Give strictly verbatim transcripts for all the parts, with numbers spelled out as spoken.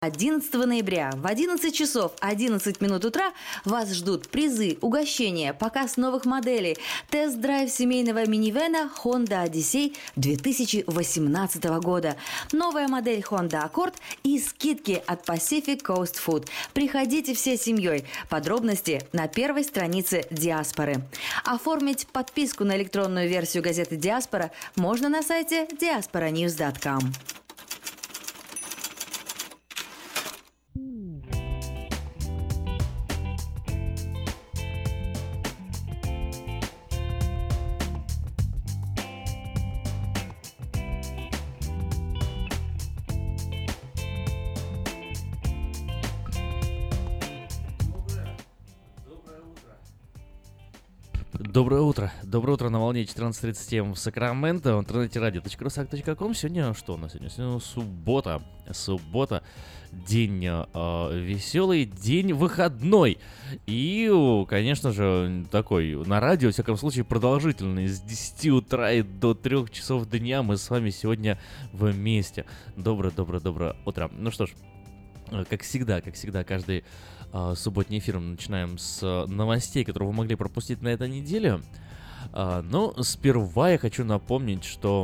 одиннадцатого ноября в одиннадцать часов одиннадцать минут утра вас ждут призы, угощения, показ новых моделей, тест-драйв семейного минивэна Honda Odyssey две тысячи восемнадцатого года, новая модель Honda Accord и скидки от Pacific Coast Food. Приходите всей семьей. Подробности на первой странице «Диаспоры». Оформить подписку на электронную версию газеты «Диаспора» можно на сайте диаспора ньюс точка ком. Доброе утро. Доброе утро на волне четырнадцать тридцать семь в Сакраменто, в интернете радио точка русак точка ком. Сегодня что у нас сегодня? Сегодня суббота. Суббота. День э, веселый, день выходной. И, конечно же, такой на радио, во всяком случае, продолжительный. С десяти утра и до трех часов дня мы с вами сегодня вместе. Доброе-доброе-доброе утро. Ну что ж, как всегда, как всегда, каждый Uh, субботний эфир мы начинаем с uh, новостей, которые вы могли пропустить на этой неделе. Uh, но сперва я хочу напомнить, что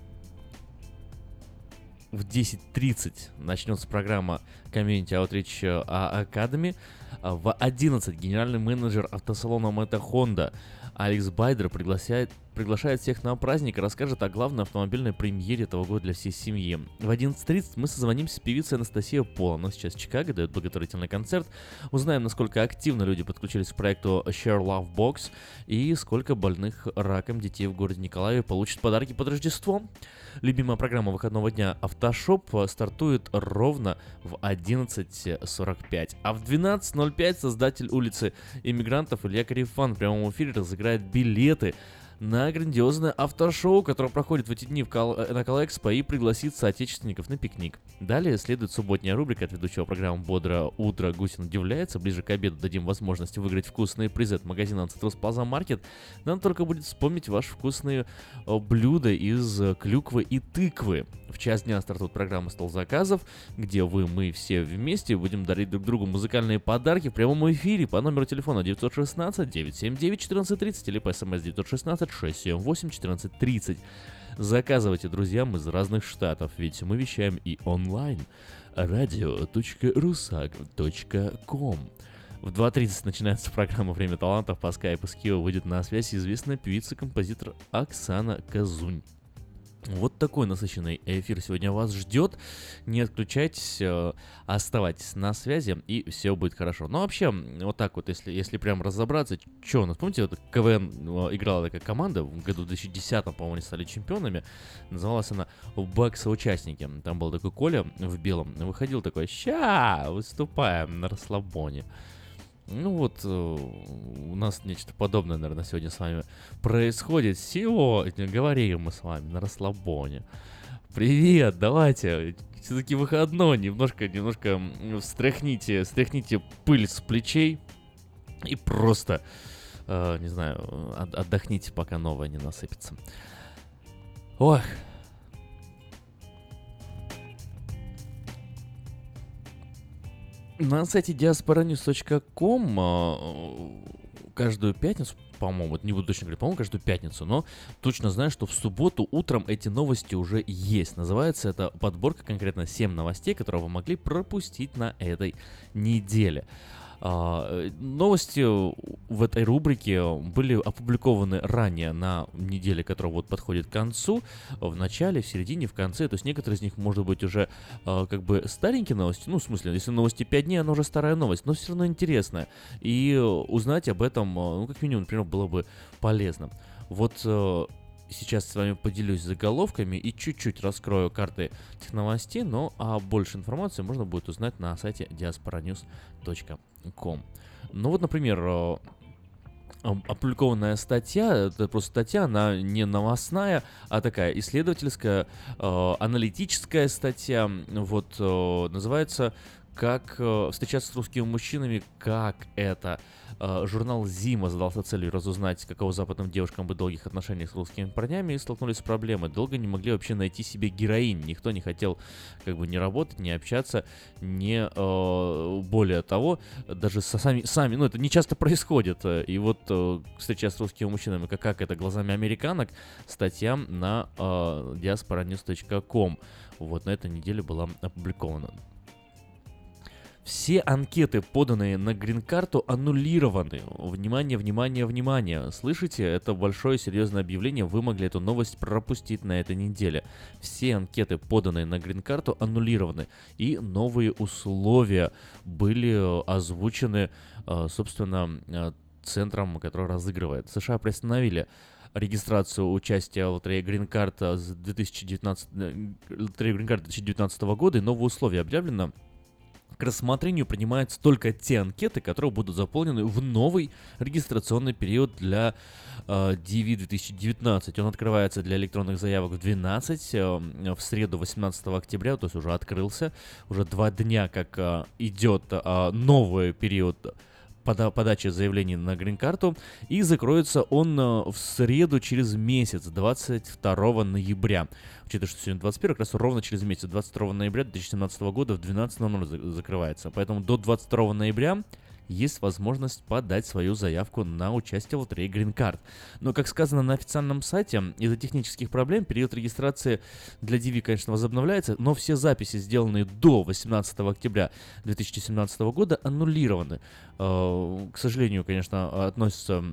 в десять тридцать начнется программа Community Outreach Academy. Uh, в одиннадцать генеральный менеджер автосалона Мэта Honda Алекс Байдер приглашает, приглашает всех на праздник и расскажет о главной автомобильной премьере этого года для всей семьи. В одиннадцать тридцать мы созвонимся с певицей Анастасией Пола. Она сейчас в Чикаго дает благотворительный концерт. Узнаем, насколько активно люди подключились к проекту Share Love Box и сколько больных раком детей в городе Николаеве получат подарки под Рождество. Любимая программа выходного дня «Автошоп» стартует ровно в одиннадцать сорок пять. А в двенадцать ноль пять создатель улицы иммигрантов Илья Карифан в прямом эфире разыграет билеты на грандиозное автошоу, которое проходит в эти дни в Кал- на Калэкспо, и пригласит соотечественников на пикник. Далее следует субботняя рубрика от ведущего программы «Бодрое утро». Гусин удивляется. Ближе к обеду дадим возможность выиграть вкусные призы от магазина Citrus Plaza Market. Нам только будет вспомнить ваши вкусные о, блюда из клюквы и тыквы. В час дня стартует программа «Стол заказов», где вы, мы все вместе будем дарить друг другу музыкальные подарки в прямом эфире по номеру телефона девять один шесть девять семь девять четырнадцать тридцать или по смс девять один шесть шесть семь восемь четырнадцать тридцать. Заказывайте друзьям из разных штатов, ведь мы вещаем и онлайн. радио точка русак точка ком. В два тридцать начинается программа «Время талантов». По скайпу с Кио выйдет на связь известная певица-композитор Оксана Казунь. Вот такой насыщенный эфир сегодня вас ждет. Не отключайтесь, э, оставайтесь на связи, и все будет хорошо. Ну, вообще, вот так вот, если, если прям разобраться, что у нас, помните, вот КВН э, играла такая команда, в году две тысячи десятом, по-моему, они стали чемпионами, называлась она «Бак-соучастники». Там был такой Коля в белом, выходил такой: «Ща, выступаем на расслабоне». Ну вот, э, у нас нечто подобное, наверное, сегодня с вами происходит. Сегодня говорим мы с вами на расслабоне. Привет, давайте, все-таки выходной, немножко, немножко встряхните, встряхните пыль с плечей и просто, э, не знаю, от, отдохните, пока новое не насыпется. Ох. На сайте диаспора ньюс точка ком каждую пятницу, по-моему, вот не буду точно говорить, по-моему, каждую пятницу, но точно знаю, что в субботу утром эти новости уже есть. Называется это подборка конкретно семь новостей, которые вы могли пропустить на этой неделе. Uh, новости в этой рубрике были опубликованы ранее на неделе, которая вот подходит к концу, в начале, в середине, в конце. То есть некоторые из них, может быть, уже uh, как бы старенькие новости. Ну, в смысле, если новости пять дней, она уже старая новость, но все равно интересная. И узнать об этом, ну, как минимум, например, было бы полезно. Вот uh, сейчас с вами поделюсь заголовками и чуть-чуть раскрою карты этих новостей, но а больше информации можно будет узнать на сайте диаспора ньюс точка ком. Ну вот, например, опубликованная статья, это просто статья, она не новостная, а такая исследовательская, э, аналитическая статья, вот, э, называется как э, встречаться с русскими мужчинами, как это. Э, журнал «Зима» задался целью разузнать, каково западным девушкам быть в долгих отношениях с русскими парнями, и столкнулись с проблемой. Долго не могли вообще найти себе героинь. Никто не хотел как бы не работать, не общаться, не э, более того, даже со сами, сами, ну это не часто происходит. И вот э, встречаться с русскими мужчинами, как, как это глазами американок, статья на э, диаспора ньюс точка ком вот на этой неделе была опубликована. Все анкеты, поданные на грин-карту, аннулированы. Внимание, внимание, внимание. Слышите? Это большое серьезное объявление. Вы могли эту новость пропустить на этой неделе. Все анкеты, поданные на грин-карту, аннулированы. И новые условия были озвучены, собственно, центром, который разыгрывает. США приостановили регистрацию участия в лотерее Green Card с две тысячи девятнадцатого, лотереи Green Card две тысячи девятнадцатого года, и новые условия объявлено. К рассмотрению принимаются только те анкеты, которые будут заполнены в новый регистрационный период для э, ди ви две тысячи девятнадцать. Он открывается для электронных заявок в двенадцать, э, в среду восемнадцатого октября, то есть уже открылся. Уже два дня, как э, идет э, новый период пода- подачи заявлений на грин-карту, и закроется он э, в среду через месяц, двадцать второго ноября. Учитывая, что сегодня двадцать первое, как раз ровно через месяц, двадцать второго ноября две тысячи семнадцатого года в двенадцать ноль ноль за- закрывается. Поэтому до двадцать второго ноября есть возможность подать свою заявку на участие в лотерее Green Card. Но, как сказано на официальном сайте, из-за технических проблем период регистрации для ди ви, конечно, возобновляется, но все записи, сделанные до восемнадцатого октября две тысячи семнадцатого года, аннулированы. К сожалению, конечно, относятся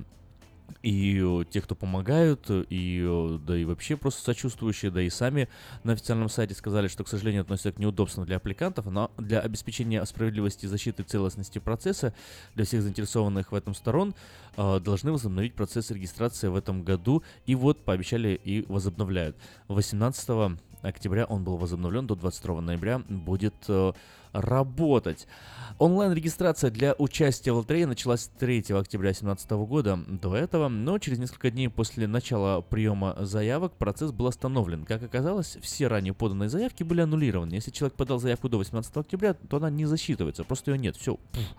и те, кто помогают, и да и вообще просто сочувствующие, да и сами на официальном сайте сказали, что, к сожалению, относятся к неудобствам для аппликантов, но для обеспечения справедливости и защиты целостности процесса для всех заинтересованных в этом сторон э, должны возобновить процесс регистрации в этом году, и вот пообещали и возобновляют. восемнадцатого октября он был возобновлен, до двадцать второго ноября будет э, работать. Онлайн-регистрация для участия в лотерее началась третьего октября две тысячи семнадцатого года до этого, но через несколько дней после начала приема заявок процесс был остановлен. Как оказалось, все ранее поданные заявки были аннулированы. Если человек подал заявку до восемнадцатого октября, то она не засчитывается, просто ее нет, все,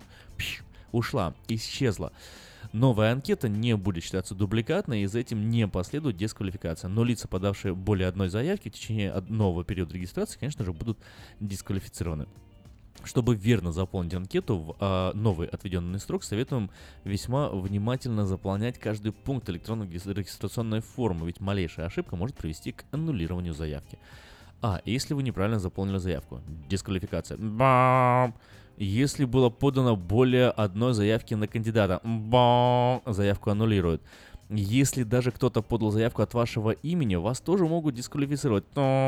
ушла, исчезла. Новая анкета не будет считаться дубликатной, и за этим не последует дисквалификация. Но лица, подавшие более одной заявки в течение нового периода регистрации, конечно же, будут дисквалифицированы. Чтобы верно заполнить анкету в а, новый отведенный срок, советуем весьма внимательно заполнять каждый пункт электронной регистрационной формы, ведь малейшая ошибка может привести к аннулированию заявки. А, если вы неправильно заполнили заявку, дисквалификация. Бам! Если было подано более одной заявки на кандидата, бам! Заявку аннулируют. Если даже кто-то подал заявку от вашего имени, вас тоже могут дисквалифицировать.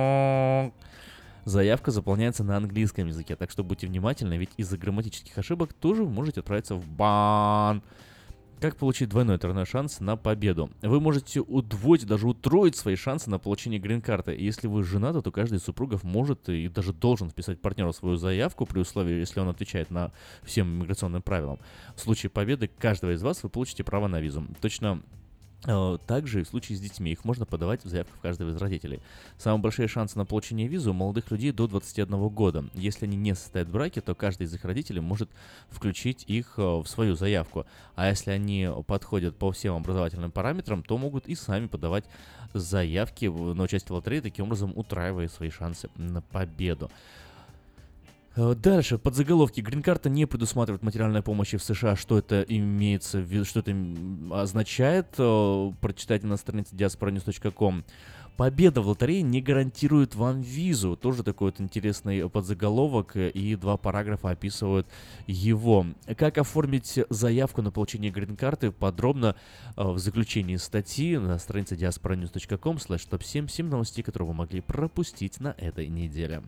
Заявка заполняется на английском языке, так что будьте внимательны, ведь из-за грамматических ошибок тоже вы можете отправиться в бан. Как получить двойной тройной шанс на победу? Вы можете удвоить, даже утроить свои шансы на получение грин-карты. Если вы женаты, то каждый из супругов может и даже должен вписать партнеру свою заявку, при условии, если он отвечает на всем иммиграционным правилам. В случае победы каждого из вас вы получите право на визу. Точно также и в случае с детьми. Их можно подавать в заявку в каждого из родителей. Самые большие шансы на получение визы у молодых людей до двадцати одного года. Если они не состоят в браке, то каждый из их родителей может включить их в свою заявку. А если они подходят по всем образовательным параметрам, то могут и сами подавать заявки на участие в лотерее, таким образом утраивая свои шансы на победу. Дальше, подзаголовки. Грин-карта не предусматривает материальной помощи в США. Что это имеется в виду, что это означает? Прочитайте на странице диаспора ньюс точка ком. Победа в лотерее не гарантирует вам визу. Тоже такой вот интересный подзаголовок, и два параграфа описывают его. Как оформить заявку на получение грин-карты подробно в заключении статьи на странице диаспора ньюс точка ком слэш топ семь. семь новостей, которые вы могли пропустить на этой неделе.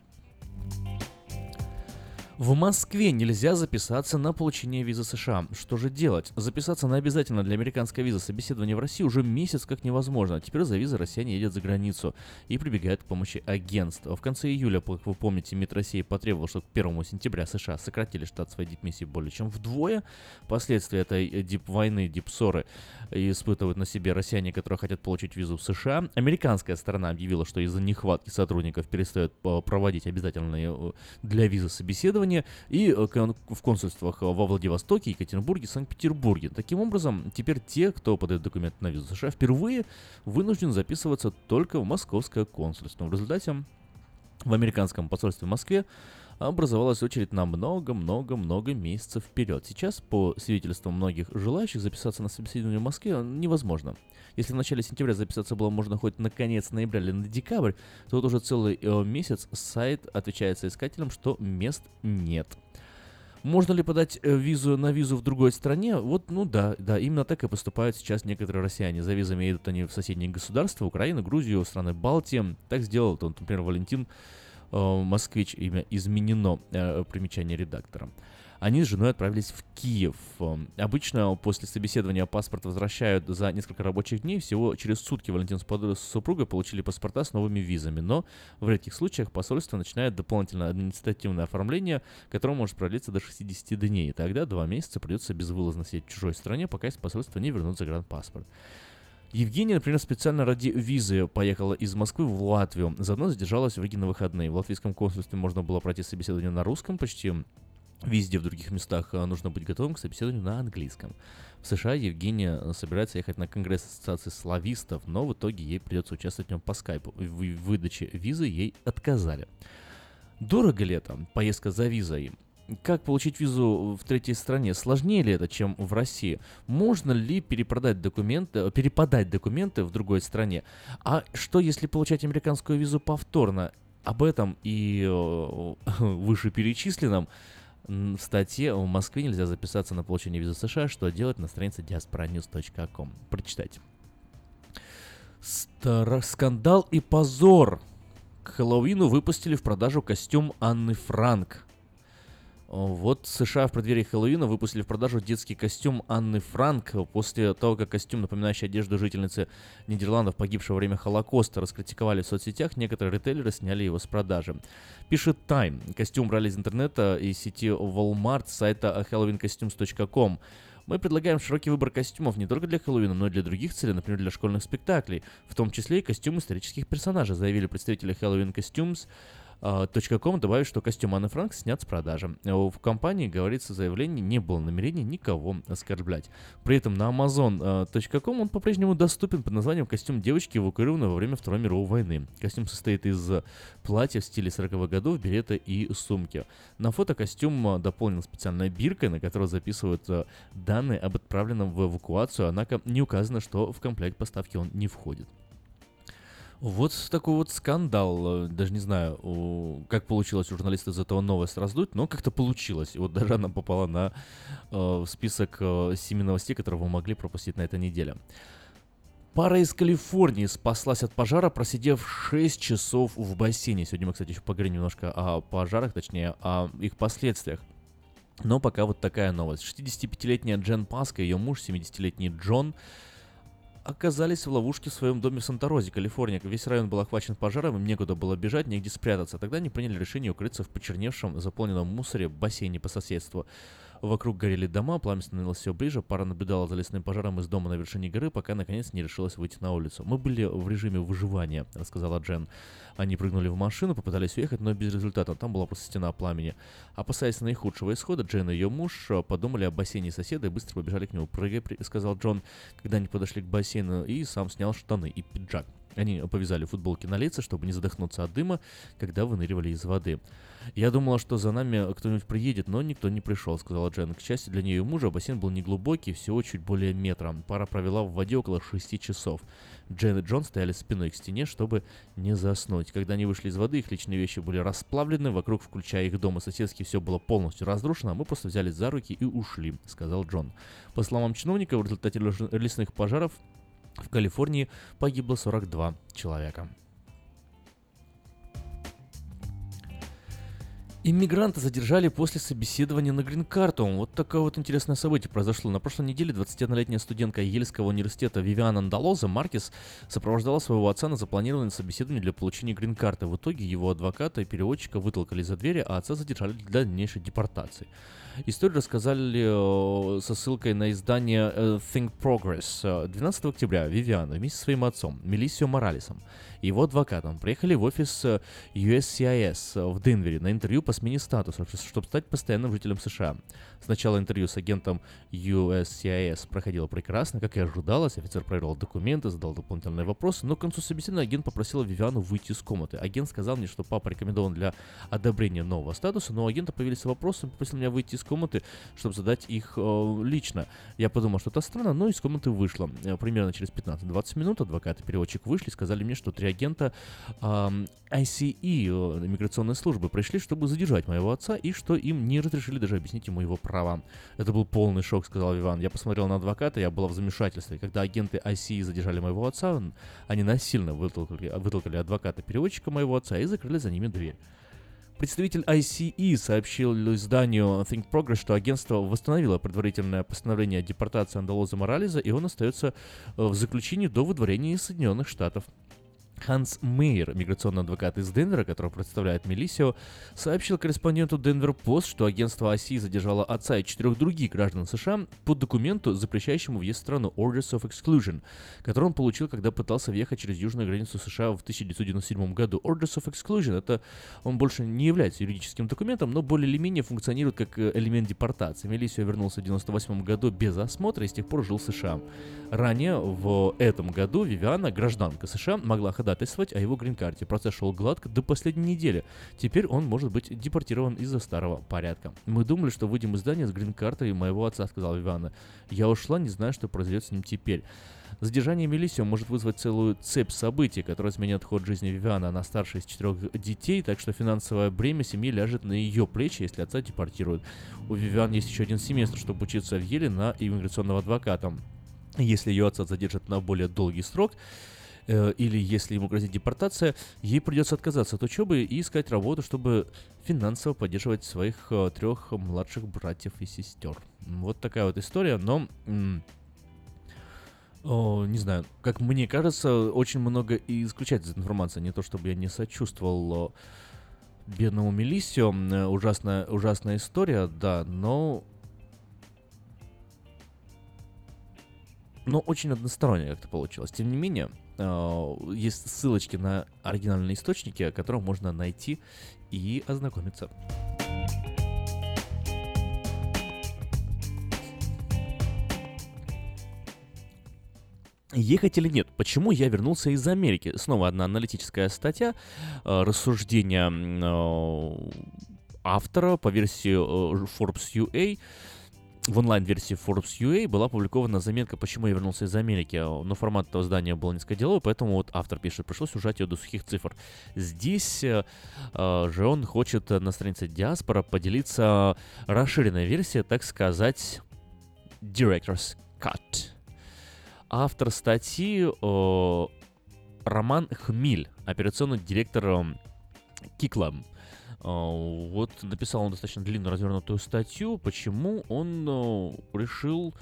В Москве нельзя записаться на получение визы США. Что же делать? Записаться на обязательно для американской визы собеседование в России уже месяц как невозможно. Теперь за визой россияне едут за границу и прибегают к помощи агентств. В конце июля, как вы помните, МИД России потребовал, чтобы к первому сентября США сократили штат своей дипмиссии более чем вдвое. Последствия этой дип-войны, дип-ссоры испытывают на себе россияне, которые хотят получить визу в США. Американская сторона объявила, что из-за нехватки сотрудников перестает проводить обязательные для визы собеседования. собеседования и в консульствах во Владивостоке, Екатеринбурге, Санкт-Петербурге. Таким образом, теперь те, кто подает документы на визу США, впервые вынужден записываться только в московское консульство. В результате в американском посольстве в Москве образовалась очередь на много-много-много месяцев вперед. Сейчас, по свидетельствам многих желающих, записаться на собеседование в Москве невозможно. Если в начале сентября записаться было можно хоть на конец ноября или на декабрь, то вот уже целый э, месяц сайт отвечает соискателям, что мест нет. Можно ли подать э, визу на визу в другой стране? Вот, ну да, да, именно так и поступают сейчас некоторые россияне. За визами едут они в соседние государства, Украину, Грузию, страны Балтии. Так сделал, вот, например, Валентин Москвич, имя изменено, э, примечание редактора. Они с женой отправились в Киев. Обычно после собеседования паспорт возвращают за несколько рабочих дней. Всего через сутки Валентин с супругой получили паспорта с новыми визами. Но в редких случаях посольство начинает дополнительное административное оформление, которое может продлиться до шестьдесят дней. И тогда два месяца придется безвылазно сидеть в чужой стране, пока из посольства не вернут загранпаспорт. Евгения, например, специально ради визы поехала из Москвы в Латвию. Заодно задержалась в Риге на выходные. В латвийском консульстве можно было пройти собеседование на русском, почти везде в других местах нужно быть готовым к собеседованию на английском. В США Евгения собирается ехать на конгресс ассоциации славистов, но в итоге ей придется участвовать в нем по скайпу. В выдаче визы ей отказали. Дорого ли это? Поездка за визой. Как получить визу в третьей стране? Сложнее ли это, чем в России? Можно ли перепродать документы, переподать документы в другой стране? А что, если получать американскую визу повторно? Об этом и вышеперечисленном в статье «В Москве нельзя записаться на получение визы США. Что делать?» на странице диаспора ньюс точка ком. Прочитайте. Стар... Скандал и позор. К Хэллоуину выпустили в продажу костюм Анны Франк. Вот США в преддверии Хэллоуина выпустили в продажу детский костюм Анны Франк. После того, как костюм, напоминающий одежду жительницы Нидерландов, погибшего во время Холокоста, раскритиковали в соцсетях, некоторые ритейлеры сняли его с продажи. Пишет Time. Костюм брали из интернета и сети Walmart, с сайта хэллоуин костюмс точка ком. Мы предлагаем широкий выбор костюмов не только для Хэллоуина, но и для других целей, например, для школьных спектаклей, в том числе и костюмы исторических персонажей, заявили представители хэллоуин костюмс точка ком, добавив, что костюм Анны Франк снят с продажи. В компании, говорится в заявлении, не было намерения никого оскорблять. При этом на амазон точка ком он по-прежнему доступен под названием «Костюм девочки, эвакуированной во время Второй мировой войны». Костюм состоит из платья в стиле сороковых годов, берета и сумки. На фото костюм дополнен специальной биркой, на которой записывают данные об отправленном в эвакуацию, однако не указано, что в комплект поставки он не входит. Вот такой вот скандал. Даже не знаю, как получилось у журналистов из этого новость раздуть, но как-то получилось. И вот даже она попала на э, список э, семи новостей, которые вы могли пропустить на этой неделе. Пара из Калифорнии спаслась от пожара, просидев шесть часов в бассейне. Сегодня мы, кстати, еще поговорим немножко о пожарах, точнее, о их последствиях. Но пока вот такая новость. шестидесятипятилетняя Джен Паска и ее муж, семидесятилетний Джон, оказались в ловушке в своем доме в Санта-Розе, Калифорния. Весь район был охвачен пожаром, им некуда было бежать, негде спрятаться. Тогда они приняли решение укрыться в почерневшем, заполненном мусоре бассейне по соседству. Вокруг горели дома, пламя становилось все ближе, пара наблюдала за лесным пожаром из дома на вершине горы, пока наконец не решилась выйти на улицу. «Мы были в режиме выживания», — рассказала Джен. Они прыгнули в машину, попытались уехать, но без результата, там была просто стена пламени. Опасаясь наихудшего исхода, Джен и ее муж подумали о бассейне соседа и быстро побежали к нему. «Прыгай», — сказал Джон, когда они подошли к бассейну, и сам снял штаны и пиджак. Они повязали футболки на лица, чтобы не задохнуться от дыма, когда выныривали из воды. «Я думала, что за нами кто-нибудь приедет, но никто не пришел», — сказала Джен. К счастью для нее и мужа, бассейн был неглубокий, всего чуть более метра. Пара провела в воде около шести часов. Джен и Джон стояли спиной к стене, чтобы не заснуть. Когда они вышли из воды, их личные вещи были расплавлены, вокруг, включая их дом и соседский, все было полностью разрушено, а мы просто взялись за руки и ушли», — сказал Джон. По словам чиновника, в результате лесных пожаров в Калифорнии погибло сорок два человека. Иммигранта задержали после собеседования на грин-карту. Вот такое вот интересное событие произошло. На прошлой неделе двадцатиоднолетняя студентка Ельского университета Вивиан Андалоза Маркес сопровождала своего отца на запланированное собеседование для получения грин-карты. В итоге его адвоката и переводчика вытолкали за двери, а отца задержали для дальнейшей депортации. Историю рассказали э, со ссылкой на издание э, Think Progress. двенадцатого октября Вивиан вместе со своим отцом Мелиссио Моралесом и его адвокатом приехали в офис ю эс си ай эс в Денвере на интервью по смене статуса, чтобы стать постоянным жителем США. Сначала интервью с агентом ю эс си ай эс проходило прекрасно, как и ожидалось. Офицер проверил документы, задал дополнительные вопросы, но к концу собеседования агент попросил Вивиану выйти из комнаты. Агент сказал мне, что папа рекомендован для одобрения нового статуса, но у агента появились вопросы, он попросил меня выйти из комнаты, чтобы задать их э, лично. Я подумал, что это странно, но из комнаты вышло. Примерно через пятнадцать-двадцать минут адвокат и переводчик вышли и сказали мне, что три агента э, ай си и, э, миграционной службы, пришли, чтобы задержать моего отца, и что им не разрешили даже объяснить ему его права. Это был полный шок, сказал Вивиан. Я посмотрел на адвоката, я была в замешательстве. Когда агенты ай си и задержали моего отца, они насильно вытолкали, вытолкали адвоката-переводчика моего отца и закрыли за ними дверь. Представитель ай си и сообщил изданию Think Progress, что агентство восстановило предварительное постановление о депортации Андалуза Моралеса, и он остается в заключении до выдворения из Соединенных Штатов. Ханс Мейер, миграционный адвокат из Денвера, который представляет Мелисио, сообщил корреспонденту Денвер Пост, что агентство ай си и задержало отца и четырех других граждан США по документу, запрещающему въезд в страну Orders of Exclusion, который он получил, когда пытался въехать через южную границу США в тысяча девятьсот девяносто седьмом году. Orders of Exclusion — это он больше не является юридическим документом, но более или менее функционирует как элемент депортации. Мелисио вернулся в девяносто восьмом году без осмотра и с тех пор жил в США. Ранее в этом году Вивиана, гражданка США, могла ходатайствовать о его грин-карте. Процесс шел гладко до последней недели. Теперь он может быть депортирован из-за старого порядка. «Мы думали, что выйдем из здания с грин-картой моего отца», — сказала Вивиана. «Я ушла, не знаю, что произойдет с ним теперь». Задержание Мелисио может вызвать целую цепь событий, которые изменят ход жизни Вивианы. Она старшая из четырех детей, так что финансовое бремя семьи ляжет на ее плечи, если отца депортируют. У Вивиан есть еще один семестр, чтобы учиться в Еле на иммиграционного адвоката. Если ее отца задержат на более долгий срок, э, или если ему грозит депортация, ей придется отказаться от учебы и искать работу, чтобы финансово поддерживать своих э, трех младших братьев и сестер. Вот такая вот история, но... М- О, не знаю, как мне кажется, очень много и исключать из информации. Не то чтобы я не сочувствовал бедному Мелисио, ужасная, ужасная история, да, но... Но очень односторонне как-то получилось. Тем не менее, есть ссылочки на оригинальные источники, о которых можно найти и ознакомиться. Ехать или нет? Почему я вернулся из Америки? Снова одна аналитическая статья, э, рассуждения э, автора по версии э, Forbes ю эй. В онлайн-версии Forbes ю эй была опубликована заметка, почему я вернулся из Америки, но формат этого издания был низкоделовый, поэтому вот автор пишет, пришлось ужать ее до сухих цифр. Здесь э, же он хочет на странице Диаспора поделиться расширенной версией, так сказать, Director's Cut. Автор статьи э, Роман Хмиль, операционный директор э, Кикла. Вот написал он достаточно длинную развернутую статью, почему он э, решил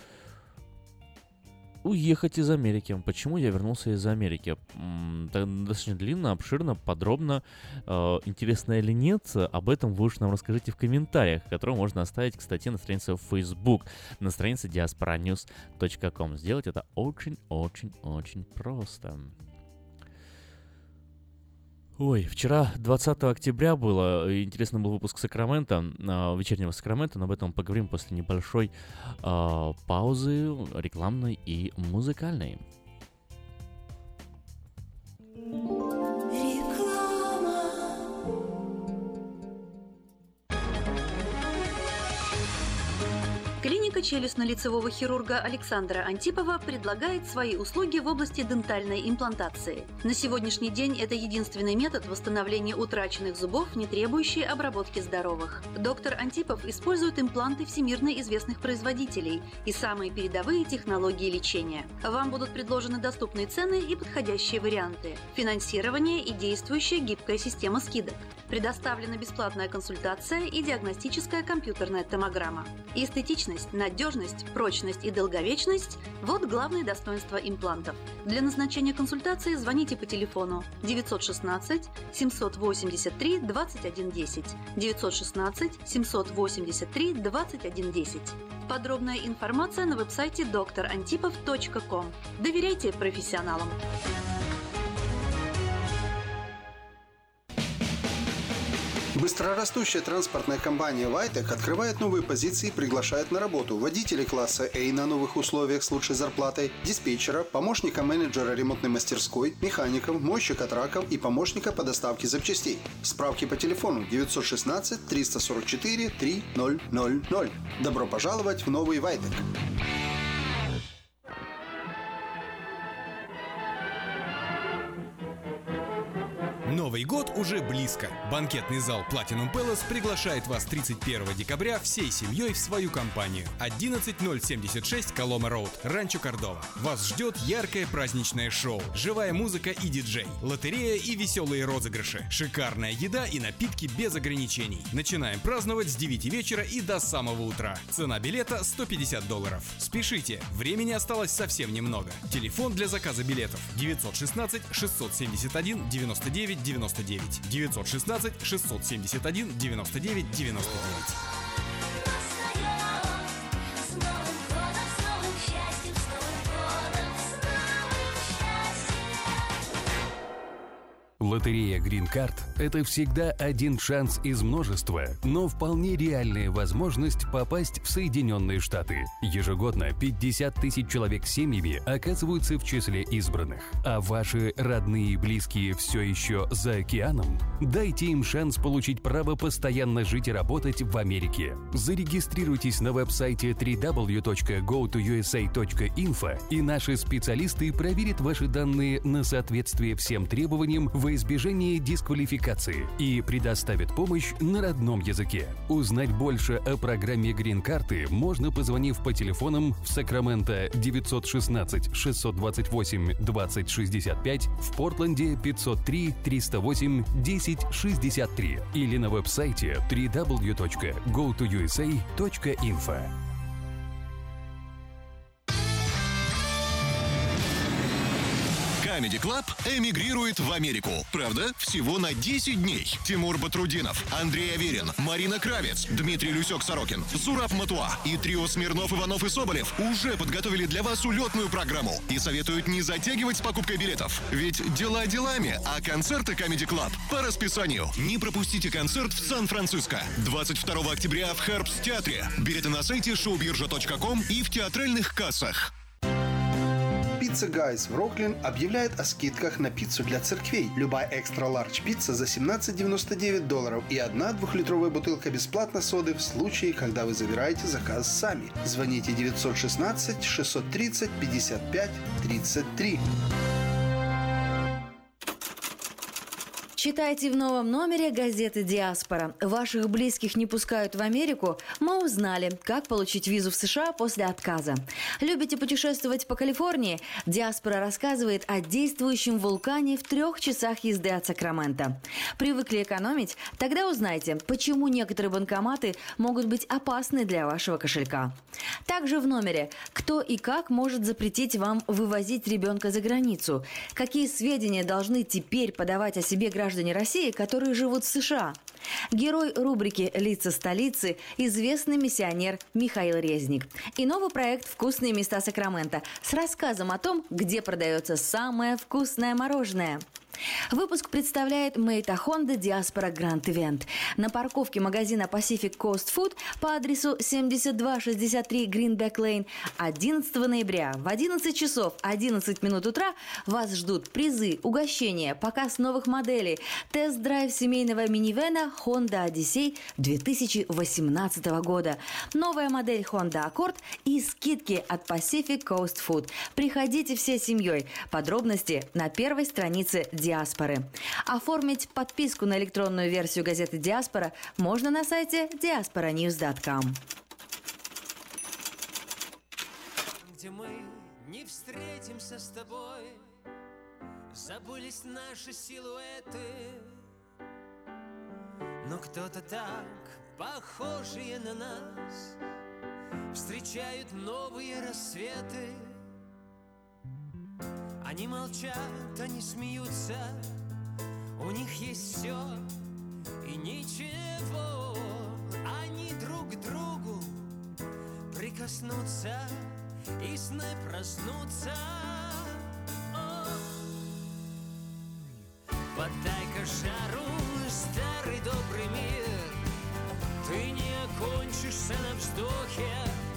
уехать из Америки. Почему я вернулся из Америки? М-м, достаточно длинно, обширно, подробно. Э, интересно или нет, об этом вы уж нам расскажите в комментариях, которые можно оставить к статье на странице в Facebook, на странице диаспора ньюс точка ком. Сделать это очень-очень-очень просто. Ой, вчера, двадцатого октября, было, интересный был выпуск Сакраменто, э, вечернего Сакраменто, но об этом поговорим после небольшой э, паузы рекламной и музыкальной. Клиника челюстно-лицевого хирурга Александра Антипова предлагает свои услуги в области дентальной имплантации. На сегодняшний день это единственный метод восстановления утраченных зубов, не требующий обработки здоровых. Доктор Антипов использует импланты всемирно известных производителей и самые передовые технологии лечения. Вам будут предложены доступные цены и подходящие варианты. Финансирование и действующая гибкая система скидок. Предоставлена бесплатная консультация и диагностическая компьютерная томограмма. Эстетичность, надежность, прочность и долговечность – вот главные достоинства имплантов. Для назначения консультации звоните по телефону девятьсот шестнадцать семьсот восемьдесят три двадцать один десять, девятьсот шестнадцать семьсот восемьдесят три двадцать один десять. Подробная информация на веб-сайте доктор антипов точка ком. Доверяйте профессионалам. Быстрорастущая транспортная компания Вайтек открывает новые позиции и приглашает на работу водителей класса А на новых условиях с лучшей зарплатой, диспетчера, помощника менеджера ремонтной мастерской, механиков, мойщика траков и помощника по доставке запчастей. Справки по телефону девятьсот шестнадцать триста сорок четыре три ноль ноль ноль. Добро пожаловать в новый Вайтек. Новый год уже близко. Банкетный зал Platinum Palace приглашает вас тридцать первого декабря всей семьей в свою компанию. одиннадцать тысяч семьдесят шесть Колома Роуд, Ранчо Кордова. Вас ждет яркое праздничное шоу, живая музыка и диджей, лотерея и веселые розыгрыши, шикарная еда и напитки без ограничений. Начинаем праздновать с девяти вечера и до самого утра. Цена билета сто пятьдесят долларов. Спешите, времени осталось совсем немного. Телефон для заказа билетов девятьсот шестнадцать шестьсот семьдесят один девяносто девять девяносто девять девятьсот шестнадцать шестьсот семьдесят один девяносто девять девяносто девять. Лотерея Green Card – это всегда один шанс из множества, но вполне реальная возможность попасть в Соединенные Штаты. Ежегодно пятьдесят тысяч человек с семьями оказываются в числе избранных. А ваши родные и близкие все еще за океаном? Дайте им шанс получить право постоянно жить и работать в Америке. Зарегистрируйтесь на веб-сайте дабл ю дабл ю дабл ю точка гоу ту ю эс эй точка инфо, и наши специалисты проверят ваши данные на соответствие всем требованиям в избежание дисквалификации и предоставит помощь на родном языке. Узнать больше о программе Green Card можно, позвонив по телефонам в Сакраменто девятьсот шестнадцать шестьсот двадцать восемь двадцать шестьдесят пять, в Портленде пятьсот три триста восемь десять шестьдесят три или на веб-сайте дабл ю дабл ю дабл ю точка гоу ту ю эс эй точка инфо. Comedy Club эмигрирует в Америку. Правда, всего на десять дней. Тимур Батрудинов, Андрей Аверин, Марина Кравец, Дмитрий Люсек-Сорокин, Зураб Матуа и трио Смирнов, Иванов и Соболев уже подготовили для вас улетную программу и советуют не затягивать с покупкой билетов. Ведь дела делами, а концерты Comedy Club по расписанию. Не пропустите концерт в Сан-Франциско двадцать второго октября в Herbst театре. Билеты на сайте шоу биржа точка ком и в театральных кассах. Pizza Guys в Роклин объявляет о скидках на пиццу для церквей. Любая экстра-лардж пицца за семнадцать девяносто девять долларов и одна двухлитровая бутылка бесплатно соды в случае, когда вы забираете заказ сами. Звоните девятьсот шестнадцать шестьсот тридцать пятьдесят пять тридцать три. Читайте в новом номере газеты «Диаспора». Ваших близких не пускают в Америку? Мы узнали, как получить визу в США после отказа. Любите путешествовать по Калифорнии? «Диаспора» рассказывает о действующем вулкане в трех часах езды от Сакрамента. Привыкли экономить? Тогда узнайте, почему некоторые банкоматы могут быть опасны для вашего кошелька. Также в номере «Кто и как может запретить вам вывозить ребенка за границу?» Какие сведения должны теперь подавать о себе граждане Граждане России, которые живут в США. Герой рубрики «Лица столицы» – известный миссионер Михаил Резник. И новый проект «Вкусные места Сакрамента» с рассказом о том, где продается самое вкусное мороженое. Выпуск представляет Мэйта Хонда Диаспора Гранд Ивент. На парковке магазина Pacific Coast Food по адресу семьдесят два шестьдесят три Greenback Lane одиннадцатого ноября в одиннадцать часов одиннадцать минут утра вас ждут призы, угощения, показ новых моделей, тест-драйв семейного минивэна Honda Odyssey две тысячи восемнадцатого года, новая модель Honda Accord и скидки от Pacific Coast Food. Приходите всей семьей. Подробности на первой странице Диаспоры. Оформить подписку на электронную версию газеты «Диаспора» можно на сайте диаспора ньюс точка ком. Где мы не встретимся с тобой, забылись наши силуэты, но кто-то так, похожие на нас, встречают новые рассветы. Они молчат, они смеются, у них есть все и ничего. Они друг к другу прикоснутся и сны проснутся. О! Подай-ка жару, старый добрый мир. Ты не окончишься на вздохе.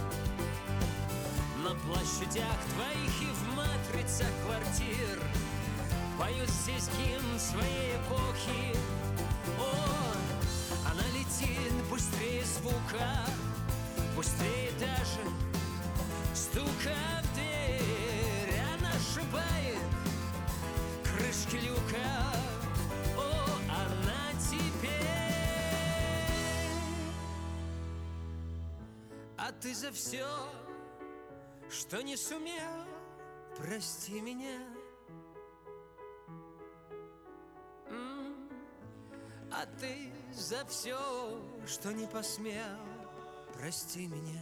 На площадях твоих и в матрицах квартир поют здесь гимн своей эпохи. О, она летит быстрее звука, быстрее даже стука в дверь. Она сшибает крышки люка. О, она теперь. А ты за все, что не сумел, прости меня. М-м. А ты за все, что не посмел, прости меня.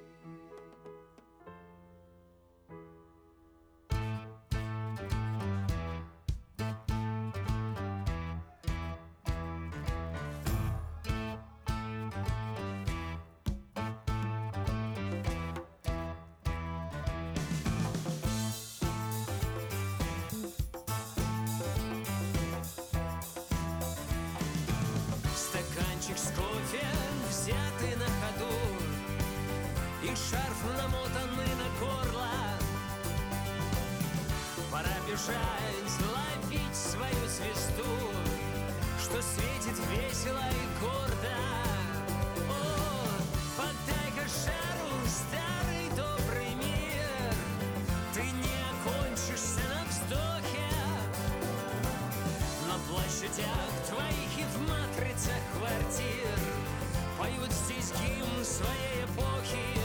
Стаканчик с кофе, взятый на ходу, и шарф намотанный на горло. Пора бежать, ловить свою звезду, что светит весело и гордо. О, подай-ка жару, старый добрый мир. Ты не окончишься на вздохе. На площадях твоих и в матрицах квартир поют здесь гимн своей эпохи.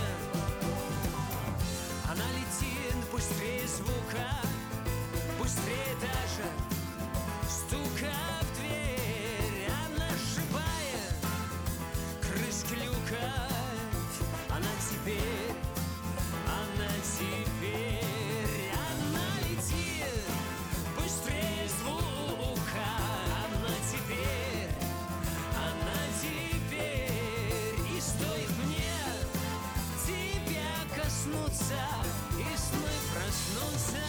Она летит быстрее звука, быстрее даже стука в дверь. Она сшибает крышки люка. Она теперь, она теперь, она летит быстрее звука. Она теперь, она теперь. И стоит мне тебя коснуться, и сны проснутся.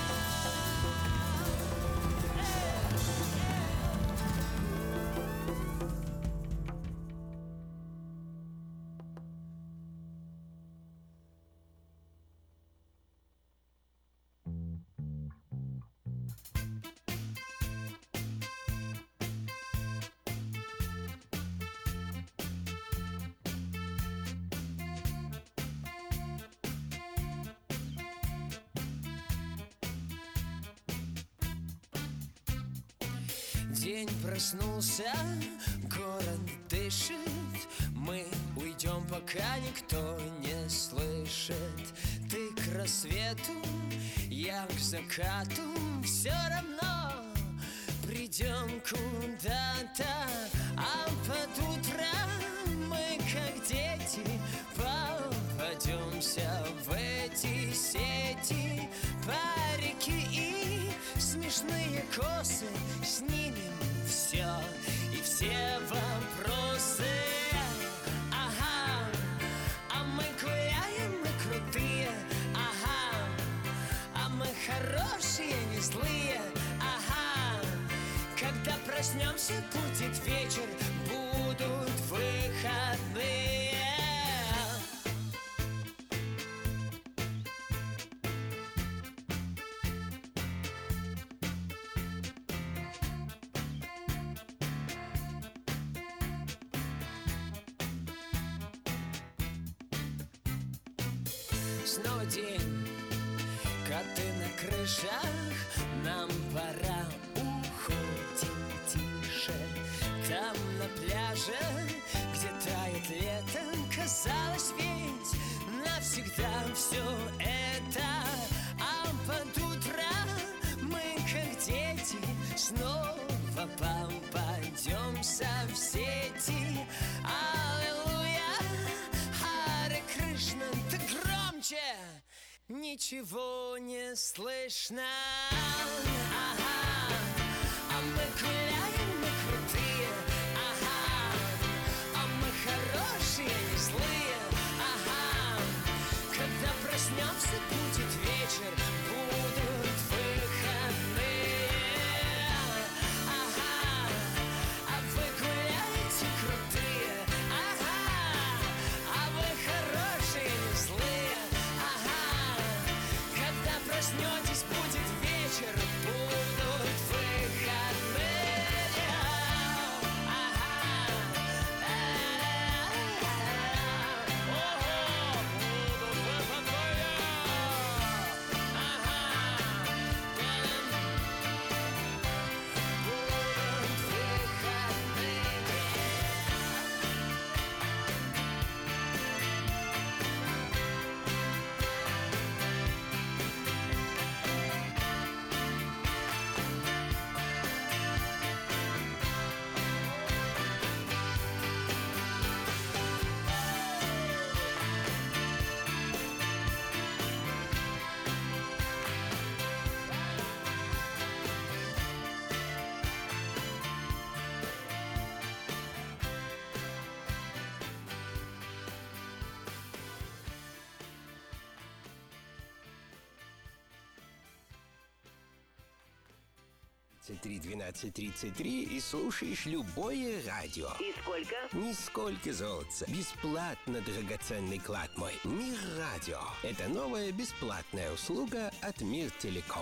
День проснулся, город дышит. Мы уйдем, пока никто не слышит. Ты к рассвету, я к закату. Все равно придем куда-то. А под утро мы, как дети, попадемся в эти сети. Парики и смешные косы, снимем все и все вопросы. Ага, а мы гуляем, мы крутые. Ага, а мы хорошие, не злые. Ага, когда проснемся, будет вечер, будут выходные. Снова день, коты на крышах. Нам пора, уходим тише. Там на пляже, где тает лето, казалось ведь навсегда все это. А под утро мы, как дети, снова попадемся в сети. Аллилуйя, Харе Кришна, ты громче, ничего не слышно. Ага, а мы гуляем, мы крутые. Ага, а мы хорошие, не злые. Ага, когда проснемся, будет вечер, будут выходные. Ага. двадцать три двенадцать тридцать три и слушаешь любое радио. И сколько? Нисколько золотца. Бесплатно, драгоценный клад мой. Мир радио. Это новая бесплатная услуга от Мир Телеком.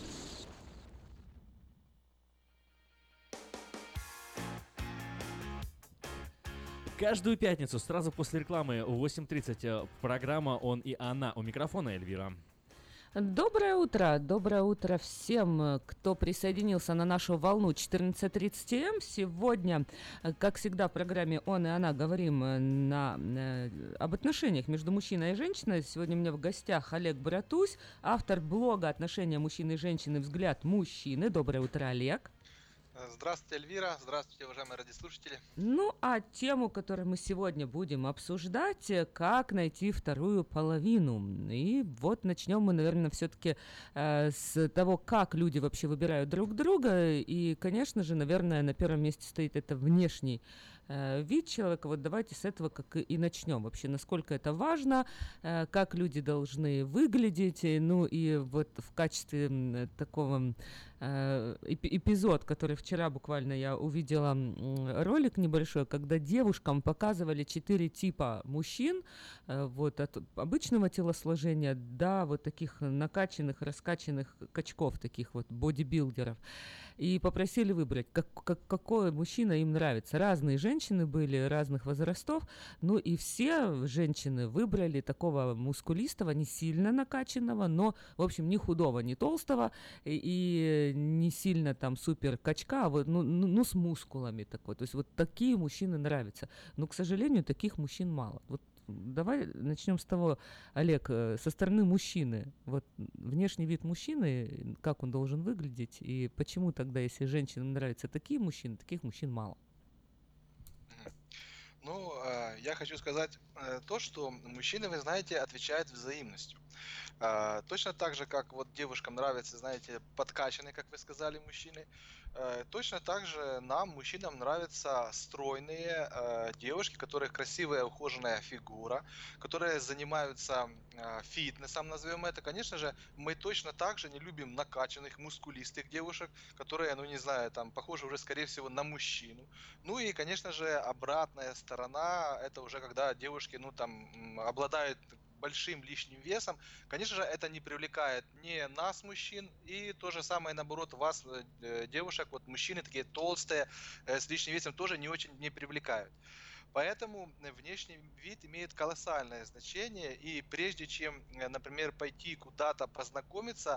Каждую пятницу сразу после рекламы в восемь тридцать программа «Он и она». У микрофона Эльвира. Доброе утро, доброе утро всем, кто присоединился на нашу волну четырнадцать тридцать м. Сегодня, как всегда, в программе «Он и она» говорим на, на, об отношениях между мужчиной и женщиной. Сегодня у меня в гостях Олег Братусь, автор блога «Отношения мужчины и женщины. Взгляд мужчины». Доброе утро, Олег. Здравствуйте, Эльвира. Здравствуйте, уважаемые радиослушатели. Ну, а тему, которую мы сегодня будем обсуждать, как найти вторую половину. И вот начнем мы, наверное, все-таки э, с того, как люди вообще выбирают друг друга. И, конечно же, наверное, на первом месте стоит это внешний э, вид человека. Вот давайте с этого как и начнем. Вообще, насколько это важно, э, как люди должны выглядеть. Ну, и вот в качестве э, такого э, эпизод, который вчера буквально я увидела ролик небольшой, когда девушкам показывали четыре типа мужчин, вот от обычного телосложения до вот таких накачанных, раскачанных качков, таких вот бодибилдеров, и попросили выбрать, как, как, какой мужчина им нравится. Разные женщины были, разных возрастов, ну и все женщины выбрали такого мускулистого, не сильно накачанного, но, в общем, не худого, не толстого, и, и не сильно там супер качка, а вот, ну, ну, ну, с мускулами такой. То есть вот такие мужчины нравятся. Но, к сожалению, таких мужчин мало. Вот давай начнем с того, Олег, со стороны мужчины. Вот внешний вид мужчины, как он должен выглядеть, и почему тогда, если женщинам нравятся такие мужчины, таких мужчин мало? Ну, э, я хочу сказать э, то, что мужчины, вы знаете, отвечают взаимностью. Э, точно так же, как вот девушкам нравятся, знаете, подкачанные, как вы сказали, мужчины, э, точно так же нам, мужчинам, нравятся стройные э, девушки, у которых красивая, ухоженная фигура, которые занимаются э, фитнесом, назовем это. Конечно же, мы точно так же не любим накачанных, мускулистых девушек, которые, ну не знаю, там, похожи уже, скорее всего, на мужчину. Ну и, конечно же, обратная сторона. Сторона, это уже когда девушки, ну, там, обладают большим лишним весом, конечно же, это не привлекает ни нас, мужчин, и то же самое, наоборот, вас, девушек, вот мужчины такие толстые, с лишним весом, тоже не очень не привлекают. Поэтому внешний вид имеет колоссальное значение, и прежде чем, например, пойти куда-то познакомиться,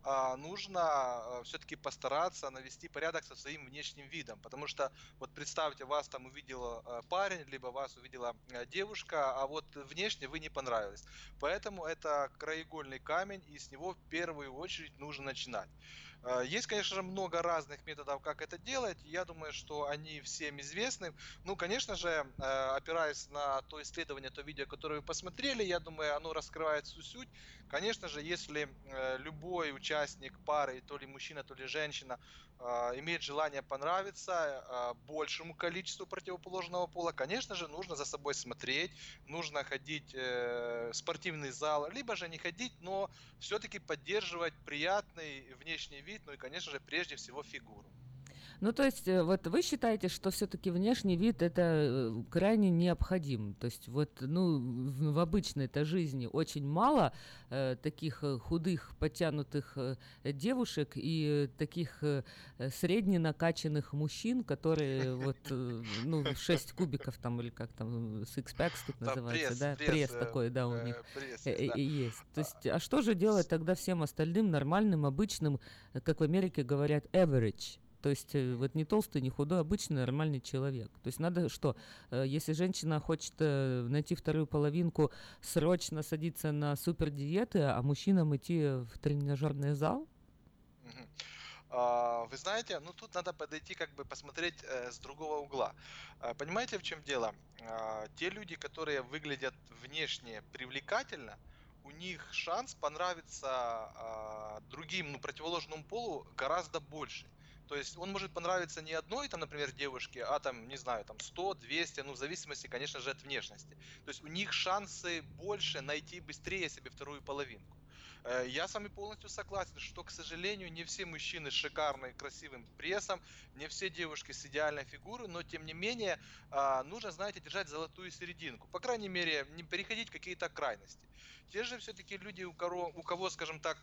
нужно все-таки постараться навести порядок со своим внешним видом, потому что вот представьте, вас там увидел парень, либо вас увидела девушка, а вот внешне вы не понравились. Поэтому это краеугольный камень, и с него в первую очередь нужно начинать. Есть, конечно же, много разных методов, как это делать. Я думаю, что они всем известны. Ну, конечно же, опираясь на то исследование, то видео, которое вы посмотрели, я думаю, оно раскрывает всю суть. Конечно же, если любой участник пары, то ли мужчина, то ли женщина, имеет желание понравиться большему количеству противоположного пола, конечно же, нужно за собой смотреть, нужно ходить в спортивный зал, либо же не ходить, но все-таки поддерживать приятный внешний вид, ну и, конечно же, прежде всего фигуру. Ну, то есть, вот вы считаете, что все-таки внешний вид это крайне необходим. То есть, вот, ну, в, в обычной-то жизни очень мало э, таких худых, подтянутых э, девушек и таких э, средне накачанных мужчин, которые вот, э, ну, шесть кубиков там, или как там, six-packs тут называется, пресс, да? Пресс, пресс такой, да, у них пресс, э, да. есть. То есть, а что же делать тогда всем остальным нормальным, обычным, как в Америке говорят, average? То есть вот не толстый, не худой, обычный нормальный человек. То есть надо что, если женщина хочет найти вторую половинку, срочно садиться на супердиеты, а мужчинам идти в тренажерный зал? Вы знаете, ну тут надо подойти, как бы посмотреть э, с другого угла. Э, понимаете, в чем дело? Э, те люди, которые выглядят внешне привлекательно, у них шанс понравиться э, другим, ну, противоположному полу гораздо больше. То есть он может понравиться не одной, там, например, девушке, а там, не знаю, там сто, двести, ну, в зависимости, конечно же, от внешности. То есть у них шансы больше найти быстрее себе вторую половинку. Э, Я с вами полностью согласен, что, к сожалению, не все мужчины с шикарным, красивым прессом, не все девушки с идеальной фигурой, но, тем не менее, а, нужно, знаете, держать золотую серединку. По крайней мере, не переходить в какие-то крайности. Те же все-таки люди, у кого, у кого, скажем так,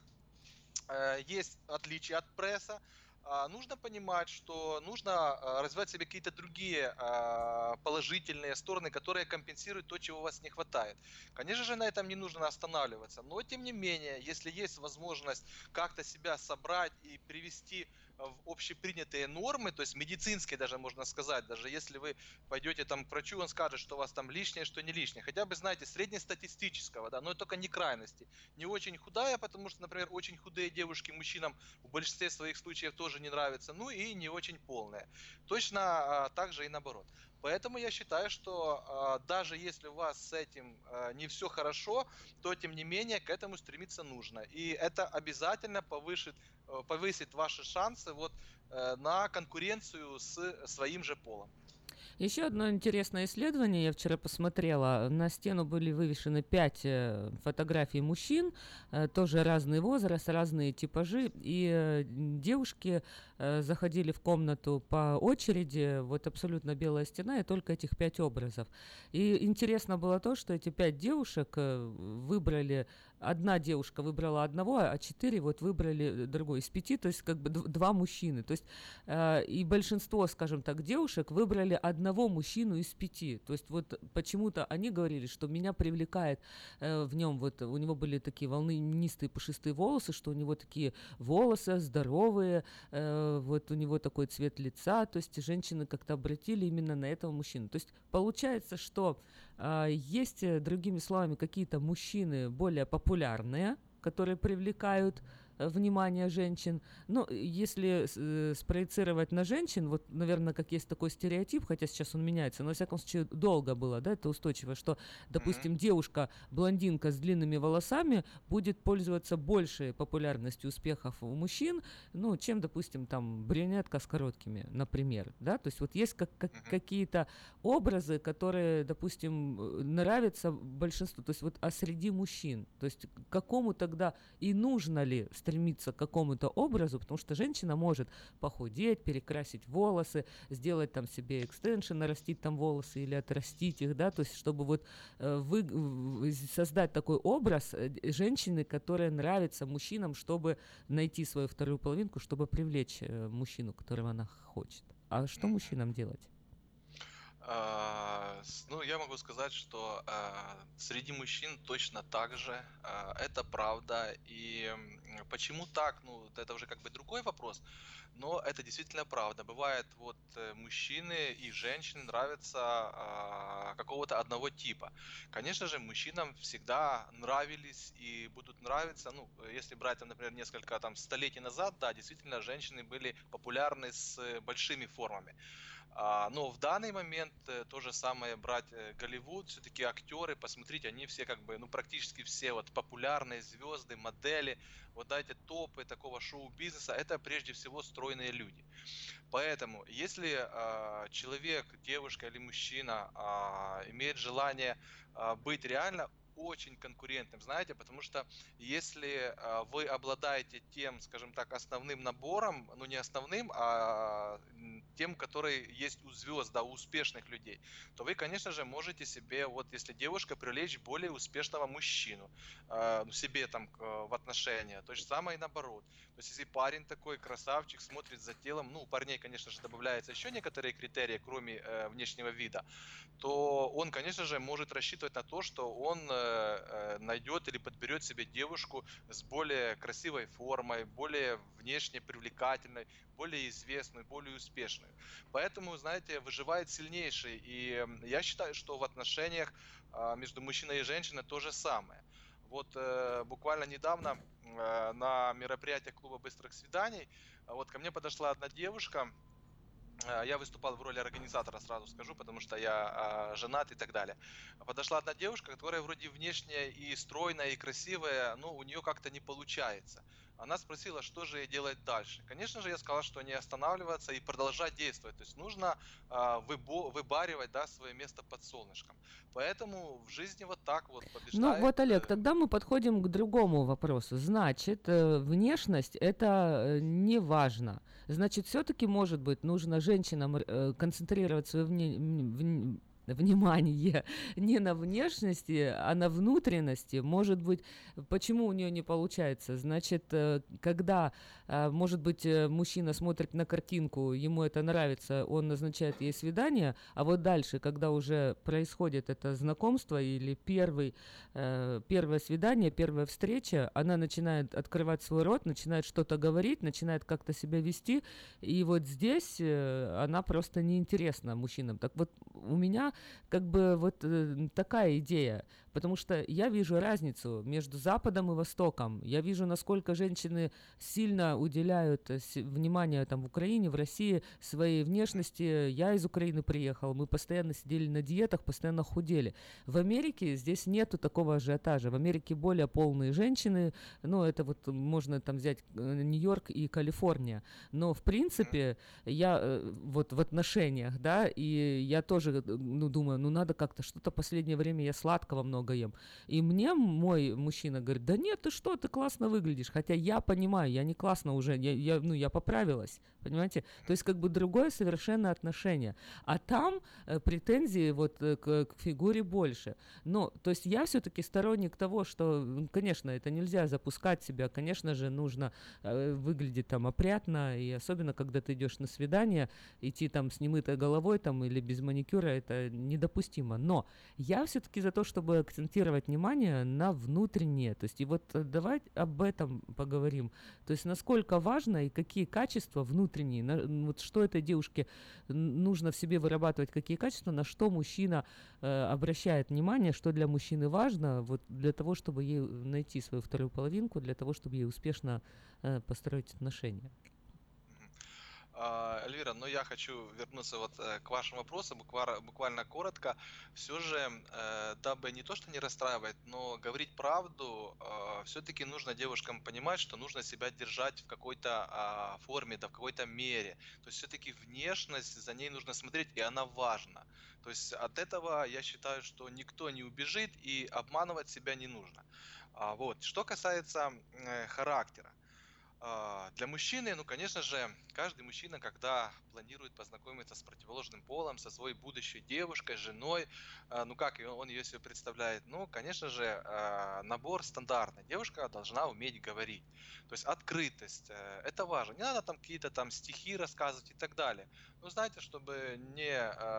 э, есть отличия от пресса, а, нужно понимать, что нужно а, развивать в себе какие-то другие а, положительные стороны, которые компенсируют то, чего у вас не хватает. Конечно же, на этом не нужно останавливаться, но тем не менее, если есть возможность как-то себя собрать и привести в общепринятые нормы, то есть медицинские даже можно сказать, даже если вы пойдете там к врачу, он скажет, что у вас там лишнее, что не лишнее, хотя бы, знаете, среднестатистического, да, но только не крайности. Не очень худая, потому что, например, очень худые девушки мужчинам в большинстве своих случаев тоже не нравятся, ну и не очень полные. Точно а, так же и наоборот. Поэтому я считаю, что а, даже если у вас с этим а, не все хорошо, то тем не менее к этому стремиться нужно. И это обязательно повысит, э, повысит ваши шансы вот, э, на конкуренцию с своим же полом. Еще одно интересное исследование я вчера посмотрела. На стену были вывешены пять э, фотографий мужчин, э, тоже разный возраст, разные типажи, и э, девушки э, заходили в комнату по очереди, вот абсолютно белая стена, и только этих пять образов. И интересно было то, что эти пять девушек э, выбрали, одна девушка выбрала одного, а четыре вот выбрали другой из пяти, то есть как бы д- два мужчины. То есть э, и большинство, скажем так, девушек выбрали одного мужчину из пяти. То есть вот почему-то они говорили, что меня привлекает э, в нем, вот у него были такие волнистые пушистые волосы, что у него такие волосы здоровые, э, вот у него такой цвет лица, то есть женщины как-то обратили именно на этого мужчину. То есть получается, что э, есть, другими словами, какие-то мужчины более популярные, которые привлекают э, внимание женщин. Но если э, спроецировать на женщин, вот, наверное, как есть такой стереотип, хотя сейчас он меняется, но, во всяком случае, долго было, да, это устойчиво, что, допустим, девушка-блондинка с длинными волосами будет пользоваться большей популярностью, успехов у мужчин, ну, чем, допустим, там, брюнетка с короткими, например, да, то есть вот есть как, как, какие-то образы, которые, допустим, нравятся большинству, то есть вот, а среди мужчин, то есть какому тогда и нужно ли стремиться к какому-то образу, потому что женщина может похудеть, перекрасить волосы, сделать там себе экстеншн, нарастить там волосы или отрастить их, да, то есть чтобы вот э, вы, в, создать такой образ э, женщины, которая нравится мужчинам, чтобы найти свою вторую половинку, чтобы привлечь э, мужчину, которого она хочет. А что мужчинам делать? А, с- Ну, я могу сказать, что а, среди мужчин точно так же. а, Это правда. И м, почему так? Ну, вот это уже как бы другой вопрос. Но это действительно правда. Бывает, вот э, мужчины и женщины нравятся а, какого-то одного типа. Конечно же, мужчинам всегда нравились и будут нравиться. Ну, если брать, там, например, несколько там столетий назад, да, действительно, женщины были популярны с э, большими формами. А, Но в данный момент э, то же самое брать э, Голливуд, все-таки актеры, посмотрите, они все как бы, ну практически все вот популярные звезды, модели, вот да, эти топы такого шоу-бизнеса, это прежде всего стройные люди. Поэтому, если а, человек, девушка или мужчина а, имеет желание а, быть реально очень конкурентным, знаете, потому что если а, вы обладаете тем, скажем так, основным набором, ну не основным, а м, тем, который есть у звезд, да, у успешных людей, то вы, конечно же, можете себе, вот если девушка, привлечь более успешного мужчину э, себе там э, в отношения, то же самое и наоборот. То есть если парень такой красавчик, смотрит за телом, ну у парней, конечно же, добавляются еще некоторые критерии, кроме э, внешнего вида, то он, конечно же, может рассчитывать на то, что он э, э, найдет или подберет себе девушку с более красивой формой, более внешне привлекательной, более известную, более успешную. Поэтому, знаете, выживает сильнейший. И м, я считаю, что в отношениях а, между мужчиной и женщиной то же самое. Вот э, буквально недавно э, на мероприятии клуба быстрых свиданий а, вот ко мне подошла одна девушка. Э, Я выступал в роли организатора, сразу скажу, потому что я а, женат и так далее. Подошла одна девушка, которая вроде внешне и стройная, и красивая, но у нее как-то не получается. Она спросила, что же ей делать дальше. Конечно же, я сказал, что не останавливаться и продолжать действовать. То есть нужно а, выбо- выбаривать, да, свое место под солнышком. Поэтому в жизни вот так вот побеждает. Ну вот, Олег, э, тогда мы подходим к другому вопросу. Значит, э, внешность это э, не важно. Значит, все-таки, может быть, нужно женщинам э, концентрировать свое вне- м, вн- внимание не на внешности, а на внутренности. Может быть, почему у нее не получается? Значит, э, когда, э, может быть, э, мужчина смотрит на картинку, ему это нравится, он назначает ей свидание, а вот дальше, когда уже происходит это знакомство или первый, э, первое свидание, первая встреча, она начинает открывать свой рот, начинает что-то говорить, начинает как-то себя вести, и вот здесь э, она просто неинтересна мужчинам. Так вот, у меня как бы вот э, такая идея, потому что я вижу разницу между Западом и Востоком. Я вижу, насколько женщины сильно уделяют э, с- внимание там в Украине, в России своей внешности. Я из Украины приехал, мы постоянно сидели на диетах, постоянно худели. В Америке здесь нету такого ажиотажа. В Америке более полные женщины, ну это вот можно там взять э, Нью-Йорк и Калифорния. Но в принципе я э, вот в отношениях, да, и я тоже, э, ну, думаю, ну, надо как-то, что-то в последнее время я сладкого много ем. И мне мой мужчина говорит, да нет, ты что, ты классно выглядишь. Хотя я понимаю, я не классно уже, я, я, ну, я поправилась, понимаете? То есть как бы другое совершенно отношение. А там э, претензии вот э, к, к фигуре больше. Но, то есть я все-таки сторонник того, что, м, конечно, это нельзя запускать себя, конечно же, нужно э, выглядеть там опрятно, и особенно, когда ты идешь на свидание, идти там с немытой головой там или без маникюра, это недопустимо. Но я все-таки за то, чтобы акцентировать внимание на внутреннее. То есть и вот э, давай об этом поговорим. То есть насколько важно и какие качества внутренние, на- н- вот что этой девушке н- нужно в себе вырабатывать, какие качества, на что мужчина э, обращает внимание, что для мужчины важно, вот для того, чтобы ей найти свою вторую половинку, для того, чтобы ей успешно э, построить отношения. А, Эльвира, но я хочу вернуться вот э, к вашему вопросу, буквально, буквально коротко. Все же, э, дабы не то, что не расстраивать, но говорить правду, все-таки нужно девушкам понимать, что нужно себя держать в какой-то а, форме, да, в какой-то мере. То есть все-таки внешность, за ней нужно смотреть, и она важна. То есть от этого я считаю, что никто не убежит, и обманывать себя не нужно. А, вот. Что касается э, характера. А, Для мужчины, ну, конечно же, каждый мужчина, когда планирует познакомиться с противоположным полом, со своей будущей девушкой, женой, а, ну, как и он ее себе представляет, ну, конечно же, а, набор стандартный. Девушка должна уметь говорить. То есть открытость, э, это важно. Не надо там какие-то там стихи рассказывать и так далее. Ну, знаете, чтобы не,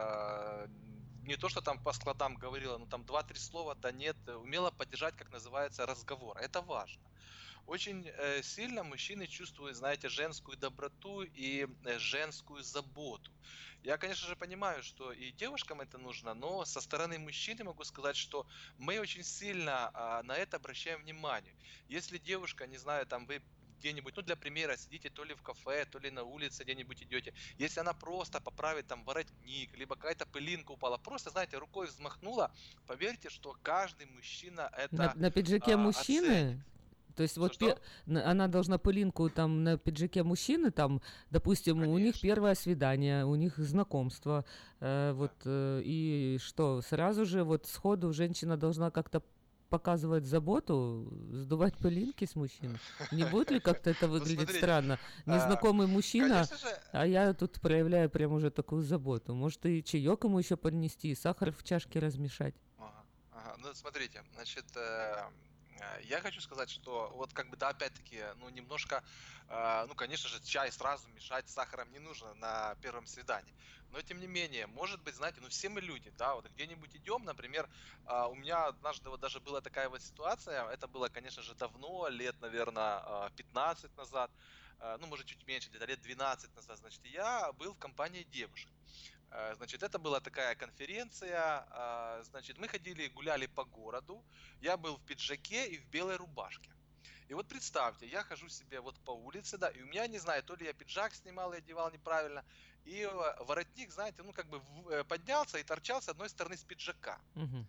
а, не то, что там по складам говорила, ну, там два-три слова, да нет, умела поддержать, как называется, разговор. Это важно. Очень э, сильно мужчины чувствуют, знаете, женскую доброту и э, женскую заботу. Я, конечно же, понимаю, что и девушкам это нужно, но со стороны мужчины могу сказать, что мы очень сильно а, на это обращаем внимание. Если девушка, не знаю, там вы где-нибудь, ну для примера, сидите то ли в кафе, то ли на улице где-нибудь идете, если она просто поправит там воротник, либо какая-то пылинка упала, просто, знаете, рукой взмахнула, поверьте, что каждый мужчина На, это на пиджаке а, оценит. мужчины? То есть вот пе- на- она должна пылинку там на пиджаке мужчины, там, допустим, у них первое свидание, у них знакомство, э, вот, э, и что, сразу же вот сходу женщина должна как-то показывать заботу, сдувать пылинки с мужчины? Не будет ли как-то это Ну, выглядеть смотрите, странно? а, Незнакомый мужчина, конечно же, а я тут проявляю прям уже такую заботу. Может, и чаек ему еще поднести, и сахар в чашке размешать? Ага, ага. Ну, смотрите, значит, э, э, я хочу сказать, что вот как бы, да, опять-таки, ну, немножко, э, ну, конечно же, чай сразу мешать с сахаром не нужно на первом свидании. Но, тем не менее, может быть, знаете, ну, все мы люди, да, вот где-нибудь идем, например, а, у меня однажды вот даже была такая вот ситуация, это было, конечно же, давно, лет, наверное, пятнадцать назад, э, ну, может, чуть меньше, где-то лет двенадцать назад, значит, я был в компании девушек. Э, Значит, это была такая конференция, а, значит, мы ходили, гуляли по городу, я был в пиджаке и в белой рубашке. И вот представьте, я хожу себе вот по улице, да, и у меня, не знаю, то ли я пиджак снимал и одевал неправильно, и э, воротник, знаете, ну как бы в- э, поднялся и торчал с одной стороны с пиджака. Мгм.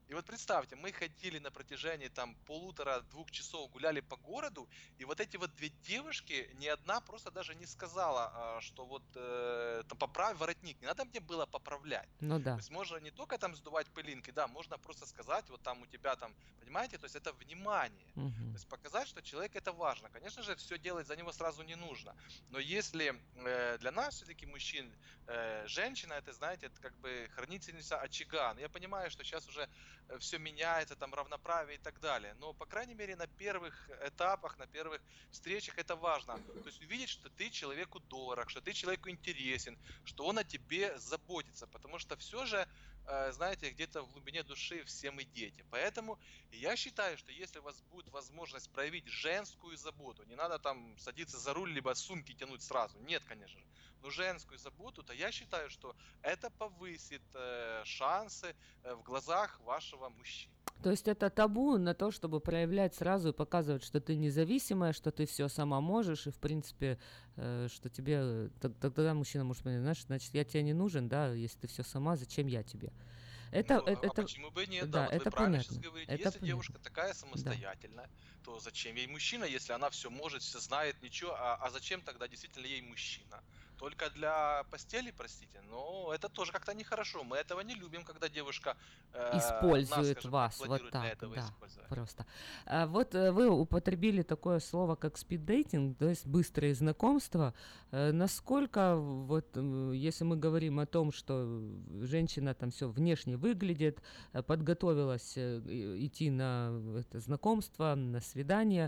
И вот представьте, мы ходили на протяжении там полутора-двух часов, гуляли по городу, и вот эти вот две девушки, ни одна просто даже не сказала, а, что вот э, там поправь воротник. Не надо мне было поправлять. Ну То да. есть можно не только там сдувать пылинки, да, можно просто сказать, вот там у тебя там, понимаете, то есть это внимание. То Мгм. есть показать, что человек это важно. Конечно же, все делать за него сразу не нужно. Но если э, для нас все-таки мужчин, э, женщина, это, знаете, это как бы хранительница очага. Ну, я понимаю, что сейчас уже все меняется, там равноправие и так далее. Но, по крайней мере, на первых этапах, на первых встречах это важно. То есть увидеть, что ты человеку дорог, что ты человеку интересен, что он о тебе заботится. Потому что все же, э, знаете, где-то в глубине души все мы дети. Поэтому я считаю, что если у вас будет возможность проявить женскую заботу, не надо там садиться за руль, либо сумки тянуть сразу. Нет, конечно же. Но женскую заботу, то я считаю, что это повысит э, шансы э, в глазах вашего мужчины. То есть это табу на то, чтобы проявлять сразу и показывать, что ты независимая, что ты все сама можешь, и в принципе, э, что тебе э, тог- тогда мужчина может понять, знаешь, значит, я тебе не нужен, да, если ты все сама, зачем я тебе? Это, Ну, э- а это, почему бы и нет? Да, да, вот вы это правильно сейчас понятно. говорите. Это Если понятно. девушка такая Да. самостоятельная, то зачем ей мужчина, если она все может, все знает, ничего, а, а зачем тогда действительно ей мужчина? Только для постели, простите, но это тоже как-то нехорошо. Мы этого не любим, когда девушка э, нас, Использует скажем так, вас вот планирует для так, этого да, использовать. просто. А вот э, вы употребили такое слово, как спиддейтинг, то есть быстрые знакомства. Э, Насколько, вот, м, если мы говорим о том, что женщина там все внешне выглядит, э, подготовилась э, и- идти на это знакомство, на свидание,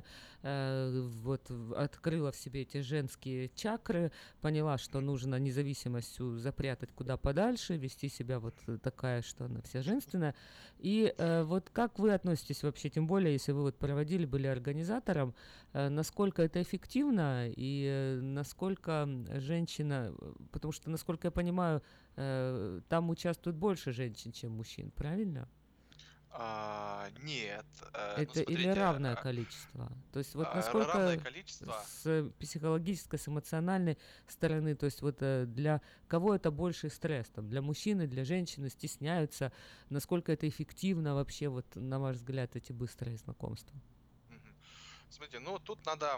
э, вот в- открыла в себе эти женские чакры, поняла, что нужно независимостью запрятать куда подальше, вести себя вот э, такая, что она вся женственная. И э, вот как вы относитесь вообще, тем более, если вы вот проводили, были организатором, э, насколько это эффективно и э, насколько м, женщина, э, потому что, насколько я понимаю, э, там участвует больше женщин, чем мужчин, правильно? А, нет, э, ну Это или смотрите, равное а, количество? То есть вот а, ра- равное насколько количество. с психологической, с эмоциональной стороны, то есть вот э, для кого это больший стресс? Там, для мужчины, для женщины стесняются? Насколько это эффективно вообще, вот на ваш взгляд, эти быстрые знакомства? Мгм. Смотрите, ну тут надо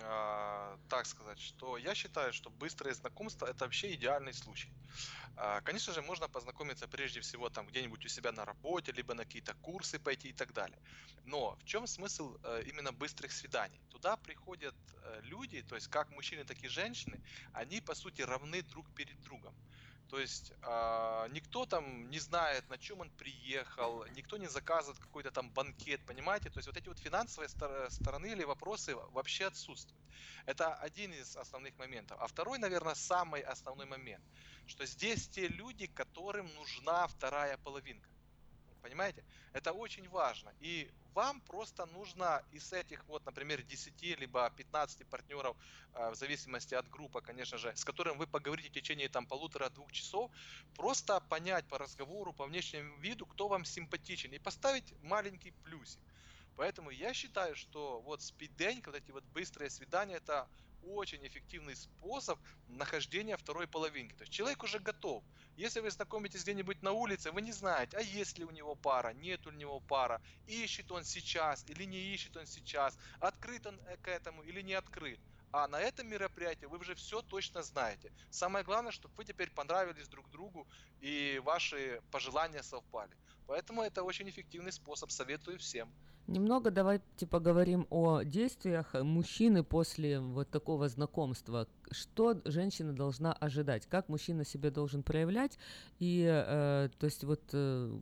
а, так сказать, что я считаю, что быстрое знакомство это вообще идеальный случай. А, Конечно же, можно познакомиться прежде всего там где-нибудь у себя на работе, либо на какие-то курсы пойти и так далее. Но в чем смысл э, именно быстрых свиданий? Туда приходят э, люди, то есть как мужчины, так и женщины, они по сути равны друг перед другом. То есть а, никто там не знает, на чем он приехал, никто не заказывает какой-то там банкет, понимаете? То есть вот эти вот финансовые стор- стороны или вопросы вообще отсутствуют. Это один из основных моментов. А второй, наверное, самый основной момент, что здесь те люди, которым нужна вторая половинка. Понимаете? Это очень важно. И вам просто нужно из этих вот, например, десяти либо пятнадцати партнеров, э, в зависимости от группы, конечно же, с которым вы поговорите в течение там полутора-двух часов, просто понять по разговору, по внешнему виду, кто вам симпатичен, и поставить маленький плюсик. Поэтому я считаю, что вот спиддейнг, вот эти вот быстрые свидания, это очень эффективный способ нахождения второй половинки. То есть человек уже готов. Если вы знакомитесь где-нибудь на улице, вы не знаете, а есть ли у него пара, нет у него пара, ищет он сейчас или не ищет он сейчас, открыт он э, к этому или не открыт. А на этом мероприятии вы уже все точно знаете. Самое главное, чтобы вы теперь понравились друг другу и ваши пожелания совпали. Поэтому это очень эффективный способ, советую всем. Немного давайте поговорим о действиях мужчины после вот такого знакомства. Что женщина должна ожидать? Как мужчина себя должен проявлять? И, э, то есть, вот э,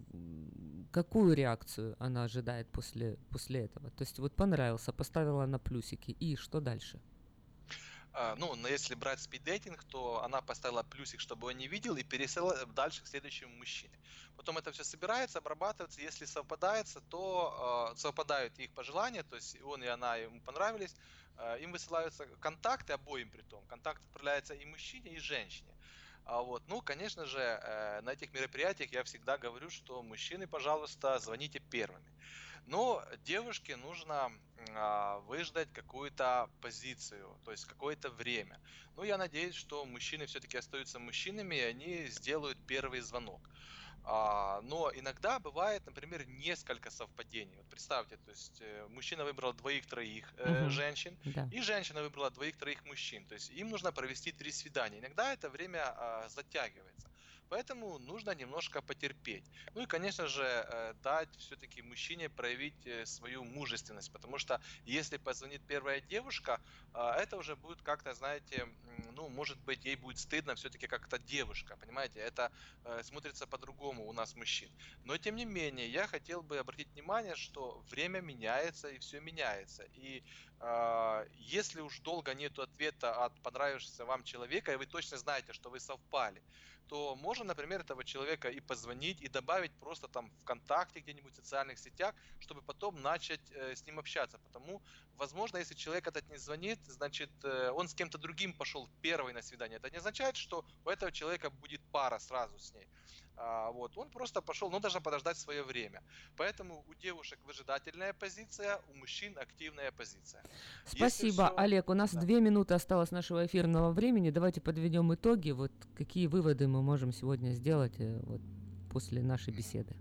какую реакцию она ожидает после, после этого? То есть, вот понравился, поставила на плюсики. И что дальше? А, Ну, но если брать спиддейтинг, то она поставила плюсик, чтобы он не видел, и пересела дальше к следующему мужчине. Потом это все собирается, обрабатывается. Если совпадается, то э, совпадают их пожелания, то есть и он и она ему понравились. Э, им высылаются контакты обоим при том. Контакт отправляется и мужчине, и женщине. А вот, ну, конечно же, э, на этих мероприятиях я всегда говорю, что мужчины, пожалуйста, звоните первыми. Но девушке нужно а, выждать какую-то позицию, то есть какое-то время. Ну, я надеюсь, что мужчины все-таки остаются мужчинами, и они сделают первый звонок. А, но иногда бывает, например, несколько совпадений. Вот представьте, то есть э, мужчина выбрал двоих-троих э, Мгм. женщин, Да. и женщина выбрала двоих-троих мужчин. То есть им нужно провести три свидания. Иногда это время а, затягивается. Поэтому нужно немножко потерпеть. Ну и, конечно же, э, дать все-таки мужчине проявить э, свою мужественность. Потому что если позвонит первая девушка, а, это уже будет как-то, знаете, м, ну, может быть, ей будет стыдно все-таки как-то девушка, понимаете? Это э, смотрится по-другому у нас, мужчин. Но, тем не менее, я хотел бы обратить внимание, что время меняется и все меняется. И а, если уж долго нету ответа от понравившегося вам человека, и вы точно знаете, что вы совпали, то можно, например, этого человека и позвонить, и добавить просто там ВКонтакте, где-нибудь в социальных сетях, чтобы потом начать э, с ним общаться. Потому, возможно, если человек этот не звонит, значит, э, он с кем-то другим пошел первый на свидание. Это не означает, что у этого человека будет пара сразу с ней. А, вот, он просто пошел, но должен подождать свое время. Поэтому у девушек выжидательная позиция, у мужчин активная позиция. Если Спасибо, всё- Олег. У нас Да. две минуты осталось нашего эфирного времени. Давайте подведем итоги. Вот какие выводы мы можем сегодня сделать э, вот, после нашей беседы.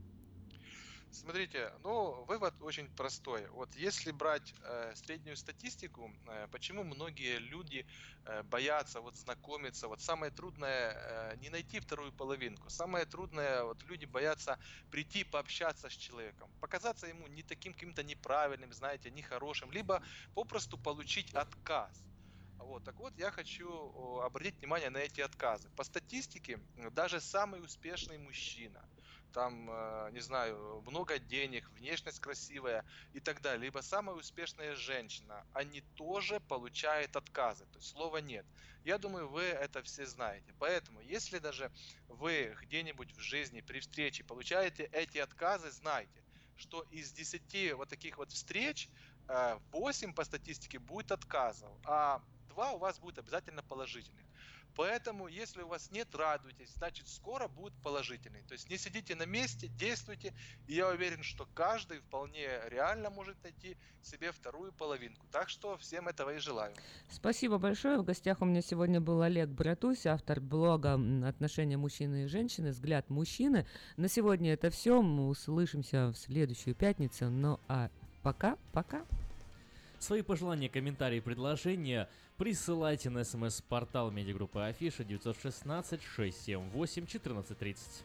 Смотрите, ну, вывод очень простой. Вот если брать э, среднюю статистику, э, почему многие люди э, боятся вот знакомиться, вот самое трудное э, не найти вторую половинку, самое трудное, вот люди боятся прийти пообщаться с человеком, показаться ему не таким каким-то неправильным, знаете, нехорошим, либо попросту получить отказ. Вот, так вот, я хочу о, обратить внимание на эти отказы. По статистике, м, даже самый успешный мужчина, там, э, не знаю, много денег, внешность красивая и так далее, либо самая успешная женщина, они тоже получают отказы, то есть слова нет. Я думаю, вы это все знаете. Поэтому, если даже вы где-нибудь в жизни при встрече получаете эти отказы, знайте, что из десяти вот таких вот встреч э, восемь по статистике будет отказов, а два у вас будет обязательно положительных. Поэтому, если у вас нет, радуйтесь, значит, скоро будет положительный. То есть не сидите на месте, действуйте, и я уверен, что каждый вполне реально может найти себе вторую половинку. Так что всем этого и желаю. Спасибо большое. В гостях у меня сегодня был Олег Братусь, автор блога м, «Отношения мужчины и женщины. Взгляд мужчины». На сегодня это все. Мы услышимся в следующую пятницу. Ну а пока-пока. Свои пожелания, комментарии, предложения присылайте на смс-портал медиагруппы Афиша девятьсот шестнадцать шестьсот семьдесят восемь четырнадцать тридцать.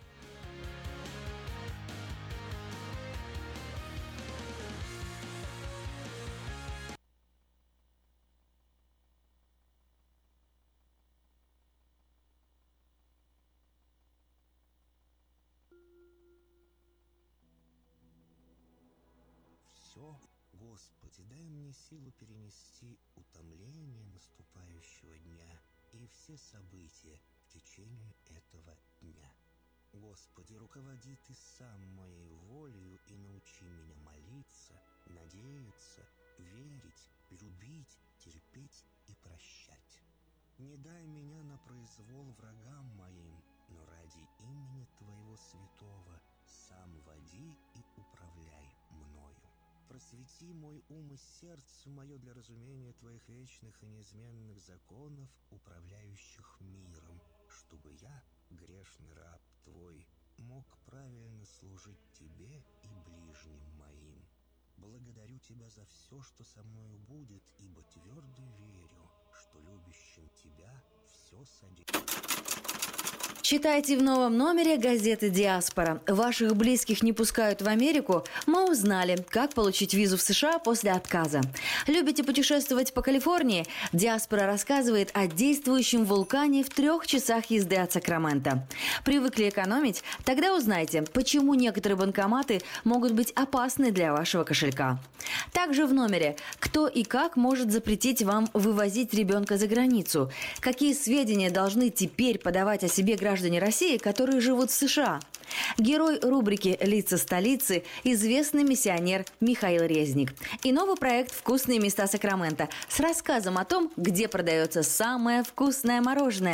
Все, Господи, дай мне силу перенести утомление наступающего дня и все события в течение этого дня. Господи, руководи Ты сам моей волею и научи меня молиться, надеяться, верить, любить, терпеть и прощать. Не дай меня на произвол врагам моим, но ради имени Твоего святого сам води и управляй мною. Просвети мой ум и сердце мое для разумения Твоих вечных и неизменных законов, управляющих миром, чтобы я, грешный раб Твой, мог правильно служить Тебе и ближним моим. Благодарю Тебя за все, что со мною будет, ибо твердо верю, что любящим Тебя все содействует. Читайте в новом номере газеты «Диаспора». Ваших близких не пускают в Америку? Мы узнали, как получить визу в США после отказа. Любите путешествовать по Калифорнии? «Диаспора» рассказывает о действующем вулкане в трех часах езды от Сакрамента. Привыкли экономить? Тогда узнайте, почему некоторые банкоматы могут быть опасны для вашего кошелька. Также в номере «Кто и как может запретить вам вывозить ребенка за границу?» Какие сведения должны теперь подавать о себе граждане граждане России, которые живут в США. Герой рубрики «Лица столицы» – известный миссионер Михаил Резник. И новый проект «Вкусные места Сакрамента» с рассказом о том, где продается самое вкусное мороженое.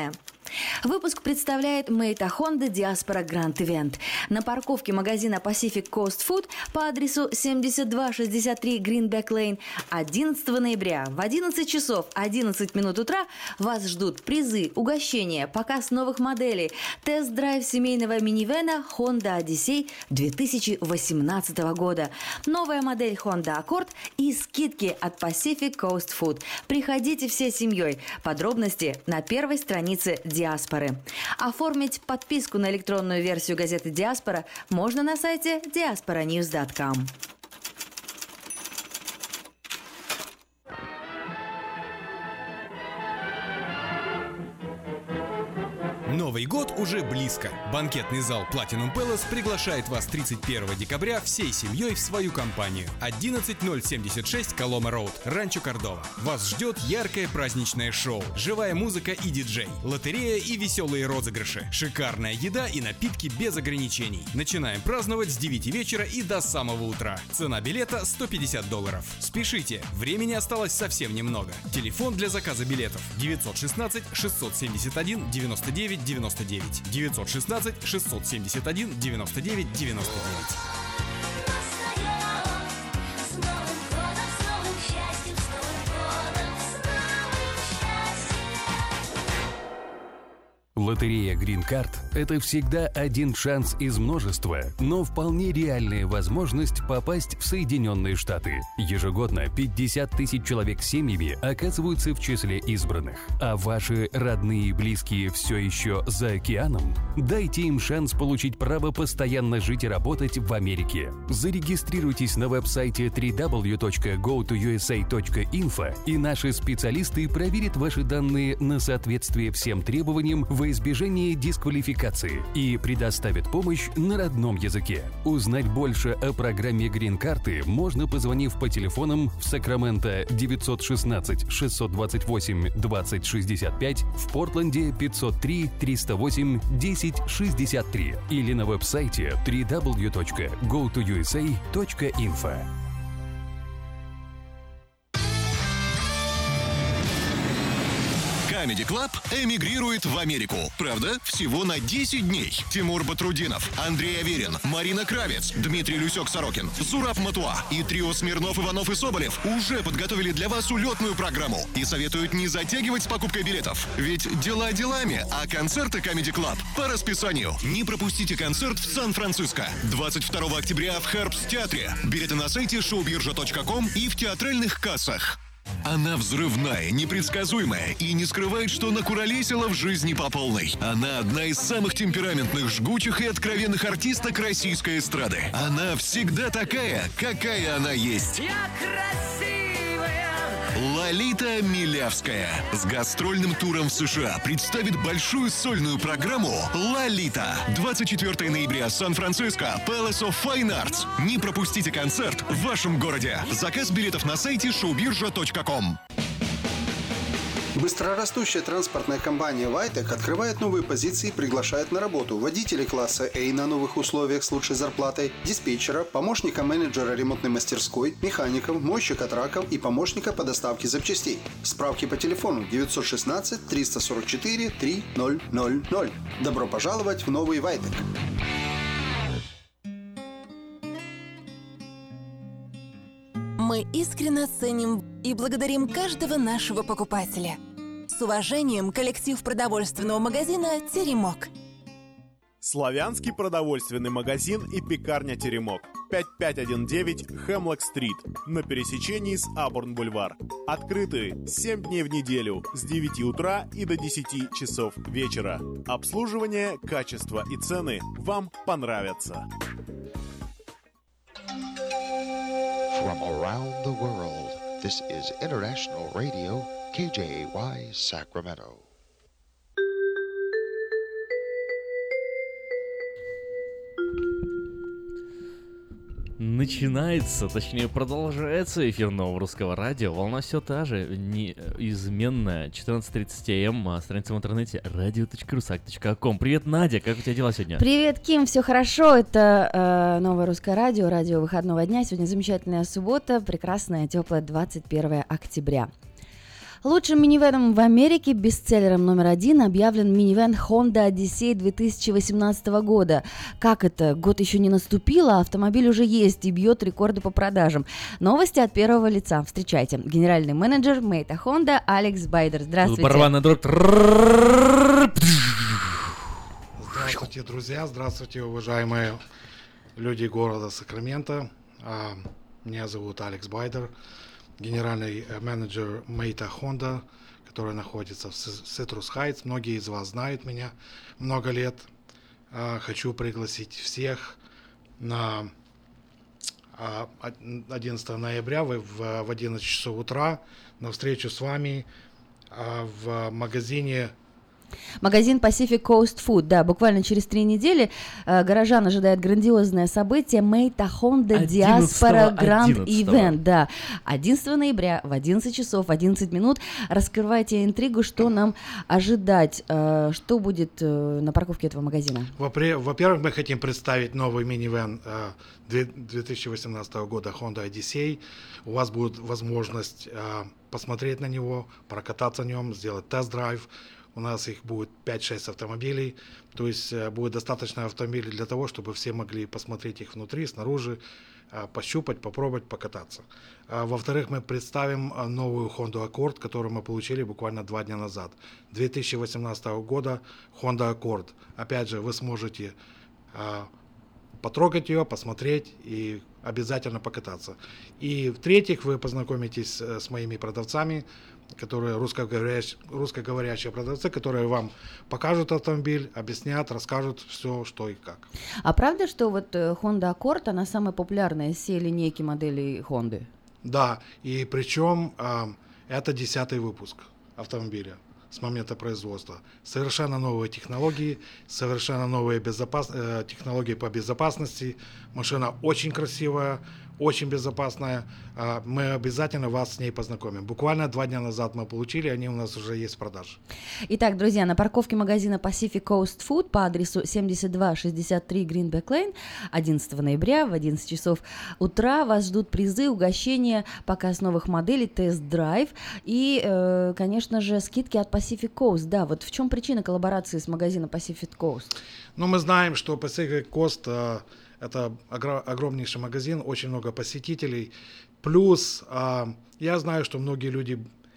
Выпуск представляет Мэйта Honda Diaspora Grand Event. На парковке магазина Pacific Coast Food по адресу семьдесят два шестьдесят три Greenback Lane одиннадцатого ноября в одиннадцать часов одиннадцать минут утра вас ждут призы, угощения, показ новых моделей, тест-драйв семейного минивэна Honda Odyssey две тысячи восемнадцатого года, новая модель Honda Accord и скидки от Pacific Coast Food. Приходите всей семьей. Подробности на первой странице Диаспоры. Оформить подписку на электронную версию газеты «Диаспора» можно на сайте диаспора ньюс точка ком. Новый год уже близко. Банкетный зал Platinum Palace приглашает вас тридцать первого декабря всей семьей в свою компанию. одиннадцать ноль семьдесят шесть Колома Роуд, Ранчо Кордова. Вас ждет яркое праздничное шоу, живая музыка и диджей, лотерея и веселые розыгрыши, шикарная еда и напитки без ограничений. Начинаем праздновать с девяти вечера и до самого утра. Цена билета сто пятьдесят долларов. Спешите, времени осталось совсем немного. Телефон для заказа билетов девятьсот шестнадцать шестьсот семьдесят один девяносто девять девяносто девять девятьсот шестнадцать шестьсот семьдесят один девяносто девять девяносто девять. Лотерея Green Card – это всегда один шанс из множества, но вполне реальная возможность попасть в Соединенные Штаты. Ежегодно пятьдесят тысяч человек с семьями оказываются в числе избранных. А ваши родные и близкие все еще за океаном? Дайте им шанс получить право постоянно жить и работать в Америке. Зарегистрируйтесь на веб-сайте дабл ю дабл ю дабл ю точка гоу ту ю эс эй точка инфо, и наши специалисты проверят ваши данные на соответствие всем требованиям во избежание дисквалификации и предоставит помощь на родном языке. Узнать больше о программе Green Card можно, позвонив по телефонам в Сакраменто девятьсот шестнадцать шестьсот двадцать восемь двадцать шестьдесят пять, в Портленде пятьсот три триста восемь десять шестьдесят три или на веб-сайте дабл ю дабл ю дабл ю точка гоу ту ю эс эй точка инфо. Comedy Club эмигрирует в Америку. Правда, всего на десять дней. Тимур Батрудинов, Андрей Аверин, Марина Кравец, Дмитрий Люсек-Сорокин, Зураб Матуа и трио Смирнов, Иванов и Соболев уже подготовили для вас улетную программу и советуют не затягивать с покупкой билетов. Ведь дела делами, а концерты Comedy Club по расписанию. Не пропустите концерт в Сан-Франциско двадцать второго октября в Хербс театре. Билеты на сайте шоу биржа точка ком и в театральных кассах. Она взрывная, непредсказуемая и не скрывает, что накуролесила в жизни по полной. Она одна из самых темпераментных, жгучих и откровенных артисток российской эстрады. Она всегда такая, какая она есть. Я красивая! Лолита Милявская с гастрольным туром в США представит большую сольную программу «Лолита». двадцать четвёртого ноября, Сан-Франциско, Palace of Fine Arts. Не пропустите концерт в вашем городе. Заказ билетов на сайте шоу биржа точка ком. Быстрорастущая транспортная компания Вайтек открывает новые позиции и приглашает на работу водителей класса А на новых условиях с лучшей зарплатой, диспетчера, помощника менеджера ремонтной мастерской, механиков, мойщика траков и помощника по доставке запчастей. Справки по телефону девятьсот шестнадцать триста сорок четыре три ноль ноль ноль. Добро пожаловать в новый Вайтек. Мы искренне ценим и благодарим каждого нашего покупателя. С уважением, коллектив продовольственного магазина «Теремок». Славянский продовольственный магазин и пекарня «Теремок». пять пять один девять Хемлок-стрит на пересечении с Абурн-бульвар. Открыты семь дней в неделю с девяти утра и до десяти часов вечера. Обслуживание, качество и цены вам понравятся. From around the world, this is International Radio, K J A Y, Sacramento. Начинается, точнее продолжается эфир Нового Русского Радио. Волна все та же, неизменная, четырнадцать тридцать эй эм, а страница в интернете радио точка русак точка ком. Привет, Надя, как у тебя дела сегодня? Привет, Ким, все хорошо, это э, Новое Русское Радио, радио выходного дня. Сегодня замечательная суббота, прекрасная, теплая, двадцать первого октября. Лучшим минивеном в Америке, бестселлером номер один, объявлен минивэн Honda Odyssey две тысячи восемнадцатого года. Как это? Год еще не наступил, а автомобиль уже есть и бьет рекорды по продажам. Новости от первого лица. Встречайте. Генеральный менеджер Мэйта Honda Алекс Байдер. Здравствуйте. Барабанный дробь. Здравствуйте, друзья. Здравствуйте, уважаемые люди города Сакраменто. Меня зовут Алекс Байдер, генеральный менеджер Мэйта Honda, который находится в Citrus Heights. Многие из вас знают меня много лет. Хочу пригласить всех на одиннадцатого ноября в одиннадцать часов утра на встречу с вами в магазине. Магазин Pacific Coast Food, да, буквально через три недели э, горожан ожидает грандиозное событие Мэйта Honda Diaspora Grand Event, да, одиннадцатого ноября в одиннадцать часов одиннадцать минут. Раскрывайте интригу, что нам ожидать, э, что будет э, на парковке этого магазина. Во-первых, мы хотим представить новый минивэн э, две тысячи восемнадцатого года Honda Odyssey. У вас будет возможность э, посмотреть на него, прокататься на нем, сделать тест-драйв. У нас их будет пять-шесть автомобилей, то есть будет достаточно автомобилей для того, чтобы все могли посмотреть их внутри, снаружи, пощупать, попробовать, покататься. Во-вторых, мы представим новую Honda Accord, которую мы получили буквально два дня назад. две тысячи восемнадцатого года Honda Accord. Опять же, вы сможете потрогать ее, посмотреть и обязательно покататься. И в-третьих, вы познакомитесь с моими продавцами, которые русскоговорящие, русскоговорящие продавцы, которые вам покажут автомобиль, объяснят, расскажут все, что и как. А правда, что вот Honda Accord, она самая популярная из всей линейки моделей Honda? Да, и причем э, это десятый выпуск автомобиля с момента производства. Совершенно новые технологии, совершенно новые безопас... э, технологии по безопасности. Машина очень красивая, очень безопасная. Мы обязательно вас с ней познакомим. Буквально два дня назад мы получили, они у нас уже есть в продаже. Итак, друзья, на парковке магазина Pacific Coast Food по адресу семьдесят два шестьдесят три Greenback Lane одиннадцатого ноября в одиннадцать часов утра вас ждут призы, угощения, показ новых моделей, тест-драйв и, э, конечно же, скидки от Pacific Coast. Да, вот в чем причина коллаборации с магазином Pacific Coast? Ну, мы знаем, что Pacific Coast э, это огромнейший магазин, очень много посетителей. Плюс э, я знаю, что многие люди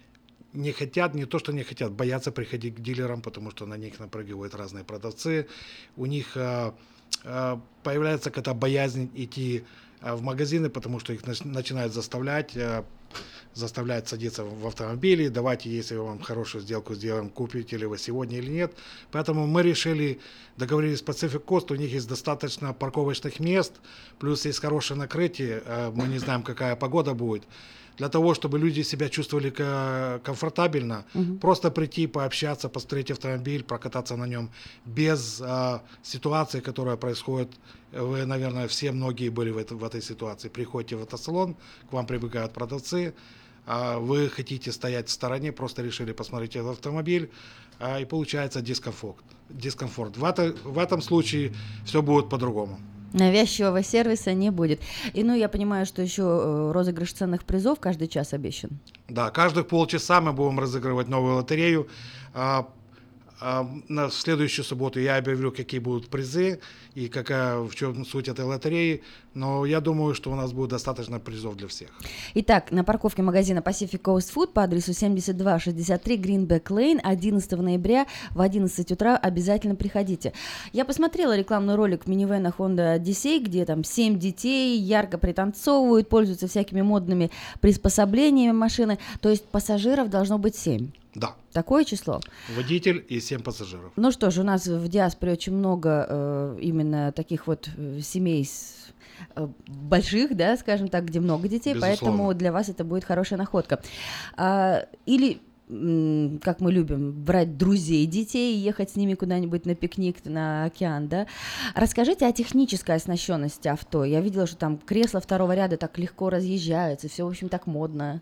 не хотят, не то что не хотят, боятся приходить к дилерам, потому что на них напрыгивают разные продавцы. У них э, э, появляется какая-то боязнь идти э, в магазины, потому что их начинают заставлять, э, заставляют садиться в автомобили, давайте, если вам хорошую сделку сделаем, купите ли вы сегодня или нет. Поэтому мы решили, договорились с Pacific Coast, у них есть достаточно парковочных мест, плюс есть хорошее накрытие, мы не знаем, какая погода будет. Для того, чтобы люди себя чувствовали комфортабельно, угу. просто прийти, пообщаться, посмотреть автомобиль, прокататься на нем без а, ситуации, которая происходит. Вы, наверное, все многие были в, это, в этой ситуации. Приходите в автосалон, к вам прибегают продавцы, а вы хотите стоять в стороне, просто решили посмотреть этот автомобиль, а, и получается дискомфорт. дискомфорт. В, это, в этом случае все будет по-другому. Навязчивого сервиса не будет. И ну я понимаю, что еще э, розыгрыш ценных призов каждый час обещан. Да, каждых полчаса мы будем разыгрывать новую лотерею. А, а, на, в следующую субботу я объявлю, какие будут призы и какая, в чем суть этой лотереи. Но я думаю, что у нас будет достаточно призов для всех. Итак, на парковке магазина Pacific Coast Food по адресу семьдесят два шестьдесят три Greenback Lane одиннадцатого ноября в одиннадцать утра обязательно приходите. Я посмотрела рекламный ролик минивэна Honda Odyssey, где там семь детей ярко пританцовывают, пользуются всякими модными приспособлениями машины. То есть пассажиров должно быть семь. Да. Такое число. Водитель и семь пассажиров. Ну что ж, у нас в диаспоре очень много э, именно таких вот э, семей с больших, да, скажем так, где много детей, безусловно. Поэтому для вас это будет хорошая находка. А, или, м- как мы любим, брать друзей детей и ехать с ними куда-нибудь на пикник, на океан, да. Расскажите о технической оснащенности авто. Я видела, что там кресла второго ряда так легко разъезжаются, все, в общем, так модно.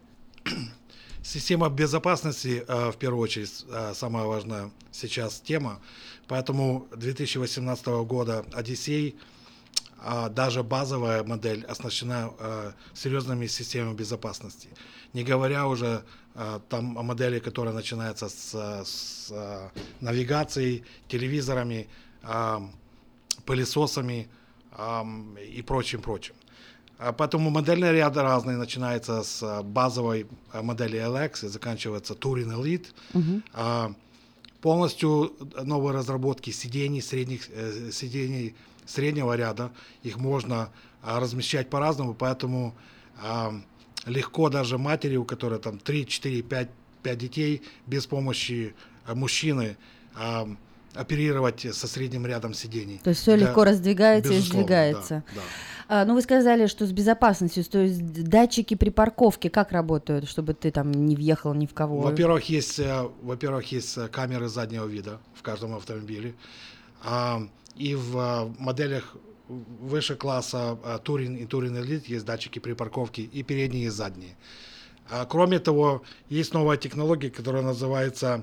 Система безопасности, в первую очередь, самая важная сейчас тема, поэтому две тысячи восемнадцатого года Odyssey а, даже базовая модель оснащена а, серьезными системами безопасности. Не говоря уже а, там о модели, которая начинается с, с а, навигацией, телевизорами, а, пылесосами а, и прочим-прочим. А поэтому модельные ряды разные, начинается с базовой модели эл икс и заканчивается Touring Elite. Мгм. А, полностью новые разработки сидений, средних, э, сидений среднего ряда, их можно а, размещать по-разному, поэтому а, легко даже матери, у которой там три, четыре, пять, пять детей, без помощи а, мужчины а, оперировать со средним рядом сидений. То есть все Для- легко раздвигается и Безусловно, сдвигается. да, да. А, ну, вы сказали, что с безопасностью, то есть датчики при парковке как работают, чтобы ты там не въехал ни в кого? Во-первых, есть, э, во-первых, есть э, камеры заднего вида в каждом автомобиле. А, и в э, моделях выше класса э, Touring и Touring Elite есть датчики при парковке и передние, и задние. А, кроме того, есть новая технология, которая называется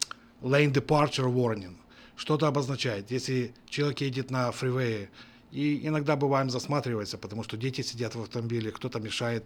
Lane Departure Warning. Что это обозначает? Если человек едет на фривее, и иногда бываем засматривается, потому что дети сидят в автомобиле, кто-то мешает.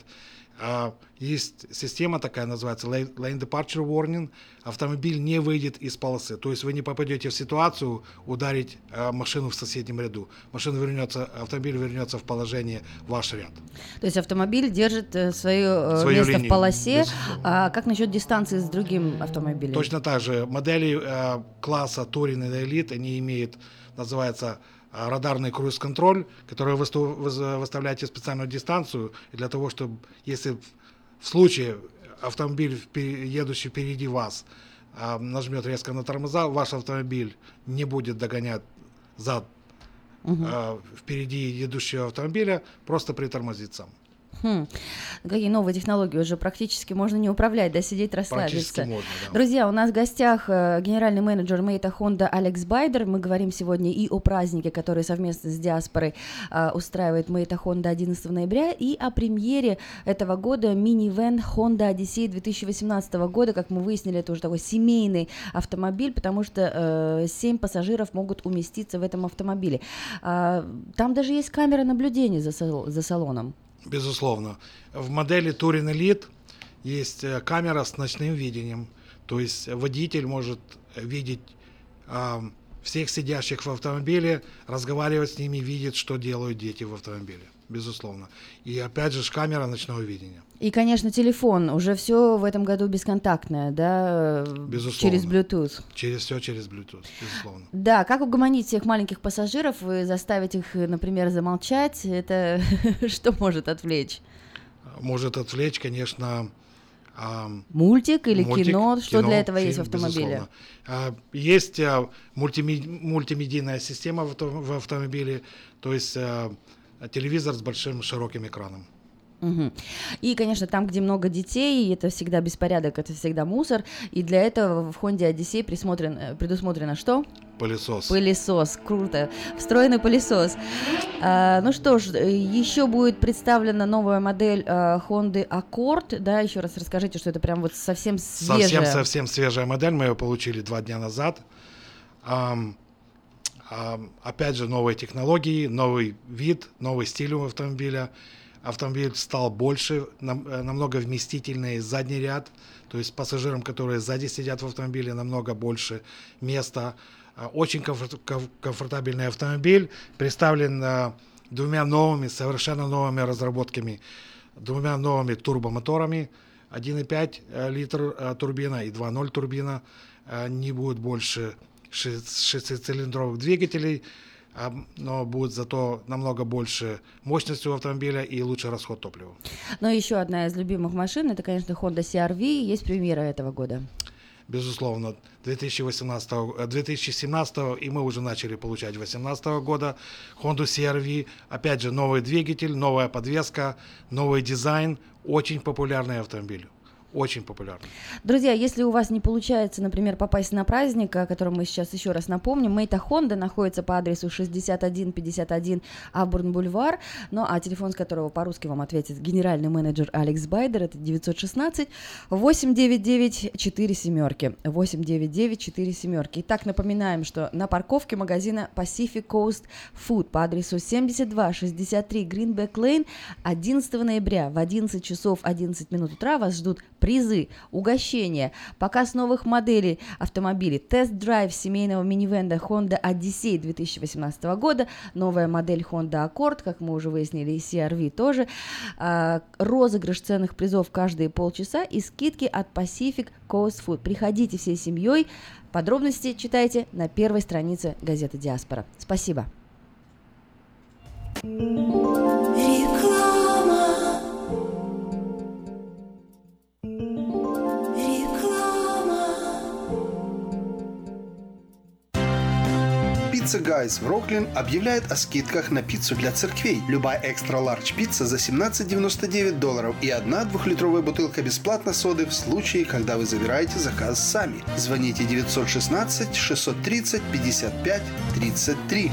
А, есть система такая, называется Lane Lane Departure Warning. Автомобиль не выйдет из полосы. То есть вы не попадете в ситуацию ударить а, машину в соседнем ряду. Машина вернется, автомобиль вернется в положение в ваш ряд. То есть автомобиль держит э, свое э, Свою место линию, в полосе. безусловно. А как насчет дистанции с другим автомобилем? Точно так же модели э, класса Touring и Elite, они имеют, называется, э, радарный круиз-контроль, который вы высту- вы выставляете специальную дистанцию для того, чтобы, если в случае автомобиль, впе- едущий впереди вас, э, нажмет резко на тормоза, ваш автомобиль не будет догонять зад Мгм. э, впереди едущего автомобиля, просто притормозит сам. Хм. Какие новые технологии уже практически можно не управлять, да, сидеть, расслабиться. Практически можно, да. Друзья, у нас в гостях э, генеральный менеджер Мэйта Honda Алекс Байдер. Мы говорим сегодня и о празднике, который совместно с диаспорой э, устраивает Мэйта Honda одиннадцатого ноября, и о премьере этого года минивэн Honda Odyssey две тысячи восемнадцатого года. Как мы выяснили, это уже такой семейный автомобиль, потому что э, семь пассажиров могут уместиться в этом автомобиле. А, там даже есть камера наблюдения за, сал- за салоном. Безусловно. В модели Touring Elite есть э, камера с ночным видением. То есть водитель может видеть а, всех сидящих в автомобиле, разговаривать с ними, видеть, что делают дети в автомобиле. Безусловно. И опять же ж камера ночного видения. И, конечно, телефон. Уже все в этом году бесконтактное, да? э, Безусловно. Через Bluetooth. Через все через Bluetooth, безусловно. Да, как угомонить всех маленьких пассажиров и заставить их, например, замолчать? Это что может отвлечь? Может отвлечь, конечно, а, Мультик или мультик, кино? Что кино, для этого есть в фильм, автомобиле? безусловно. А, Есть а, мультиме- мультимедийная система в авто- в автомобиле, то есть а, телевизор с большим широким экраном. Мгм. И, конечно, там, где много детей, это всегда беспорядок, это всегда мусор. И для этого в Honda Odyssey присмотрен, э, предусмотрено что? Пылесос. Пылесос, круто. Встроенный пылесос. А, ну что ж, э, еще будет представлена новая модель а, Honda Accord. Да, еще раз расскажите, что это прям вот совсем свежая. Совсем-совсем свежая модель, мы ее получили два дня назад. Ам, ам, опять же, новые технологии, новый вид, новый стиль у автомобиля. Автомобиль стал больше, нам- э, намного вместительнее задний ряд, то есть пассажирам, которые сзади сидят в автомобиле, намного больше места. А, Очень комфорт- ком- комфортабельный автомобиль, представлен а, двумя новыми, совершенно новыми разработками, двумя новыми турбомоторами, один и пять э, литр э, турбина и два ноль турбина. Э, Не будет больше ши- шестицилиндровых двигателей, а, но будет зато намного больше мощности у автомобиля и лучший расход топлива. Но еще одна из любимых машин, это, конечно, Honda си ар ви, есть премьера этого года. Безусловно, две тысячи восемнадцатого, э, две тысячи семнадцатого, и мы уже начали получать две тысячи восемнадцатого года Honda си ар ви. Опять же, новый двигатель, новая подвеска, новый дизайн. Очень популярный автомобиль. очень популярна. Друзья, если у вас не получается, например, попасть на праздник, о котором мы сейчас еще раз напомним, Мэйта Хонда находится по адресу шестьдесят один пятьдесят один Абурн-Бульвар, ну а телефон, с которого по-русски вам ответит генеральный менеджер Алекс Байдер, это девятьсот шестнадцать восемьсот девяносто девять четыре семерки. восемь девять девять четыре семерки. Итак, напоминаем, что на парковке магазина Pacific Coast Food по адресу семьдесят два шестьдесят три Greenback Lane одиннадцатого ноября в одиннадцать часов одиннадцать минут утра вас ждут призы, угощения, показ новых моделей автомобилей, тест-драйв семейного минивэна Honda Odyssey две тысячи восемнадцатого года, новая модель Honda Accord, как мы уже выяснили, и си ар ви тоже, а, розыгрыш ценных призов каждые полчаса и скидки от Pacific Coast Food. Приходите всей семьей, подробности читайте на первой странице газеты «Диаспора». Спасибо. Pizza Guys в Роклин объявляет о скидках на пиццу для церквей. Любая экстра-лардж пицца за семнадцать девяносто девять долларов и одна двухлитровая бутылка бесплатно соды в случае, когда вы забираете заказ сами. Звоните девятьсот шестнадцать шестьсот тридцать пятьдесят пять тридцать три.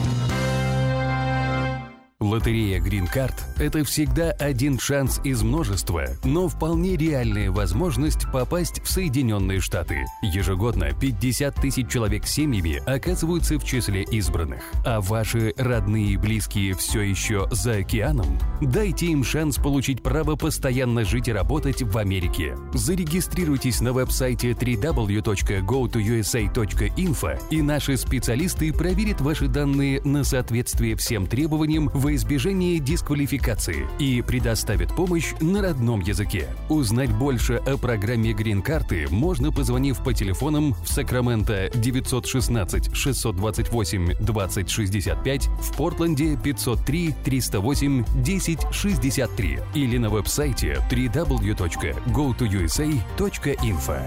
Лотерея Green Card – это всегда один шанс из множества, но вполне реальная возможность попасть в Соединенные Штаты. Ежегодно пятьдесят тысяч человек с семьями оказываются в числе избранных. А ваши родные и близкие все еще за океаном? Дайте им шанс получить право постоянно жить и работать в Америке. Зарегистрируйтесь на веб-сайте дабл ю дабл ю дабл ю точка гоу ту ю эс эй точка инфо, и наши специалисты проверят ваши данные на соответствие всем требованиям в избежание дисквалификации и предоставит помощь на родном языке. Узнать больше о программе Green Card можно, позвонив по телефонам в Сакраменто девятьсот шестнадцать шестьсот двадцать восемь двадцать шестьдесят пять, в Портленде пятьсот три триста восемь десять шестьдесят три или на веб-сайте дабл ю дабл ю дабл ю точка гоу ту ю эс эй точка инфо.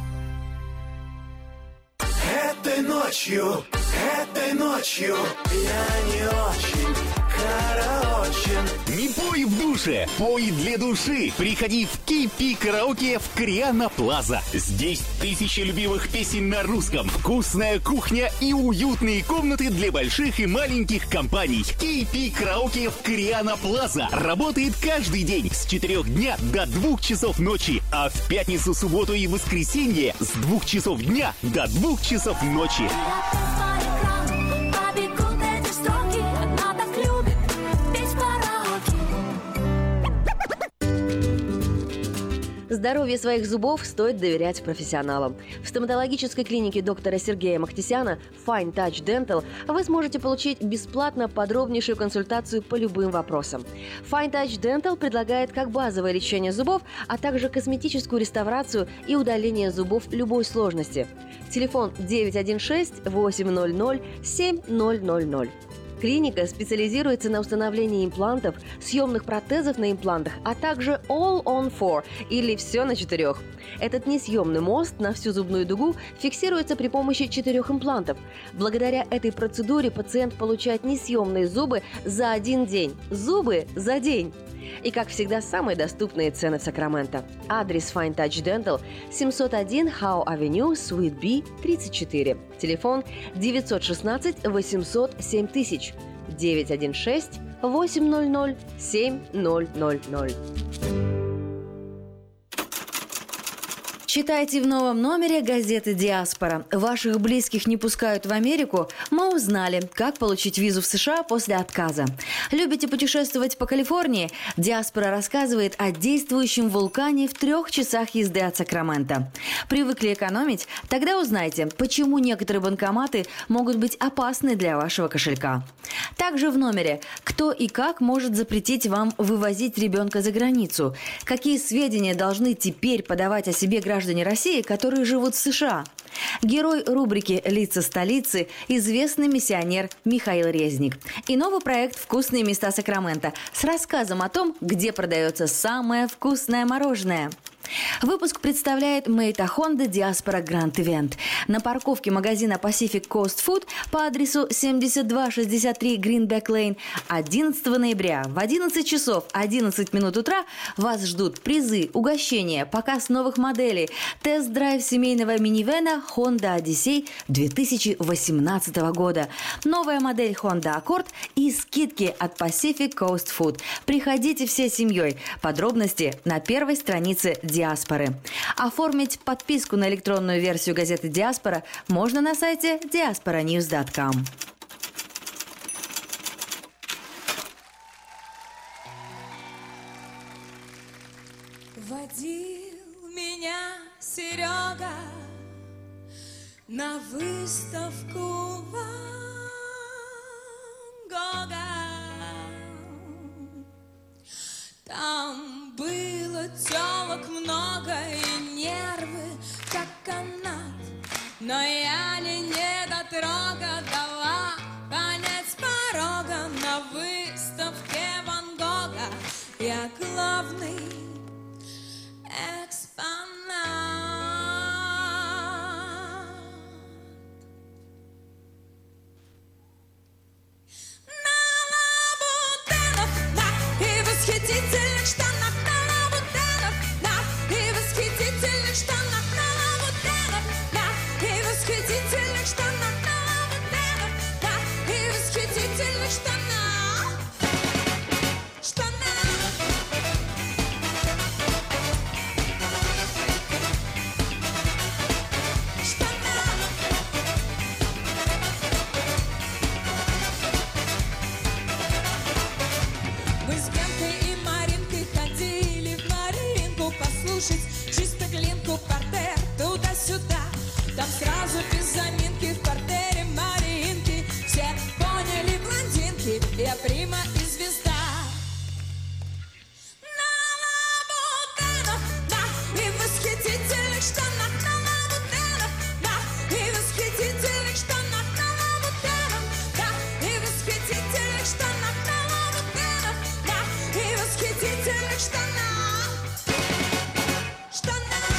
Этой ночью, этой ночью я не очень караочен. Не пой в душе, пой для души. Приходи в кей пи Караоке в Кориана Плаза. Здесь тысячи любимых песен на русском, вкусная кухня и уютные комнаты для больших и маленьких компаний. кей пи Караоке в Кориана Плаза работает каждый день с четырёх дня до двух часов ночи, а в пятницу, субботу и воскресенье с двух часов дня до двух часов ночи. Здоровье своих зубов стоит доверять профессионалам. В стоматологической клинике доктора Сергея Махтисяна Fine Touch Dental вы сможете получить бесплатно подробнейшую консультацию по любым вопросам. Fine Touch Dental предлагает как базовое лечение зубов, а также косметическую реставрацию и удаление зубов любой сложности. Телефон девять один шесть восемь ноль ноль семь ноль ноль ноль. Клиника специализируется на установлении имплантов, съемных протезов на имплантах, а также All on Four или все на четырех. Этот несъемный мост на всю зубную дугу фиксируется при помощи четырех имплантов. Благодаря этой процедуре пациент получает несъемные зубы за один день. Зубы за день! И, как всегда, самые доступные цены в Сакраменто. Адрес Fine Touch Dental семьсот один Howe Avenue, Suite B, тридцать четыре. Телефон девятьсот шестнадцать восемьсот семь тысяч. девять один шесть восемь ноль ноль семь ноль ноль ноль. Читайте в новом номере газеты «Диаспора». Ваших близких не пускают в Америку? Мы узнали, как получить визу в США после отказа. Любите путешествовать по Калифорнии? «Диаспора» рассказывает о действующем вулкане в трех часах езды от Сакрамента. Привыкли экономить? Тогда узнайте, почему некоторые банкоматы могут быть опасны для вашего кошелька. Также в номере «Кто и как может запретить вам вывозить ребенка за границу?» Какие сведения должны теперь подавать о себе граждане граждане России, которые живут в США. Герой рубрики «Лица столицы» – известный миссионер Михаил Резник. И новый проект «Вкусные места Сакрамента» с рассказом о том, где продается самое вкусное мороженое. Выпуск представляет Мэйта Honda Diaspora Grand Event. На парковке магазина Pacific Coast Food по адресу семьдесят два шестьдесят три Greenback Lane одиннадцатого ноября в одиннадцать часов одиннадцать минут утра вас ждут призы, угощения, показ новых моделей, тест-драйв семейного минивэна Honda Odyssey две тысячи восемнадцатого года, новая модель Honda Accord и скидки от Pacific Coast Food. Приходите всей семьей. Подробности на первой странице Диаспоры. Оформить подписку на электронную версию газеты «Диаспора» можно на сайте диаспора ньюс точка ком. Водил меня Серега на выставку Ван Гога. Там было телок много и нервы, как канат. Но я ли не дотрога дала понять с порога. На выставке Ван Гога я главный экспонат. На лабутенах, на и восхитительных штанах, на лабутенах, на и восхитительных штанах, на лабутенах, на и восхитительных штанах, на лабутенах, на и восхитительных штанах, штанах. Мы с Генкой и Маринкой ходили в Маринку послушать чисто глинку, партер туда-сюда. Там сразу без заминки в партере Маринки все поняли блондинки, я прима и звезда. На лабутенах, на и восхитительных штанах, на лабутенах, на и восхитительных штанах, на лабутенах, на и восхитительных штанах, на лабутенах, на и восхитительных штанах, штанах.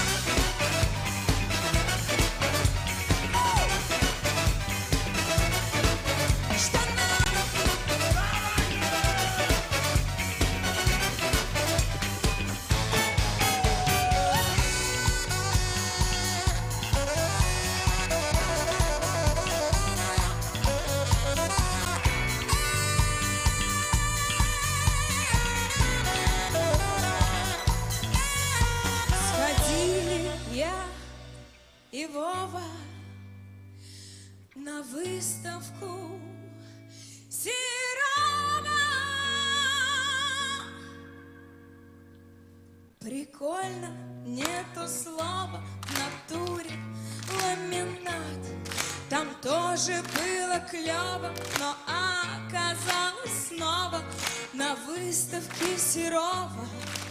Сходили я и Вова на выставку Серова. Прикольно, нету слова в натуре ламинат. Там тоже было клево, но оказалось снова на выставке Серова.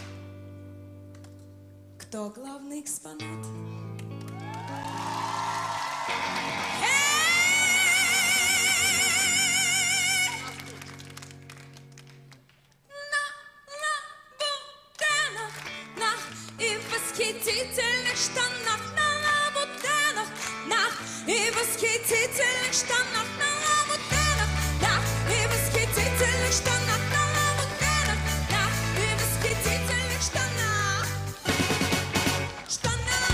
Кто главный экспонат? И в восхитительных штанах, на лабутенах, на и в восхитительных штанах, на лабутенах, на и в восхитительных штанах, на лабутенах, на и в восхитительных штанах, штанах.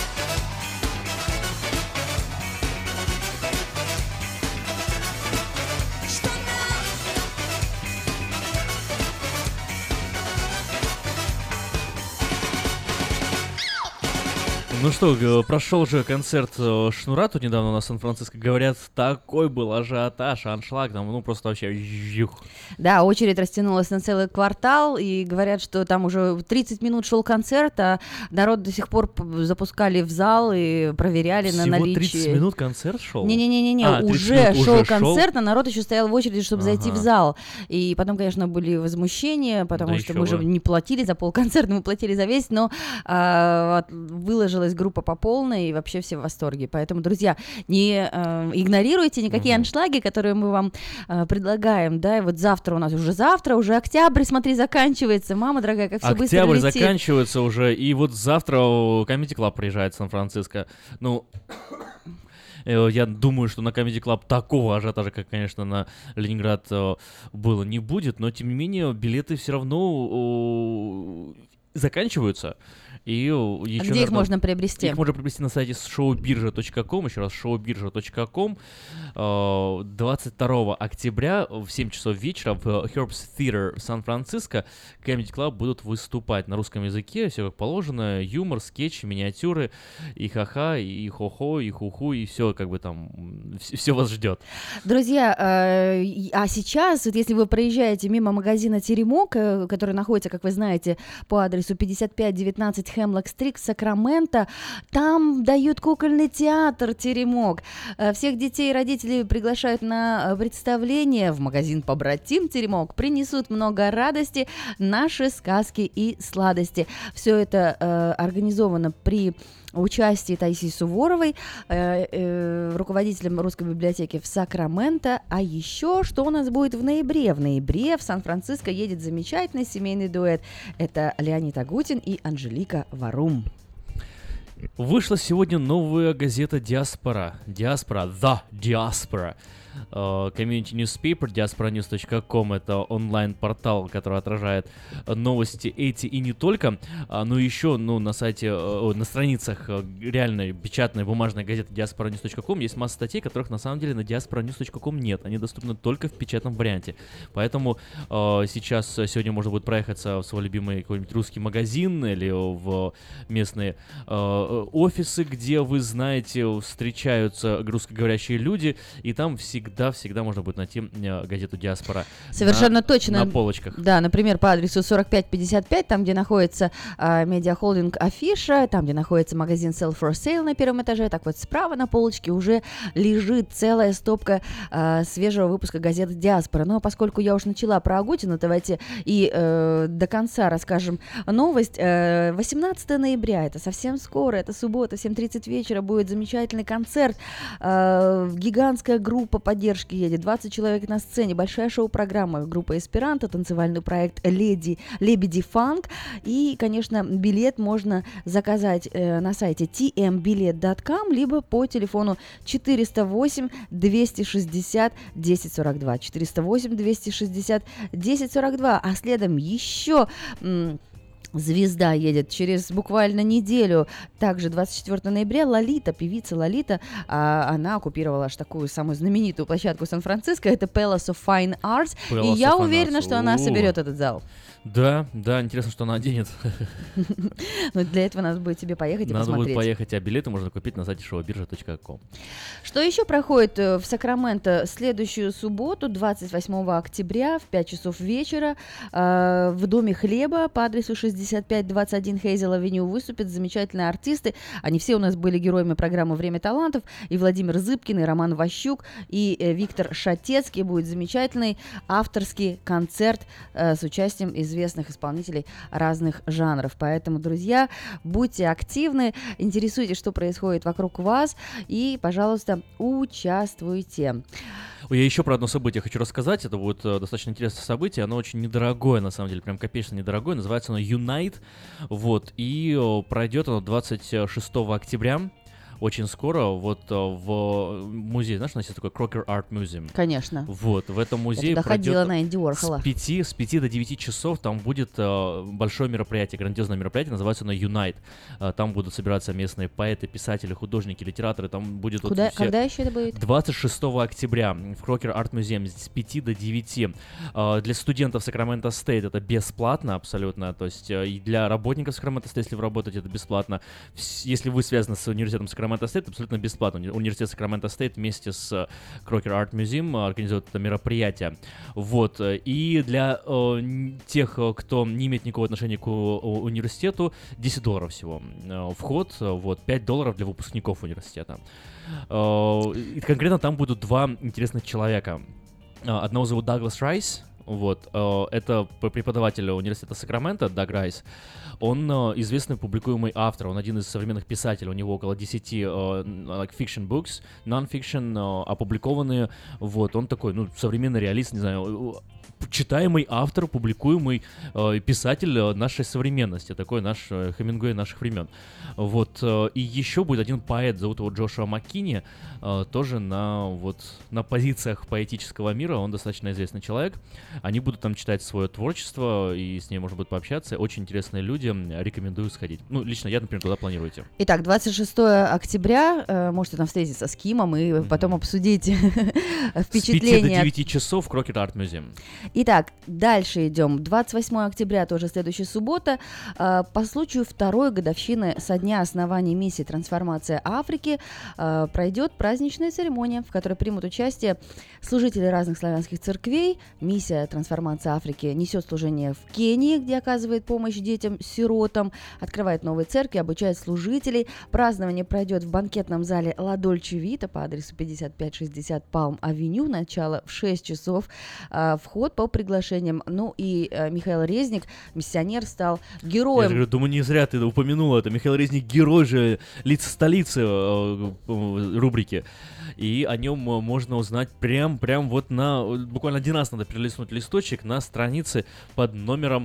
Ну что, прошел же концерт Шнура тут недавно на Сан-Франциско. Говорят, такой был ажиотаж, аншлаг, там, ну просто вообще жух. Да, очередь растянулась на целый квартал, и говорят, что там уже тридцать минут шел концерт, а народ до сих пор запускали в зал и проверяли Всего на наличие. тридцать минут концерт шел? Не-не-не, а, уже минут, шел уже концерт, шел? а народ еще стоял в очереди, чтобы Ага. зайти в зал. И потом, конечно, были возмущения, потому Да что еще мы же бы. не платили за полконцерта, мы платили за весь, но а, от- выложилось развернулась группа по полной, и вообще все в восторге. Поэтому, друзья, не э, игнорируйте никакие mm-hmm. аншлаги, которые мы вам э, предлагаем, да, и вот завтра у нас уже завтра, уже октябрь, смотри, заканчивается, мама дорогая, как все быстро летит. Октябрь заканчивается уже, и вот завтра Comedy Club приезжает в Сан-Франциско. Ну... Я думаю, что на Comedy Club такого ажиотажа, как, конечно, на Ленинград было, не будет, но, тем не менее, билеты все равно заканчиваются. И еще, а где наверное, их можно приобрести? Их можно приобрести на сайте шоубиржа точка ком, еще раз, шоубиржа точка ком. двадцать второго октября в семь часов вечера в Herb's Theater в Сан-Франциско Comedy Club будут выступать на русском языке, все как положено, юмор, скетчи, миниатюры, и ха-ха, и хо-хо, и ху-ху, и все как бы там, все вас ждет. Друзья, а сейчас, вот если вы проезжаете мимо магазина «Теремок», который находится, как вы знаете, по адресу пятьдесят пять девятнадцать Хемлок-стрит, Сакраменто, там дают кукольный театр «Теремок». Всех детей и родителей приглашают на представление в магазин «Побратим Теремок». Принесут много радости, наши сказки и сладости. Все это э, организовано при участии Таисии Суворовой, э, э, руководителем Русской библиотеки в Сакраменто. А еще что у нас будет в ноябре? В ноябре в Сан-Франциско едет замечательный семейный дуэт. Это Леонид Агутин и Анжелика Варум. Вышла сегодня новая газета «Диаспора». «Диаспора», «The Diaspora». Community Newspaper, диаспора ньюс точка ком — это онлайн-портал, который отражает новости эти и не только, но еще ну, на сайте, на страницах реальной печатной бумажной газеты диаспора ньюс точка ком есть масса статей, которых на самом деле на диаспора ньюс точка ком нет, они доступны только в печатном варианте, поэтому э, сейчас, сегодня можно будет проехаться в свой любимый какой-нибудь русский магазин или в местные э, офисы, где, вы знаете, встречаются русскоговорящие люди, и там всегда Всегда-всегда можно будет найти э, газету «Диаспора». Совершенно на, точно. На полочках. Да, например, по адресу сорок пять пятьдесят пять, там, где находится э, медиахолдинг Афиша, там, где находится магазин Sell for Sale на первом этаже, так вот справа на полочке уже лежит целая стопка э, свежего выпуска газеты «Диаспора». Ну, а поскольку я уж начала про Агутина, давайте и э, до конца расскажем новость. Э, восемнадцатого ноября, это совсем скоро, это суббота, в семь тридцать вечера будет замечательный концерт. Э, гигантская группа поддержки едет, двадцать человек на сцене, большая шоу-программа, группа «Эсперанто», танцевальный проект «Леди», «Лебеди Фанк». И, конечно, билет можно заказать э, на сайте ти эм билет точка ком, либо по телефону четыреста восемь двести шестьдесят десять сорок два. четыреста восемь двести шестьдесят десять сорок два. А следом еще... М- Звезда едет через буквально неделю. Также двадцать четвёртого ноября Лолита, певица Лолита, а, она оккупировала аж такую самую знаменитую площадку Сан-Франциско. Это Palace of Fine Arts. Palace и я of уверена, Arts. что она соберет этот зал. Да, да, интересно, что она оденет. Но для этого надо будет тебе поехать и надо посмотреть. Надо будет поехать, а билеты можно купить на сайте шоубиржа точка ком. Что еще проходит в Сакраменто следующую субботу, двадцать восьмого октября в пять часов вечера э, в Доме хлеба по адресу шестьдесят пять двадцать один Хейзел-авеню выступят замечательные артисты. Они все у нас были героями программы «Время талантов». И Владимир Зыбкин, и Роман Ващук, и э, Виктор Шатецкий. Будет замечательный авторский концерт э, с участием известных исполнителей разных жанров. Поэтому, друзья, будьте активны, интересуйтесь, что происходит вокруг вас, и, пожалуйста, участвуйте. Я еще про одно событие хочу рассказать. Это будет э, достаточно интересное событие. Оно очень недорогое, на самом деле, прям копеечно недорогое. Называется оно Unite. Вот. И э, пройдет оно двадцать шестого октября. Очень скоро вот в музее, знаешь, у нас есть такой Crocker Art Museum. Конечно. Вот, в этом музее Я туда ходила на Энди Уорхола. С пяти, с пяти до девяти часов там будет э, большое мероприятие, грандиозное мероприятие, называется оно Unite. Э, там будут собираться местные поэты, писатели, художники, литераторы. Там будет Куда, вот все... Когда еще это будет? двадцать шестого октября в Crocker Art Museum с пяти до девяти. Э, для студентов Сакраменто Стейт это бесплатно абсолютно. То есть э, и для работников Сакраменто Стейт, если вы работаете, это бесплатно. Если вы связаны с университетом Сакраменто Стейт, абсолютно бесплатно. Университет Сакраменто Стейт вместе с Crocker Art Museum организует это мероприятие. Вот. И для э, тех, кто не имеет никакого отношения к университету, десять долларов всего. Э, вход, вот, пять долларов для выпускников университета. Э, и конкретно там будут два интересных человека. Одного зовут Даглас Райс. Вот. Э, это преподаватель университета Сакраменто, Даг Райс. Он э, известный публикуемый автор, он один из современных писателей, у него около десяти э, like fiction books, non-fiction, э, опубликованные, вот, он такой, ну, современный реалист, не знаю, читаемый автор, публикуемый э, писатель э, нашей современности, такой наш э, Хемингуэй наших времен. Вот, э, и еще будет один поэт, зовут его Джошуа Маккини, э, тоже на, вот, на позициях поэтического мира, он достаточно известный человек. Они будут там читать свое творчество, и с ней можно будет пообщаться. Очень интересные люди, рекомендую сходить. Ну, лично я, например, туда планирую идти. Итак, двадцать шестого октября э, можете там встретиться с Кимом и mm-hmm. потом обсудить впечатления. С пяти до девяти часов в Crockett Art Museum. Итак, дальше идем. двадцать восьмого октября, тоже следующая суббота, э, по случаю второй годовщины со дня основания миссии «Трансформация Африки» э, пройдет праздничная церемония, в которой примут участие служители разных славянских церквей. Миссия «Трансформация Африки» несет служение в Кении, где оказывает помощь детям-сиротам, открывает новые церкви, обучает служителей. Празднование пройдет в банкетном зале «Ла Дольче Вита» по адресу пятьдесят пять шестьдесят Палм-авеню. Начало в шесть часов. Э, вход по приглашениям. Ну и э, Михаил Резник, миссионер, стал героем. Я говорю, думаю, не зря ты упомянула это. Михаил Резник — герой же, лица столицы э, э, рубрики. И о нем можно узнать прям, прям вот на... Буквально один раз надо перелистнуть листочек на странице под номером...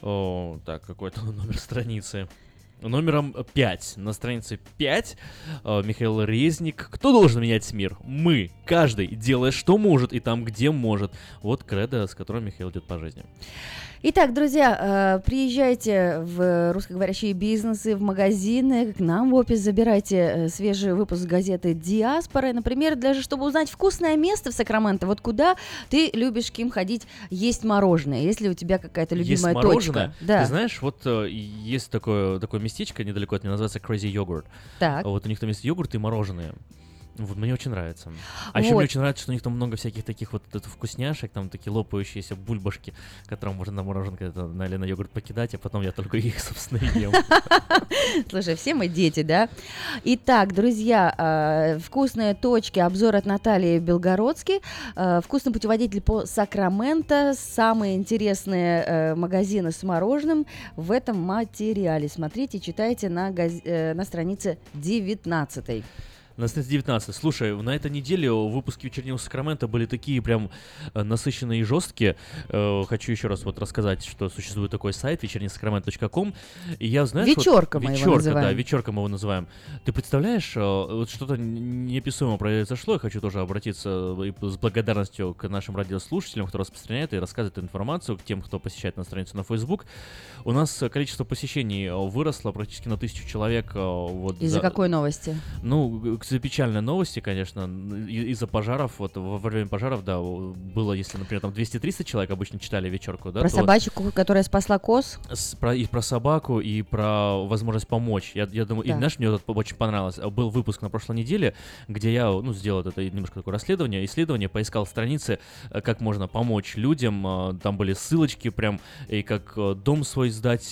О, так, какой-то номер страницы... Номером пять. На странице пять э, Михаил Резник. Кто должен менять мир? Мы. Каждый, делая что может и там, где может. Вот кредо, с которым Михаил идет по жизни. Итак, друзья, э, приезжайте в русскоговорящие бизнесы, в магазины, к нам в офис, забирайте э, свежий выпуск газеты «Диаспора». Например, даже чтобы узнать вкусное место в Сакраменто, вот куда ты любишь, Ким, ходить есть мороженое, если у тебя какая-то любимая есть мороженое? точка. Да. Ты знаешь, вот э, есть такое, такое местечко недалеко от меня, называется Crazy Yogurt. Так. Вот у них там есть йогурт и мороженое. Вот, мне очень нравится. А вот. еще мне очень нравится, что у них там много всяких таких вот вкусняшек, там такие лопающиеся бульбашки, которые можно на мороженке или на йогурт покидать, а потом я только их, собственно, и ем. Слушай, все мы дети, да? Итак, друзья, вкусные точки, обзор от Натальи Белгородски, вкусный путеводитель по Сакраменто, самые интересные магазины с мороженым в этом материале. Смотрите, читайте на, газ... на странице девятнадцатой. На странице девятнадцать. Слушай, на этой неделе выпуски «Вечернего Сакрамента» были такие прям насыщенные и жесткие. Хочу еще раз вот рассказать, что существует такой сайт вечерний сакрамент точка ком. И я, знаешь, вечерка вот, мы вечерка, его называем. Да, вечерка мы его называем. Ты представляешь, вот что-то неописуемое произошло. Я хочу тоже обратиться с благодарностью к нашим радиослушателям, кто распространяет и рассказывает информацию, к тем, кто посещает на страницу на Facebook. У нас количество посещений выросло практически на тысячу человек. Вот, из-за за... какой новости? Ну, печальные новости, конечно, из-за пожаров, вот во время пожаров, да, было, если, например, там двести-триста человек обычно читали вечерку, да. Про собачку, вот, которая спасла коз? С, про, и про собаку, и про возможность помочь. Я, я думаю, да. И, знаешь, мне вот очень понравилось. Был выпуск на прошлой неделе, где я, ну, сделал это немножко такое расследование, исследование, поискал страницы, как можно помочь людям, там были ссылочки прям, и как дом свой сдать,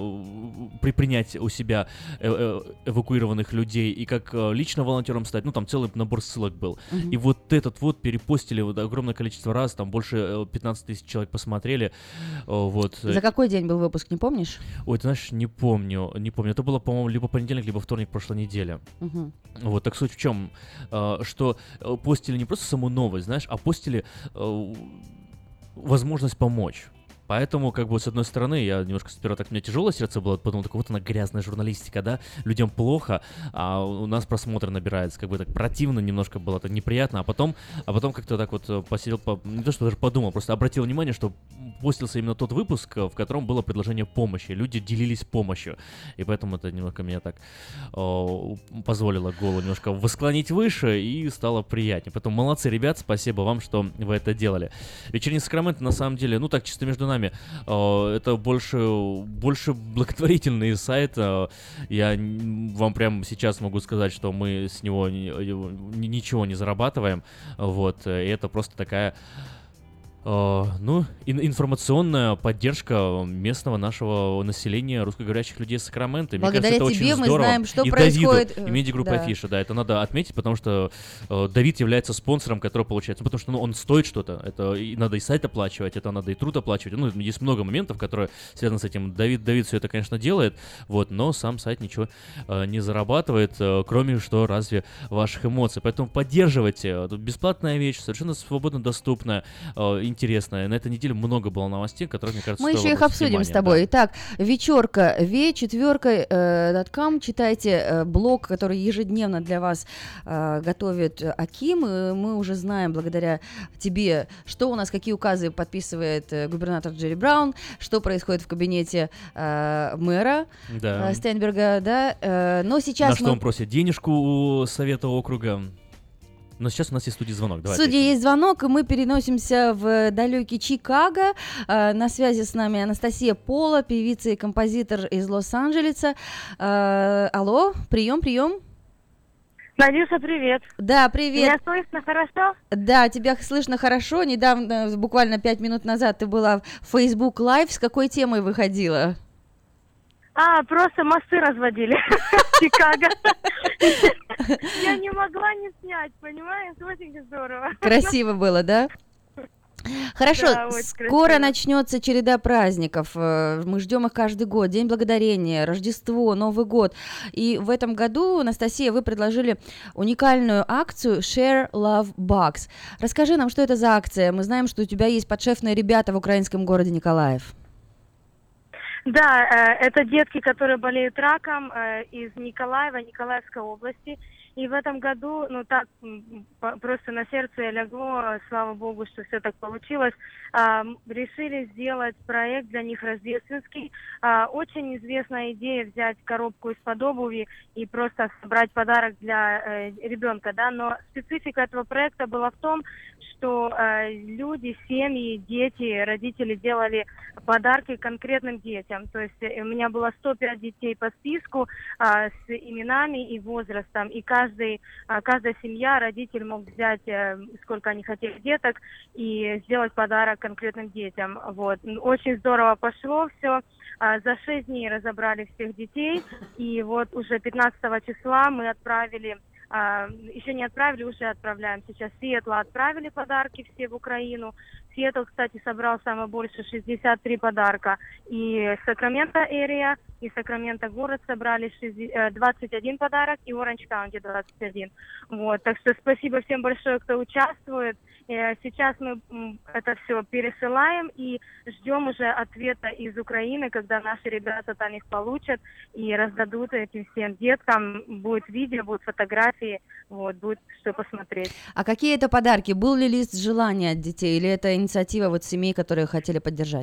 при принять у себя эвакуированных людей, и как лично волонтером стать, ну там целый набор ссылок был. Uh-huh. И вот этот вот перепостили вот огромное количество раз, там больше пятнадцать тысяч человек посмотрели. Вот. За какой день был выпуск, не помнишь? Ой, ты знаешь, не помню, не помню. Это было, по-моему, либо понедельник, либо вторник прошлой недели. Uh-huh. Вот, так суть в чем, что постили не просто саму новость, знаешь, а постили возможность помочь. Поэтому, как бы, с одной стороны, я немножко сперва так, у меня тяжелое сердце было, подумал, так вот она грязная журналистика, да, людям плохо, а у нас просмотр набирается, как бы так противно немножко было, так неприятно, а потом, а потом как-то так вот посидел, по, не то что даже подумал, просто обратил внимание, что постился именно тот выпуск, в котором было предложение помощи, люди делились помощью, и поэтому это немного меня так о, позволило голову немножко восклонить выше, и стало приятнее. Поэтому молодцы, ребят, спасибо вам, что вы это делали. Вечерний Сакраменто, на самом деле, ну так, чисто между нами, это больше, больше благотворительный сайт. Я вам прямо сейчас могу сказать, что мы с него ничего не зарабатываем. Вот. И это просто такая Uh, ну, ин- информационная поддержка местного нашего населения, русскоговорящих людей Сакрамента. Мне Благодаря кажется, это тебе очень мы здорово. знаем, что и происходит. Давиду, и медиагруппа Да. Афиша, да, это надо отметить, потому что uh, Давид является спонсором, который получается, потому что ну, он стоит что-то. Это и надо и сайт оплачивать, это надо и труд оплачивать. Ну, есть много моментов, которые связаны с этим. Давид, Давид все это, конечно, делает, вот, но сам сайт ничего uh, не зарабатывает, uh, кроме что разве ваших эмоций. Поэтому поддерживайте. Тут бесплатная вещь, совершенно свободно доступная, uh, интересная. На этой неделе много было новостей, которые, мне кажется, Мы стоило еще их обратить обсудим внимание, с тобой. да. Итак, вечерка, ви четыре точка ком, читайте э, блог, который ежедневно для вас э, готовит Аким. И мы уже знаем, благодаря тебе, что у нас, какие указы подписывает э, губернатор Джерри Браун, что происходит в кабинете э, мэра Да. э, Стейнберга, да. Э, но сейчас На что мы... он просит денежку у совета округа. Но сейчас у нас есть в студии звонок. Давай В студии есть звонок, и мы переносимся в далекий Чикаго. Э, На связи с нами Анастасия Пола, певица и композитор из Лос-Анджелеса. Э, Алло, прием, прием. Надюша, привет. Да, привет. Меня слышно хорошо? Да, тебя слышно хорошо. Недавно, буквально пять минут назад, ты была в Facebook Live. С какой темой выходила? А, просто мосты разводили в Чикаго. Я не могла не снять, понимаешь? Очень здорово. Красиво было, да? Хорошо, Да, очень скоро красиво. начнется череда праздников. Э, Мы ждем их каждый год. День Благодарения, Рождество, Новый год. И в этом году, Анастасия, вы предложили уникальную акцию Share Love Box. Расскажи нам, что это за акция. Мы знаем, что у тебя есть подшефные ребята в украинском городе Николаев. Да, э, это детки, которые болеют раком э, из Николаева, Николаевской области. И в этом году, ну так, м, по- просто на сердце легло, э, слава богу, что все так получилось. А, м, решили сделать проект для них рождественский. А, очень известная идея взять коробку из-под обуви и просто собрать подарок для э, ребенка, да. Но специфика этого проекта была в том, что э, люди, семьи, дети, родители делали подарки конкретным детям. То есть э, у меня было сто пять детей по списку а, с именами и возрастом, и каждый, а, каждая семья, родитель мог взять, э, сколько они хотели деток, и сделать подарок конкретным детям. Вот. Очень здорово пошло все. А, За шесть дней разобрали всех детей, и вот уже пятнадцатого числа мы отправили, а, еще не отправили, уже отправляем сейчас. В Сиэтла отправили подарки все в Украину. Сиэтл, кстати, собрал самое больше, шестьдесят три подарка. И Сакраменто Эрия, и Сакраменто город собрали шестьдесят, э, двадцать один подарок, и Оранж Каунти двадцать один. Вот, так что спасибо всем большое, кто участвует. Э, Сейчас мы м, это все пересылаем и ждем уже ответа из Украины, когда наши ребята там их получат и раздадут этим всем деткам. Будет видео, будут фотографии, вот, будет что посмотреть. А какие это подарки? Был ли лист желаний от детей, или это инициатива вот семей, которые хотели поддержать?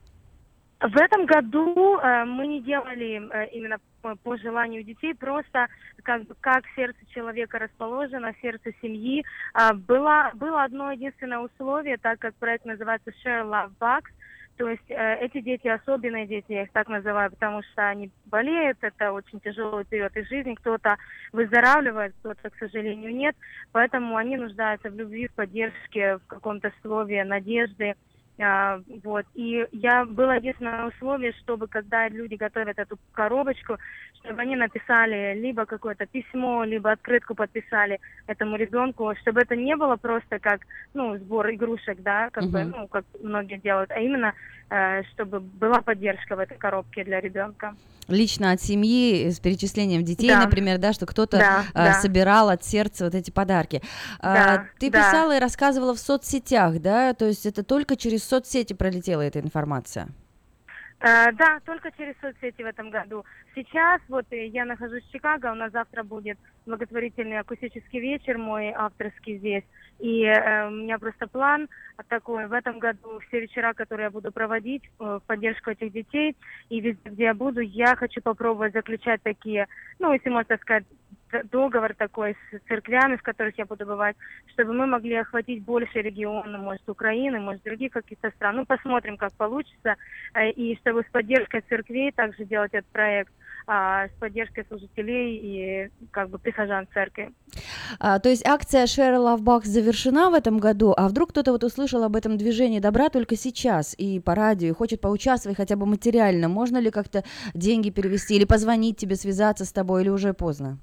В этом году э, мы не делали э, именно по, по желанию детей, просто как, бы, как сердце человека расположено, сердце семьи. Э, было, было одно единственное условие, так как проект называется Share Love Box, то есть э, эти дети особенные дети, я их так называю, потому что они болеют, это очень тяжелый период их жизни, кто-то выздоравливает, кто-то, к сожалению, нет, поэтому они нуждаются в любви, в поддержке, в каком-то слове надежды. А, вот. И я было единственное условие, чтобы когда люди готовят эту коробочку, чтобы они написали либо какое-то письмо, либо открытку подписали этому ребенку, чтобы это не было просто как, ну, сбор игрушек, да, как бы, Мгм. ну, как многие делают, а именно, э, чтобы была поддержка в этой коробке для ребенка. Лично от семьи, с перечислением детей, Да. например, да, что кто-то Да, а, да. собирал от сердца вот эти подарки. А, Да, ты да. писала и рассказывала в соцсетях, да, то есть это только через соцсети пролетела эта информация? Э, да, только через соцсети в этом году. Сейчас вот э, я нахожусь в Чикаго, у нас завтра будет благотворительный акустический вечер мой авторский здесь. И э, у меня просто план такой, в этом году все вечера, которые я буду проводить э, в поддержку этих детей, и везде, где я буду, я хочу попробовать заключать такие, ну, если можно сказать, д- договор такой с церквями, в которых я буду бывать, чтобы мы могли охватить больше регионов, может, Украины, может, других каких-то стран. Ну, посмотрим, как получится. Э, И чтобы с поддержкой церквей также делать этот проект. а, с поддержкой служителей и как бы прихожан церкви. А, то есть акция Share a Love Box завершена в этом году, а вдруг кто-то вот услышал об этом движении добра только сейчас и по радио, и хочет поучаствовать хотя бы материально, можно ли как-то деньги перевести или позвонить тебе, связаться с тобой, или уже поздно?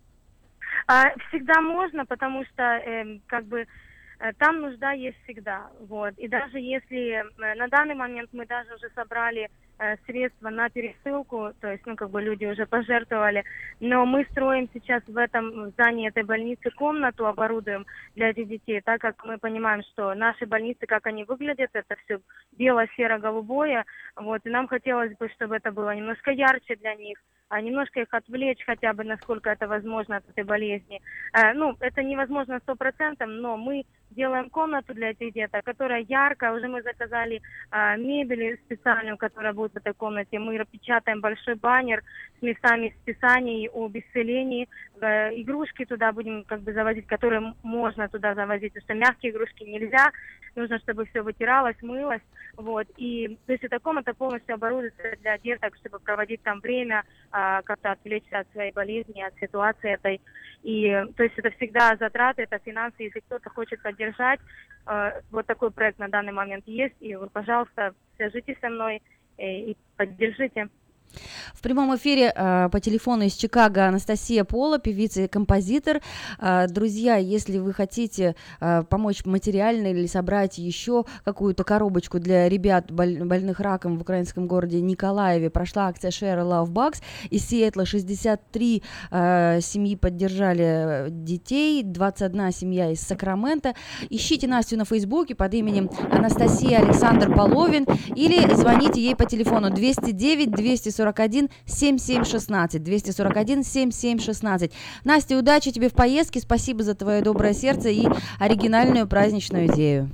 А, всегда можно, потому что э, как бы э, там нужда есть всегда, вот. И даже если э, на данный момент мы даже уже собрали э, средства на пересылку, то есть, ну, как бы люди уже пожертвовали, но мы строим сейчас в этом в здании этой больницы комнату, оборудуем для этих детей, так как мы понимаем, что наши больницы, как они выглядят, это все бело-серо-голубое, вот, и нам хотелось бы, чтобы это было немножко ярче для них, а немножко их отвлечь хотя бы, насколько это возможно от этой болезни. Э, ну, это невозможно сто процентов, но мы делаем комнату для этих деток, которая яркая. Уже мы заказали э, мебель специальную, которая будет в этой комнате. Мы печатаем большой баннер с местами списаний об исцелении. Э, игрушки туда будем как бы завозить, которые можно туда завозить, потому что мягкие игрушки нельзя. Нужно, чтобы все вытиралось, мылось. Вот. И то есть эта комната полностью оборудуется для деток, чтобы проводить там время, а, как-то отвлечься от своей болезни, от ситуации этой. И то есть это всегда затраты, это финансы. Если кто-то хочет поддержать, э, вот такой проект на данный момент есть. И вы, пожалуйста, свяжитесь со мной и, и поддержите. В прямом эфире э, по телефону из Чикаго Анастасия Пола, певица и композитор. Э, друзья, если вы хотите э, помочь материально или собрать еще какую-то коробочку для ребят, боль, больных раком в украинском городе Николаеве, прошла акция Share a Love Box. Из Сиэтла шестьдесят три э, семьи поддержали детей, двадцать одна семья из Сакрамента. Ищите Настю на Фейсбуке под именем Анастасия Александр Половин или звоните ей по телефону двести девять двести сорок один семь семь шестнадцать, двести сорок один семь семь шестнадцать. Настя, удачи тебе в поездке, спасибо за твое доброе сердце и оригинальную праздничную идею.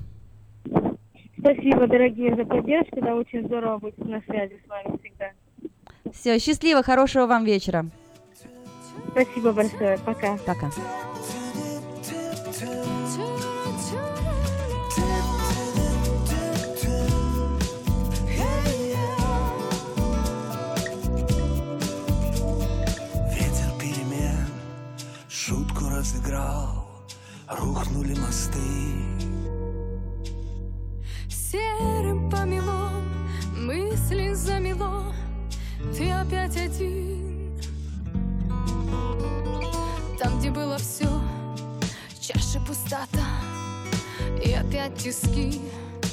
Спасибо, дорогие, за поддержку, да, очень здорово быть на связи с вами всегда. Все, счастливо, хорошего вам вечера. Спасибо большое, пока. Пока. Шутку разыграл, рухнули мосты. Серым помело, мысли замело, ты опять один. Там, где было все, чаша пустота и опять тиски.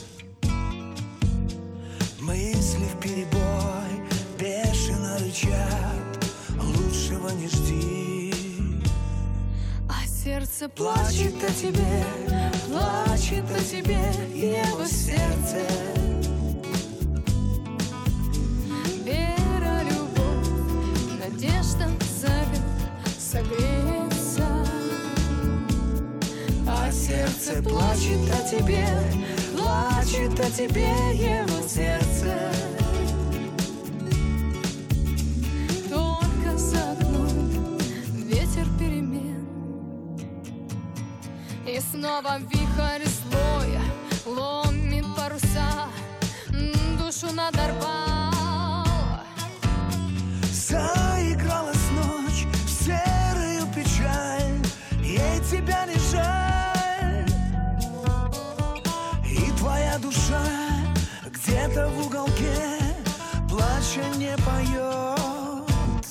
Мысли вперебой бешено рычат, лучшего не жди. Сердце плачет о тебе, плачет о тебе его сердце. Вера, любовь, надежда зовет согреться. А сердце плачет о тебе, плачет о тебе его сердце. Только за окном ветер перемен. И снова вихрь злой ломит паруса, душу надорвал. Заигралась ночь в серую печаль, ей тебя не жаль. И твоя душа где-то в уголке плача не поет.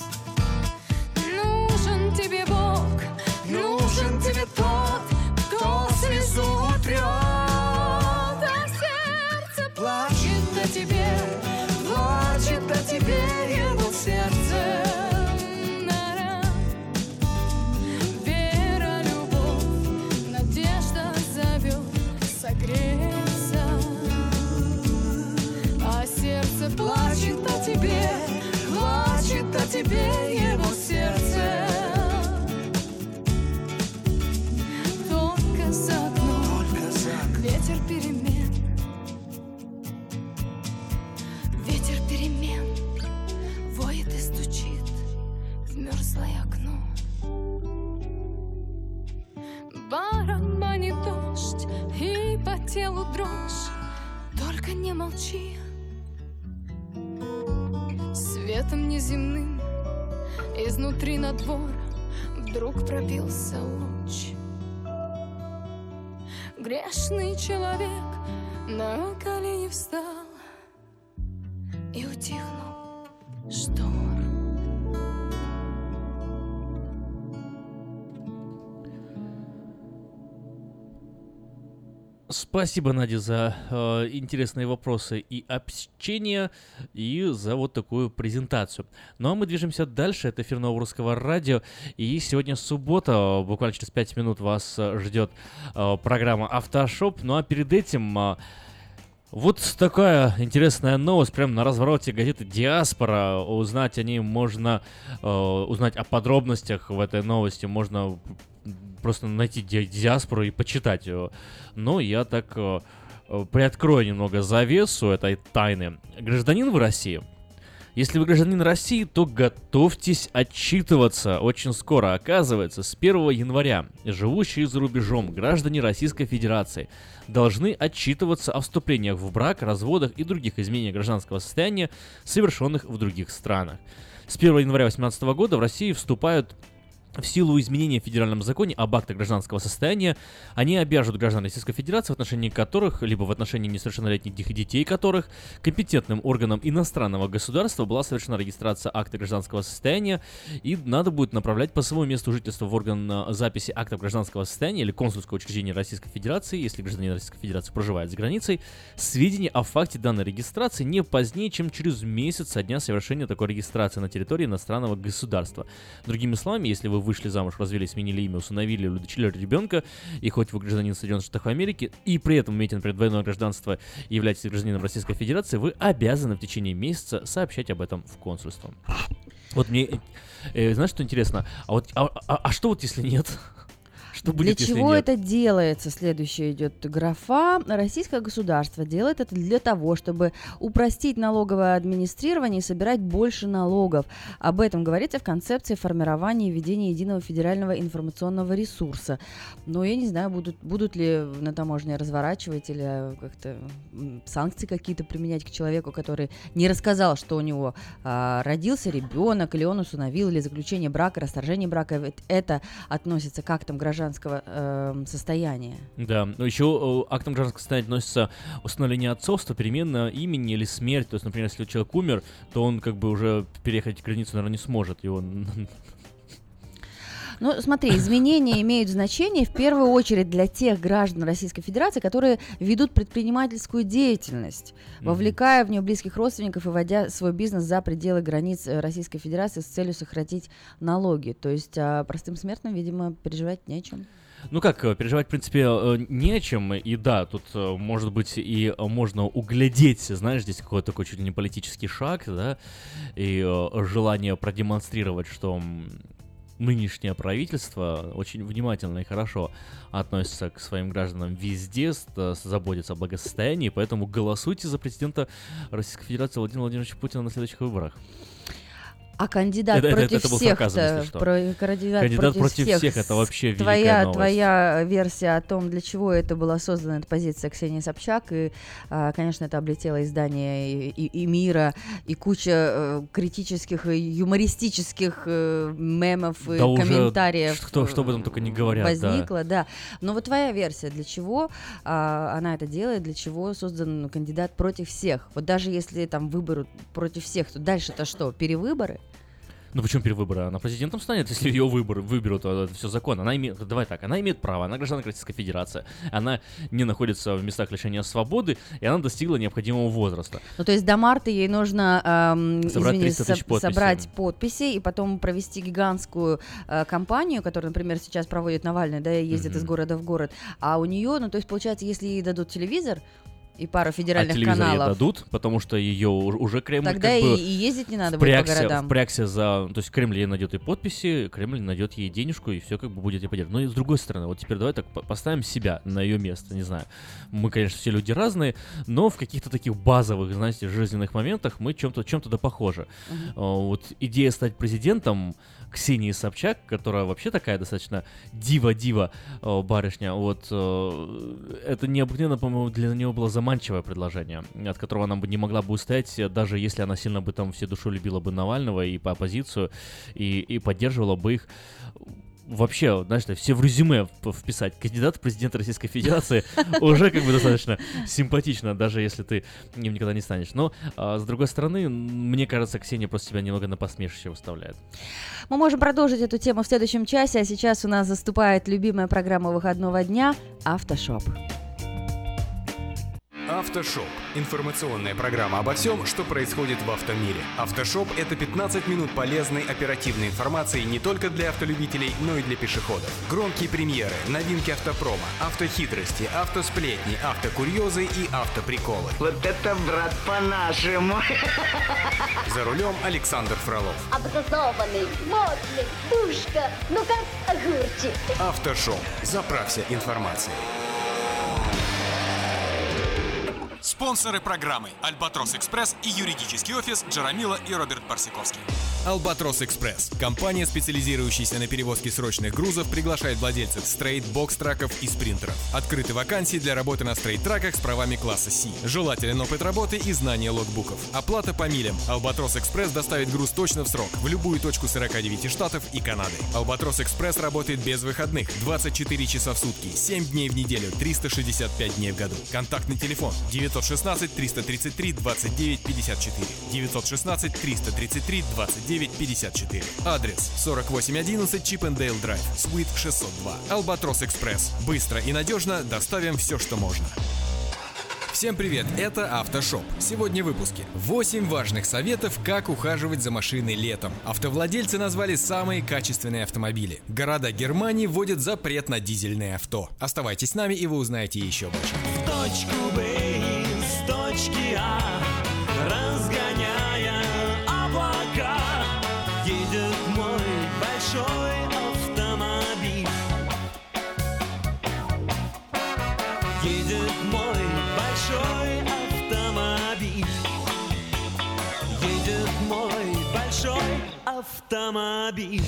Нужен тебе Бог, нужен тебе тот, кто слезу утрет, а сердце плачет о тебе, плачет о тебе его сердце. Вера, любовь, надежда зовет согреться, а сердце плачет о тебе, плачет о тебе его сердце. Ветер перемен, ветер перемен воет и стучит в мерзлое окно. Барабанит дождь и по телу дрожь, только не молчи. Светом неземным Изнутри на двор вдруг пробился луч. Грешный человек на колени встал и утихнул штор. Спасибо, Надя, за э, интересные вопросы и общение, и за вот такую презентацию. Ну а мы движемся дальше. Это эфир Нового Русского Радио. И сегодня суббота. Буквально через пять минут вас э, ждет э, программа «Автошоп». Ну а перед этим... Э, Вот такая интересная новость, прямо на развороте газеты «Диаспора». Узнать о ней можно, э, узнать о подробностях в этой новости можно просто найти ди- «Диаспору» и почитать ее. Но я так э, приоткрою немного завесу этой тайны. Гражданин в России? Если вы гражданин России, то готовьтесь отчитываться очень скоро. Оказывается, с первого января живущие за рубежом граждане Российской Федерации должны отчитываться о вступлениях в брак, разводах и других изменениях гражданского состояния, совершенных в других странах. С первого января две тысячи восемнадцатого года в России вступают в силу изменения в федеральном законе об актах гражданского состояния. Они обяжут граждан Российской Федерации, в отношении которых, либо в отношении несовершеннолетних детей которых, компетентным органом иностранного государства была совершена регистрация акта гражданского состояния, и надо будет направлять по своему месту жительства в орган записи актов гражданского состояния или консульское учреждение Российской Федерации, если гражданин Российской Федерации проживает за границей, сведения о факте данной регистрации не позднее, чем через месяц со дня совершения такой регистрации на территории иностранного государства. Другими словами, если вы вышли замуж, развелись, сменили имя, усыновили или удочерили ребенка, и хоть вы гражданин Соединенных Штатов Америки, и при этом имеете, например, двойное гражданство и являетесь гражданином Российской Федерации, вы обязаны в течение месяца сообщать об этом в консульство. Вот мне, э, знаешь, что интересно? А вот, а, а, а что вот если нет? Что будет, для если чего нет? это делается? Следующая идет графа. Российское государство делает это для того, чтобы упростить налоговое администрирование и собирать больше налогов. Об этом говорится в концепции формирования и ведения единого федерального информационного ресурса. Но я не знаю, будут, будут ли на таможне разворачивать или как-то санкции какие-то применять к человеку, который не рассказал, что у него а, родился ребенок, или он усыновил, или заключение брака, расторжение брака. Ведь это относится к актам гражданского Э, состояния. Да, но еще э, актом гражданского состояния относится установление отцовства, перемена имени или смерть. То есть, например, если человек умер, то он как бы уже переехать границу, наверное, не сможет. И он... Ну, смотри, изменения имеют значение в первую очередь для тех граждан Российской Федерации, которые ведут предпринимательскую деятельность, вовлекая в нее близких родственников и вводя свой бизнес за пределы границ Российской Федерации с целью сократить налоги. То есть а простым смертным, видимо, переживать не о чем. Ну как, переживать, в принципе, не о чем, и да, тут, может быть, и можно углядеть, знаешь, здесь какой-то такой чуть ли не политический шаг, да, и желание продемонстрировать, что нынешнее правительство очень внимательно и хорошо относится к своим гражданам везде, заботится о благосостоянии, поэтому голосуйте за президента Российской Федерации Владимира Владимировича Путина на следующих выборах. А кандидат это, против это, это всех, сарказм, про, кандидат, кандидат против, против всех, всех, это вообще великая твоя, новость. Твоя версия о том, для чего это была создана эта позиция Ксении Собчак, и, конечно, это облетело издание и, и, и «Мира», и куча критических и юмористических мемов да и комментариев что, что об этом только не говорят, возникло, да. да. Но вот твоя версия, для чего а, она это делает, для чего создан кандидат против всех? Вот даже если там выберут против всех, то дальше-то что, перевыборы? Ну почему перевыборы? Она президентом станет, если ее выбор, выберут, то это все законно. Она имеет, давай так, она имеет право, она гражданка Российской Федерации, она не находится в местах лишения свободы, и она достигла необходимого возраста. Ну то есть до марта ей нужно эм, собрать, извини, со- подписей. собрать подписи и потом провести гигантскую э, кампанию, которую, например, сейчас проводит Навальный, да, ездит mm-hmm. из города в город, а у нее, ну то есть получается, если ей дадут телевизор и пару федеральных а телевизор каналов. ей дадут, потому что ее уже Кремль тогда как и, бы и ездить не надо впрягся, будет по городам. впрягся за... То есть Кремль ей найдет и подписи, Кремль найдет ей денежку, и все как бы будет ей поддерживать. Но и с другой стороны, вот теперь давай так поставим себя на ее место, не знаю. Мы, конечно, все люди разные, но в каких-то таких базовых, знаете, жизненных моментах мы чем-то, чем-то да похожи. Uh-huh. Вот идея стать президентом Ксении Собчак, которая вообще такая достаточно дива-дива барышня, вот это необыкновенно, по-моему, для нее было заманчиво заманчивое предложение, от которого она бы не могла бы устоять, даже если она сильно бы там всей душой любила бы Навального и по оппозицию, и, и поддерживала бы их. Вообще, знаешь, все в резюме вписать кандидат в президента Российской Федерации уже как бы достаточно симпатично, даже если ты им никогда не станешь. Но, а, с другой стороны, мне кажется, Ксения просто себя немного на посмешище выставляет. Мы можем продолжить эту тему в следующем часе, а сейчас у нас заступает любимая программа выходного дня «Автошоп». Автошоп – информационная программа обо всем, что происходит в автомире. Автошоп – это пятнадцать минут полезной оперативной информации не только для автолюбителей, но и для пешеходов. Громкие премьеры, новинки автопрома, автохитрости, автосплетни, автокурьезы и автоприколы. Вот это, брат, по-нашему. За рулем Александр Фролов. Образованный, модный, душка, ну как огурчик. Автошоп. Заправься информацией. Спонсоры программы «Альбатрос Экспресс» и юридический офис Джарамила и Роберт Барсиковский. «Альбатрос Экспресс» – компания, специализирующаяся на перевозке срочных грузов, приглашает владельцев стрейт, бокс-траков и спринтеров. Открыты вакансии для работы на стрейт-траках с правами класса Си. Желателен опыт работы и знание логбуков. Оплата по милям. «Альбатрос Экспресс» доставит груз точно в срок в любую точку сорока девяти штатов и Канады. «Альбатрос Экспресс» работает без выходных, двадцать четыре часа в сутки, семь дней в неделю, триста шестьдесят пять дней в году. Контактный телефон девятьсот шестнадцать триста тридцать три двадцать девять пятьдесят четыре. девятьсот шестнадцать триста тридцать три двадцать девять пятьдесят четыре. Адрес сорок восемь одиннадцать Чиппендейл Драйв, Суит шестьсот два. «Альбатрос Экспресс». Быстро и надежно доставим все, что можно. Всем привет, это Автошоп. Сегодня в выпуске восемь важных советов, как ухаживать за машиной летом. Автовладельцы назвали самые качественные автомобили. Города Германии вводят запрет на дизельные авто. Оставайтесь с нами, и вы узнаете еще больше. В точку Б из точки А, разгоняя облака, едет мой большой автомобиль. Едет мой большой автомобиль. Едет мой большой автомобиль.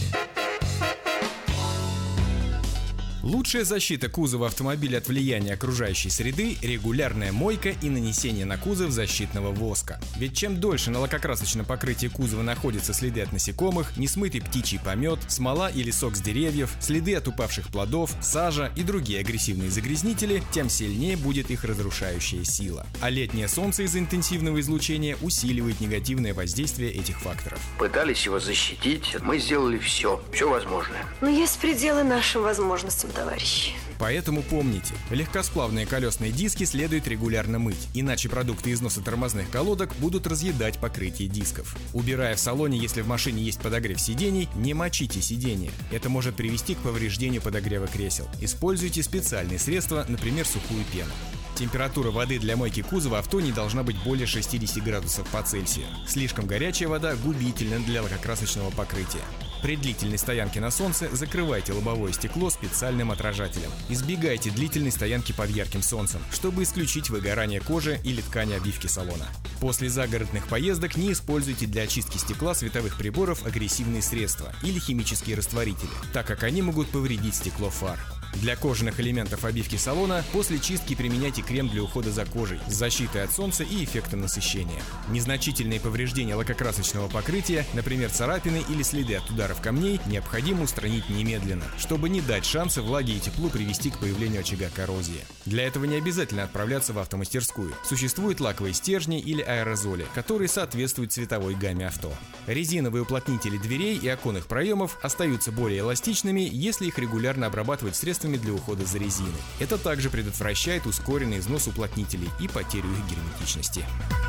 Лучшая защита кузова автомобиля от влияния окружающей среды – регулярная мойка и нанесение на кузов защитного воска. Ведь чем дольше на лакокрасочном покрытии кузова находятся следы от насекомых, несмытый птичий помет, смола или сок с деревьев, следы от упавших плодов, сажа и другие агрессивные загрязнители, тем сильнее будет их разрушающая сила. А летнее солнце из-за интенсивного излучения усиливает негативное воздействие этих факторов. Пытались его защитить, мы сделали все, все возможное. Но есть пределы нашим возможностям, товарищи. Поэтому помните, легкосплавные колесные диски следует регулярно мыть, иначе продукты износа тормозных колодок будут разъедать покрытие дисков. Убирая в салоне, если в машине есть подогрев сидений, не мочите сиденья. Это может привести к повреждению подогрева кресел. Используйте специальные средства, например, сухую пену. Температура воды для мойки кузова авто не должна быть более шестьдесят градусов по Цельсию. Слишком горячая вода губительна для лакокрасочного покрытия. При длительной стоянке на солнце закрывайте лобовое стекло специальным отражателем. Избегайте длительной стоянки под ярким солнцем, чтобы исключить выгорание кожи или ткани обивки салона. После загородных поездок не используйте для очистки стекла световых приборов агрессивные средства или химические растворители, так как они могут повредить стекло фар. Для кожаных элементов обивки салона после чистки применяйте крем для ухода за кожей с защитой от солнца и эффектом насыщения. Незначительные повреждения лакокрасочного покрытия, например, царапины или следы от ударов камней, необходимо устранить немедленно, чтобы не дать шанса влаге и теплу привести к появлению очага коррозии. Для этого не обязательно отправляться в автомастерскую. Существуют лаковые стержни или аэрозоли, которые соответствуют цветовой гамме авто. Резиновые уплотнители дверей и оконных проемов остаются более эластичными, если их регулярно обрабатывать средствами для ухода за резиной. Это также предотвращает ускоренный износ уплотнителей и потерю их герметичности.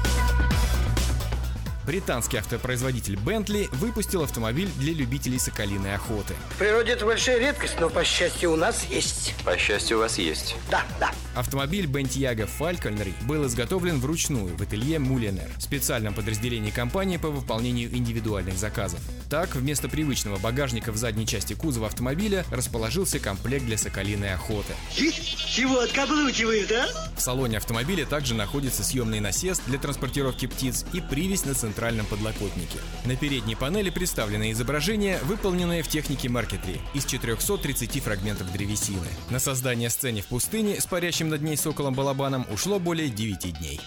Британский автопроизводитель Bentley выпустил автомобиль для любителей соколиной охоты. В природе это большая редкость, но, по счастью, у нас есть. По счастью, у вас есть. Да, да. Автомобиль Bentayga Falconry был изготовлен вручную в ателье Mulliner, специальном подразделении компании по выполнению индивидуальных заказов. Так, вместо привычного багажника в задней части кузова автомобиля расположился комплект для соколиной охоты. Чего откаблучивают, а? В салоне автомобиля также находится съемный насест для транспортировки птиц и привязь на центральном подлокотнике. На передней панели представлены изображения, выполненные в технике маркетри из четырехсот тридцати фрагментов древесины. На создание сцены в пустыне с парящим над ней соколом-балабаном ушло более девяти дней.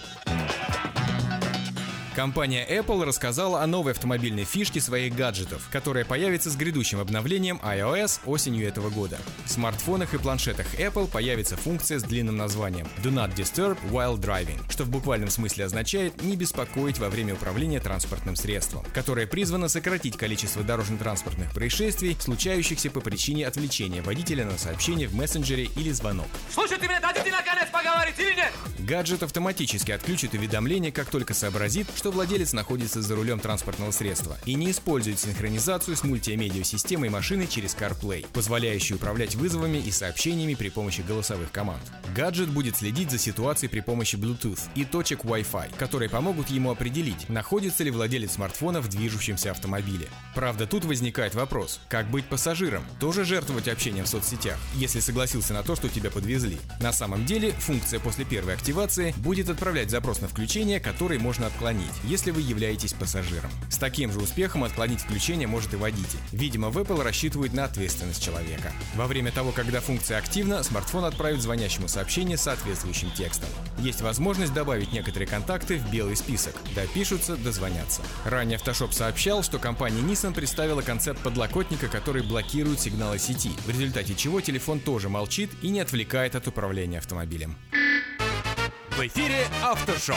Компания Apple рассказала о новой автомобильной фишке своих гаджетов, которая появится с грядущим обновлением iOS осенью этого года. В смартфонах и планшетах Apple появится функция с длинным названием Do Not Disturb While Driving, что в буквальном смысле означает «не беспокоить во время управления транспортным средством», которое призвано сократить количество дорожно-транспортных происшествий, случающихся по причине отвлечения водителя на сообщение в мессенджере или звонок. Слушай, ты мне дадите наконец поговорить или нет? Гаджет автоматически отключит уведомление, как только сообразит, что владелец находится за рулем транспортного средства и не использует синхронизацию с мультимедиа-системой машины через CarPlay, позволяющую управлять вызовами и сообщениями при помощи голосовых команд. Гаджет будет следить за ситуацией при помощи Bluetooth и точек Wi-Fi, которые помогут ему определить, находится ли владелец смартфона в движущемся автомобиле. Правда, тут возникает вопрос, как быть пассажиром? Тоже жертвовать общением в соцсетях, если согласился на то, что тебя подвезли? На самом деле, функция после первой активации будет отправлять запрос на включение, который можно отклонить, если вы являетесь пассажиром. С таким же успехом отклонить включение может и водитель. Видимо, в Apple рассчитывают на ответственность человека. Во время того, когда функция активна, смартфон отправит звонящему сообщение с соответствующим текстом. Есть возможность добавить некоторые контакты в белый список. Допишутся, дозвонятся. Ранее Photoshop сообщал, что компания Nissan представила концепт подлокотника, который блокирует сигналы сети, в результате чего телефон тоже молчит и не отвлекает от управления автомобилем. В эфире Автошоу.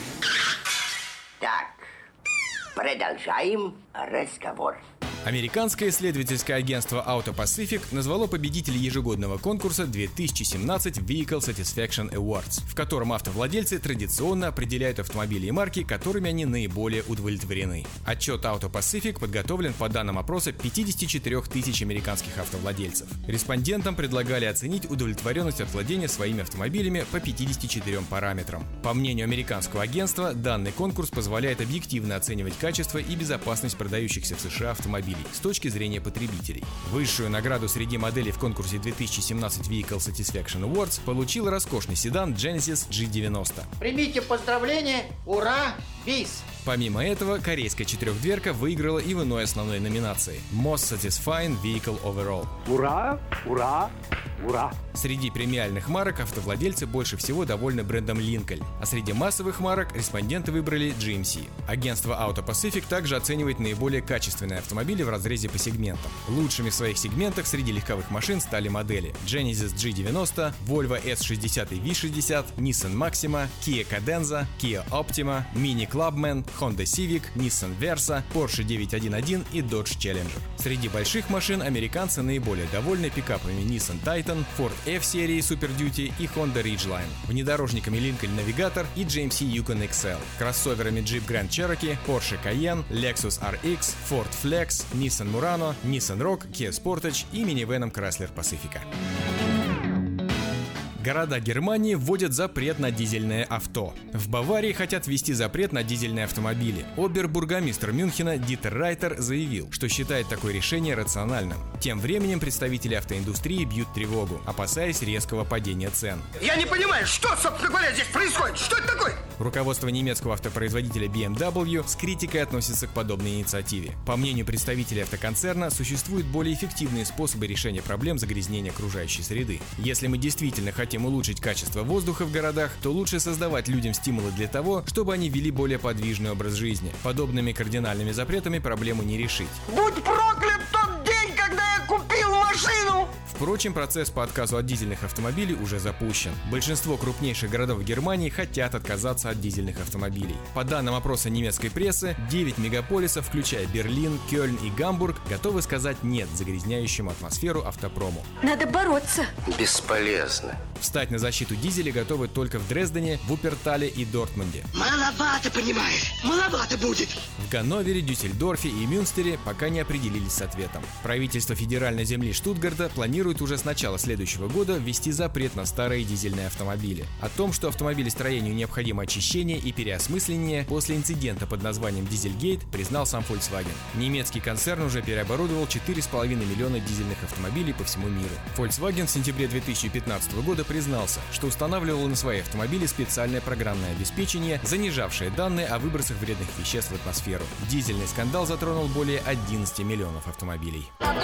Так, продолжаем разговор. Американское исследовательское агентство Auto Pacific назвало победителей ежегодного конкурса две тысячи семнадцать Vehicle Satisfaction Awards, в котором автовладельцы традиционно определяют автомобили и марки, которыми они наиболее удовлетворены. Отчет Auto Pacific подготовлен по данным опроса пятьдесят четыре тысячи американских автовладельцев. Респондентам предлагали оценить удовлетворенность от владения своими автомобилями по пятидесяти четырем параметрам. По мнению американского агентства, данный конкурс позволяет объективно оценивать качество и безопасность продающихся в США автомобилей с точки зрения потребителей. Высшую награду среди моделей в конкурсе две тысячи семнадцать Vehicle Satisfaction Awards получил роскошный седан Genesis джи девяносто. Примите поздравления, ура, бис! Помимо этого, корейская четырехдверка выиграла и в иной основной номинации – Most Satisfying Vehicle Overall. Ура, ура, ура! Среди премиальных марок автовладельцы больше всего довольны брендом Lincoln, а среди массовых марок респонденты выбрали джи эм си. Агентство Auto Pacific также оценивает наиболее качественные автомобили в разрезе по сегментам. Лучшими в своих сегментах среди легковых машин стали модели Genesis джи девяносто, Volvo эс шестьдесят и ви шестьдесят, Nissan Maxima, Kia Cadenza, Kia Optima, Mini Clubman, Honda Civic, Nissan Versa, Porsche девятьсот одиннадцать и Dodge Challenger. Среди больших машин американцы наиболее довольны пикапами Nissan Titan, Ford F-серии Super Duty и Honda Ridgeline, внедорожниками Lincoln Navigator и джи эм си Yukon икс эл, кроссоверами Jeep Grand Cherokee, Porsche Cayenne, Lexus ар икс, Ford Flex, Nissan Murano, Nissan Rogue, Kia Sportage и минивеном Chrysler Pacifica. Города Германии вводят запрет на дизельное авто. В Баварии хотят ввести запрет на дизельные автомобили. Обербургомистр Мюнхена Дитер Райтер заявил, что считает такое решение рациональным. Тем временем представители автоиндустрии бьют тревогу, опасаясь резкого падения цен. Я не понимаю, что, собственно говоря, здесь происходит? Что это такое? Руководство немецкого автопроизводителя би эм дабл ю с критикой относится к подобной инициативе. По мнению представителей автоконцерна, существуют более эффективные способы решения проблем загрязнения окружающей среды. Если мы действительно хотим улучшить качество воздуха в городах, то лучше создавать людям стимулы для того, чтобы они вели более подвижный образ жизни. Подобными кардинальными запретами проблему не решить. Будь проклят тот день, когда я купил машину! Впрочем, процесс по отказу от дизельных автомобилей уже запущен. Большинство крупнейших городов Германии хотят отказаться от дизельных автомобилей. По данным опроса немецкой прессы, девять мегаполисов, включая Берлин, Кёльн и Гамбург, готовы сказать «нет» загрязняющему атмосферу автопрому. Надо бороться. Бесполезно. Встать на защиту дизеля готовы только в Дрездене, Вупертале и Дортмунде. Маловато, понимаешь, маловато будет. В Ганновере, Дюссельдорфе и Мюнстере пока не определились с ответом. Правительство федеральной земли Штутгарта планирует планирует уже с начала следующего года ввести запрет на старые дизельные автомобили. О том, что автомобилестроению необходимо очищение и переосмысление, после инцидента под названием «Дизельгейт» признал сам Volkswagen. Немецкий концерн уже переоборудовал четыре с половиной миллиона дизельных автомобилей по всему миру. Volkswagen в сентябре две тысячи пятнадцатого года признался, что устанавливал на свои автомобили специальное программное обеспечение, занижавшее данные о выбросах вредных веществ в атмосферу. Дизельный скандал затронул более одиннадцати миллионов автомобилей.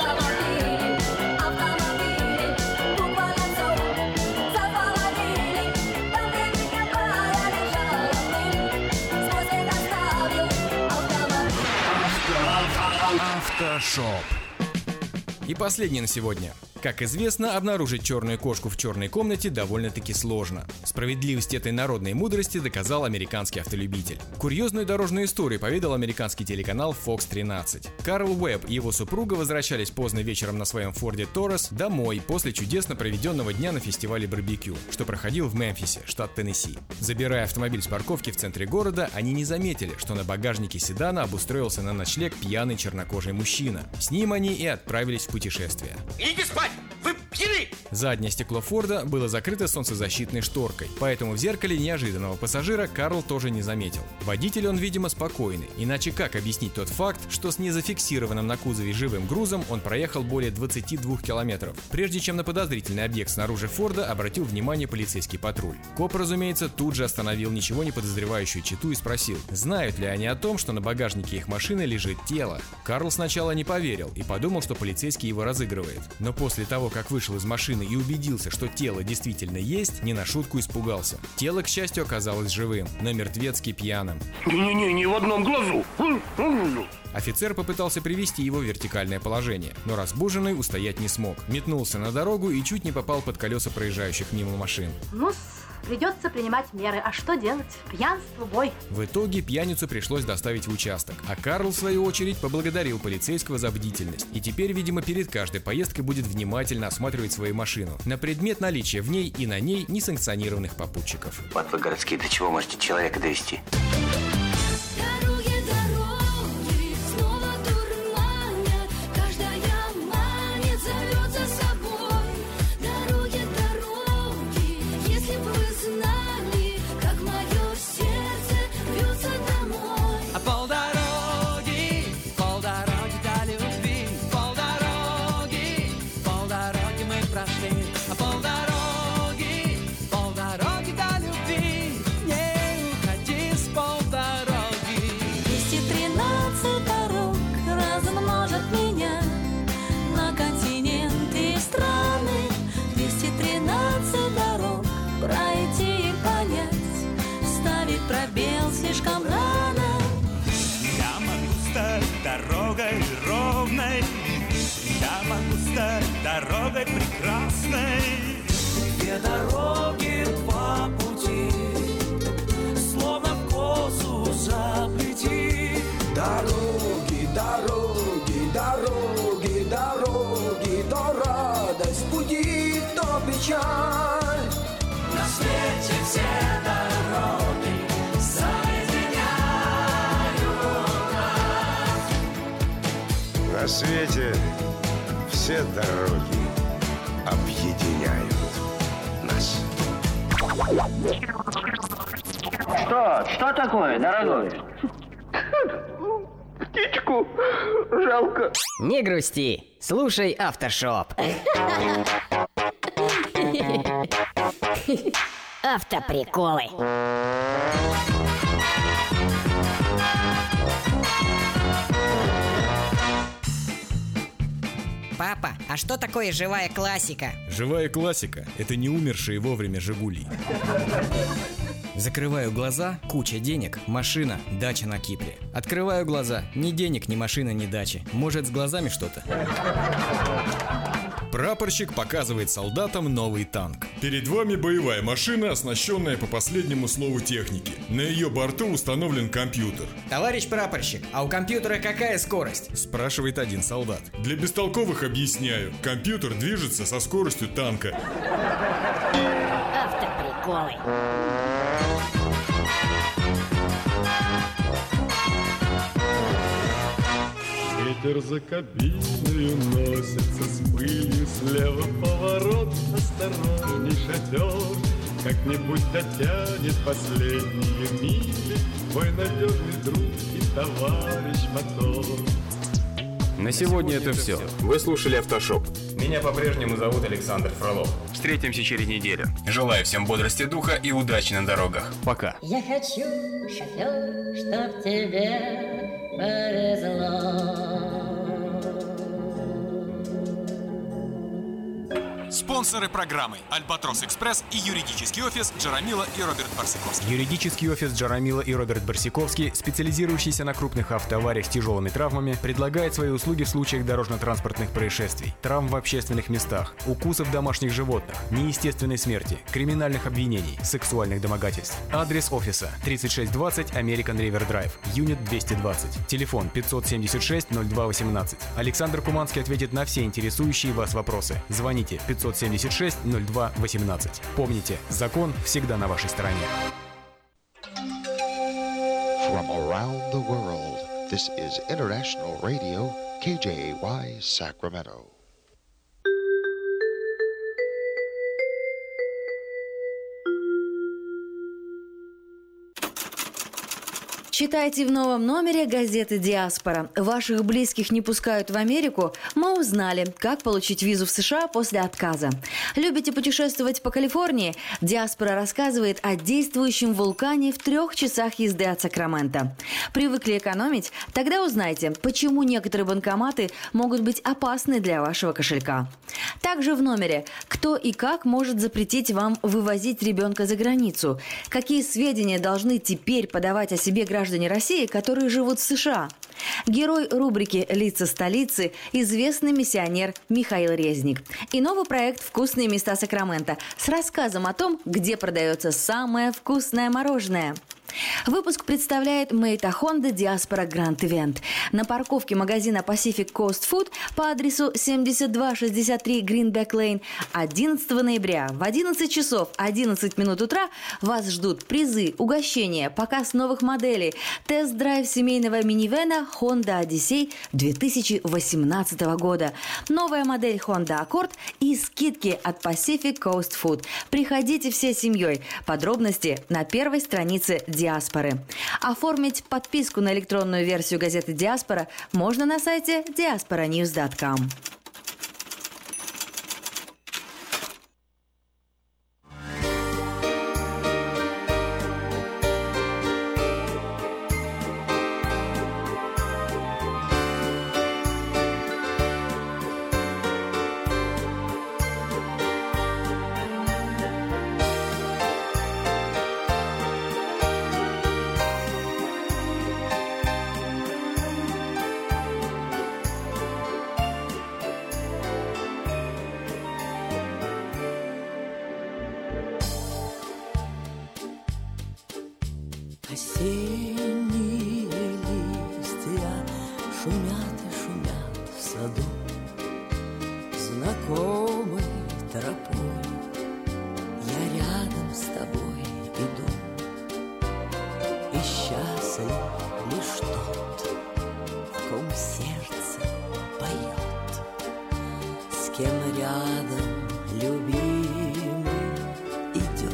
Автошоп. И последнее на сегодня. Как известно, обнаружить черную кошку в черной комнате довольно-таки сложно. Справедливость этой народной мудрости доказал американский автолюбитель. Курьезную дорожную историю поведал американский телеканал Фокс тринадцать. Карл Уэбб и его супруга возвращались поздно вечером на своем Форде Торрес домой после чудесно проведенного дня на фестивале барбекю, что проходил в Мемфисе, штат Теннесси. Забирая автомобиль с парковки в центре города, они не заметили, что на багажнике седана обустроился на ночлег пьяный чернокожий мужчина. С ним они и отправились в путешествие. Идите спать! Вы пьяны! Заднее стекло Форда было закрыто солнцезащитной шторкой, поэтому в зеркале неожиданного пассажира Карл тоже не заметил. Водитель он, видимо, спокойный, иначе как объяснить тот факт, что с незафиксированным на кузове живым грузом он проехал более двадцати двух километров, прежде чем на подозрительный объект снаружи Форда обратил внимание полицейский патруль. Коп, разумеется, тут же остановил ничего не подозревающую чету и спросил, знают ли они о том, что на багажнике их машины лежит тело. Карл сначала не поверил и подумал, что полицейский его разыгрывает, но после того, как вышел из машины и убедился, что тело действительно есть, не на шутку испугался. Тело, к счастью, оказалось живым, но мертвецки пьяным. Не-не-не, ни в одном глазу. Офицер попытался привести его в вертикальное положение, но разбуженный устоять не смог. Метнулся на дорогу и чуть не попал под колеса проезжающих мимо машин. Ну, придется принимать меры. А что делать? Пьянство, бой. В итоге пьяницу пришлось доставить в участок, а Карл, в свою очередь, поблагодарил полицейского за бдительность. И теперь, видимо, перед каждой поездкой будет внимательно осматривать свою машину на предмет наличия в ней и на ней несанкционированных попутчиков. Вот вы, городские, до чего можете человека довести? Пробел слишком рано. Я могу стать дорогой ровной, я могу стать дорогой прекрасной. Две дороги, два пути, словно в косу заплети. Дороги, дороги, дороги, дороги, то радость будет, то печаль. На свете все дороги на свете все дороги объединяют нас. Что? Что такое, дорогой? Птичку жалко. Не грусти, слушай Автошоп. Автоприколы. Папа, а что такое живая классика? Живая классика – это не умершие вовремя «Жигули». Закрываю глаза – куча денег, машина, дача на Кипре. Открываю глаза – ни денег, ни машина, ни дачи. Может, с глазами что-то? Прапорщик показывает солдатам новый танк. Перед вами боевая машина, оснащенная по последнему слову техники. На ее борту установлен компьютер. Товарищ прапорщик, а у компьютера какая скорость? Спрашивает один солдат. Для бестолковых объясняю. Компьютер движется со скоростью танка. Автоприколы. Ветер за кабиной носится с пылью Слева поворот, осторожней, шофер, как-нибудь дотянет последние мили твой надежный друг и товарищ мотор. На сегодня это все. Вы слушали «Автошоп». Меня по-прежнему зовут Александр Фролов. Встретимся через неделю. Желаю всем бодрости духа и удачи на дорогах. Пока. Я хочу, шофер, чтоб тебе повезло. Спонсоры программы «Альбатрос Экспресс» и юридический офис Джарамила и Роберт Барсиковский. Юридический офис Джарамила и Роберт Барсиковский, специализирующийся на крупных автоавариях с тяжелыми травмами, предлагает свои услуги в случаях дорожно-транспортных происшествий, травм в общественных местах, укусов домашних животных, неестественной смерти, криминальных обвинений, сексуальных домогательств. Адрес офиса тридцать шесть двадцать American River Drive, юнит двести двадцать. Телефон пятьсот семьдесят шесть ноль два восемнадцать. Александр Куманский ответит на все интересующие вас вопросы. Звоните пятьсот семьдесят шесть ноль два восемнадцать. Помните, закон всегда на вашей стороне. From around the world, this is International Radio, K J A Y, Sacramento. Читайте в новом номере газеты «Диаспора». Ваших близких не пускают в Америку? Мы узнали, как получить визу в США после отказа. Любите путешествовать по Калифорнии? «Диаспора» рассказывает о действующем вулкане в трех часах езды от Сакрамента. Привыкли экономить? Тогда узнайте, почему некоторые банкоматы могут быть опасны для вашего кошелька. Также в номере «Кто и как может запретить вам вывозить ребенка за границу?» Какие сведения должны теперь подавать о себе граждане Граждане России, которые живут в США. Герой рубрики «Лица столицы» – известный миссионер Михаил Резник. И новый проект «Вкусные места Сакрамента» с рассказом о том, где продается самое вкусное мороженое. Выпуск представляет Мэйта Хонда Диаспора Гранд Ивент. На парковке магазина Pacific Coast Food по адресу семьдесят два шестьдесят три Greenback Lane одиннадцатого ноября в одиннадцать часов одиннадцать минут утра вас ждут призы, угощения, показ новых моделей, тест-драйв семейного минивэна Honda Odyssey две тысячи восемнадцатого года, новая модель Honda Accord и скидки от Pacific Coast Food. Приходите всей семьей. Подробности на первой странице Диаспоры. Оформить подписку на электронную версию газеты «Диаспора» можно на сайте диаспора ньюс точка ком. Осенние листья шумят и шумят в саду, знакомой тропой я рядом с тобой иду, и счастлив лишь тот, в ком сердце поет, с кем рядом любимый идет.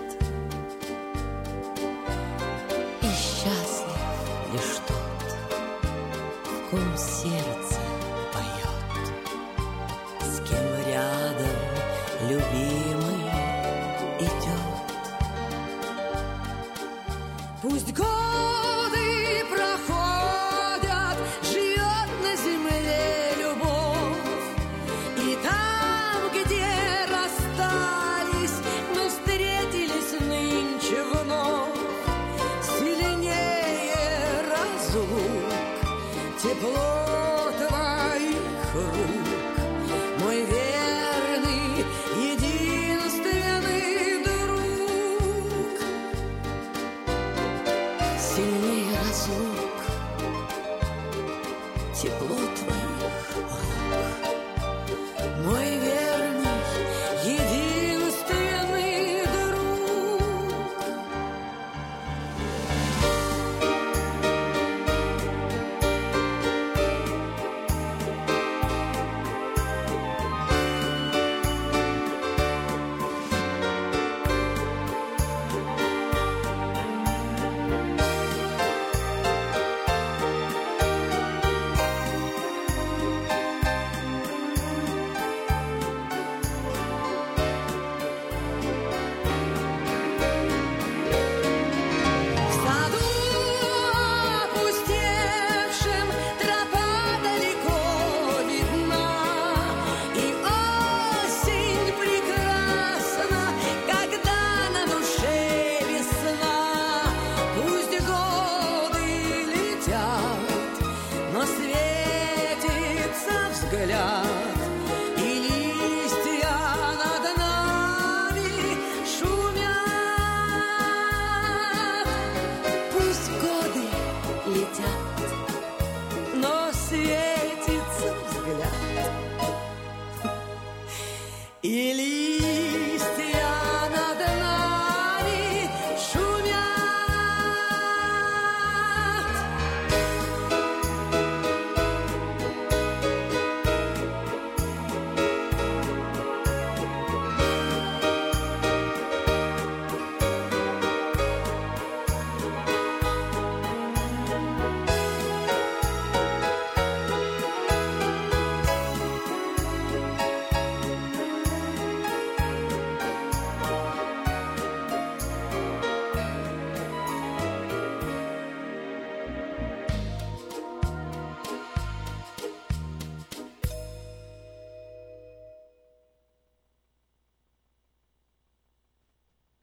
Лишь тот, в ком сердце поет, с кем рядом любимый идет. Пусть годы проходят, живет на земле любовь, и там, где растает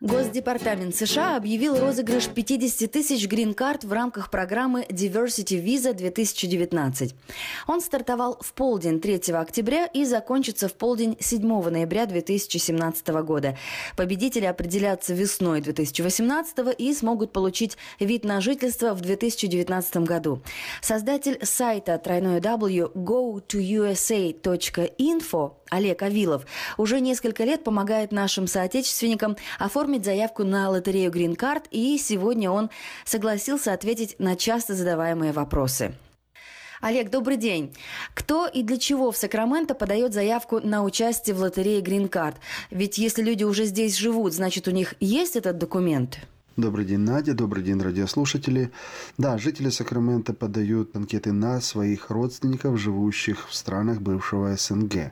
Госдепартамент США объявил розыгрыш пятьдесят тысяч грин-карт в рамках программы Diversity Visa две тысячи девятнадцать. Он стартовал в полдень третьего октября и закончится в полдень седьмого ноября две тысячи семнадцатого года. Победители определятся весной две тысячи восемнадцатого и смогут получить вид на жительство в две тысячи девятнадцатом году. Создатель сайта тройное дабл ю го ту ю эс эй точка инфо Олег Авилов уже несколько лет помогает нашим соотечественникам оформить заявку на лотерею Green Card, и сегодня он согласился ответить на часто задаваемые вопросы. Олег, добрый день. Кто и для чего в Сакраменто подает заявку на участие в лотерее Green Card? Ведь если люди уже здесь живут, значит, у них есть этот документ? Добрый день, Надя. Добрый день, радиослушатели. Да, жители Сакрамента подают анкеты на своих родственников, живущих в странах бывшего эс эн гэ.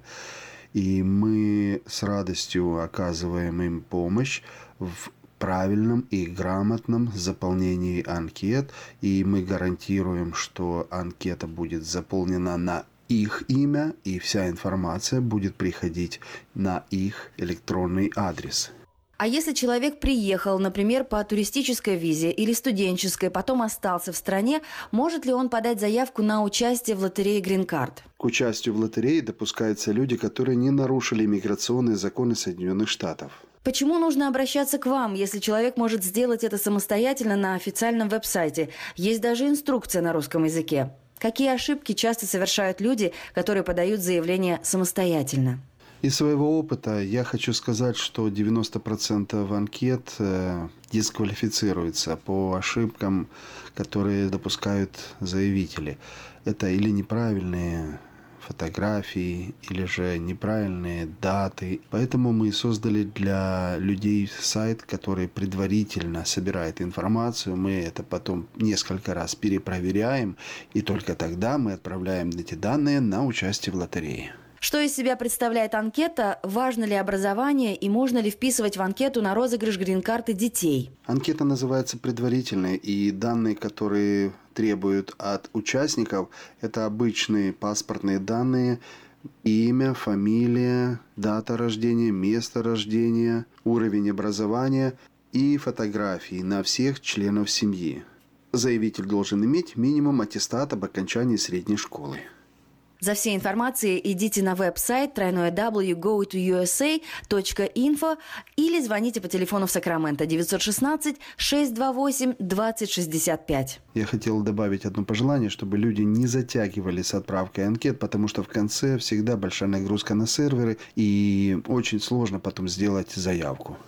И мы с радостью оказываем им помощь в правильном и грамотном заполнении анкет. И мы гарантируем, что анкета будет заполнена на их имя, и вся информация будет приходить на их электронный адрес. А если человек приехал, например, по туристической визе или студенческой, потом остался в стране, может ли он подать заявку на участие в лотерее Green Card? К участию в лотерее допускаются люди, которые не нарушили миграционные законы Соединенных Штатов. Почему нужно обращаться к вам, если человек может сделать это самостоятельно на официальном веб-сайте? Есть даже инструкция на русском языке. Какие ошибки часто совершают люди, которые подают заявление самостоятельно? Из своего опыта я хочу сказать, что девяносто процентов анкет э, дисквалифицируются по ошибкам, которые допускают заявители. Это или неправильные фотографии, или же неправильные даты. Поэтому мы создали для людей сайт, который предварительно собирает информацию. Мы это потом несколько раз перепроверяем, и только тогда мы отправляем эти данные на участие в лотерее. Что из себя представляет анкета, важно ли образование и можно ли вписывать в анкету на розыгрыш грин-карты детей? Анкета называется предварительной, и данные, которые требуют от участников, это обычные паспортные данные: имя, фамилия, дата рождения, место рождения, уровень образования и фотографии на всех членов семьи. Заявитель должен иметь минимум аттестат об окончании средней школы. За всей информацией идите на веб-сайт тройное дабл ю го ту ю эс эй точка инфо или звоните по телефону в Сакраменто девятьсот шестнадцать шестьсот двадцать восемь двадцать шестьдесят пять. Я хотел добавить одно пожелание, чтобы люди не затягивали с отправкой анкет, потому что в конце всегда большая нагрузка на серверы и очень сложно потом сделать заявку.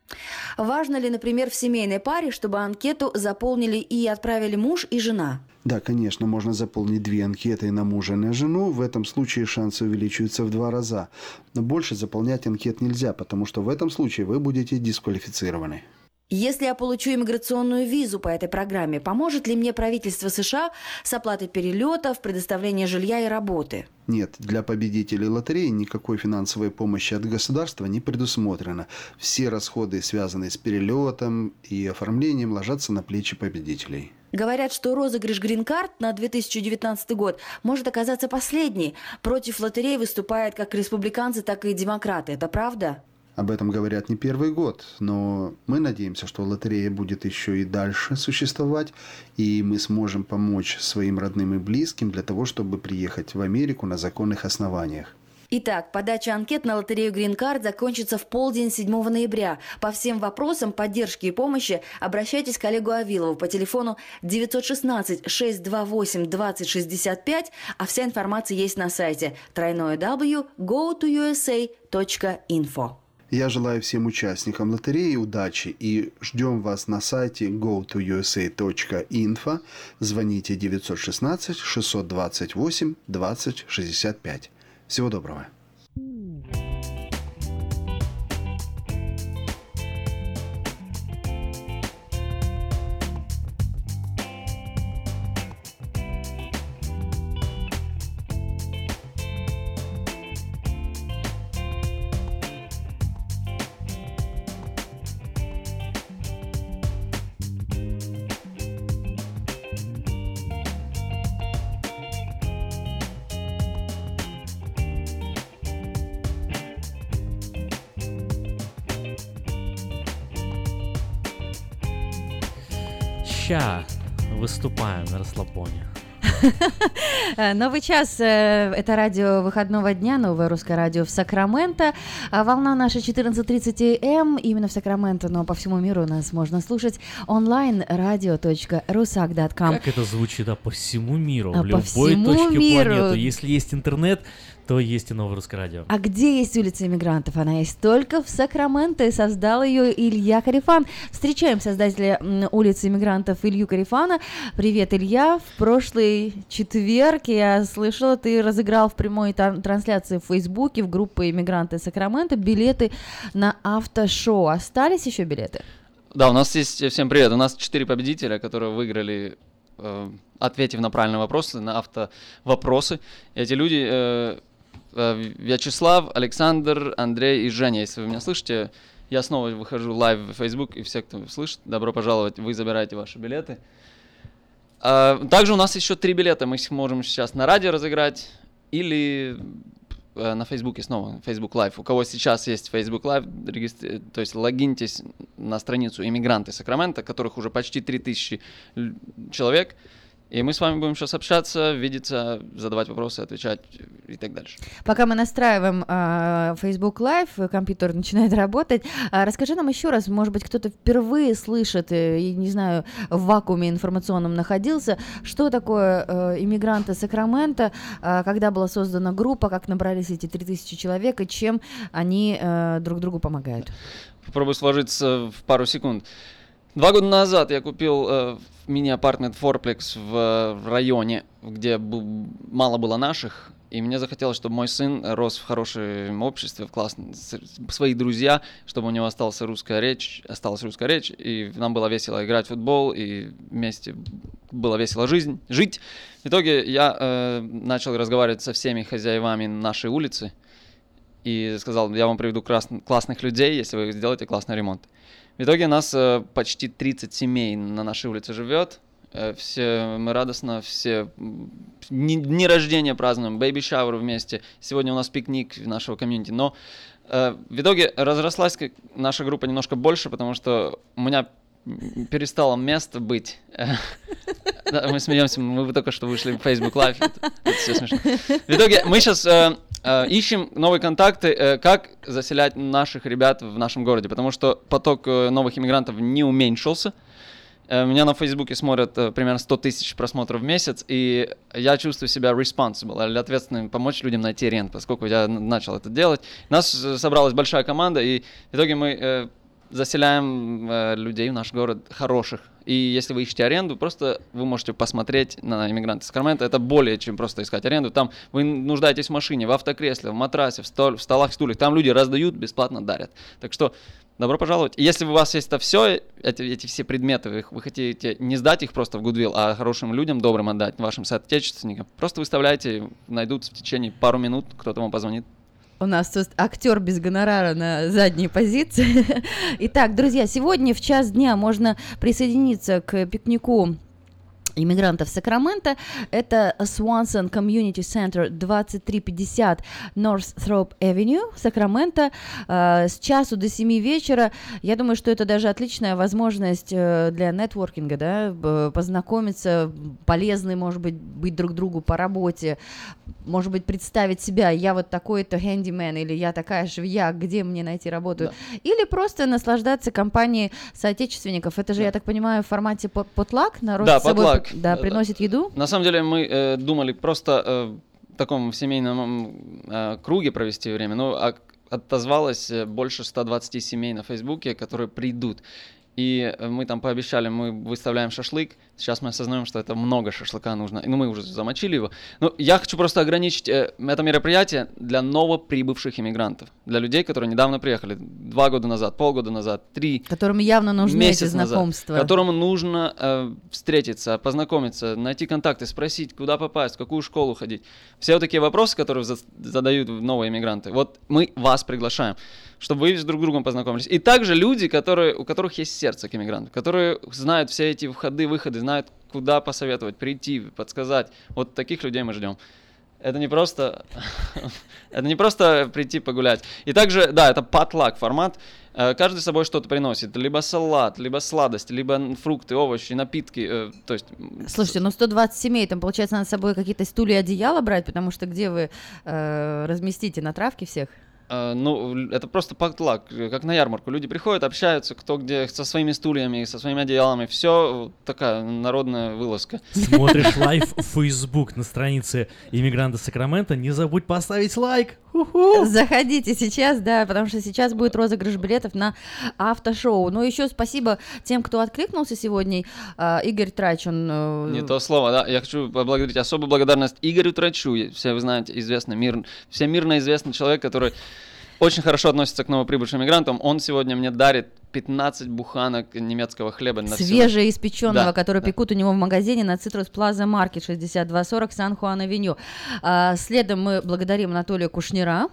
Важно ли, например, в семейной паре, чтобы анкету заполнили и отправили муж и жена? Да, конечно, можно заполнить две анкеты на мужа и на жену. В этом случае шансы увеличиваются в два раза. Но больше заполнять анкет нельзя, потому что в этом случае вы будете дисквалифицированы. Если я получу иммиграционную визу по этой программе, поможет ли мне правительство США с оплатой перелетов, предоставлением жилья и работы? Нет, для победителей лотереи никакой финансовой помощи от государства не предусмотрено. Все расходы, связанные с перелетом и оформлением, ложатся на плечи победителей. Говорят, что розыгрыш Green Card на две тысячи девятнадцатый год может оказаться последний. Против лотереи выступают как республиканцы, так и демократы. Это правда? Об этом говорят не первый год, но мы надеемся, что лотерея будет еще и дальше существовать, и мы сможем помочь своим родным и близким для того, чтобы приехать в Америку на законных основаниях. Итак, подача анкет на лотерею Green Card закончится в полдень седьмого ноября. По всем вопросам поддержки и помощи обращайтесь к Олегу Авилову по телефону девятьсот шестнадцать шестьсот двадцать восемь двадцать шестьдесят пять, а вся информация есть на сайте тройное дабл ю го ту ю эс эй точка инфо. Я желаю всем участникам лотереи удачи и ждем вас на сайте го ту ю эс эй точка инфо. Звоните девятьсот шестнадцать шестьсот двадцать восемь двадцать шестьдесят пять. Всего доброго. ща выступаем на расслабоне. Новый час – это радио выходного дня, новое русское радио в Сакраменто. Волна наша четырнадцать тридцать эй эм, именно в Сакраменто, но по всему миру нас можно слушать онлайн радио точка русак точка ком. Как это звучит, да, по всему миру, а в любой точке миру. планеты. Если есть интернет, то есть и новое русское радио. А где есть улица иммигрантов? Она есть только в Сакраменто, и создал ее Илья Карифан. Встречаем создателя улицы иммигрантов Илью Карифана. Привет, Илья. В прошлый четверг я слышала, ты разыграл в прямой трансляции в Фейсбуке в группе «Иммигранты Сакраменто» билеты на автошоу. Остались еще билеты? Да, у нас есть, всем привет, у нас четыре победителя, которые выиграли, э, ответив на правильные вопросы, на автовопросы. Эти люди, э, э, Вячеслав, Александр, Андрей и Женя. Если вы меня слышите, я снова выхожу лайв в Facebook, и все, кто слышит, добро пожаловать, вы забираете ваши билеты. Э, также у нас еще три билета, мы их можем сейчас на радио разыграть или... на Фейсбуке снова, Facebook Live. У кого сейчас есть Facebook Live, регистри... то есть логиньтесь на страницу «Иммигранты Сакраменто», которых уже почти три тысячи человек, и мы с вами будем сейчас общаться, видеться, задавать вопросы, отвечать и так дальше. Пока мы настраиваем э, Facebook Live, компьютер начинает работать, э, расскажи нам еще раз, может быть, кто-то впервые слышит, э, и, не знаю, в вакууме информационном находился, что такое э, «Иммигранты Сакраменто», э, когда была создана группа, как набрались эти три тысячи человек, и чем они э, друг другу помогают? Попробую сложиться в пару секунд. Два года назад я купил э, мини-апартмент Fourplex в, в районе, где б- мало было наших, и мне захотелось, чтобы мой сын рос в хорошем обществе, в классном, свои друзья, чтобы у него осталась русская речь, осталась русская речь, и нам было весело играть в футбол, и вместе было весело жизнь, жить. В итоге я э, начал разговаривать со всеми хозяевами нашей улицы и сказал, я вам приведу крас- классных людей, если вы сделаете классный ремонт. В итоге нас э, почти тридцать семей на нашей улице живет. Э, все мы радостно, все дни, дни рождения празднуем, бэйби-шауэр вместе. Сегодня у нас пикник нашего комьюнити. Но э, в итоге разрослась наша группа немножко больше, потому что у меня перестало место быть. Мы смеемся, мы только что вышли в Facebook Live. Это все смешно. В итоге мы сейчас ищем новые контакты, как заселять наших ребят в нашем городе, потому что поток новых иммигрантов не уменьшился. Меня на Фейсбуке смотрят примерно сто тысяч просмотров в месяц, и я чувствую себя responsible, или ответственным помочь людям найти рент, поскольку я начал это делать. У нас собралась большая команда, и в итоге мы заселяем э, людей в наш город хороших. И если вы ищете аренду, просто вы можете посмотреть на «Иммигранты Сакраменто». Это более, чем просто искать аренду. Там вы нуждаетесь в машине, в автокресле, в матрасе, в, стол, в столах, стульях. Там люди раздают, бесплатно дарят. Так что добро пожаловать. И если у вас есть это все, эти, эти все предметы, вы, вы хотите не сдать их просто в Goodwill, а хорошим людям, добрым отдать, вашим соотечественникам, просто выставляйте, найдут в течение пару минут, кто-то вам позвонит. У нас тут актер без гонорара на задней позиции. Итак, друзья, сегодня в час дня можно присоединиться к пикнику иммигрантов Сакраменто. Это Swanson Community Center, двадцать три пятьдесят Northrop Avenue, Сакраменто, э, с часу до семи вечера. Я думаю, что это даже отличная возможность э, для нетворкинга, да, познакомиться, полезный, может быть, быть друг другу по работе, может быть, представить себя, я вот такой-то handyman, или я такая швея, где мне найти работу, да. Или просто наслаждаться компанией соотечественников. Это же, да. Я так понимаю, в формате потлак, народ да, с собой потлак. Да, приносит еду? На самом деле мы э, думали просто э, в таком семейном э, круге провести время, но а, отозвалось больше ста двадцати семей на Фейсбуке, которые придут. И мы там пообещали, мы выставляем шашлык. Сейчас мы осознаем, что это много шашлыка нужно. Ну, мы уже замочили его. Но я хочу просто ограничить э, это мероприятие для новоприбывших иммигрантов. Для людей, которые недавно приехали. Два года назад, полгода назад, три. Которым явно нужны эти знакомства. Назад, которым нужно э, встретиться, познакомиться, найти контакты, спросить, куда попасть, в какую школу ходить. Все вот такие вопросы, которые за- задают новые иммигранты. Вот мы вас приглашаем, чтобы вы с друг другом познакомились. И также люди, которые, у которых есть сердце к иммигрантам, которые знают все эти входы, выходы, знают, куда посоветовать, прийти, подсказать. Вот таких людей мы ждем. Это не просто, это не просто прийти погулять. И также, да, это potluck формат. Э, каждый с собой что-то приносит. Либо салат, либо сладости, либо фрукты, овощи, напитки. Э, то есть... Слушайте, ну сто двадцать семей, там, получается, надо с собой какие-то стулья, одеяла брать, потому что где вы э, разместите на травке всех? Ну, это просто патлак, как на ярмарку. Люди приходят, общаются, кто где, со своими стульями, со своими одеялами. Все такая народная вылазка. Смотришь лайв в Facebook на странице Иммигранта Сакрамента, не забудь поставить лайк. У-ху. Заходите сейчас, да, потому что сейчас будет розыгрыш билетов на автошоу. Ну, еще спасибо тем, кто откликнулся сегодня. Игорь Трач, он... Не то слово, да. Я хочу поблагодарить, особую благодарность Игорю Трачу. Все вы знаете, известный мир, всемирно известный человек, который очень хорошо относится к новоприбывшим мигрантам. Он сегодня мне дарит пятнадцать буханок немецкого хлеба. Свежеиспеченного, да, который да. пекут у него в магазине на Citrus Plaza Market шестьдесят два сорок Сан-Хуан-Авеню. А, следом мы благодарим Анатолия Кушнира.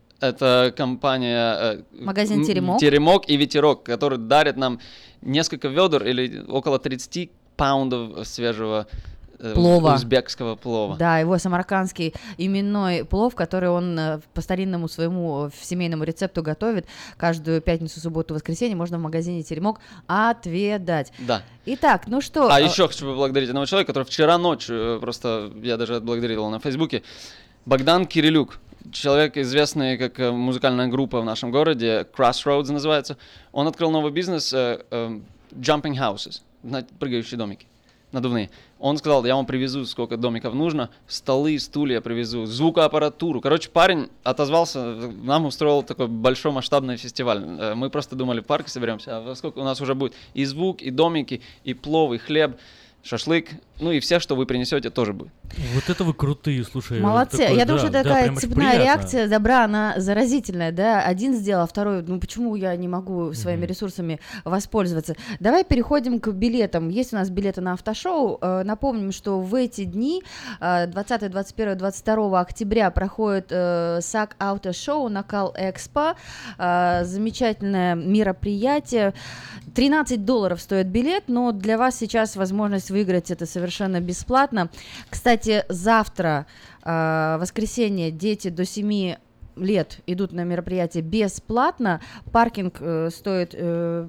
Это компания магазин Теремок. Теремок и Ветерок, который дарит нам несколько ведер или около тридцать паундов свежего плова. Узбекского плова. Да, его самаркандский именной плов, который он по старинному своему семейному рецепту готовит каждую пятницу, субботу, воскресенье, можно в магазине Теремок отведать. Да. Итак, ну что... А еще хочу поблагодарить одного человека, который вчера ночью, просто я даже отблагодарил его на Фейсбуке, Богдан Кирилюк. Человек, известный как музыкальная группа в нашем городе, Crossroads называется. Он открыл новый бизнес uh, uh, Jumping Houses, прыгающие домики, надувные. Он сказал, я вам привезу, сколько домиков нужно, столы, стулья привезу, звукоаппаратуру. Короче, парень отозвался, нам устроил такой большой масштабный фестиваль. Мы просто думали, в парке соберемся, а во сколько у нас уже будет и звук, и домики, и плов, и хлеб, шашлык, ну и все, что вы принесете, тоже будет. Вот это вы крутые, слушай. Молодцы. Такой, Я да, думаю, что да, такая да, цепная приятно. реакция добра, она заразительная, да. Один сделал, а второй, ну почему я не могу своими mm-hmm. ресурсами воспользоваться? Давай переходим к билетам. Есть у нас билеты на автошоу. Напомним, что в эти дни, двадцатого, двадцать первого, двадцать второго октября, проходит САК Автошоу на Кал-Экспо. Замечательное мероприятие. тринадцать долларов стоит билет, но для вас сейчас возможность выиграть это совершенно бесплатно. Кстати, завтра, э, воскресенье, дети до семи лет идут на мероприятие бесплатно. Паркинг э, стоит... Э,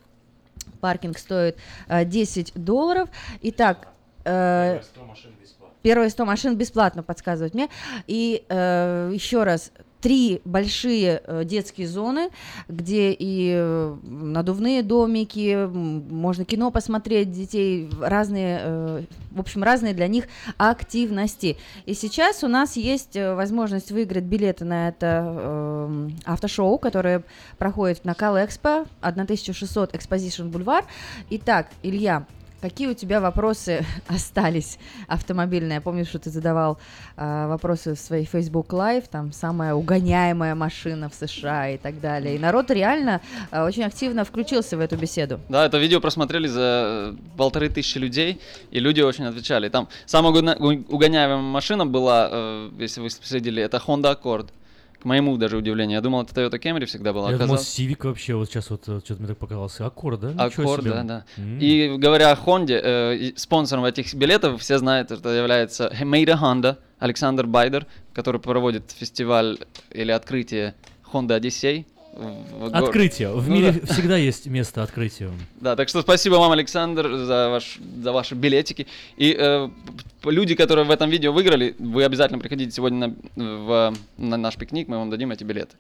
паркинг стоит э, десять долларов. Итак... Э, Первые сто машин бесплатно, подсказывают мне. И э, еще раз... Три большие э, детские зоны, где и э, надувные домики, можно кино посмотреть, детей, разные, э, в общем, разные для них активности. И сейчас у нас есть возможность выиграть билеты на это э, автошоу, которое проходит на Кал-Экспо, тысяча шестьсот Exposition Boulevard. Итак, Илья, какие у тебя вопросы остались автомобильные? Я помню, что ты задавал э, вопросы в своей Facebook Live, там самая угоняемая машина в США и так далее. И народ реально э, очень активно включился в эту беседу. Да, это видео просмотрели за полторы тысячи людей, и люди очень отвечали. Там самая угоняемая машина была, э, если вы следили, это Honda Accord. К моему даже удивлению. Я думал, это Toyota Camry всегда была. Я оказалось... думал, Civic вообще, вот сейчас вот что-то мне так показалось. Accord, да? Accord, да, да. Mm. И говоря о Honda, э, спонсором этих билетов, все знают, что является Made in Honda, Александр Байдер, который проводит фестиваль или открытие Honda Odyssey. Открытие. В ну, мире да. всегда есть место открытию. Да, так что спасибо вам, Александр, за, ваш, за ваши билетики. И э, люди, которые в этом видео выиграли, вы обязательно приходите сегодня на, в, на наш пикник, мы вам дадим эти билеты.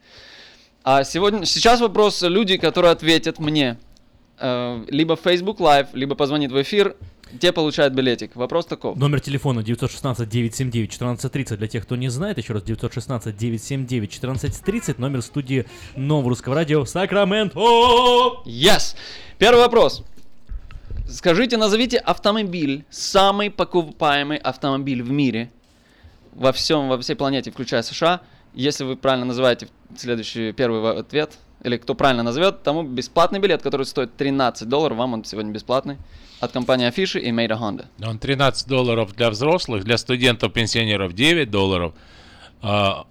А сегодня, сейчас вопрос, люди, которые ответят мне, э, либо в Facebook Live, либо позвонит в эфир, те получают билетик. Вопрос таков. Номер телефона девять один шесть девять семь девять четырнадцать тридцать. Для тех, кто не знает, еще раз девять один шесть девять семь девять четырнадцать тридцать. Номер студии Нового Русского Радио Сакраменто. Yes! Первый вопрос. Скажите, назовите автомобиль, самый покупаемый автомобиль в мире, во всем, во всей планете, включая США. Если вы правильно называете следующий первый ответ, или кто правильно назовет, тому бесплатный билет, который стоит тринадцать долларов, вам он сегодня бесплатный, от компании Афиши и Made in Honda. Он тринадцать долларов для взрослых, для студентов-пенсионеров девять долларов, а,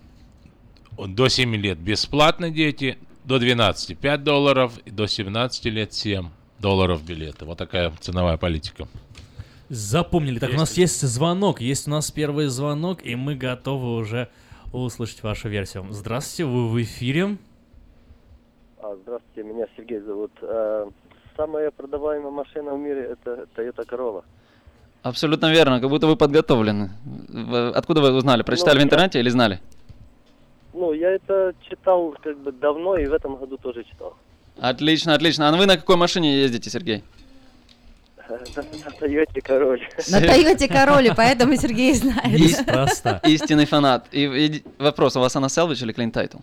до семи лет бесплатно дети, до двенадцати пять долларов, и до семнадцати лет семь долларов билета. Вот такая ценовая политика. Запомнили. Так, есть. У нас есть звонок, есть у нас первый звонок, и мы готовы уже услышать вашу версию. Здравствуйте, вы в эфире. Здравствуйте. Здравствуйте, меня Сергей зовут. Самая продаваемая машина в мире – это Toyota Corolla. Абсолютно верно, как будто вы подготовлены. Откуда вы узнали? Прочитали ну, в интернете я... или знали? Ну, я это читал как бы давно и в этом году тоже читал. Отлично, отлично. А вы на какой машине ездите, Сергей? На Тойоте Король. На Тойоте Король, поэтому Сергей знает. Просто. Истинный фанат. И, и вопрос, у вас она Salvage или Clean Title?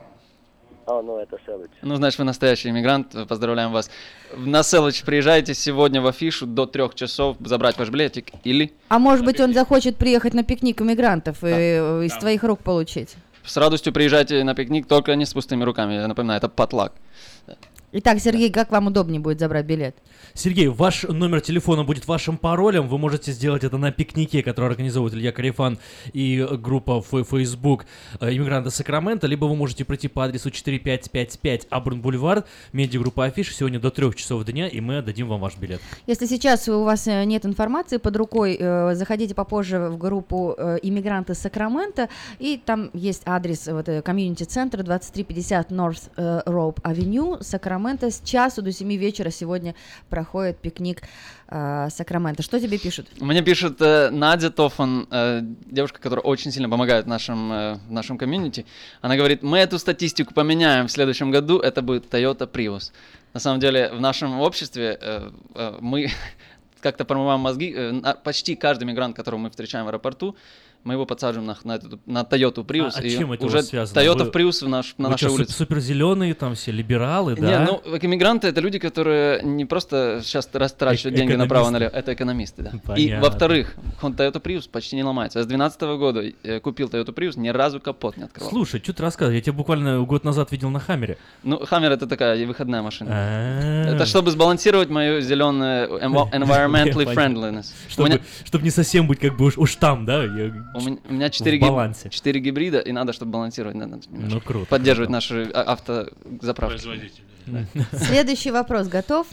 А, ну это Salvage. Ну, значит, вы настоящий иммигрант, поздравляем вас. На Salvage приезжайте сегодня в Афишу до трех часов забрать ваш билетик или... А может быть, он захочет приехать на пикник иммигрантов да. и из да. твоих рук получить? С радостью приезжайте на пикник, только не с пустыми руками. Я напоминаю, это потлак. Итак, Сергей, как вам удобнее будет забрать билет? Сергей, ваш номер телефона будет вашим паролем. Вы можете сделать это на пикнике, который организовывает Илья Карифан и группа в Facebook «Иммигранты Сакраменто». Либо вы можете прийти по адресу четыре пять пять пять Аброн Бульвар, медиагруппа Афиш, сегодня до трех часов дня, и мы отдадим вам ваш билет. Если сейчас у вас нет информации под рукой, заходите попозже в группу «Иммигранты Сакраменто», и там есть адрес вот, комьюнити-центра двадцать три пятьдесят North Rope Avenue, Сакраменто. С часу до семи вечера сегодня проходит пикник э, Сакраменто. Что тебе пишут? Мне пишет э, Надя Тофан, э, девушка, которая очень сильно помогает нашим, э, нашим комьюнити. Она говорит, мы эту статистику поменяем в следующем году, это будет Toyota Prius. На самом деле в нашем обществе э, э, мы как-то промываем мозги. Э, почти каждый мигрант, которого мы встречаем в аэропорту, мы его подсаживаем на, на, эту, на Toyota Prius. А, а и чем это уже связано? Toyota вы, Prius в наш, на вы нашей что, улице. Супер зеленые, там все либералы, да? Нет, ну, иммигранты — это люди, которые не просто сейчас растрачивают э- деньги направо-налево, это экономисты, да. Понятно. И, во-вторых, Toyota Prius почти не ломается. Я с две тысячи двенадцатого года я купил Toyota Prius, ни разу капот не открывал. Слушай, что ты рассказываешь? Я тебя буквально год назад видел на Хаммере. Ну, Хаммер — это такая выходная машина. А-а-а. Это чтобы сбалансировать мою зеленую environmentally friendliness. Чтобы не совсем быть как бы уж там, да? У меня четыре четыре гибрида, и надо, чтобы балансировать, надо ну, круто, поддерживать круто. наши автозаправки. Да. Следующий вопрос готов?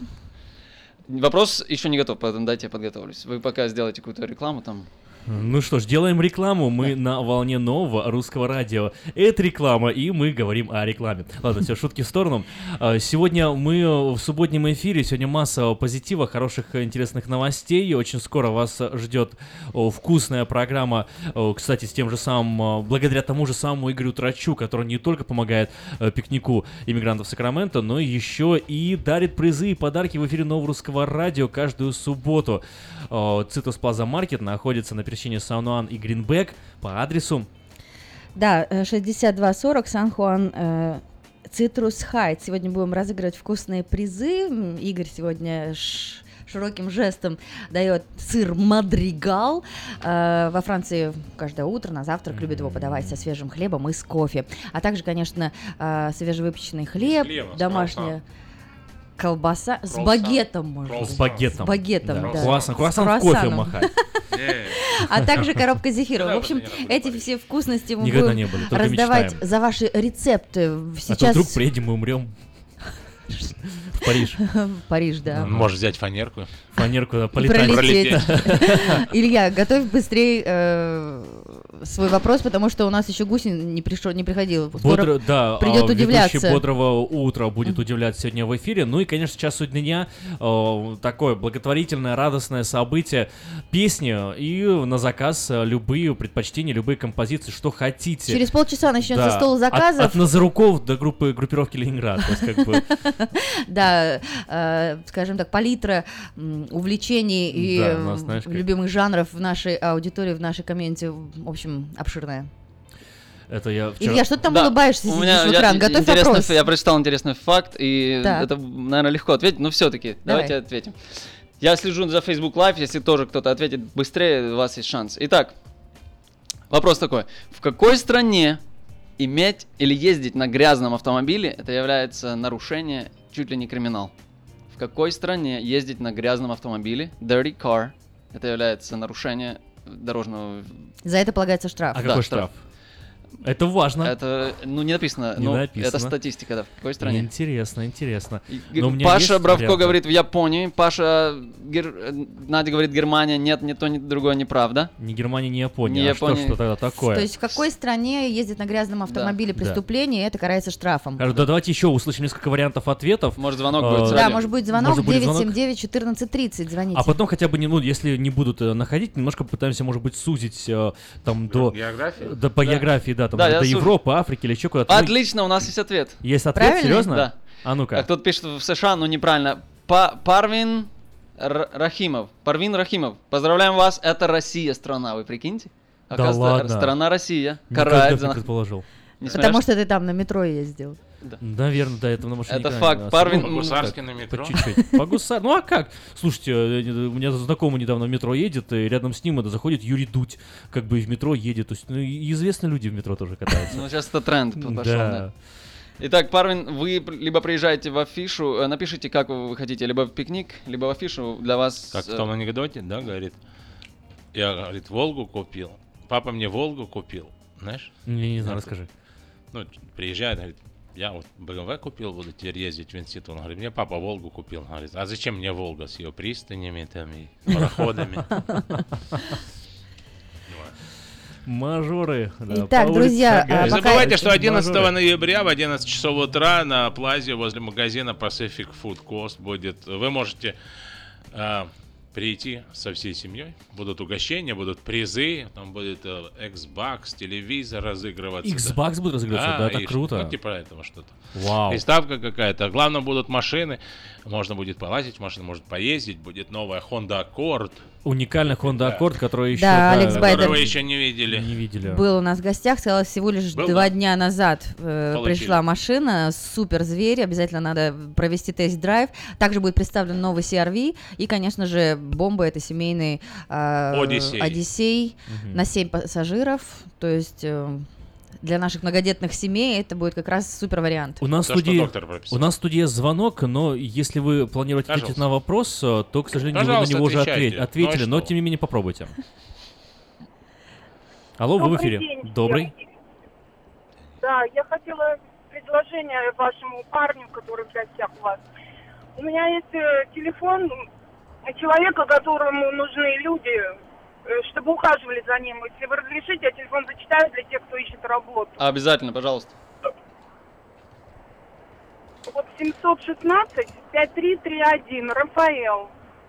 Вопрос еще не готов, поэтому дайте я подготовлюсь. Вы пока сделайте какую-то рекламу там. Ну что ж, делаем рекламу. Мы на волне нового русского радио. Это реклама, и мы говорим о рекламе. Ладно, все, шутки в сторону. Сегодня мы в субботнем эфире. Сегодня масса позитива, хороших, интересных новостей. Очень скоро вас ждет вкусная программа, кстати, с тем же самым, благодаря тому же самому Игорю Трачу, который не только помогает пикнику иммигрантов Сакраменто, но еще и дарит призы и подарки в эфире нового русского радио каждую субботу. Citrus Plaza Market находится на пересечении Сан-Хуан и Гринбек по адресу. Да, шестьдесят два сорок Сан-Хуан, э, Citrus Heights. Сегодня будем разыгрывать вкусные призы. Игорь сегодня ш- широким жестом дает сыр Мадригал. Э, во Франции каждое утро на завтрак любят его подавать со свежим хлебом и с кофе. А также, конечно, э, свежевыпеченный хлеб, хлеба, домашняя... Колбаса с Круассан. багетом, можно. С багетом. С багетом, да. да. Круассан, круассан в кофе махать. А также коробка зефира. В общем, эти все вкусности мы Никогда будем не были, только раздавать мечтаем. за ваши рецепты. Сейчас... А то вдруг приедем и умрем. В Париж. В Париж, да. Можешь взять фанерку. Фанерку, да, полетать. Пролететь. Илья, готовь быстрее э, свой вопрос, потому что у нас еще Гусин не пришел, не приходил. Скоро Бодро, да, придет а, удивляться. Ведущий «Бодрого утра» будет удивлять сегодня в эфире. Ну и, конечно, часу дня э, такое благотворительное, радостное событие. Песни и на заказ любые предпочтения, любые композиции, что хотите. Через полчаса начнется да. стол заказов. От, от Назаруков до группы группировки «Ленинград». То есть, как бы... Да, э, скажем так, палитра м, увлечений и да, нас, знаешь, как... любимых жанров в нашей аудитории, в нашей комьюнити, в общем, обширная. Это я вчера... Илья, что ты там да, улыбаешься, у сидишь меня, в экран? я, Готовь интересный, вопрос. Я прочитал интересный факт, и так. это, наверное, легко ответить, но все-таки Давай. давайте ответим. Я слежу за Facebook Live, если тоже кто-то ответит быстрее, у вас есть шанс. Итак, вопрос такой. В какой стране иметь или ездить на грязном автомобиле, это является нарушение, чуть ли не криминал? В какой стране ездить на грязном автомобиле, dirty car, это является нарушение дорожного... За это полагается штраф. А да, какой штраф? штраф? Это важно. Это, ну, не написано, не но написано. Это статистика, да, в какой стране. Интересно, интересно. И, Паша Бравко варианты. Говорит в Японии, Паша, Гер... Надя говорит Германия, нет, ни то, ни другое неправда. Ни Германия, ни Япония, не а Япония. Что, что тогда такое? То есть в какой стране ездит на грязном автомобиле да. преступление, да. это карается штрафом? Да, давайте еще услышим несколько вариантов ответов. Может звонок а, будет. Да, может быть звонок девять семь девять четырнадцать тридцать, звоните. А потом хотя бы, не, ну, если не будут находить, немножко попытаемся, может быть, сузить там до... Географии? Да, по да. географии, да, там, да, до Европы, Африки или еще куда-то. Отлично, у нас есть ответ. Есть ответ? Правильно? Серьезно? Да. А ну-ка. А кто-то пишет в США, но неправильно. Па- Парвин Р- Рахимов. Парвин Рахимов. Поздравляем вас, это Россия страна, вы прикиньте? Да оказывается, ладно. Страна Россия. Карает за... предположил. Потому что ты там на метро ездил. Да. Наверное, да, это на машине. Это факт. Парвин... По Гусарской на метро? По чуть-чуть. По Гусар... Ну а как? Слушайте, у меня знакомый недавно в метро едет, и рядом с ним это заходит Юрий Дудь, как бы и в метро едет. То есть, ну, известные люди в метро тоже катаются. Ну, сейчас это тренд пошел, да. Итак, Парвин, вы либо приезжаете в афишу, напишите, как вы хотите, либо в пикник, либо в афишу для вас... Как в том анекдоте, да, говорит, я, говорит, Волгу купил, папа мне Волгу купил, знаешь? Не, не знаю, расскажи. Ну, приезжает, говорит, я вот бэ эм вэ купил, буду теперь ездить в институт. Он говорит, мне папа Волгу купил. Он говорит, а зачем мне Волга с ее пристанями там и пароходами? Мажоры. Да, Итак, друзья, а, не забывайте, что одиннадцатого ноября в одиннадцать часов утра на плазе возле магазина Pacific Food Coast будет. Вы можете а, прийти со всей семьей. Будут угощения, будут призы. Там будет э, Xbox, телевизор разыгрываться. Xbox да. будет разыгрываться? Да, да это круто. Ну, типа этого что-то. Вау. Приставка какая-то. Главное, будут машины. Можно будет полазить в машину, может поездить. Будет новая Honda Accord. Уникальный Honda да. Accord, который еще... Да, Алекс Байдер вы еще не видели. Не видели. Был у нас в гостях, сказала, всего лишь Был, два да? дня назад э, пришла машина, супер зверь, обязательно надо провести тест-драйв. Также будет представлен новый си ар ви и, конечно же, бомба, это семейный э, Одиссей, Одиссей угу. на семь пассажиров, то есть... Э, для наших многодетных семей это будет как раз супер вариант. У нас, То, студии, у нас в студии звонок, но если вы планируете Пожалуйста. ответить на вопрос, то, к сожалению, Пожалуйста, вы на него отвечайте. уже ответили, ну, но тем не менее попробуйте. Алло, Добрый вы в эфире. День, Добрый. Да, я хотела предложение вашему парню, который в гостях у вас. У меня есть телефон человека, которому нужны люди, чтобы ухаживали за ним. Если вы разрешите, я телефон зачитаю для тех, кто ищет работу. Обязательно, пожалуйста. Вот семьсот шестнадцать пятьдесят три тридцать один, Рафаэл.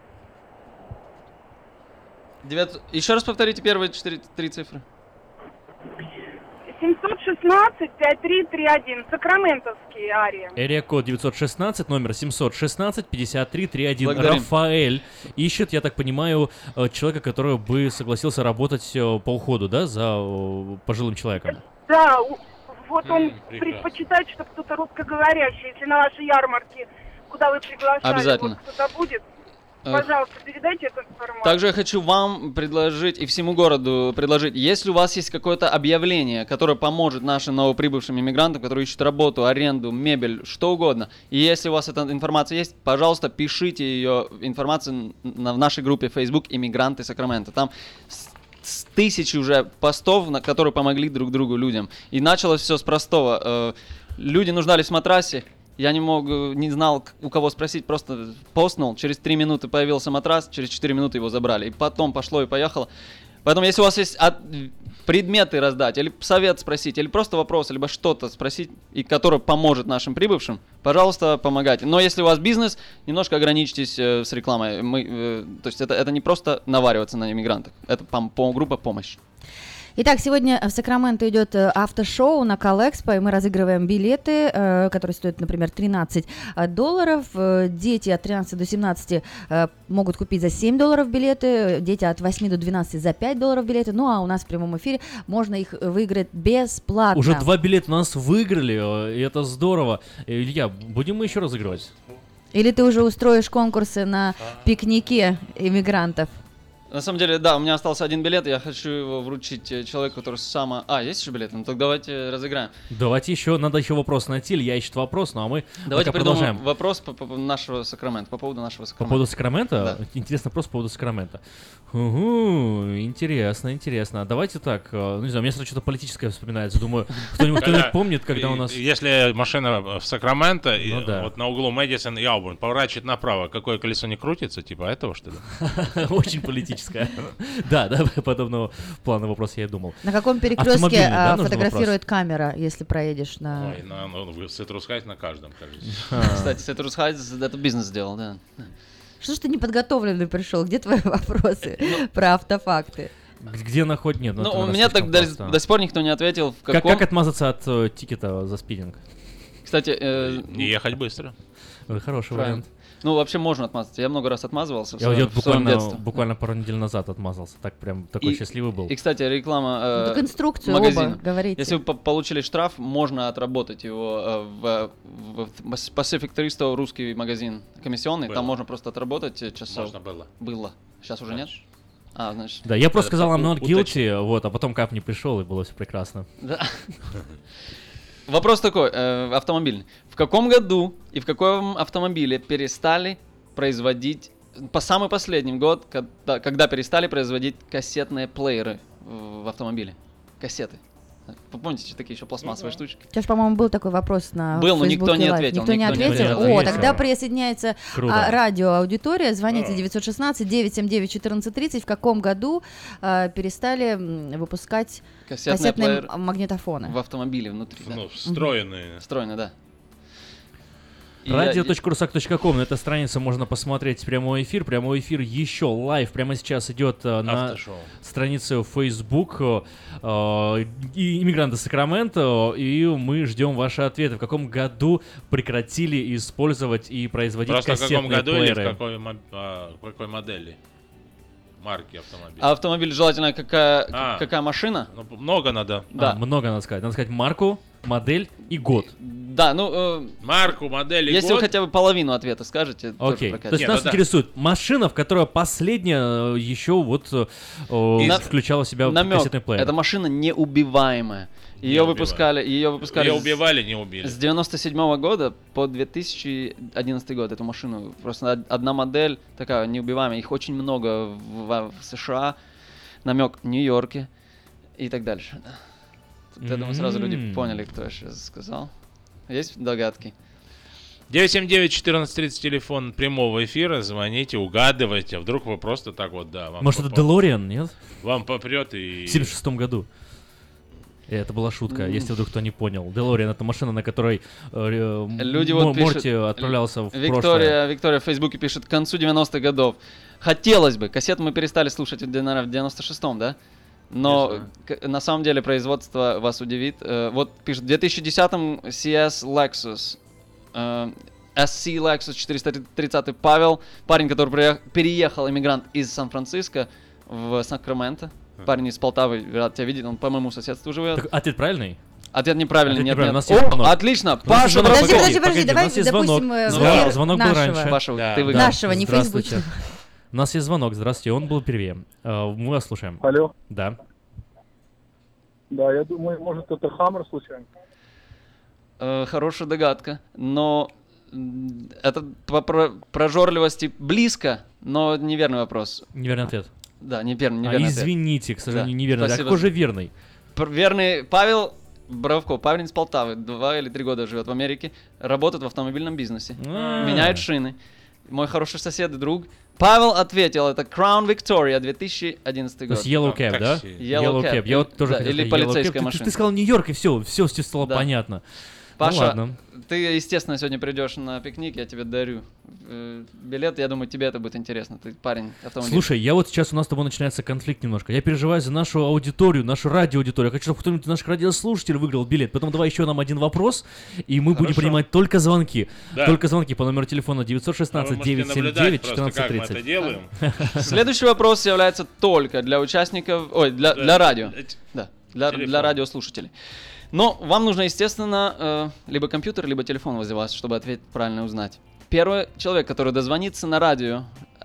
девятьсот... Еще раз повторите первые четыре, три цифры. семьсот шестнадцать пятьдесят три тридцать один, Сакраментовский ария. Эрия-код девятьсот шестнадцать, номер семьсот шестнадцать пятьдесят три тридцать один. Благодарим. Рафаэль ищет, я так понимаю, человека, который бы согласился работать по уходу, да, за пожилым человеком. Да, вот он mm, предпочитает, чтобы кто-то русскоговорящий. Если на вашей ярмарке, куда вы приглашали, обязательно. Вот кто-то будет, пожалуйста, передайте эту информацию. Также я хочу вам предложить и всему городу предложить, если у вас есть какое-то объявление, которое поможет нашим новоприбывшим иммигрантам, которые ищут работу, аренду, мебель, что угодно, и если у вас эта информация есть, пожалуйста, пишите ее информацию на, в нашей группе Facebook «Иммигранты Сакрамента». Там с тысячи уже постов, на, которые помогли друг другу людям. И началось все с простого. Люди нуждались в матрасе. Я не мог, не знал, у кого спросить, просто постнул. Через три минуты появился матрас, через четыре минуты его забрали. И потом пошло и поехало. Поэтому, если у вас есть от... предметы раздать, или совет спросить, или просто вопрос, либо что-то спросить, и которое поможет нашим прибывшим, пожалуйста, помогайте. Но если у вас бизнес, немножко ограничьтесь э, с рекламой. Мы, э, то есть это, это не просто навариваться на иммигрантах, это пом- пом- группа помощи. Итак, сегодня в Сакраменто идет автошоу на Калэкспо, и мы разыгрываем билеты, э, которые стоят, например, тринадцать долларов. Дети от тринадцати до семнадцати э, могут купить за семь долларов билеты, дети от восьми до двенадцати за пять долларов билеты. Ну, а у нас в прямом эфире можно их выиграть бесплатно. Уже два билета у нас выиграли, и это здорово. Илья, будем мы еще разыгрывать? Или ты уже устроишь конкурсы на пикнике иммигрантов? На самом деле, да, у меня остался один билет, я хочу его вручить человеку, который сам... А, есть еще билет? Ну, так давайте разыграем. Давайте еще, надо еще вопрос найти, Илья ищет вопрос, ну а мы Давайте пока придумаем продолжаем. вопрос по, по, по нашего Сакрамента, по поводу нашего Сакрамента. По поводу Сакрамента? Да. Интересный вопрос по поводу Сакрамента. Угу, интересно, интересно. Давайте так, ну не знаю, мне сразу что-то политическое вспоминается. Думаю, кто-нибудь, кто-нибудь помнит, когда у нас... Если машина в Сакраменто, Ну и да. вот на углу Мэдисон и Аубурн, поворачивает направо, какое колесо не крутится, типа этого, что ли? Очень политическое. Да, да, подобного плана вопрос я и думал. На каком перекрестке Автомобильный, да, а, нужен фотографирует камера, если проедешь на... Ой, на, ну, в Citrus Heights на каждом, кажется. Кстати, Citrus Heights это бизнес сделал, да. Что ж ты неподготовленный пришел? Где твои вопросы про автофакты? Где находит? Нет, ну, Ну, это у у нас меня так слишком до, просто. до сих пор никто не ответил, в Как, каком... как отмазаться от э, тикета за спидинг? Кстати... э, Не ехать быстро. Это хороший правильно. вариант. Ну, вообще можно отмазаться. Я много раз отмазывался в Я своем, вот в своем буквально, детстве. буквально пару недель назад отмазался. Так прям такой И- счастливый был. И, кстати, реклама э, Ну, так инструкцию магазина. оба говорите. Если вы по- получили штраф, можно отработать его э, в, в, в Pacific триста, русский магазин комиссионный. Было. Там можно просто отработать э, часов. Можно было. Было. Сейчас уже нет? А, значит... Да, я просто Это сказал I'm у- not guilty, вот, а потом Кап не пришел, и было все прекрасно. Да. Вопрос такой, э, автомобильный. В каком году и в каком автомобиле перестали производить, по самый последний год, когда, когда перестали производить кассетные плееры в, в автомобиле? Кассеты. Вы помните, такие еще пластмассовые штучки? У тебя же, по-моему, был такой вопрос на Был, но никто Фейсбуке не Лайв. ответил, Никто не никто не ответил? ответил. О, Есть. тогда присоединяется Круто. а, радиоаудитория. Звоните девять один шесть девять семь девять один четыре три ноль. В каком году а, перестали м, выпускать Кассетные кассетные плееры м- магнитофоны? в автомобиле внутри. Да. Ну, встроенные. Встроено, да. И радио я- точка русак точка ком, на этой странице можно посмотреть прямой эфир. Прямой эфир еще лайв прямо сейчас идет э, на Автошоу. странице в Facebook э, и иммигранты Сакраменто, и мы ждем ваши ответы. В каком году прекратили использовать и производить Просто в кассетные каком году плееры? или в какой, мо- а, в какой модели? Марки автомобиля. А автомобиль желательно какая, А. какая машина? Ну, много надо. Да. А, много надо сказать. Надо сказать марку, модель и год. Да, ну... э, Марку, модель и если год. вы хотя бы половину ответа скажете, тоже Окей. То прокатит. есть Не, нас ну да. интересует машина, в которой последняя э, еще вот э, э, На- включала в себя намек. кассетный плеер. Эта машина неубиваемая. Ее Неубиваемая. выпускали, ее выпускали Ее с- убивали, не убили. с девяносто седьмого года по две тысячи одиннадцатый год эту машину. Просто од- одна модель такая неубиваемая. Их очень много в, в- в США. Намек в Нью-Йорке и так дальше. да. Тут, я думаю, сразу люди М. поняли, кто я сейчас сказал. Есть догадки? девять семь девять четырнадцать тридцать телефон прямого эфира. Звоните, угадывайте. Вдруг вы просто так вот, да. Вам Может, это попа- DeLorean, нет? Вам попрет и... В семьдесят шестом году. И это была шутка, если вдруг кто не понял. DeLorean — это машина, на которой э, м- Люди Мо- вот пишут, Морти отправлялся в прошлое. Виктория, Виктория в Фейсбуке пишет, к концу девяностых годов. Хотелось бы. Кассет мы перестали слушать, наверное, в девяносто шестом, да? Но к- на самом деле производство вас удивит. Э, вот пишет, в две тысячи десятом си эс Lexus, э, эс си Lexus четыреста тридцать Павел, парень, который приех- переехал, иммигрант из Сан-Франциско в Сакраменто. Парень из Полтавы, рад тебя видеть, он по моему соседству живет. Так ответ правильный? Ответ неправильный, Ответ нет, неправильный, нет. у нас есть О, звонок. отлично, У нас есть Паша, звонок. Подожди, Воробков. подожди, подожди, Погоди, давай у нас есть допустим, звонок. э, Звонок- эфир звонок был нашего. раньше. Паша, Да. ты выиграл. Нашего, не Здравствуйте. фейсбучного. У нас есть звонок, здравствуйте, он был первее. Э, Мы вас слушаем. Алло. Да. Да, я думаю, может, это Хаммер случайно. Э, хорошая догадка, но м, это по про- прожорливости близко, но неверный вопрос. Неверный ответ. Да, неверный, А, неверный ответ. извините, к сожалению, Да, неверный. А спасибо. какой же верный? Пр- Верный Павел Боровков, парень из Полтавы, два или три года живет в Америке, работает в автомобильном бизнесе, А. меняет шины. Мой хороший сосед и друг. Павел ответил, это Crown Victoria, две тысячи одиннадцатый То год. есть Yellow Cab, да? такси. Yellow Cab. Я вот тоже Да, хотел или сказать Yellow полицейская Cab. Ты- машина. Ты сказал Нью-Йорк, и все, все, все стало Да. понятно. Паша, Ну ладно. ты, естественно, сегодня придешь на пикник, я тебе дарю э, билет, я думаю, тебе это будет интересно, ты парень автомобиль. Слушай, я вот сейчас у нас с тобой начинается конфликт немножко. Я переживаю за нашу аудиторию, нашу радиоаудиторию. Я хочу, чтобы кто-нибудь из наших радиослушателей выиграл билет. Поэтому давай еще нам один вопрос, и мы будем Хорошо. принимать только звонки. Да. Только звонки по номеру телефона девять А вы шестнадцать можете девять семь наблюдать девять просто, четырнадцать как мы это тридцать. делаем. Следующий вопрос является только для участников, ой, для, Да. для радио, Эти- да, для, Телефон. для радиослушателей. Но вам нужно, естественно, э, либо компьютер, либо телефон возле вас, чтобы ответ правильно узнать. Первый человек, который дозвонится на радио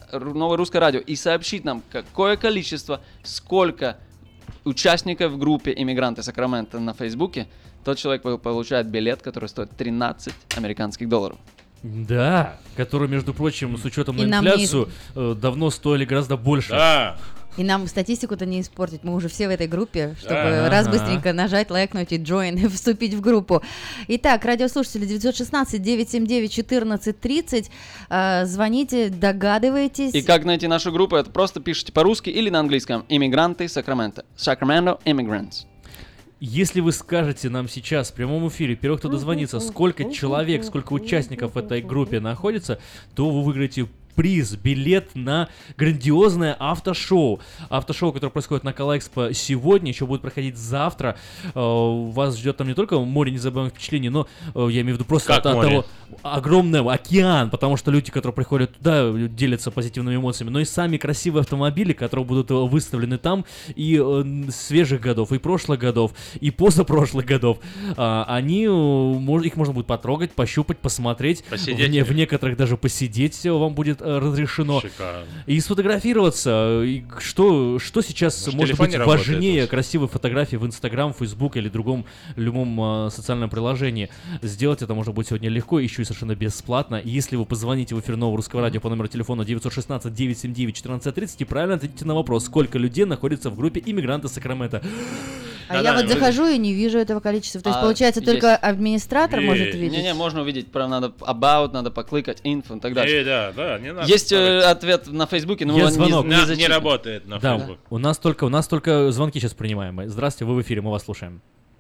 Новое Русское Радио и сообщит нам, какое количество, сколько участников в группе «Иммигранты Сакрамента» на Фейсбуке, тот человек получает билет, который стоит тринадцать американских долларов. Да, который, между прочим, с учетом И на нам инфляцию, э, давно стоили гораздо больше. Да. И нам статистику-то не испортить. Мы уже все в этой группе, чтобы Да. раз Ага. быстренько нажать, лайкнуть и join, и вступить в группу. Итак, радиослушатели девять один шесть девять семь девять четырнадцать тридцать. Э, звоните, догадывайтесь. И как найти нашу группу? Это просто пишите по-русски или на английском. «Иммигранты Сакрамента». Sacramento Immigrants. Если вы скажете нам сейчас в прямом эфире, первый, кто дозвонится, сколько человек, сколько участников в этой группе находится, то вы выиграете приз, билет на грандиозное автошоу. Автошоу, которое происходит на Калэкспо сегодня, еще будет проходить завтра. Э, Вас ждет там не только море незабываемых впечатлений, но, э, я имею в виду просто Как от, от море? того, огромный океан, потому что люди, которые приходят туда, делятся позитивными эмоциями, но и сами красивые автомобили, которые будут э, выставлены там, и э, свежих годов, и прошлых годов, и позапрошлых годов, а, они, э, мож- их можно будет потрогать, пощупать, посмотреть, Посидеть. в, не- в некоторых даже посидеть э, вам будет э, разрешено. Шикарно. И сфотографироваться. И что, что сейчас Может, может телефон быть не работает важнее у вас? красивой фотографии в Инстаграм, Фейсбук или другом любом э, социальном приложении? Сделать это можно будет сегодня легко, еще и совершенно бесплатно. И если вы позвоните в эфир Нового Русского Радио по номеру телефона девять один шесть девять семь девять четырнадцать тридцать и правильно ответите на вопрос, сколько людей находится в группе «Иммигранты Сакрамента». А я вот захожу и не вижу этого количества. То есть, А, получается, есть. только администратор может видеть? Не-не, можно увидеть, прям надо about, надо покликать, info и так дальше. Э, да, да, не надо Есть э, ставить. ответ на Фейсбуке, но Есть он не, звонок. не На- не зачислен. работает на Да, Facebook. у нас только, у нас только звонки сейчас принимаемые. Здравствуйте, вы в эфире, мы вас слушаем.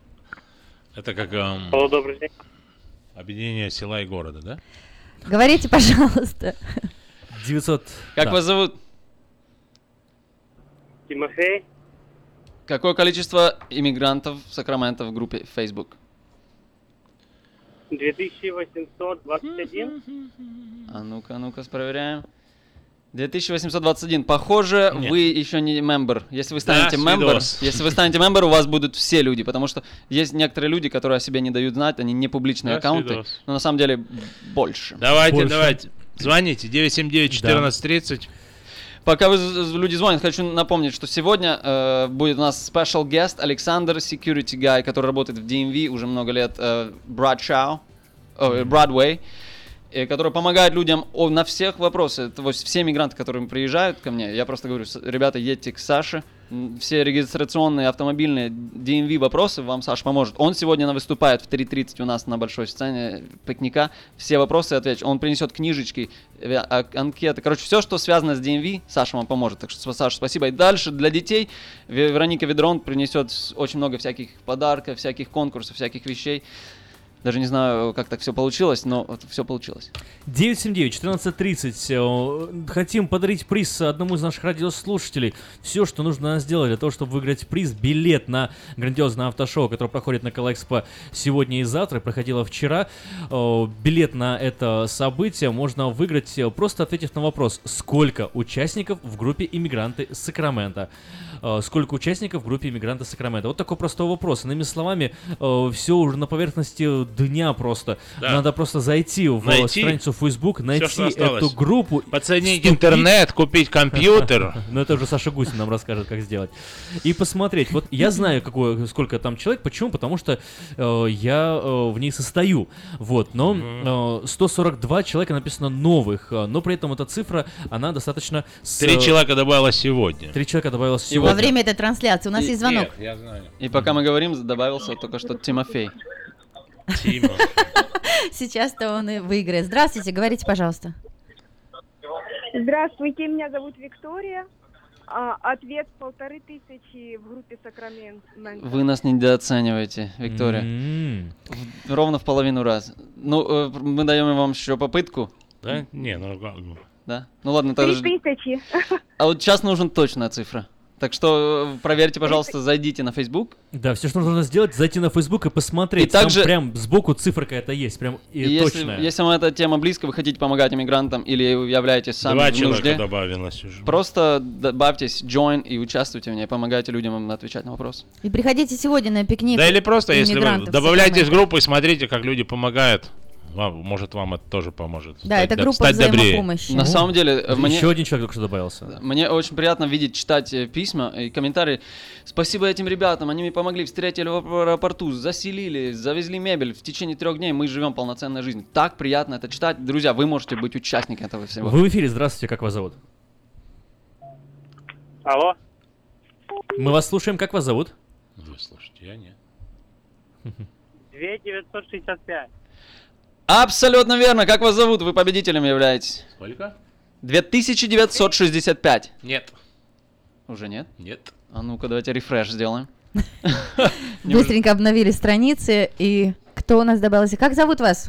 Это как эм, Алло, добрый день. объединение села и города, да? Говорите, пожалуйста. девятьсот. Как да. вас зовут? Тимофей. Какое количество иммигрантов в Сакраменто в группе Facebook? две тысячи восемьсот двадцать один. А ну-ка, ну-ка, проверяем. две тысячи восемьсот двадцать один. Похоже, Нет. вы еще не мембер. Если вы Да, станете мембер, свидос. если вы станете мембер, у вас будут все люди, потому что есть некоторые люди, которые о себе не дают знать, они не публичные Да, аккаунты, свидос. но на самом деле больше. Давайте, Больше. давайте. Звоните девять семь девять четырнадцать тридцать. Пока вы, з- люди звонят, хочу напомнить, что сегодня э, будет у нас special guest Александр, security guy, который работает в ди эм ви уже много лет, э, Bradshaw, э, Broadway, э, который помогает людям о- на всех вопросах. То есть все мигранты, которые приезжают ко мне, я просто говорю, «С- ребята, едьте к Саше, м, все регистрационные, автомобильные ди эм ви вопросы вам Саша поможет. Он сегодня выступает в три тридцать у нас на большой сцене пикника, все вопросы ответит, он принесет книжечки, э, а- анкеты, короче, все, что связано с ди эм ви, Саша вам поможет. Так что, Саша, спасибо. И дальше для детей Ве- Вероника Ведрон принесет с- очень много всяких подарков, всяких конкурсов, всяких вещей. Даже не знаю, как так все получилось, но вот все получилось. девять семь девять четырнадцать тридцать. Э, Хотим подарить приз одному из наших радиослушателей. Все, что нужно сделать для того, чтобы выиграть приз, билет на грандиозное автошоу, которое проходит на Калэкспо сегодня и завтра, проходило вчера. Э, Билет на это событие можно выиграть, э, просто ответив на вопрос, сколько участников в группе «Иммигранты Сакрамента». Э, Сколько участников в группе «Иммигранты Сакрамента»? Вот такой простой вопрос. Иными словами, все уже на поверхности дня просто. Да. Надо просто зайти в Найти страницу Facebook, найти что осталось. эту группу. Подсоединить вступить- интернет, купить компьютер. Ну это уже Саша Гусин нам расскажет, как сделать. И посмотреть. Вот я знаю, какое, сколько там человек. Почему? Потому что э, я э, в ней состою. Вот. Но э, сто сорок два человека написано новых. э, Но при этом эта цифра, она достаточно... с- Три человека добавилось сегодня. Три человека добавилось И сегодня. Во время этой трансляции у нас И- есть звонок. Нет, я знаю. И пока мы говорим, добавился только что Тимофей. Тима. Сейчас-то он и выиграет. Здравствуйте, говорите, пожалуйста. Здравствуйте, меня зовут Виктория. А, ответ полторы тысячи в группе Сакраменто. Вы нас недооцениваете, Виктория. М. В- Ровно в половину раз. Ну, э, мы даем вам еще попытку. Да? Не, ну как бы. Да? Ну ладно, Три тогда... ж- тысячи. А вот сейчас нужна точная цифра. Так что э, проверьте, пожалуйста, зайдите на Facebook. Да, все, что нужно сделать, зайти на Facebook и посмотреть. И также- Там прям сбоку цифра какая-то есть, прям и И если, точная. если вам эта тема близка, вы хотите помогать иммигрантам или являетесь сами Два в человека нужде, добавилось уже. просто добавьтесь, join и участвуйте в ней, помогайте людям отвечать на вопросы. И приходите сегодня на пикник. Да или просто, если вы иммигрантов добавляйтесь в Сакраменто. группу и смотрите, как люди помогают Вам, может, вам это тоже поможет. Да, стать, это группа стать взаимопомощи. На самом деле, Еще мне, один человек только что добавился. мне очень приятно видеть, читать э, письма и комментарии. Спасибо этим ребятам, они мне помогли, встретили в аэропорту, заселили, завезли мебель. В течение трех дней мы живем полноценной жизнью. Так приятно это читать. Друзья, вы можете быть участниками этого всего. Вы в эфире, здравствуйте, как вас зовут? Алло. Мы вас слушаем, как вас зовут? Вы слушаете, я нет. две девятьсот шестьдесят пять. Абсолютно верно. Как вас зовут? Вы победителем являетесь. Сколько? две тысячи девятьсот шестьдесят пять. Нет. Уже нет? Нет. А ну-ка, давайте рефреш сделаем. Быстренько обновили страницы, и кто у нас добавился? Как зовут вас?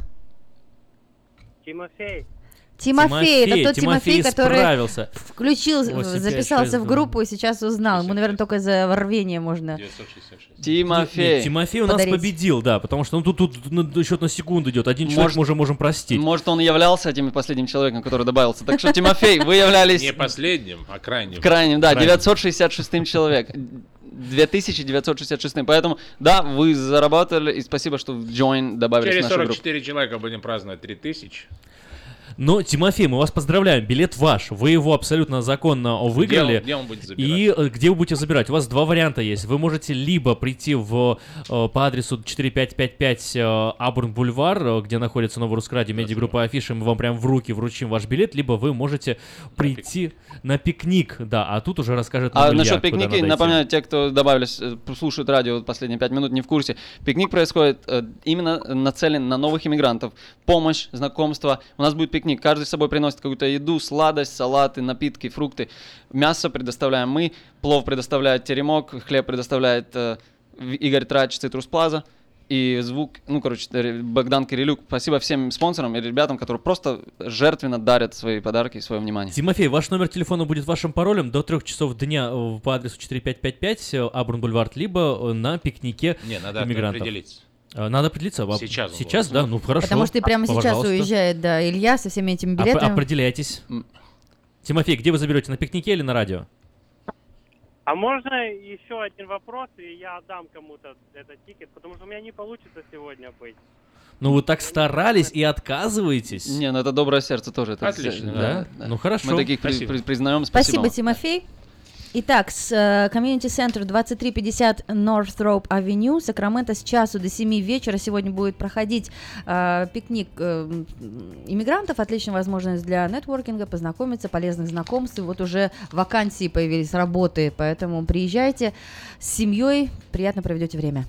Тимофей. Тимофей, это тот Тимофей Тимофей, который справился. включил, восемь, записался пять, в шесть, группу и сейчас узнал. Ему, наверное, только за рвение можно. девятьсот шестьдесят шесть. Тимофей. Нет, Тимофей у подарить. нас победил, да, потому что ну, тут, тут ну, счет на секунду идет. Один человек Может- мы уже можем простить. Может, он и являлся этим последним человеком, который добавился. Так что, Тимофей, вы являлись Не последним, а крайним. крайним, да, Крайним. девятьсот шестьдесят шестым человек. две тысячи девятьсот шестьдесят шестым. Поэтому, да, вы заработали, и спасибо, что в Join добавились в Через нашу сорок группу. четыре человека будем праздновать три тысячи. Но, Тимофей, мы вас поздравляем, билет ваш, вы его абсолютно законно выиграли. Где он- где он будет забирать? И э, где вы будете забирать? У вас два варианта есть. Вы можете либо прийти в, э, по адресу четыре пять пять пять э, Абурн Бульвар, э, где находится Новый Русское радио, медиагруппа Афиша, мы вам прям в руки вручим ваш билет, либо вы можете прийти на пикник, да, а тут уже расскажет нам А Илья, насчет куда пикника, надо идти. напоминаю, те, кто добавились, э, слушают радио последние пять минут, не в курсе. Пикник происходит э, именно нацелен на новых иммигрантов. Помощь, знакомство. У нас будет пикник. Каждый с собой приносит какую-то еду, сладость, салаты, напитки, фрукты. Мясо предоставляем мы, плов предоставляет Теремок, хлеб предоставляет э, Игорь Трач, Цитрус Плаза. И звук, ну, короче, э, Богдан Кирилюк. Спасибо всем спонсорам и ребятам, которые просто жертвенно дарят свои подарки и свое внимание. Тимофей, ваш номер телефона будет вашим паролем до трех часов дня э, по адресу четыре пять пять пять э, Абурн Бульвар, либо э, на пикнике Не, надо иммигрантов. определиться. Э, Надо определиться. А Сейчас он Сейчас, будет. да? Ну, хорошо. Потому что прямо сейчас Пожалуйста. уезжает, да, Илья со всеми этими Оп- билетами. определяйтесь. Тимофей, где вы заберете? На пикнике или на радио? А можно еще один вопрос, и я отдам кому-то этот тикет, потому что у меня не получится сегодня быть. Ну, вы так старались и отказываетесь. Не, ну это доброе сердце тоже. Это Отлично, все- да? Ну, хорошо. Мы таких при- Спасибо. при- признаем. Спасибо. Спасибо, Тимофей. Итак, с э, Community Center двадцать три пятьдесят Northrop Avenue, Сакраменто, с часу до семи вечера сегодня будет проходить э, пикник э, иммигрантов. Отличная возможность для нетворкинга, познакомиться, полезных знакомств. И вот уже вакансии появились, работы, поэтому приезжайте с семьей, приятно проведете время.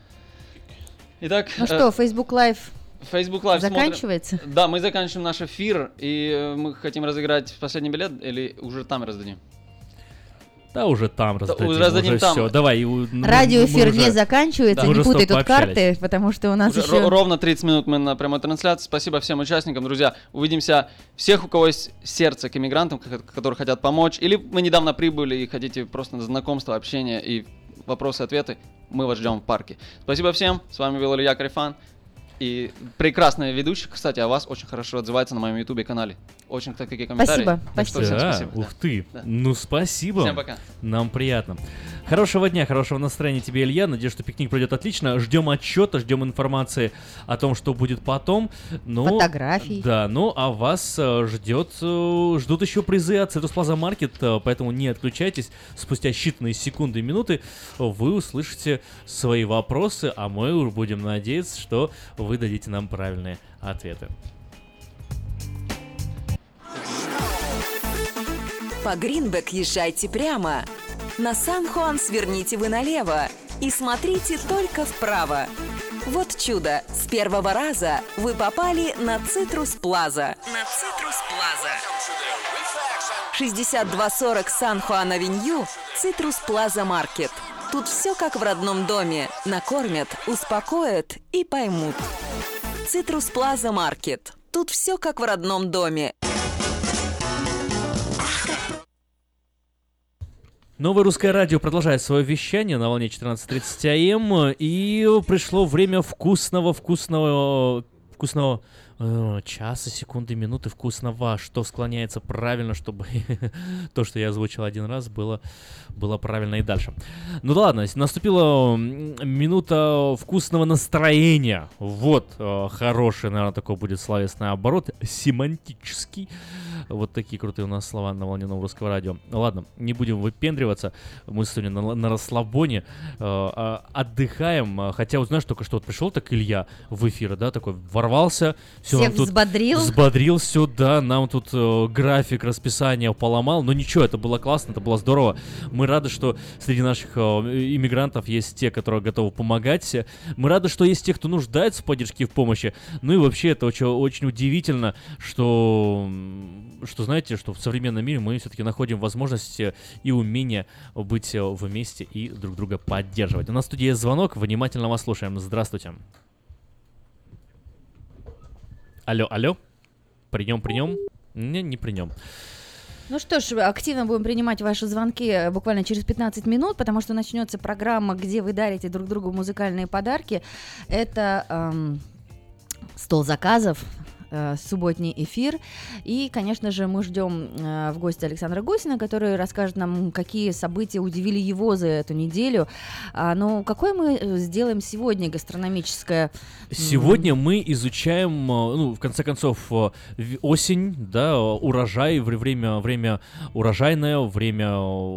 Итак, Ну что, Facebook Live Facebook Live заканчивается? смотрим. Да, мы заканчиваем наш эфир, и э, мы хотим разыграть последний билет, или уже там раздадим? Да, уже там раздадим. уже раздадим уже там. Всё, давай. ну, мы- Радиоэфир мы уже- не заканчивается, Мы не уже путай столько тут карты, пообщались. потому что у нас Уже еще... ро- ровно тридцать минут мы на прямой трансляции. Спасибо всем участникам, друзья. Увидимся всех, у кого есть сердце к иммигрантам, ко- которые хотят помочь. Или вы недавно прибыли и хотите просто на знакомство, общение и вопросы-ответы. Мы вас ждем в парке. Спасибо всем. С вами был Илья Карифан. И прекрасный ведущий, кстати, о вас очень хорошо отзывается на моем YouTube-канале. Очень такие комментарии. Спасибо, Так что всем Да, спасибо. ух Да. ты. Да. Ну, спасибо. Всем пока. Нам приятно. Хорошего дня, хорошего настроения тебе, Илья. Надеюсь, что пикник пройдет отлично. Ждем отчета, ждем информации о том, что будет потом. Ну, Фотографий. Да, ну а вас э, ждет, э, ждут еще призы от Citrus Plaza Market, э, поэтому не отключайтесь. Спустя считанные секунды и минуты вы услышите свои вопросы, а мы будем надеяться, что вы дадите нам правильные ответы. По Гринбек езжайте прямо. На Сан-Хуан сверните вы налево и смотрите только вправо. Вот чудо! С первого раза вы попали на Цитрус Плаза. На Цитрус Плаза. шестьдесят два сорок Сан-Хуан-Авеню, Цитрус Плаза Маркет. Тут все как в родном доме. Накормят, успокоят и поймут. Цитрус Плаза Маркет. Тут все как в родном доме. Новое русское радио продолжает свое вещание на волне четырнадцать тридцать АМ, и пришло время вкусного-вкусного вкусного э, часа, секунды, минуты, вкусного, что склоняется правильно, чтобы то, что я озвучил один раз, было, было правильно и дальше. Ну да ладно, наступила минута вкусного настроения. Вот, э, хороший, наверное, такой будет словесный оборот, семантический. Вот такие крутые у нас слова на волне Нового Русского Радио. Ладно, не будем выпендриваться, мы сегодня на, на расслабоне, э, отдыхаем. Хотя, вот знаешь, только что вот пришел так Илья в эфир, да, такой ворвался. Всё, Всех тут взбодрил. Взбодрил сюда, нам тут э, график, расписание поломал. Но ничего, это было классно, это было здорово. Мы рады, что среди наших э, иммигрантов есть те, которые готовы помогать. Мы рады, что есть те, кто нуждается в поддержке и в помощи. Ну и вообще это очень, очень удивительно, что... что, знаете, что в современном мире мы все-таки находим возможности и умение быть вместе и друг друга поддерживать. У нас в студии есть звонок, внимательно вас слушаем. Здравствуйте. Алло, алло. При нем, при нем? Не, не при нем. Ну что ж, активно будем принимать ваши звонки буквально через пятнадцать минут, потому что начнется программа, где вы дарите друг другу музыкальные подарки. Это эм, стол заказов. Субботний эфир. И, конечно же, мы ждем э, в гости Александра Гусина, который расскажет нам, какие события удивили его за эту неделю. А, но какое мы сделаем сегодня гастрономическое? Сегодня мы изучаем, ну, в конце концов, осень, да, урожай, время, время урожайное, время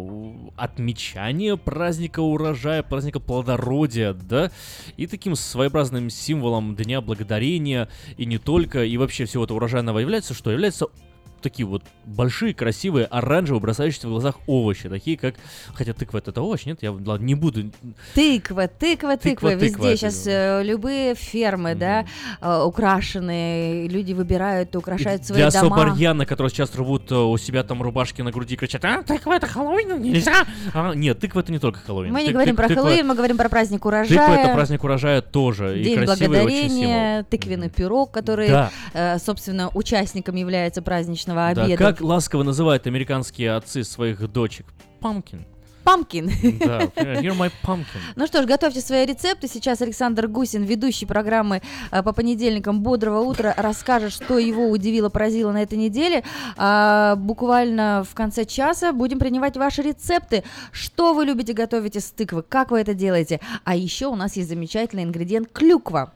отмечания праздника урожая, праздника плодородия, да, и таким своеобразным символом Дня Благодарения, и не только, и вообще всего этого урожайного является, что является такие вот большие, красивые, оранжевые, бросающиеся в глазах овощи, такие как... Хотя тыква — это овощ, нет? Я, ладно, не буду... Тыква, тыква, тыква. Тыква, Везде тыква, сейчас тыква. э, любые фермы, mm-hmm. да, э, украшенные, люди выбирают, украшают И свои для дома. особо рьяно, которые сейчас рвут у себя там рубашки на груди и кричат: а, тыква — это Хэллоуин, нельзя! А, нет, тыква — это не только Хэллоуин. Мы не Тык, говорим тык, про тыква, Хэллоуин, мы говорим про праздник урожая. Тыква — это праздник урожая тоже. День и благодарения, тыквенный пирог, который, да. э, собственно, участником является праздничного да, обеда. как ласково называют американские отцы своих дочек? Pumpkin. Pumpkin. Да, you're my pumpkin. Ну что ж, готовьте свои рецепты. Сейчас Александр Гусин, ведущий программы а, по понедельникам «Бодрого утра», расскажет, что его удивило, поразило на этой неделе. А, буквально в конце часа будем принимать ваши рецепты. Что вы любите готовить из тыквы? Как вы это делаете? А еще у нас есть замечательный ингредиент клюква.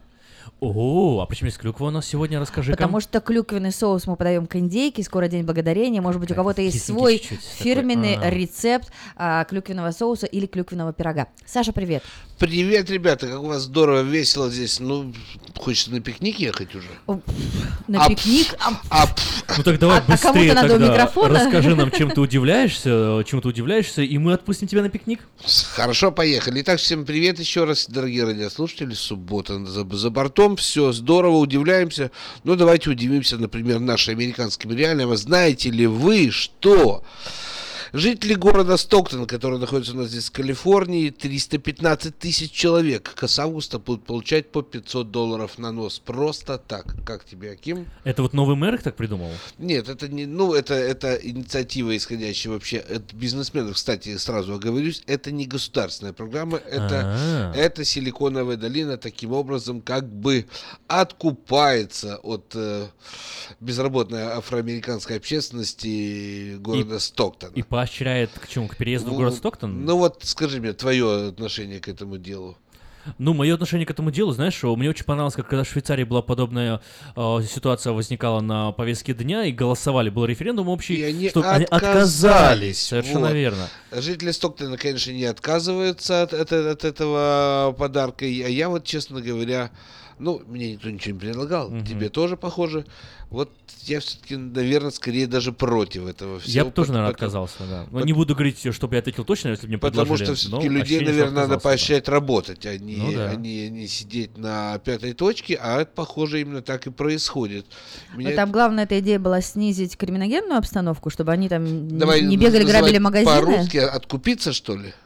О, а почему есть клюква у нас сегодня? Расскажи-ка. Потому что клюквенный соус мы подаем к индейке, скоро День Благодарения. Может быть, у кого-то есть свой фирменный такой. рецепт а, клюквенного соуса или клюквенного пирога. Саша, привет. Привет, ребята, как у вас здорово, весело здесь. Ну, хочется на пикник ехать уже. На а, пикник? А, а, ну так давай а, быстрее а тогда микрофона? Расскажи нам, чем ты удивляешься, чем ты удивляешься, и мы отпустим тебя на пикник. Хорошо, поехали. Итак, всем привет еще раз, дорогие радиослушатели. Суббота за, за бортом, все здорово, удивляемся. Но давайте удивимся, например, нашим американским реалиям. Знаете ли вы, что... Жители города Стоктон, который находится у нас здесь в Калифорнии, триста пятнадцать тысяч человек с августа будут получать по пятьсот долларов на нос. Просто так. Как тебе, Аким? Это вот новый мэр их так придумал? Нет, это не, ну, это, это инициатива, исходящая вообще от бизнесменов. Кстати, сразу оговорюсь, это не государственная программа, это, это Силиконовая долина таким образом как бы откупается от э, безработной афроамериканской общественности города и, Стоктона. И поощряет к чему? К переезду ну, в город Стоктон? Ну вот скажи мне, твое отношение к этому делу. Ну, мое отношение к этому делу, знаешь, мне очень понравилось, как когда в Швейцарии была подобная э, ситуация, возникала на повестке дня, и голосовали, был референдум общий, и они что отказались. они отказались. Совершенно вот. верно. Жители Стоктона, конечно, не отказываются от, от, от этого подарка, а я вот, честно говоря, ну, мне никто ничего не предлагал, угу. Тебе тоже, похоже. Вот я все-таки, наверное, скорее даже против этого всего. Я бы тоже, наверное, отказался, да. Но не буду говорить, чтобы я ответил точно, если мне предложили. Потому что все-таки людей, наверное, надо поощрять работать, а не, ну, да. а не, не сидеть на пятой точке, а это, похоже, именно так и происходит. Меня там это... главная эта идея была снизить криминогенную обстановку, чтобы они там Давай не бегали, грабили магазины. По-русски откупиться, что ли?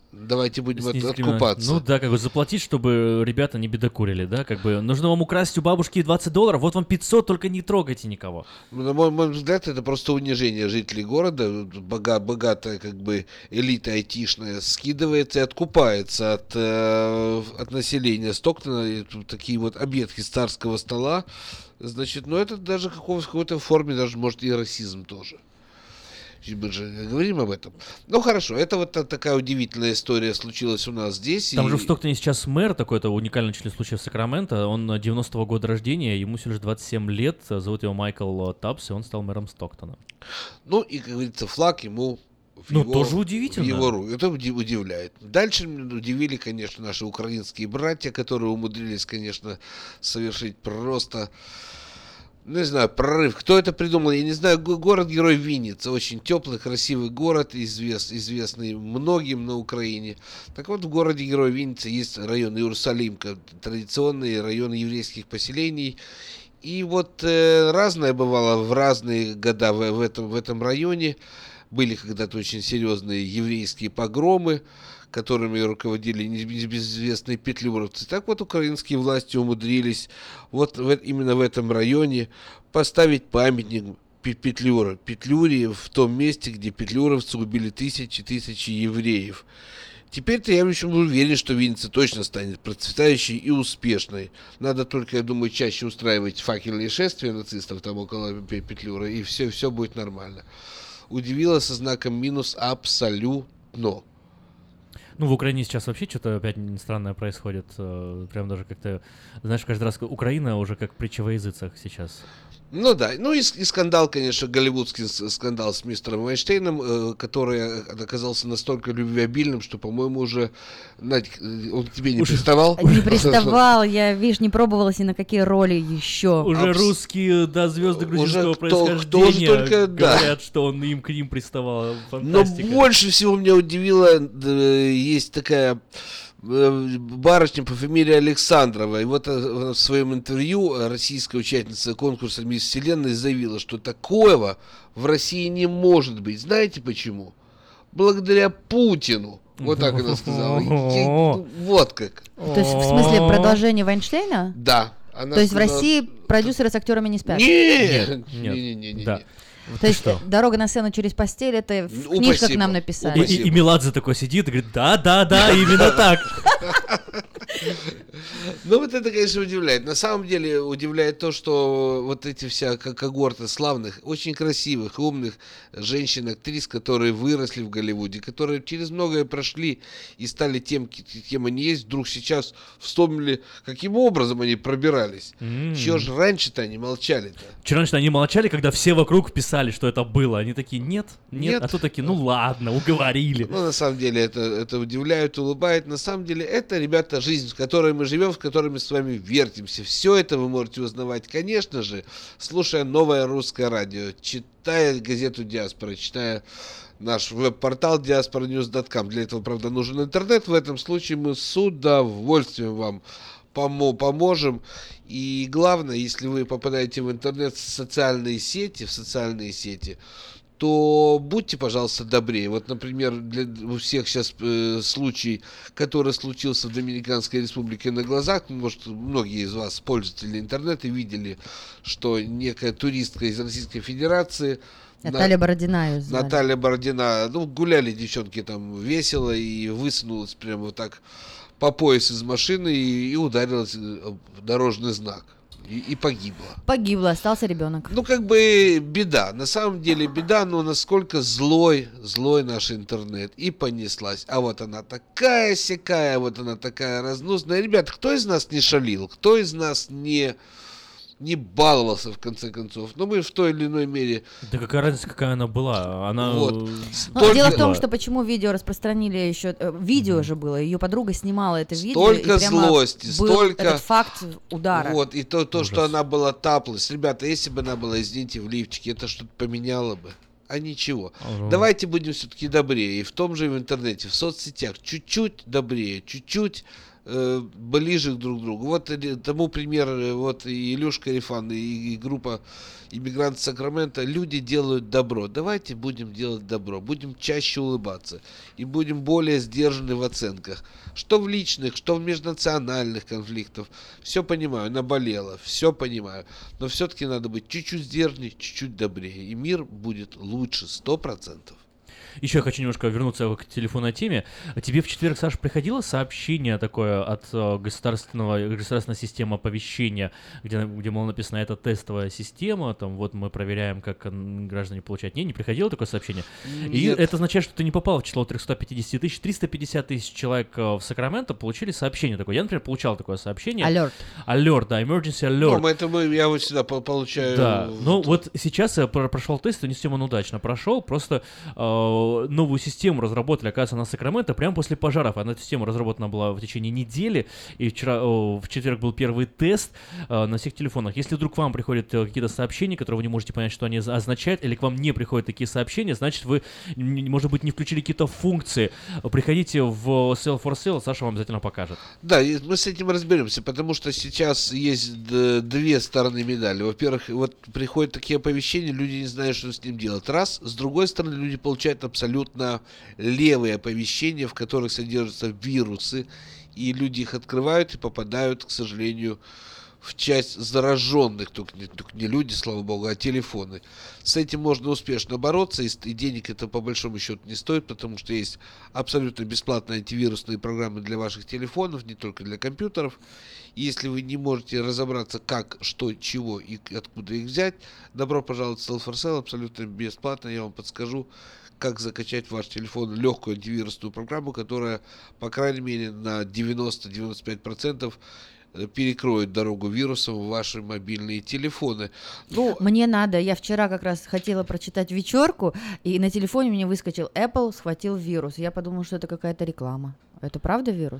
Давайте будем от, Снизить откупаться. Ну да, как бы заплатить, чтобы ребята не бедокурили, да, как бы нужно вам украсть у бабушки двадцать долларов, вот вам пятьсот, только не трогайте никого. На мой, мой взгляд, это просто унижение жителей города. Бога, богатая как бы элита айтишная скидывается и откупается от, э, от населения Стоктона. И тут такие вот объедки с царского стола. Значит, ну это даже какого- в какой-то форме даже может и расизм тоже. Мы же говорим об этом. Ну хорошо, это вот та- такая удивительная история случилась у нас здесь. Там и... же в Стоктоне сейчас мэр такой, это уникальный случай в Сакраменто, он девяностого года рождения, ему всего лишь двадцать семь лет, зовут его Майкл Табс, и он стал мэром Стоктона. Ну и, как говорится, флаг ему в Ну, его, тоже удивительно. в его руку. Это уди- удивляет. Дальше меня удивили, конечно, наши украинские братья, которые умудрились, конечно, совершить просто... Не знаю, прорыв. Кто это придумал? Я не знаю. Го- Город-герой Винница. Очень теплый, красивый город, извест, известный многим на Украине. Так вот, в городе-герой Винница есть район Иерусалимка, традиционный район еврейских поселений. И вот э, разное бывало в разные года в, в, этом, в этом районе. Были когда-то очень серьезные еврейские погромы, которыми руководили небезызвестные петлюровцы. Так вот, украинские власти умудрились вот в, именно в этом районе поставить памятник Пе- Петлюра, Петлюре в том месте, где петлюровцы убили тысячи-тысячи евреев. Теперь-то я очень уверен, что Винница точно станет процветающей и успешной. Надо только, я думаю, чаще устраивать факельные шествия нацистов там около Пе- Петлюра, и все, все будет нормально. Удивило со знаком минус абсолютно. Ну, в Украине сейчас вообще что-то опять странное происходит. э, Прям даже как-то, знаешь, каждый раз Украина уже как притча во языцах сейчас. Ну да, ну и, и скандал, конечно, голливудский с- скандал с мистером Вайнштейном, э, который оказался настолько любвеобильным, что, по-моему, уже, Надь, э, он к тебе не приставал? Не приставал, я, видишь, не пробовалась ни на какие роли еще. Уже Абс- русские, да, звезды грузинского Уже кто- происхождения кто же только- да. говорят, что он им к ним приставал. Но Фантастика. больше всего меня удивило, э, есть такая э, барышня по фамилии Александрова. И вот э, в своем интервью э, российская участница конкурса «Мисс Вселенной» заявила, что такого в России не может быть. Знаете почему? Благодаря Путину. Вот так она сказала. Е- Вот как. То есть, в смысле, продолжение Вайнштейна? Да. Она То есть в сказала- России продюсеры с актерами не спят? Нет, Нет, нет, не-не-не-не. да. То есть что? «Дорога на сцену через постель» — это в Упаси книжках нам бог, написали. И, и- и Меладзе такой сидит и говорит, да-да-да, именно так. Ну, вот это, конечно, удивляет. На самом деле удивляет то, что вот эти вся ко- когорты славных, очень красивых, умных женщин-актрис, которые выросли в Голливуде, которые через многое прошли и стали тем, ки- кем они есть, вдруг сейчас вспомнили, каким образом они пробирались. М. Чего же раньше-то они молчали-то? Вчера раньше они молчали, когда все вокруг писали, что это было. Они такие, нет, нет, Нет. а тут такие, ну ладно, уговорили. Ну, на самом деле, это, это удивляет, улыбает. На самом деле, это, ребята, жизнь, в которой мы живем, в которой мы с вами вертимся. Все это вы можете узнавать, конечно же, слушая Новое Русское Радио, читая газету «Диаспора», читая наш веб-портал диаспора ньюс точка ком. Для этого, правда, нужен интернет. В этом случае мы с удовольствием вам помо- поможем. И главное, если вы попадаете в интернет, в социальные сети, в социальные сети, то будьте, пожалуйста, добрее. Вот, например, для, у всех сейчас э, случай, который случился в Доминиканской Республике на глазах, может, многие из вас пользователи интернета видели, что некая туристка из Российской Федерации, Наталья На- Бородина её звали. Наталья Бородина, ну, гуляли девчонки там весело и высунулась прямо вот так по пояс из машины и, и ударилась в дорожный знак. И, и погибла. Погибла, остался ребенок. Ну, как бы беда. На самом деле беда, но насколько злой, злой наш интернет. И понеслась. А вот она такая сякая, вот она такая разносная. Ребята, кто из нас не шалил? Кто из нас не, не баловался, в конце концов? Ну, мы в той или иной мере... Да какая разница, какая она была? Она... Вот. Ну, Столько- дело в том, что почему видео распространили еще... э, Видео же было, ее подруга снимала это видео. Столько и прямо злости, был столько... этот факт удара. Вот, и то, то что она была таплess. Ребята, если бы она была, извините, в лифчике, это что-то поменяло бы. А ничего. Ага. Давайте будем все-таки добрее. И в том же в интернете, в соцсетях чуть-чуть добрее, чуть-чуть э, ближе друг к другу. Вот тому пример, вот и Илюшка Рифан, и, и группа «Иммигранты Сакрамента», люди делают добро. Давайте будем делать добро, будем чаще улыбаться и будем более сдержаны в оценках. Что в личных, что в межнациональных конфликтах. Все понимаю, наболело, все понимаю. Но все-таки надо быть чуть-чуть сдержаннее, чуть-чуть добрее. И мир будет лучше, сто процентов. Еще я хочу немножко вернуться к телефонной теме. Тебе в четверг, Саша, приходило сообщение такое от э, государственного, государственной системы оповещения, где, где, мол, написано, это тестовая система, там вот мы проверяем, как граждане получают. Не, не приходило такое сообщение? Нет. И это означает, что ты не попал в число триста пятьдесят тысяч. триста пятьдесят тысяч человек в Сакраменто получили сообщение такое. Я, например, получал такое сообщение. Алерт. Алерт, да, emergency alert. Ну, это мы, я вот сюда получаю. Да, ну вот сейчас я прошел тест, и не совсем он удачно прошел, просто э, новую систему разработали, оказывается, на Сакраменто прямо после пожаров. Она, эта система разработана была в течение недели, и вчера, о, в четверг был первый тест э, на всех телефонах. Если вдруг к вам приходят э, какие-то сообщения, которые вы не можете понять, что они означают, или к вам не приходят такие сообщения, значит, вы, может быть, не включили какие-то функции. Приходите в Sell for Sale, Саша вам обязательно покажет. Да, и мы с этим разберемся, потому что сейчас есть д- две стороны медали. Во-первых, вот приходят такие оповещения, люди не знают, что с ним делать. Раз. С другой стороны, люди получают абсолютно левые оповещения, в которых содержатся вирусы, и люди их открывают и попадают, к сожалению, в часть зараженных, только не, только не люди, слава богу, а телефоны. С этим можно успешно бороться, и, и денег это по большому счету не стоит, потому что есть абсолютно бесплатные антивирусные программы для ваших телефонов, не только для компьютеров. И если вы не можете разобраться, как, что, чего и откуда их взять, добро пожаловать в Sell for Sale, абсолютно бесплатно, я вам подскажу, как закачать в ваш телефон легкую антивирусную программу, которая, по крайней мере, на девяносто-девяносто пять процентов перекроет дорогу вирусам в ваши мобильные телефоны. Ну, мне надо, я вчера как раз хотела прочитать вечерку, и на телефоне мне выскочил Apple, схватил вирус. Я подумала, что это какая-то реклама. Это правда вирус?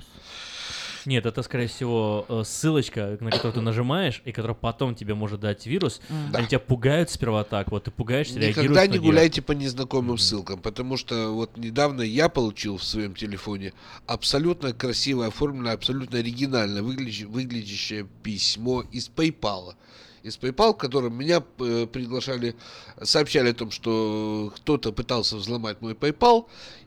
Нет, это, скорее всего, ссылочка, на которую ты нажимаешь, и которая потом тебе может дать вирус. Mm. Да. Они тебя пугают сперва так, вот ты пугаешься, реагируешь. Никогда не на гуляйте по незнакомым mm-hmm. ссылкам, потому что вот недавно я получил в своем телефоне абсолютно красиво оформленное, абсолютно оригинально выглядящее, выглядящее письмо из PayPal. Из PayPal, в котором меня э, приглашали, сообщали о том, что кто-то пытался взломать мой PayPal,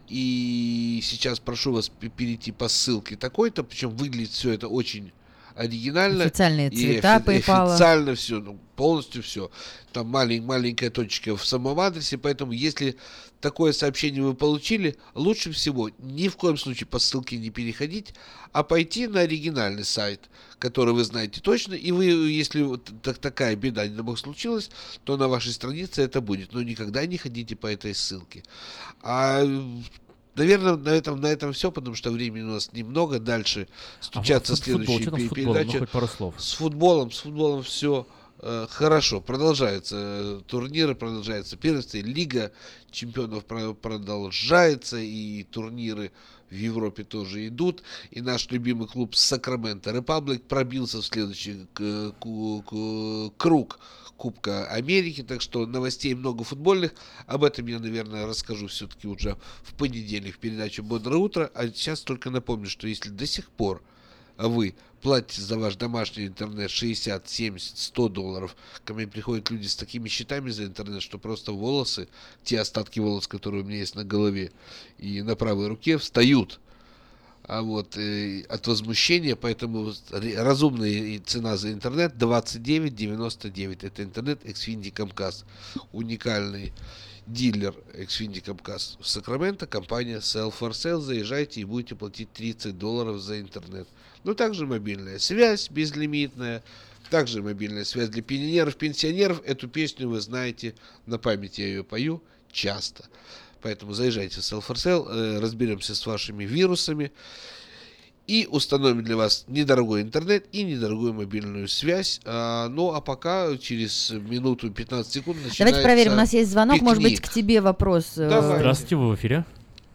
и сейчас прошу вас перейти по ссылке такой-то, причем выглядит все это очень оригинально. Официальные и цвета офи- PayPal. Официально все, ну, полностью все. Там малень- маленькая точка в самом адресе, поэтому если такое сообщение вы получили, лучше всего ни в коем случае по ссылке не переходить, а пойти на оригинальный сайт, который вы знаете точно, и вы, если вот так, такая беда, не дай бог, случилась, то на вашей странице это будет, но никогда не ходите по этой ссылке. А наверное, на этом, на этом все, потому что времени у нас немного. Дальше стучаться а следующие футбол, передачи. Ну, хоть пару слов. С футболом, с футболом все э, хорошо. Продолжаются э, турниры, продолжается первенство, Лига чемпионов про- продолжается, и турниры в Европе тоже идут. И наш любимый клуб Сакраменто Репаблик пробился в следующий к- к- к- круг Кубка Америки, так что новостей много футбольных. Об этом я, наверное, расскажу все-таки уже в понедельник в передаче «Бодрое утро». А сейчас только напомню, что если до сих пор вы платите за ваш домашний интернет шестьдесят, семьдесят, сто долларов, ко мне приходят люди с такими счетами за интернет, что просто волосы, те остатки волос, которые у меня есть на голове и на правой руке, встают. А вот э, от возмущения, поэтому разумная цена за интернет двадцать девять девяносто девять. Это интернет Xfinity Comcast. Уникальный дилер Xfinity Comcast в Сакраменто, компания Sell for Sale. Заезжайте и будете платить тридцать долларов за интернет. Ну, также мобильная связь безлимитная, также мобильная связь для пенсионеров. Пенсионеров, эту песню вы знаете, на память я ее пою часто. Поэтому заезжайте в Sell for Sale, разберемся с вашими вирусами и установим для вас недорогой интернет и недорогую мобильную связь. А, ну, а пока через минуту пятнадцать секунд начинается Давайте проверим, у нас есть звонок, пикник. Может быть, к тебе вопрос. Давай. Здравствуйте, вы в эфире.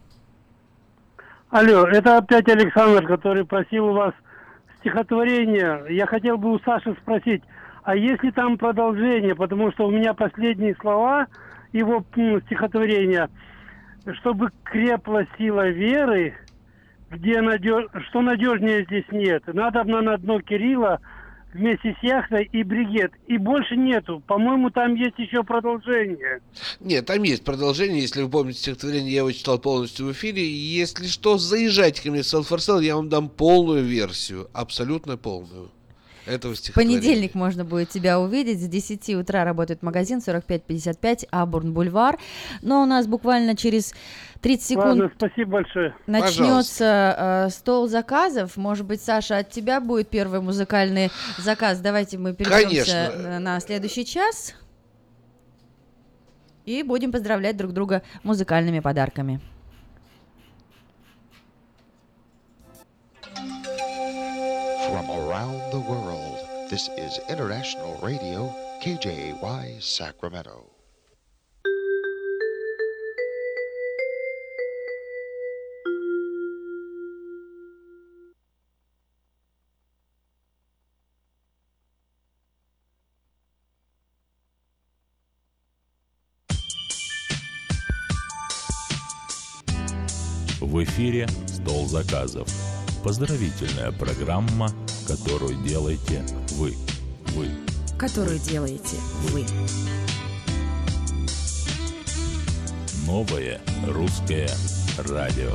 Алло, это опять Александр, который просил у вас стихотворение. Я хотел бы у Саши спросить, а есть ли там продолжение, потому что у меня последние слова его ну, стихотворения: чтобы крепла сила веры, где надеж... что надежнее здесь нет. Надо на дно Кирилла вместе с яхтой и бригет. И больше нету. По-моему, там есть еще продолжение. Нет, там есть продолжение. Если вы помните стихотворение, я его читал полностью в эфире. Если что, заезжайте ко мне в Sell for Sale, я вам дам полную версию. Абсолютно полную. Этого В понедельник можно будет тебя увидеть. С десяти утра работает магазин сорок пять пятьдесят пять Абурн Бульвар. Но у нас буквально через тридцать секунд Ладно, спасибо большое. начнется э, стол заказов. Может быть, Саша, от тебя будет первый музыкальный заказ. Давайте мы перейдемся Конечно. на следующий час. И будем поздравлять друг друга музыкальными подарками. From around the world, this is International Radio, K J A Y, Sacramento. В эфире «Стол заказов». Поздравительная программа, которую делаете вы. Вы. Которую делаете вы. Новое русское радио.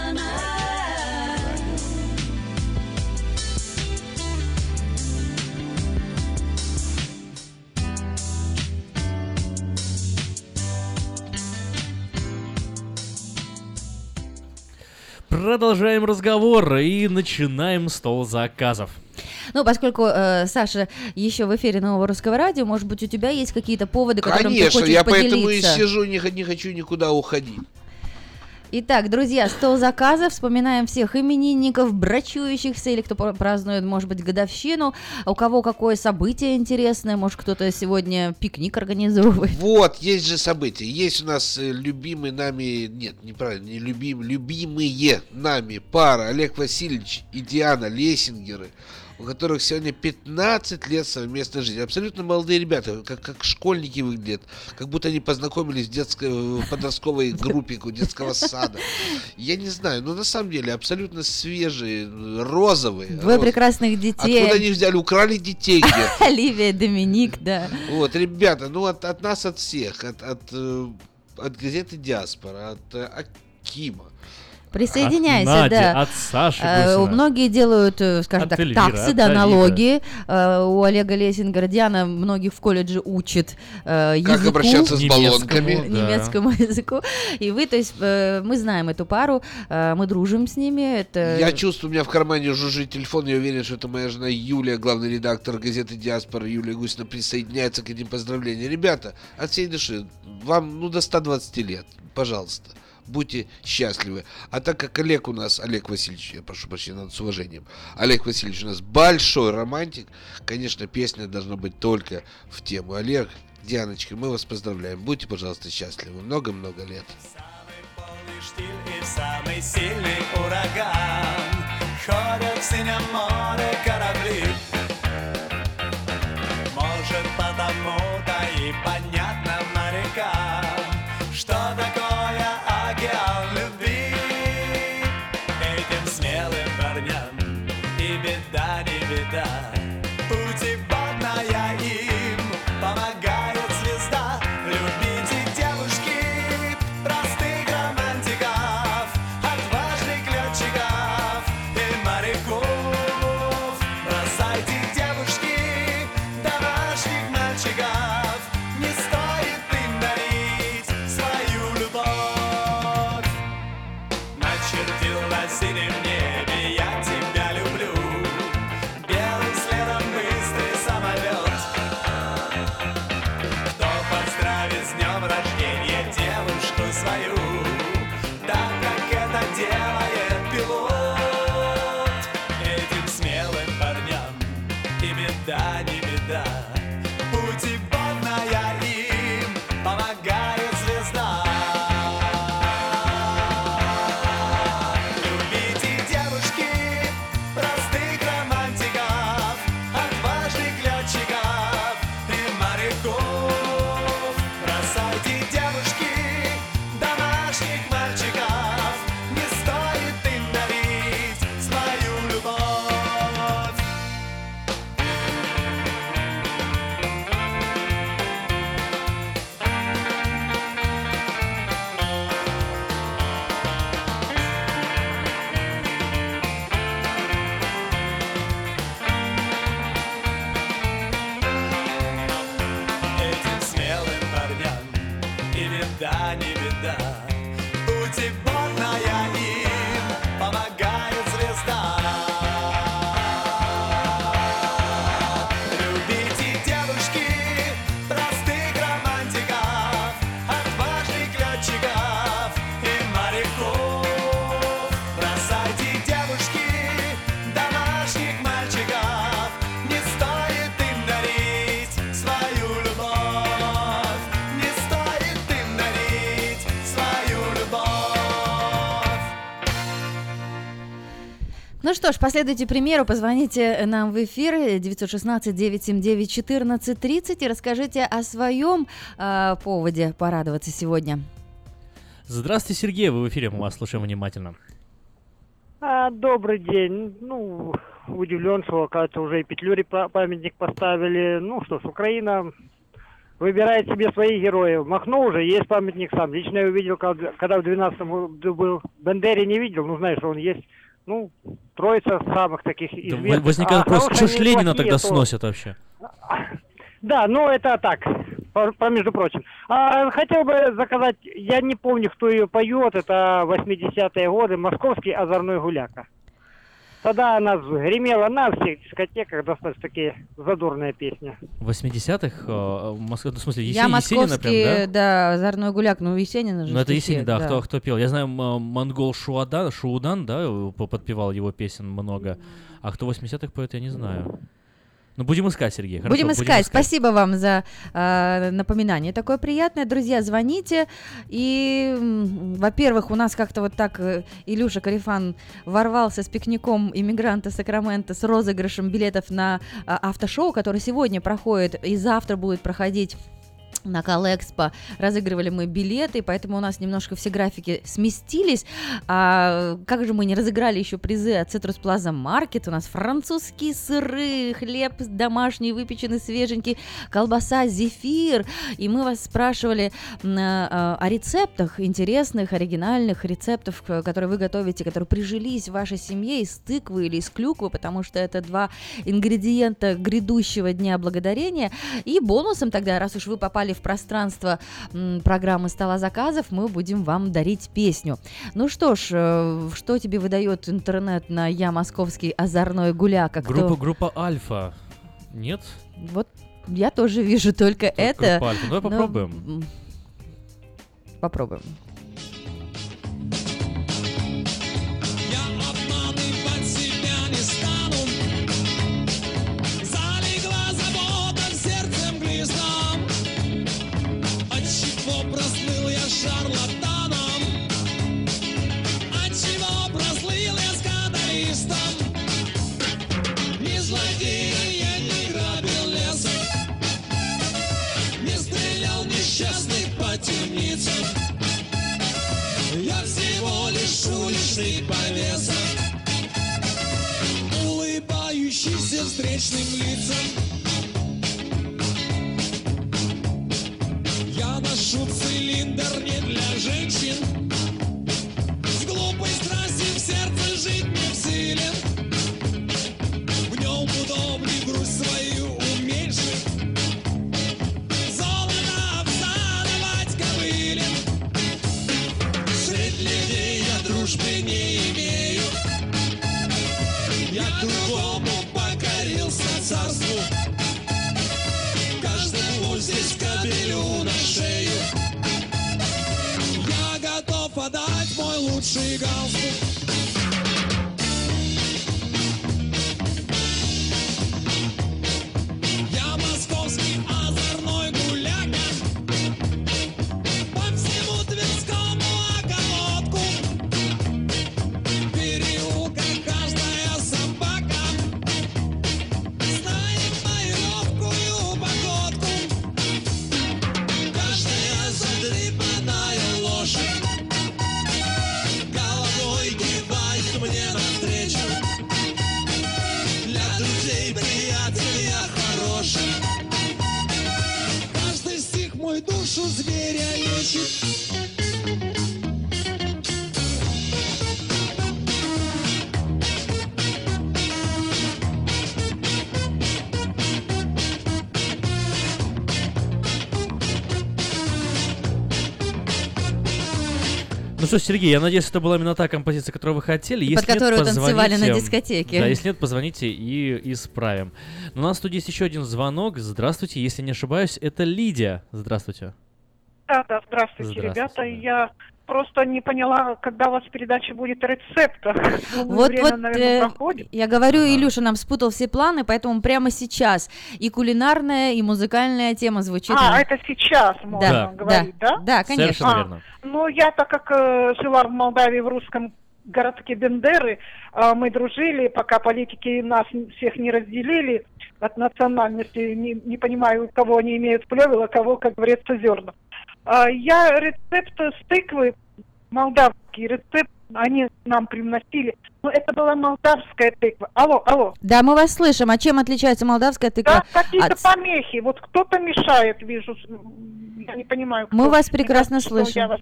Продолжаем разговор и начинаем стол заказов. Ну, поскольку, э, Саша, еще в эфире Нового Русского Радио, может быть, у тебя есть какие-то поводы, которыми ты хочешь я поделиться? поэтому и сижу, не, не хочу никуда уходить. Итак, друзья, стол заказов. Вспоминаем всех именинников, брачующихся или кто празднует, может быть, годовщину. У кого какое событие интересное, может, кто-то сегодня пикник организовывает. Вот, есть же события. Есть у нас э, любимый нами, нет, неправильно, не любим, любимые нами пара Олег Васильевич и Диана Лессингеры, у которых сегодня пятнадцать лет совместной жизни. Абсолютно молодые ребята, как, как школьники выглядят, как будто они познакомились в детской, в подростковой группе детского сада. Я не знаю, но на самом деле абсолютно свежие, розовые. Двое роз... прекрасных детей. Откуда они взяли? Украли детей где? Оливия, Доминик, да. Вот, ребята, ну от, от нас, от всех, от, от, от газеты «Диаспора», от Акима. Присоединяйся, от Нади, да. от Саши э, Гусина. Многие делают, скажем От так, Эльвиры, таксы, от да, Давида. налоги. Э, у Олега Лессингера Диана многих в колледже учит э, Как языку, обращаться с баллонками. немецкому, немецкому языку. И вы, то есть, э, мы знаем эту пару, э, мы дружим с ними. Это... Я чувствую, у меня в кармане жужжит телефон, я уверен, что это моя жена Юлия, главный редактор газеты «Диаспора». Юлия Гусина присоединяется к этим поздравлениям. Ребята, от всей души, вам ну до ста двадцати лет, пожалуйста. Будьте счастливы. А так как Олег у нас, Олег Васильевич, я прошу прощения, надо с уважением, Олег Васильевич у нас большой романтик, конечно, песня должна быть только в тему. Олег, Дианочка, мы вас поздравляем. Будьте, пожалуйста, счастливы. Много-много лет. И самый сильный ураган ходят в синем море корабли. Может, потому-то и понятно морякам, что такое океан любви. Этим смелым парням и беда, не беда. Путеводная им помогает звезда. Любите, девушки, простых романтиков, отважных летчиков и моряков. Бросайте беда, не беда. Путеводная им помогает звезда. Любите, девушки, простых романтиков, отважных летчиков и моряков. Бросайте, девушки, домашних мальчиков, не стоит им дарить свою любовь, не стоит им дарить свою любовь. Ну что ж, последуйте примеру, позвоните нам в эфир девятьсот шестнадцать девятьсот семьдесят девять четырнадцать тридцать и расскажите о своем э, поводе порадоваться сегодня. Здравствуйте, Сергей, вы в эфире, мы вас слушаем внимательно. А, добрый день. Ну, удивлен, что, оказывается, уже и Петлюре па- памятник поставили. Ну что ж, Украина выбирает себе своих героев. Махно уже есть памятник сам. Лично я увидел, когда, когда в двенадцатом году был. Бендере не видел, ну знаешь, он есть. Ну, троица самых таких Да известных. возникает А вопрос, хорошие что ж они Ленина плохие, тогда то- сносят вообще? Да, ну это так, по, по- между прочим. А, хотел бы заказать, я не помню, кто ее поет, это восьмидесятые годы, московский озорной гуляка. Тогда она гремела на всех дискотеках, достаточно такие задорные песни. В восьмидесятых, э, в Москве, ну, в смысле, Я Есенин, Есенина московский, прям, да? да, озорной гуляк, ну Есенина же. Ну это стихи, Есенин, да, Кто, кто пел. Я знаю, м- монгол Шуадан, Шуудан, да, п- подпевал его песен много. А кто в восьмидесятых поет, я не знаю. Ну будем искать, Сергей. Хорошо, Будем искать. Спасибо вам за э, напоминание такое приятное. Друзья, звоните. И, м, во-первых, у нас как-то вот так э, Илюша Карифан ворвался с пикником иммигранта Сакрамента с розыгрышем билетов на э, автошоу, который сегодня проходит и завтра будет проходить на Калэкспо. Разыгрывали мы билеты, поэтому у нас немножко все графики сместились. А как же мы не разыграли еще призы от Citrus Plaza Market? У нас французские сыры, хлеб домашний, выпеченный, свеженький, колбаса, зефир. И мы вас спрашивали а, о рецептах, интересных, оригинальных рецептов, которые вы готовите, которые прижились в вашей семье из тыквы или из клюквы, потому что это два ингредиента грядущего Дня Благодарения. И бонусом тогда, раз уж вы попали в пространство м, программы «Стола заказов», мы будем вам дарить песню. Ну что ж, э, что тебе выдает интернет на «Я московский озорной гуляка»? Кто... Группа, группа Альфа. Нет? Вот я тоже вижу только Тут это. группа Альфа. Давай но- попробуем. м, Попробуем. Обманывать себя не стану. Залегла забота в сердце мглистом. Отчего прослыл я шарлатаном? Отчего прослыл я скандалистом? Не злодей, я не грабил леса, не стрелял несчастных по темницам. Я всего лишь уличный повеса, улыбающийся встречным лицам. Я ношу цилиндр не для женщин, с глупой страстью в сердце жить не в силе. В нем удобней грусть свою уменьшить, золото обзадавать кобыле. Средь людей я дружбы не имею, я другому покорился царству. Каждому здесь капелю на шею. Я готов отдать мой лучший галстук. Я московский озорной гуляка, по всему Тверскому околотку. В переулках каждая собака знает мою легкую походку. Каждая задрипанная лошадь головой кивает мне навстречу. Для друзей, приятелей я хороший. Каждый стих мой душу зверя лечит. Ну что, Сергей, я надеюсь, это была именно та композиция, которую вы хотели. Под Если которую нет, танцевали позвоните. на дискотеке. Да, если нет, позвоните и исправим. Но у нас тут есть еще один звонок. Здравствуйте, если не ошибаюсь, это Лидия. Здравствуйте. Да, да, здравствуйте, Здравствуйте, ребята. да. Я просто не поняла, когда у вас передача будет о рецептах. Ну, Вот, время, вот наверное, э, проходит. я говорю, Илюша нам спутал все планы, поэтому прямо сейчас и кулинарная, и музыкальная тема звучит. А, на- это сейчас можно Да, говорить, да? Да, конечно. Совершенно А, верно. Ну, я, так как э, жила в Молдавии в русском городке Бендеры, э, мы дружили, пока политики нас всех не разделили от национальности, не, не понимаю, кого они имеют плевел, а кого, как говорится, зерна. Э, я рецепт с тыквы, молдавский рецепт, они нам приносили, но это была молдавская тыква. Алло, алло. Да, мы вас слышим. А чем отличается молдавская тыква? Да, какие-то от- помехи. Вот кто-то мешает, вижу. Я не понимаю. Мы кто. вас Мне прекрасно кажется, что слышим. я вас-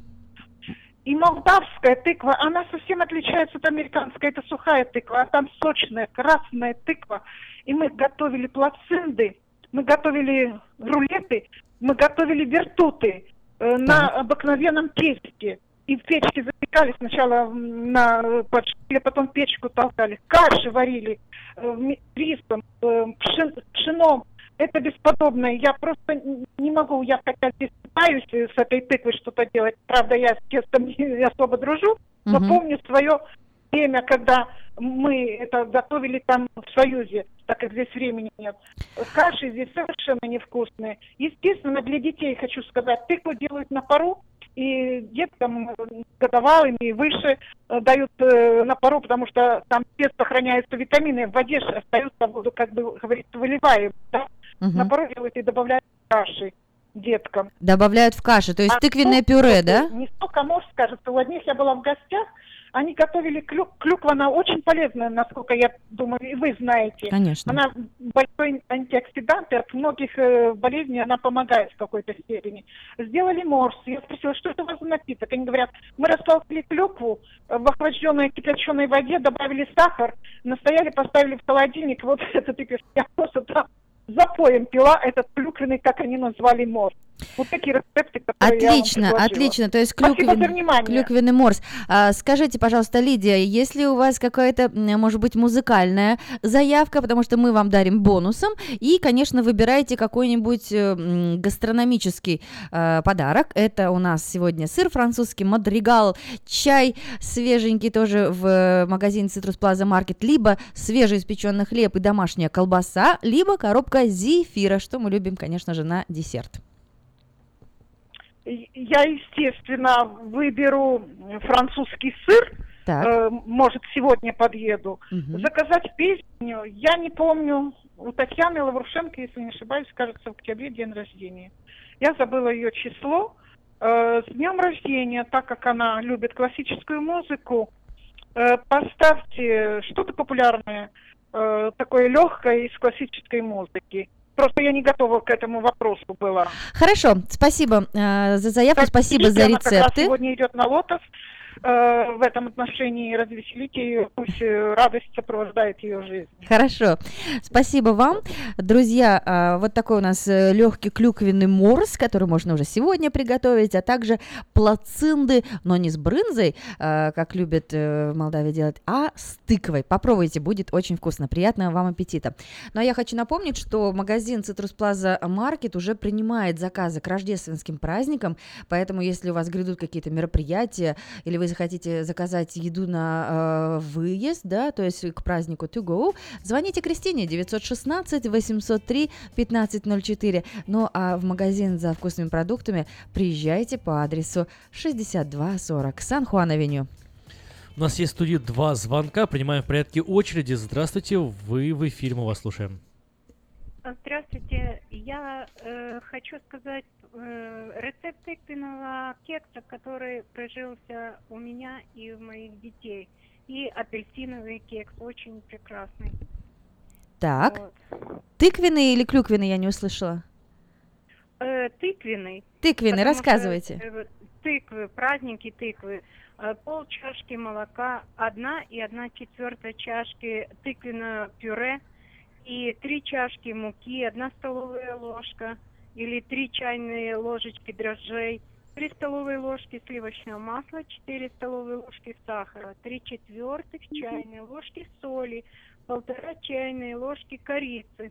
И молдавская тыква, она совсем отличается от американской. Это сухая тыква, а там сочная, красная тыква. И мы готовили плацинды, мы готовили рулеты, мы готовили вертуты э, на обыкновенном тесте. И в печке запекали сначала м, на подшиле, потом в печку толкали. Каши варили э, ми- рисом, э, пшен- пшеном. Это бесподобно. Я просто н- не могу, я хотя здесь пытаюсь э, с этой тыквой что-то делать. Правда, я с тестом не особо дружу, но Мгм. помню свое время, когда мы это готовили там в Союзе, так как здесь времени нет. Каши здесь совершенно невкусные. Естественно, для детей, хочу сказать, тыкву делают на пару, и деткам э, годовалым и выше э, дают э, на пару, потому что там в тесто сохраняются витамины, в воде же остаются, воду, как бы говорится, выливаем. Да? Мгм. На пару делают и добавляют каши деткам. Добавляют в кашу, то есть А тыквенное кто- пюре, да? Не столько может, скажется. У одних я была в гостях, они готовили клю- клюква, она очень полезная, насколько я думаю, и вы знаете. Конечно. Она большой антиоксидант, и от многих э, болезней она помогает в какой-то степени. Сделали морс. Я спросила, что это у вас за напиток? Они говорят, мы растолкли клюкву э, в охлажденной кипяченой воде, добавили сахар, настояли, поставили в холодильник. Вот это ты пишешь, я просто там запоем пила этот клюквенный, как они назвали, морс. Вот такие рецепты, которые я вам Отлично, предложила. отлично. То есть Спасибо за клюквенный, внимание. клюквенный морс. А, скажите, пожалуйста, Лидия, если у вас какая-то, м, может быть, музыкальная заявка, потому что мы вам дарим бонусом, и, конечно, выбирайте какой-нибудь э, м, гастрономический э, подарок. Это у нас сегодня сыр французский, мадригал, чай свеженький тоже в э, магазине Citrus Plaza Market, либо свежеиспеченный хлеб и домашняя колбаса, либо коробка зефира, что мы любим, конечно же, на десерт. Я, естественно, выберу французский сыр. Так. Э, может, сегодня подъеду. Мгм. Заказать песню. Я не помню. У Татьяны Лаврушенко, если не ошибаюсь, кажется, в октябре день рождения. Я забыла ее число. Э, с днем рождения, так как она любит классическую музыку, э, поставьте что-то популярное, э, такое легкое из классической музыки. Просто я не готова к этому вопросу была. Хорошо, спасибо э, за заявку, спасибо за Она как раз рецепты. сегодня идет на лотос. Э, в этом отношении развеселите ее, пусть э, радость сопровождает ее жизнь. Хорошо, спасибо вам. Друзья, а, вот такой у нас легкий клюквенный морс, который можно уже сегодня приготовить, а также плацинды, но не с брынзой, а, как любят э, в Молдавии делать, а с тыквой. Попробуйте, будет очень вкусно. Приятного вам аппетита. Ну а я хочу напомнить, что магазин Citrus Plaza Market уже принимает заказы к рождественским праздникам, поэтому если у вас грядут какие-то мероприятия, или вы захотите заказать еду на э, выезд, да, то есть к празднику to go, звоните Кристине девятьсот шестнадцать восемьсот три пятнадцать ноль четыре. Ну а в магазин за вкусными продуктами приезжайте по адресу шестьдесят два сорок Сан-Хуан-авеню. У нас есть в студии два звонка, принимаем в порядке очереди. Здравствуйте, вы в эфире, мы вас слушаем. Здравствуйте. Я э, хочу сказать э, рецепт тыквенного кекса, который прижился у меня и у моих детей. И апельсиновый кекс, очень прекрасный. Так, Вот. тыквенный или клюквенный, я не услышала. Э, тыквенный. Тыквенный, Потому рассказывайте. что, э, тыквы, праздники тыквы. Э, пол чашки молока, одна и одна четвертая чашки тыквенного пюре, и три чашки муки, одна столовая ложка или три чайные ложечки дрожжей, три столовые ложки сливочного масла, четыре столовые ложки сахара, три четвертых чайной ложки соли, полтора чайные ложки корицы.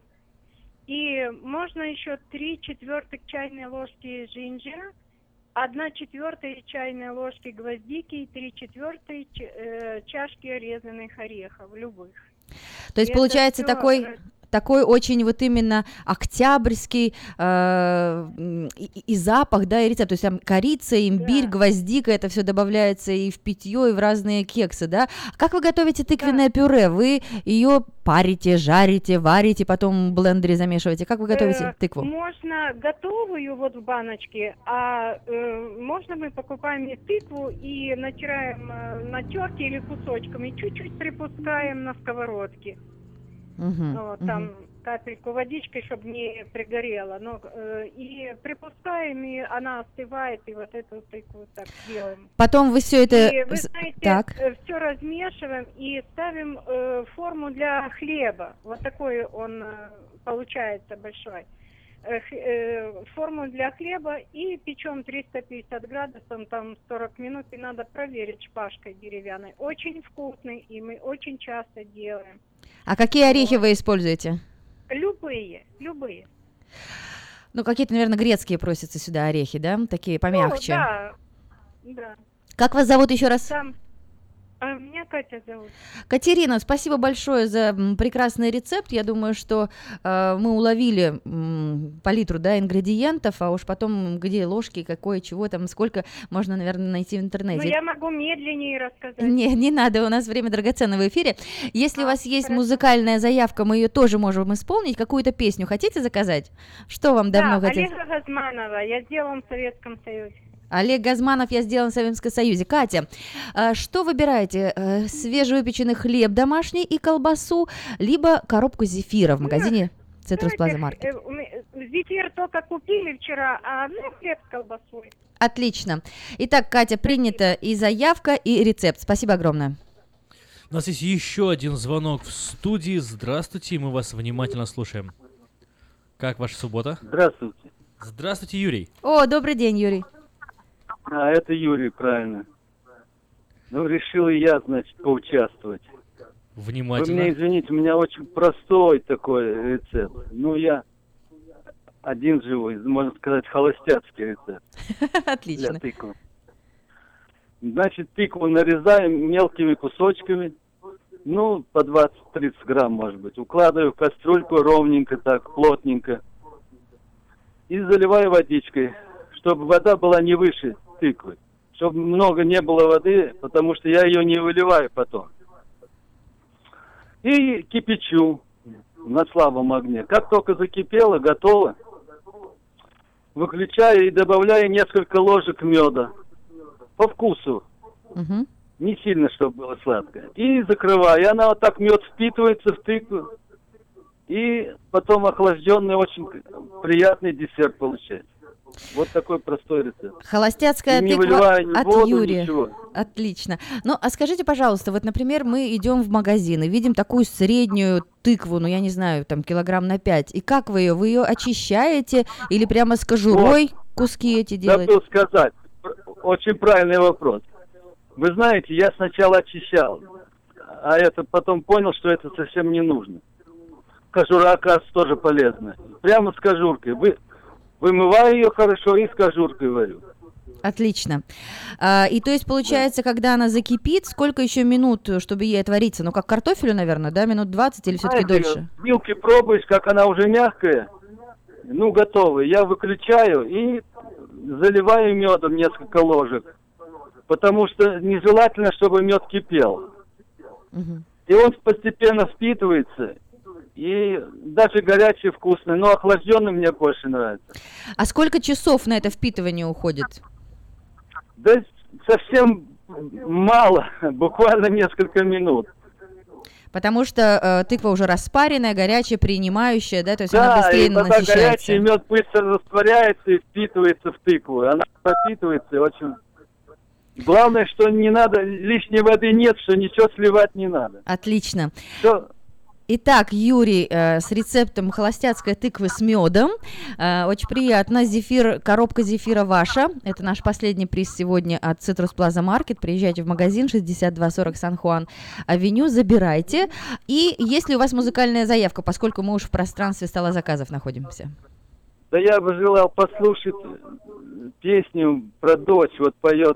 И можно еще три четвертых чайной ложки жинжера, одна четвертая чайной ложки гвоздики и три четвертые э, чашки резаных орехов, любых. То есть И получается это всё, такой... э, такой очень вот именно октябрьский э, и, и запах, да, и рецепт, то есть там корица, имбирь, да. гвоздика, это все добавляется и в питье, и в разные кексы, да. Как вы готовите тыквенное да. пюре? Вы ее парите, жарите, варите, потом в блендере замешиваете? Как вы готовите э, тыкву? Можно готовую вот в баночке, а э, можно мы покупаем и тыкву и натираем э, на терке или кусочками, чуть-чуть припускаем на сковородке. Uh-huh, вот, uh-huh. там капельку водичкой, чтобы не пригорело. Но, э, и припускаем, и она остывает, и вот эту тыкву так делаем. Потом вы все это... И вы знаете, так. все размешиваем и ставим э, форму для хлеба. Вот такой он э, получается большой. Э, э, форму для хлеба и печем триста пятьдесят градусов, там сорок минут, и надо проверить шпажкой деревянной. Очень вкусный, и мы очень часто делаем. А какие орехи вы используете? Любые, любые. Ну, какие-то, наверное, грецкие просятся сюда орехи, да? Такие помягче. Ну, да, да. Как вас зовут еще раз? Там... А меня Катя зовут. Катерина, спасибо большое за прекрасный рецепт. Я думаю, что э, мы уловили м, палитру, да, ингредиентов, а уж потом где ложки, какое, чего там, сколько можно, наверное, найти в интернете. Ну, я могу медленнее рассказать. Не, не надо, у нас время драгоценное в эфире. Если а, у вас есть хорошо. Музыкальная заявка, мы ее тоже можем исполнить. Какую-то песню хотите заказать? Что вам давно да, хотелось? Олега Газманова, я сделала в Советском Союзе. Олег Газманов, я сделан в Советском Союзе. Катя, что выбираете? Свежевыпеченный хлеб домашний и колбасу, либо коробку зефира в магазине Citrus Plaza Market? Зефир только купили вчера, а ну, хлеб с колбасой. Отлично. Итак, Катя, принята и заявка, и рецепт. Спасибо огромное. У нас есть еще один звонок в студии. Здравствуйте, мы вас внимательно слушаем. Как ваша суббота? Здравствуйте. Здравствуйте, Юрий. О, добрый день, Юрий. А, это Юрий, правильно. Ну, решил и я, значит, поучаствовать. Внимательно. Вы меня извините, у меня очень простой такой рецепт. Ну, я один живой, можно сказать, холостяцкий рецепт. Отлично. Для тыквы. Значит, тыкву нарезаем мелкими кусочками, ну, по двадцать-тридцать грамм, может быть. Укладываю в кастрюльку ровненько так, плотненько. И заливаю водичкой, чтобы вода была не выше тыквы. Чтобы много не было воды, потому что я ее не выливаю потом. И кипячу на слабом огне. Как только закипело, готово, выключаю и добавляю несколько ложек меда. По вкусу. Угу. Не сильно, чтобы было сладкое. И закрываю. И она вот так, мед впитывается в тыкву. И потом охлажденный, очень приятный десерт получается. Вот такой простой рецепт. Холостяцкая не тыква от воду, Юрия. Ничего. Отлично. Ну, а скажите, пожалуйста, вот, например, мы идем в магазин и видим такую среднюю тыкву, ну, я не знаю, там, килограмм на пять. И как вы ее? Вы ее очищаете или прямо с кожурой вот. Куски эти делаете? Забыл сказать. Очень правильный вопрос. Вы знаете, я сначала очищал, а это потом понял, что это совсем не нужно. Кожура, оказывается, тоже полезна. Прямо с кожуркой. Вы... Вымываю ее хорошо и с кожуркой варю. Отлично. А, и то есть, получается, да. когда она закипит, сколько еще минут, чтобы ей отвариться? Ну, как картофелю, наверное, да? Минут двадцать или все-таки дольше? Вилки пробуешь, как она уже мягкая, ну, готовая. Я выключаю и заливаю медом несколько ложек. Потому что нежелательно, чтобы мед кипел. Угу. И он постепенно впитывается. И даже горячий вкусный, но охлажденный мне больше нравится. А сколько часов на это впитывание уходит? Да совсем мало, буквально несколько минут. Потому что э, тыква уже распаренная, горячая, принимающая, да, то есть да, она быстрее насыщается. Да, и пока горячий мед быстро растворяется и впитывается в тыкву. Она пропитывается очень... Главное, что не надо, лишней воды нет, что ничего сливать не надо. Отлично. Все... Итак, Юрий э, с рецептом холостяцкой тыквы с медом. Э, очень приятно. Зефир, коробка зефира ваша. Это наш последний приз сегодня от Citrus Plaza Market. Приезжайте в магазин шестьдесят два сорок Сан-Хуан Авеню, забирайте. И есть ли у вас музыкальная заявка, поскольку мы уж в пространстве стола заказов находимся? Да я бы желал послушать песню про дочь. Вот поет.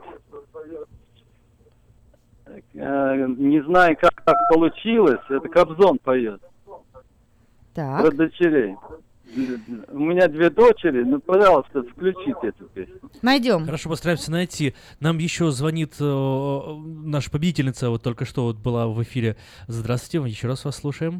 Не знаю, как так получилось. Это Кобзон поет. Так. Про дочерей. У меня две дочери. Ну, пожалуйста, включите эту песню. Найдем. Хорошо, постараемся найти. Нам еще звонит э, наша победительница, вот только что вот была в эфире. Здравствуйте, еще раз вас слушаем.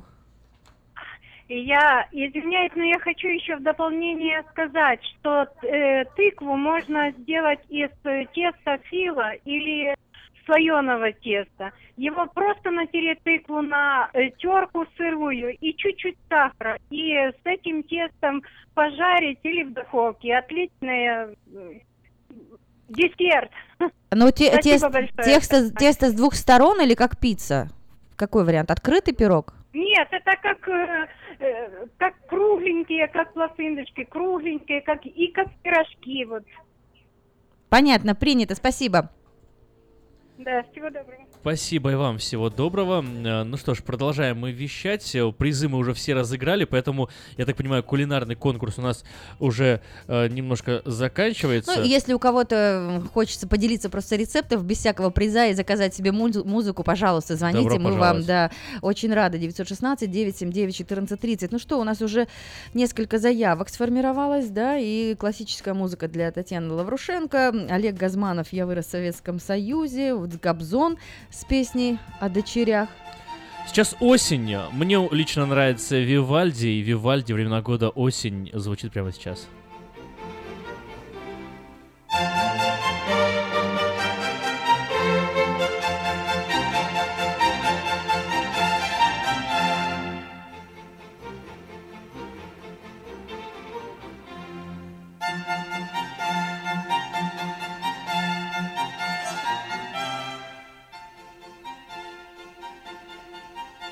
Я извиняюсь, но я хочу еще в дополнение сказать, что э, тыкву можно сделать из э, теста фила или слоеного теста. Его просто натереть тыкву на э, терку сырую и чуть-чуть сахара. И с этим тестом пожарить или в духовке. Отличный э, десерт. Но те, Спасибо тест, большое. тесто, тесто с двух сторон или как пицца? Какой вариант? Открытый пирог? Нет, это как, э, э, как кругленькие, как пластиночки, кругленькие, как, и как пирожки. Вот. Понятно, принято, спасибо. Да, всего доброго. Спасибо и вам, всего доброго. Э, Ну что ж, продолжаем мы вещать. Э, Призы мы уже все разыграли, поэтому, я так понимаю, кулинарный конкурс у нас уже э, немножко заканчивается. Ну, если у кого-то хочется поделиться просто рецептов без всякого приза и заказать себе муз- музыку, пожалуйста, звоните, Добро мы пожаловать. вам, да, очень рады. девятьсот шестнадцать девятьсот семьдесят девять четырнадцать тридцать. Ну что, у нас уже несколько заявок сформировалось, да, и классическая музыка для Татьяны Лаврушенко, Олег Газманов «Я вырос в Советском Союзе», вот Кобзон с песней о дочерях. Сейчас осень. Мне лично нравится Вивальди, и Вивальди «Времена года осень» звучит прямо сейчас.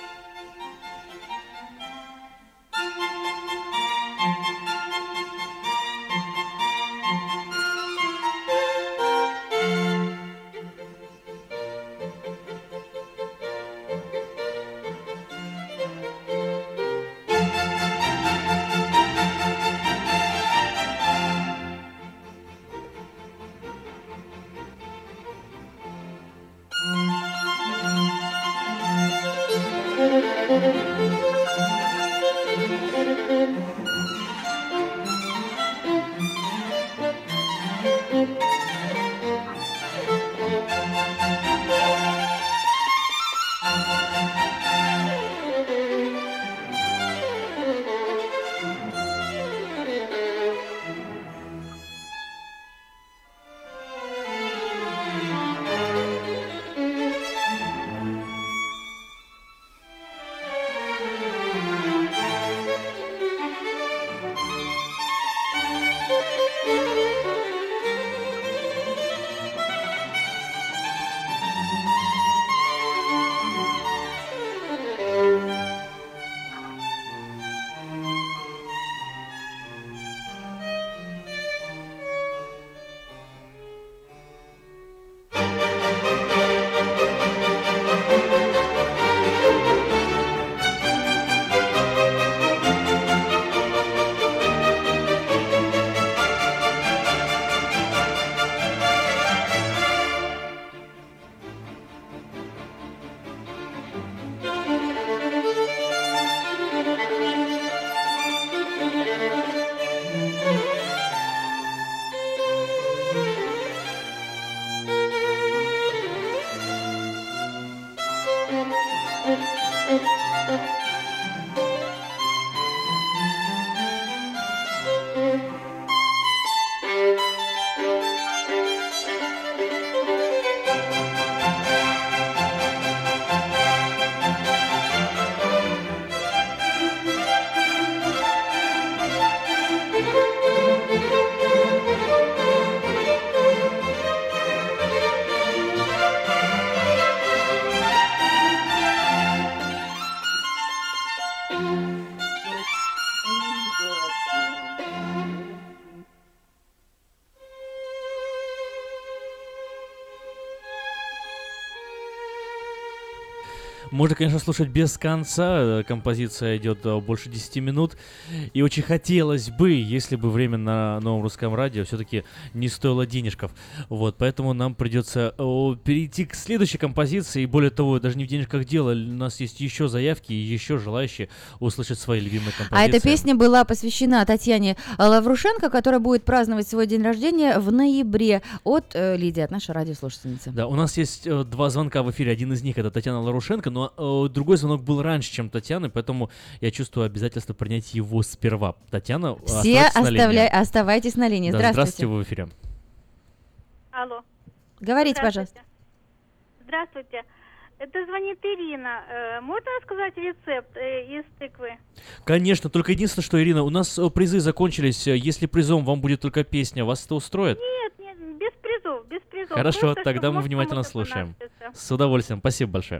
Thank you. Можно, конечно, слушать без конца. Композиция идет больше десяти минут. И очень хотелось бы, если бы время на Новом Русском Радио все-таки не стоило денежков. Вот, поэтому нам придется о, перейти к следующей композиции. И более того, даже не в денежках дело. У нас есть еще заявки и еще желающие услышать свои любимые композиции. А эта песня была посвящена Татьяне Лаврушенко, которая будет праздновать свой день рождения в ноябре. От э, Лидии, от нашей радиослушательницы. Да, у нас есть э, два звонка в эфире. Один из них — это Татьяна Лаврушенко, но э, другой звонок был раньше, чем Татьяны, поэтому я чувствую обязательство принять его сперва. Татьяна, все оставляй, оставайтесь на линии. Да, здравствуйте. Здравствуйте, вы в эфире. Алло. Говорите, Здравствуйте. пожалуйста. Здравствуйте. Это звонит Ирина. Э, Можно рассказать рецепт э, из тыквы? Конечно, только единственное, что, Ирина, у нас э, призы закончились. Если призом вам будет только песня, вас это устроит? Нет, нет, без призов, без призов. Хорошо, Просто, тогда чтобы мы внимательно кому-то слушаем. понадобится. С удовольствием, спасибо большое.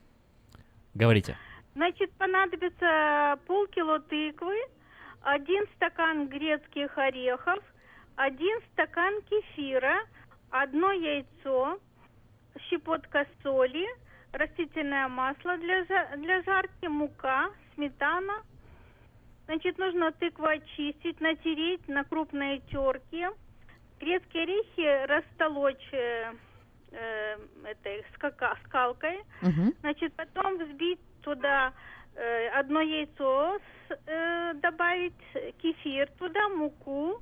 Говорите. Значит, понадобится полкило тыквы, один стакан грецких орехов, один стакан кефира, одно яйцо, щепотка соли, растительное масло для, жа- для жарки, мука, сметана. Значит, нужно тыкву очистить, натереть на крупной терке. Грецкие орехи растолочь э, э, этой скака- скалкой. Мгм. Значит, потом взбить туда э, одно яйцо, с- э, добавить кефир туда, муку.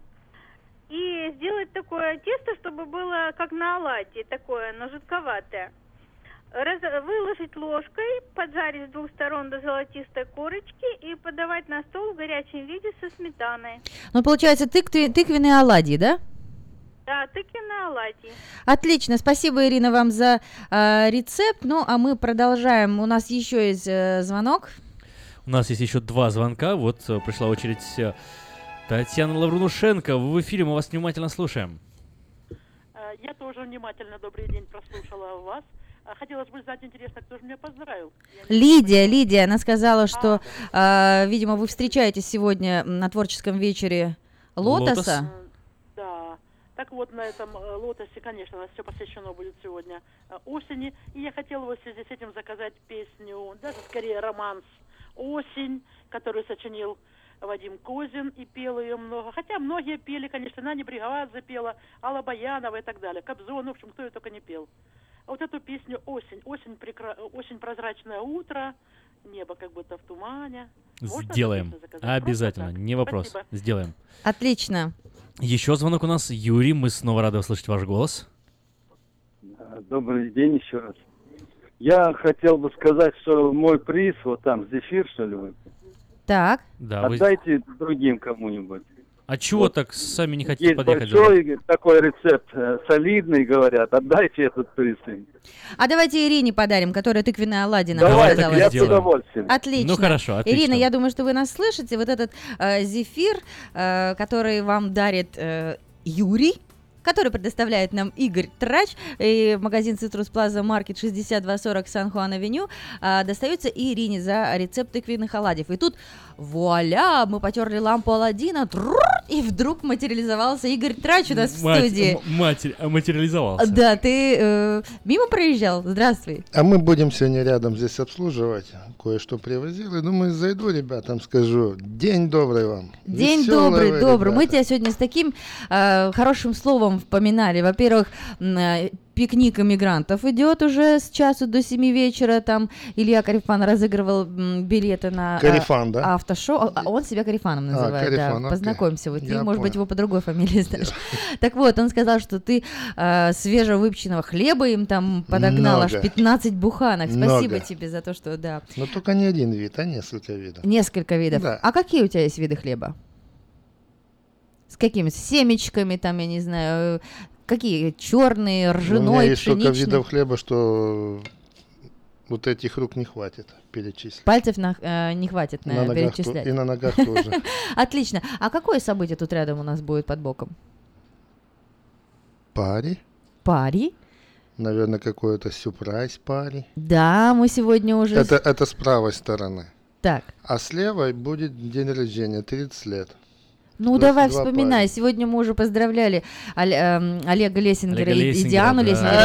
И сделать такое тесто, чтобы было как на оладьи, такое, но жидковатое. Раз, выложить ложкой, поджарить с двух сторон до золотистой корочки и подавать на стол в горячем виде со сметаной. Ну, получается, тыкве- тыквенные оладьи, да? Да, тыквенные оладьи. Отлично, спасибо, Ирина, вам за э, рецепт. Ну, а мы продолжаем. У нас еще есть э, звонок. У нас есть еще два звонка. Вот э, пришла очередь э, Татьяна Лаврушенко. Вы в эфире, мы вас внимательно слушаем. Я тоже внимательно добрый день прослушала вас. Хотелось бы знать, интересно, кто же меня поздравил? Лидия, Лидия, она сказала, что, э, видимо, вы встречаетесь сегодня на творческом вечере Лотоса. Да. Так вот, на этом э, Лотосе, конечно, у нас все посвящено будет сегодня э, осени. И я хотела бы в связи с этим заказать песню, даже скорее романс «Осень», которую сочинил Вадим Козин, и пел ее много. Хотя многие пели, конечно, Наня Бриговадзе пела, Алла Баянова и так далее. Кобзон, в общем, кто ее только не пел. А вот эту песню «Осень», «Осень, прекра... осень прозрачное утро», небо как будто в тумане. Можно Сделаем. Обязательно, Просто не вопрос. Спасибо. Сделаем. Отлично. Еще звонок у нас. Юрий, мы снова рады услышать ваш голос. Добрый день еще раз. Я хотел бы сказать, что мой приз, вот там, зефир, что ли, вы, Так. Да, вы- отдайте другим кому-нибудь. А чего Вот. так сами не хотите Есть подъехать? большой такой рецепт, э, солидный, говорят, отдайте этот приз им. А давайте Ирине подарим, которая тыквенные оладьи нам Давайте, рассказала. я с удовольствием. Отлично. Ну, хорошо, отлично. Ирина, я думаю, что вы нас слышите. Вот этот э, зефир, э, который вам дарит э, Юрий, который предоставляет нам Игорь Трач, и магазин Citrus Plaza Market шестьдесят два сорок Сан-Хуан-Авеню, э, достается Ирине за рецепт тыквенных оладьев. И тут, вуаля, мы потерли лампу Аладдина, трррр, и вдруг материализовался Игорь Трач у нас в Мать- студии. м- матери- а, материализовался. Да, ты э, мимо проезжал? Здравствуй. А мы будем сегодня рядом здесь обслуживать. Кое-что привозил. И думаю, зайду ребятам, скажу, день добрый вам. День Веселого, добрый, добрый. Мы ребята. тебя сегодня с таким э, хорошим словом вспоминали. Во-первых, м, э, пикник иммигрантов идет уже с часу до семи вечера. Там Илья Карифан разыгрывал м, билеты на э, Карифан, да? автошоу. А он себя Карифаном называет. Карифан, да. окей. Познакомься. Вот ты, Я может быть, понял. его по другой фамилии знаешь. Так вот, он сказал, что ты э, свежевыпеченного хлеба им там подогнал аж Много. пятнадцать буханок. Спасибо Много. тебе за то, что да. Но только не один вид, а несколько видов. Несколько видов. Да. А какие у тебя есть виды хлеба? С какими? С семечками, там, я не знаю, какие? Черные, У меня ржаной, есть столько пшеничный? видов хлеба, что вот этих рук не хватит перечислить. Пальцев на- э, не хватит, На наверное, ногах то- перечислять. и на ногах тоже. Отлично. А какое событие тут рядом у нас будет под боком? Пари. Пари? Наверное, какой-то сюрприз пари. Да, мы сегодня уже... Это, это с правой стороны. Так. А с левой будет день рождения, тридцать лет. Ну, То давай есть два вспоминай. парня. Сегодня мы уже поздравляли Оле- эм, Олега Лессингера Олега и- и Лессингера, Диану да. Лессингера.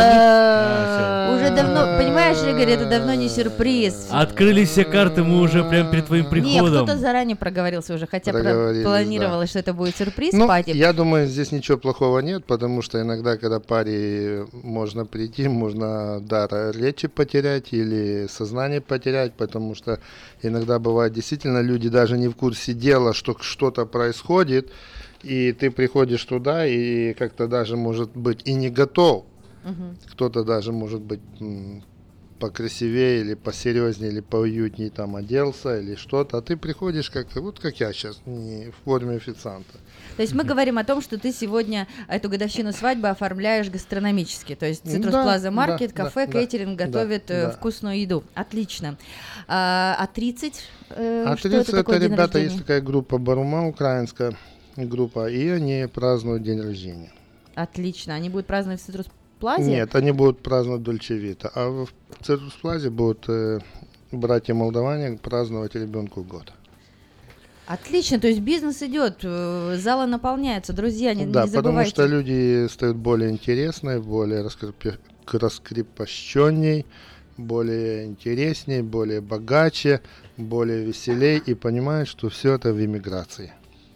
Да, Уже давно, понимаешь, Игорь, это давно не сюрприз. Открылись все карты, мы уже прям перед твоим Нет, приходом. кто-то заранее проговорился уже, хотя про- Проговорились, планировалось, что это будет сюрприз. Ну, пати. я думаю, здесь ничего плохого нет, потому что иногда, когда паре можно прийти, можно дар речи потерять или сознание потерять, потому что иногда бывает действительно люди даже не в курсе дела, что что-то происходит, и ты приходишь туда и как-то даже может быть и не готов. Мгм. Кто-то даже может быть м, покрасивее или посерьезнее или поуютнее там оделся или что-то, а ты приходишь как вот как я сейчас, не в форме официанта. То есть мы говорим о том, что ты сегодня эту годовщину свадьбы оформляешь гастрономически. То есть Citrus Да, Plaza Market, да, кафе, да, кейтеринг да, готовит да, э, да. вкусную еду. Отлично. А, а тридцать? э, А что тридцать это такое это день ребята, рождения? есть такая группа Барума, украинская группа, и они празднуют день рождения. Отлично. Они будут праздновать в Citrus Plaza? Нет, они будут праздновать Дольче Вита, а в Citrus Plaza будут э, братья молдаване праздновать ребенку год. Отлично, то есть бизнес идет, э, залы наполняются, друзья, не, Да, не потому забывайте. что люди стают более интересные, более раскрепе- раскрепощенней, более интересней, более богаче, более веселей и понимают, что все это в эмиграции.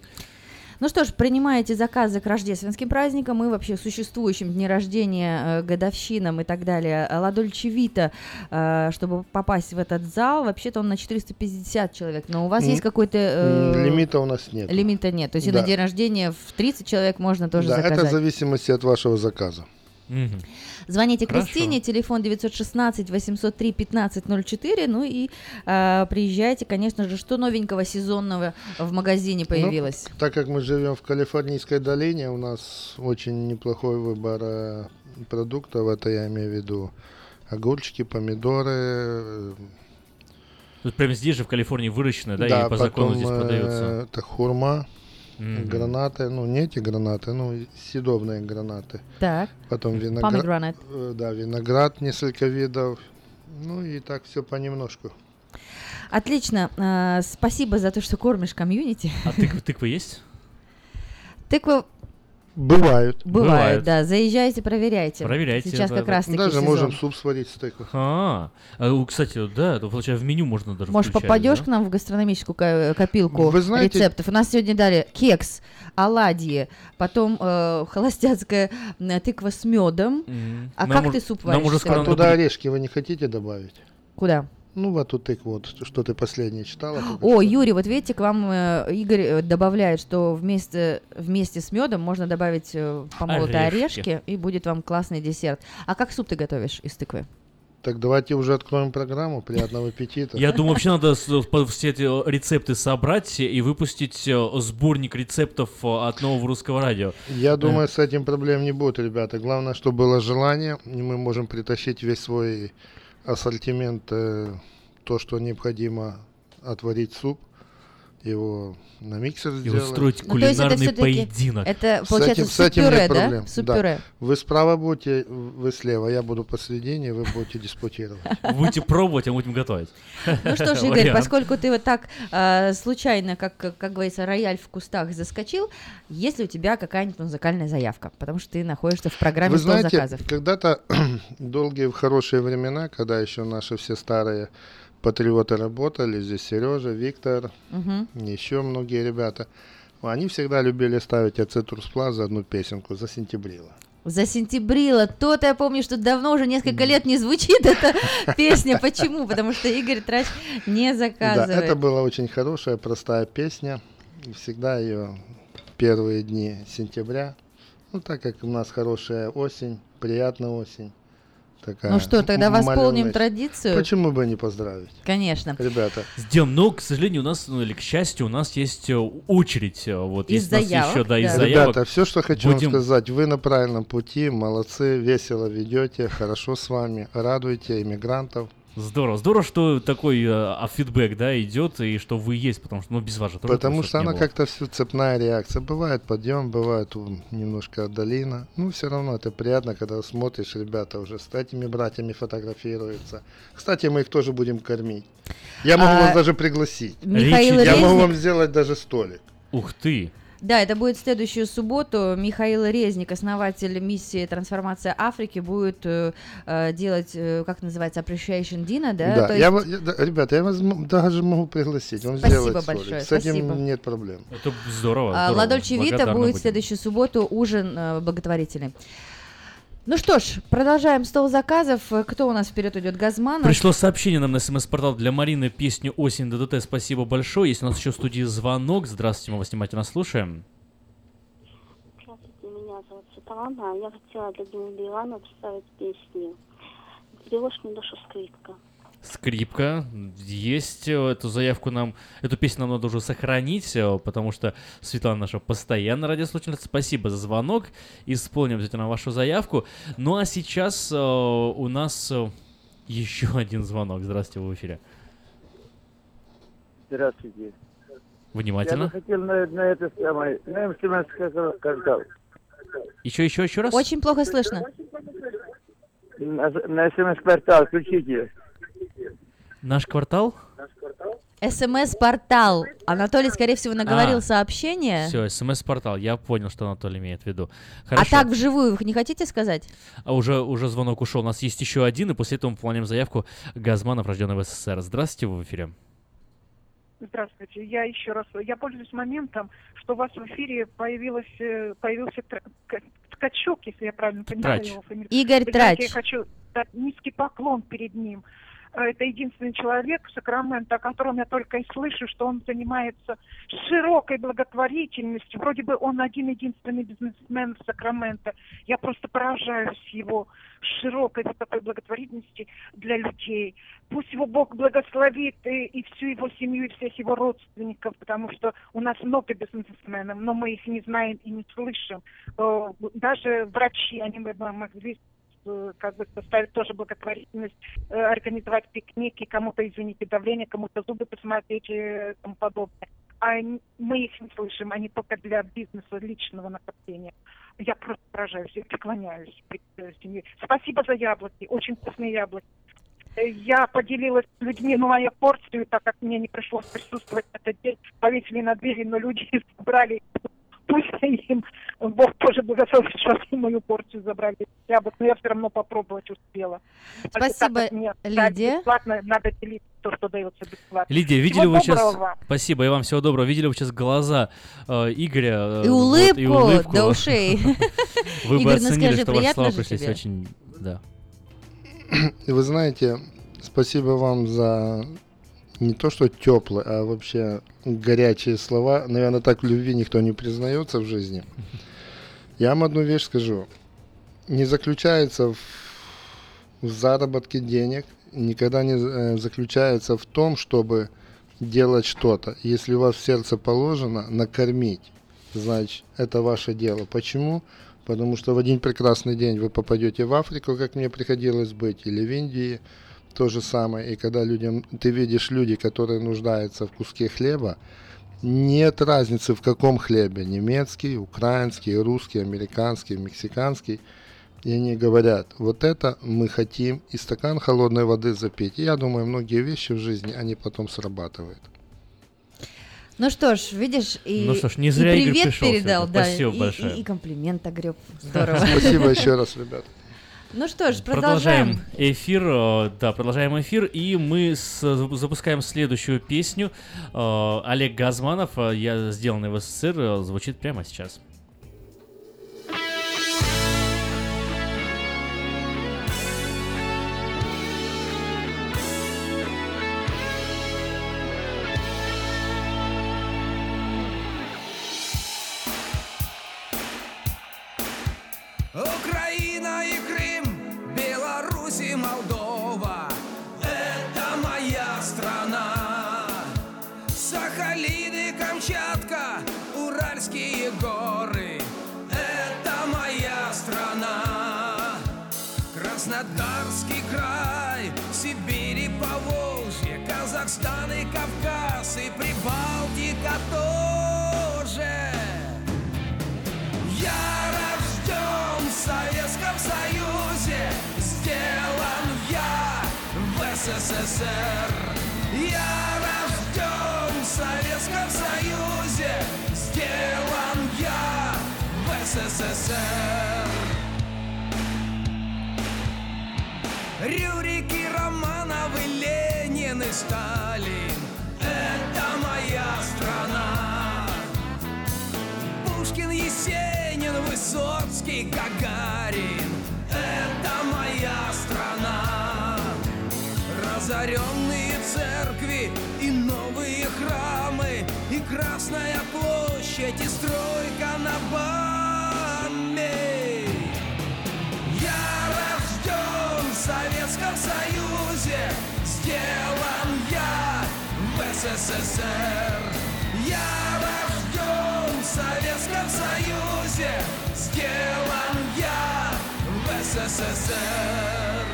Ну что ж, принимаете заказы к рождественским праздникам и вообще существующим дни рождения, э, годовщинам и так далее. Ла Дольче Вита, э, чтобы попасть в этот зал, вообще-то он на четыреста пятьдесят человек, но у вас М, есть какой-то... э, Лимита у нас нет. Лимита нет, то есть и Да. на день рождения в тридцать человек можно тоже Да, заказать. это в зависимости от вашего заказа. Звоните Хорошо. Кристине, телефон девятьсот шестнадцать восемьсот три пятнадцать ноль четыре, ну и э, приезжайте, конечно же, что новенького сезонного в магазине появилось? Ну, так как мы живем в Калифорнийской долине, у нас очень неплохой выбор э, продуктов. Это я имею в виду огурчики, помидоры. э, Тут прямо здесь же в Калифорнии выращено, да, и по закону потом, здесь э, продается. Это хурма, Мгм. гранаты, ну не эти гранаты, ну съедобные гранаты. Так. Потом виноград. Pomegranate. э, Да, виноград несколько видов. Ну и так все понемножку. Отлично, э, спасибо за то, что кормишь комьюнити. А тыквы, тыквы есть? Тыква Бывают. бывает, Бывает. да, заезжайте, проверяйте. Проверяйте, Сейчас да, как да. раз таки Даже сезон. можем суп сварить с тыквы. А, а, у, кстати, да, это, получается, в меню можно даже Может, включать, попадешь да? к нам в гастрономическую ко- копилку Вы знаете- рецептов? У нас сегодня дали кекс, оладьи, потом э, холостяцкая м, тыква с медом. Мгм. А Нам как уж- ты суп нам варишь? уже с скоро А тыквой? туда орешки вы не хотите добавить? Куда? Ну, в эту тыкву, вот, что ты последнее читала. только О, что. Юрий, вот видите, к вам э, Игорь э, добавляет, что вместе, вместе с медом можно добавить э, помолотые Орешки. орешки, и будет вам классный десерт. А как суп ты готовишь из тыквы? Так давайте уже откроем программу. Приятного аппетита. Я думаю, вообще надо с- по- все эти рецепты собрать и выпустить э, сборник рецептов э, от нового русского радио. Я думаю, с этим проблем не будет, ребята. Главное, чтобы было желание, и мы можем притащить весь свой ассортимент, э, то, что необходимо отварить суп, его на миксер сделать. устроить Ну, то есть это кулинарный всё-таки- поединок. это, С получается, этим- с этим суп-пюре, нет да? проблем. Суп-пюре. Да. Вы справа будете, вы слева, я буду посередине, вы будете диспутировать. Будете пробовать, а мы будем готовить. Ну что ж, Игорь, Вариант. поскольку ты вот так э, случайно, как, как, как говорится, рояль в кустах заскочил, есть ли у тебя какая-нибудь музыкальная заявка? Потому что ты находишься в программе Вы «Стол знаете, заказов». когда-то долгие в хорошие времена, когда еще наши все старые патриоты работали, здесь Сережа, Виктор, Мгм. еще многие ребята, они всегда любили ставить от Citrus Plaza одну песенку «За сентябрила». За сентябрила. То-то я помню, что давно уже несколько лет не звучит эта песня. Почему? Потому что Игорь Трач не Да, заказывает. это была очень хорошая, простая песня. И всегда ее первые дни сентября. Ну, так как у нас хорошая осень, приятная осень. Такая Ну что, тогда восполним малиновая. традицию? Почему бы не поздравить? Конечно. Ребята. Сделаем, но, к сожалению, у нас, ну или к счастью, у нас есть э, очередь. э, Вот, Из если у нас заявок, еще, да, из да. заявок. Ребята, все, что хочу будем- вам сказать, вы на правильном пути, молодцы, весело ведете, хорошо с вами, радуете иммигрантов. Здорово, здорово, что такой э, а, фидбэк, да, идет, и что вы есть, потому что, ну, без вас же тоже Потому этого что не она было. как-то все цепная реакция. Бывает подъем, бывает м, немножко долина. Ну, все равно это приятно, когда смотришь, ребята уже с этими братьями фотографируются. Кстати, мы их тоже будем кормить. Я могу А, вас даже пригласить. Михаил Я могу Резник- вам сделать даже столик. Ух ты! Да, это будет в следующую субботу. Михаил Резник, основатель миссии «Трансформация Африки», будет э, делать, э, как называется, appreciation dinner, да? Да, То я, есть... я, да, ребята, я вас м- даже могу пригласить. Он Спасибо сделает большое, столик. С этим спасибо. нет проблем. Это здорово. А, здорово. Ла Дольче Вита Благодарны будет в будем. следующую субботу ужин э, благотворительный. Ну что ж, продолжаем стол заказов. Кто у нас вперед идет? Газманов. Пришло сообщение нам на смс-портал для Марины, песню «Осень ДДТ». Спасибо большое. Есть у нас еще в студии звонок. Здравствуйте, мы вас внимательно слушаем. Здравствуйте, меня зовут Светлана. Я хотела для Димы Билана представить песню «Берешь мне душу скрипка». Скрипка. Есть эту заявку нам, эту песню нам надо уже сохранить, потому что Светлана наша постоянная радиослушательница. Спасибо за звонок. Исполним обязательно вашу заявку. Ну а сейчас э, у нас э, еще один звонок. Здравствуйте, вы в эфире. Здравствуйте. Внимательно. Я бы хотел на, на это самое, на эм семнадцать квартал. Еще, еще, еще раз. Очень плохо слышно. На, на эс эм эс квартал включите. Наш квартал? СМС-портал. Анатолий, скорее всего, наговорил А, сообщение. Все, смс-портал. Я понял, что Анатолий имеет в виду. А Хорошо. так вживую вы не хотите сказать? А уже, уже звонок ушел. У нас есть еще один, и после этого мы выполняем заявку. Газманов, рожденный в СССР. Здравствуйте, вы в эфире. Здравствуйте. Я еще раз, я пользуюсь моментом, что у вас в эфире появилась, э, появился тр- к- Ткачук, если я правильно понимаю Трач. его фамилию. Игорь Вы знаете, Трач. Я хочу дать низкий поклон перед ним. Э, Это единственный человек в Сакраменто, о котором я только и слышу, что он занимается широкой благотворительностью. Вроде бы он один-единственный бизнесмен в Сакраменто. Я просто поражаюсь его широкой вот такой благотворительности для людей. Пусть его Бог благословит и, и всю его семью, и всех его родственников, потому что у нас много бизнесменов, но мы их не знаем и не слышим. Э, Даже врачи, они бы могли э, как бы составить тоже благотворительность, э, организовать пикники, кому-то, извините, давление, кому-то зубы посмотреть и тому подобное. А н- мы их не слышим, они только для бизнеса, личного накопления. Я просто поражаюсь и преклоняюсь перед э, семьей. Спасибо за яблоки, очень вкусные яблоки. Э, Я поделилась с людьми, ну, мою порцию, так как мне не пришлось присутствовать в этот день. Повесили на двери, но люди забрали. Пусть им Бог тоже благословит, что они мою порцию забрали яблок, но я все равно попробовать успела. Спасибо, Так как мне дать Лидия. бесплатно, надо делить то, что дается бесплатно. Лидия, видели Всего вы сейчас... доброго вам. Спасибо, и вам всего доброго. Видели вы сейчас глаза э, Игоря? э, И вот, улыбку, и улыбку до ушей. Вы бы Игорь, ну оценили, скажи, что ваши приятно слова же пришлись тебе? очень... Да. И вы знаете, спасибо вам за не то что теплые, а вообще горячие слова. Наверное, так в любви никто не признается в жизни. Я вам одну вещь скажу. Не заключается в, в заработке денег, никогда не э, заключается в том, чтобы делать что-то. Если у вас в сердце положено накормить, значит, это ваше дело. Почему? Потому что в один прекрасный день вы попадете в Африку, как мне приходилось быть, или в Индии, то же самое. И когда людям, ты видишь люди, которые нуждаются в куске хлеба, нет разницы в каком хлебе, немецкий, украинский, русский, американский, мексиканский. И они говорят, вот это мы хотим, и стакан холодной воды запить. И я думаю, многие вещи в жизни, они потом срабатывают. Ну что ж, видишь, и, Ну что ж, не зря и Игорь привет пришел передал, сегодня. да, Спасибо и, большое. и, и комплимент огреб. Здорово. Спасибо еще раз, ребят. Ну что ж, Продолжаем продолжаем. эфир, э, да, продолжаем эфир, и мы с- запускаем следующую песню. Э, Олег Газманов, э, я сделанный в СССР, э, звучит прямо сейчас. Украина и Крым, Беларусь и Молдова — это моя страна. Сахалин и Камчатка, Уральские горы — это моя страна. Краснодарский край, Сибирь и Поволжье, Казахстан и Кавказ и Прибалтика тоже. Я рожден в Советском Союзе, сделан я в СССР. Я рожден в Советском Союзе, сделан СССР. Рюрики, Романовы, Ленин и Сталин — это моя страна. Пушкин, Есенин, Высоцкий, Гагарин — это моя страна. Разоренные церкви и новые храмы, и Красная площадь, и стройка на Баме. Я рожден в Советском Союзе, сделан я в СССР. Я рожден в Советском Союзе, сделан я в СССР.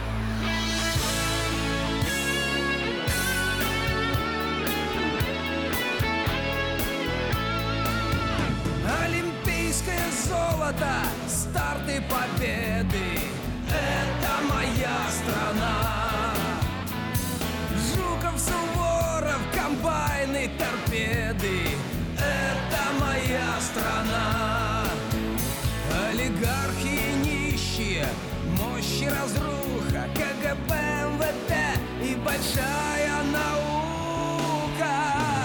Олимпийское золото, старты победы — это моя страна. Жуков, Суворов, комбайны, торпеды — это моя страна. Олигархи и нищие, мощь и разруха, КГБ, МВД и большая наука.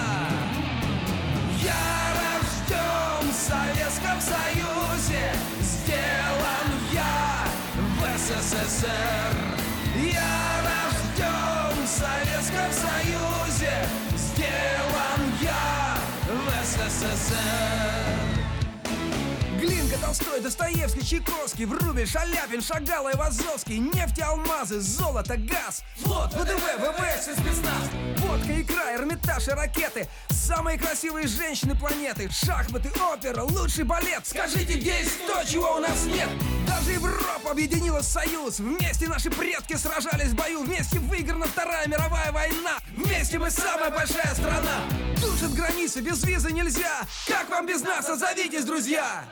Я рожден в Советском Союзе, сделан я в СССР. Я рожден в Советском Союзе, сделан я в СССР. Глинка, Толстой, Достоевский, Чайковский, Врубель, Шаляпин, Шагал, Айвазовский, нефть и алмазы, золото, газ, флот, ВДВ, ВВС и спецназ, водка, икра, Эрмитаж и ракеты, самые красивые женщины планеты, шахматы, опера, лучший балет. Скажите, где есть то, чего у нас нет? Даже Европа объединилась в союз. Вместе наши предки сражались в бою. Вместе выиграна Вторая мировая война. Вместе мы самая большая страна. Душат границы, без визы нельзя. Как вам без нас? Отзовитесь, друзья!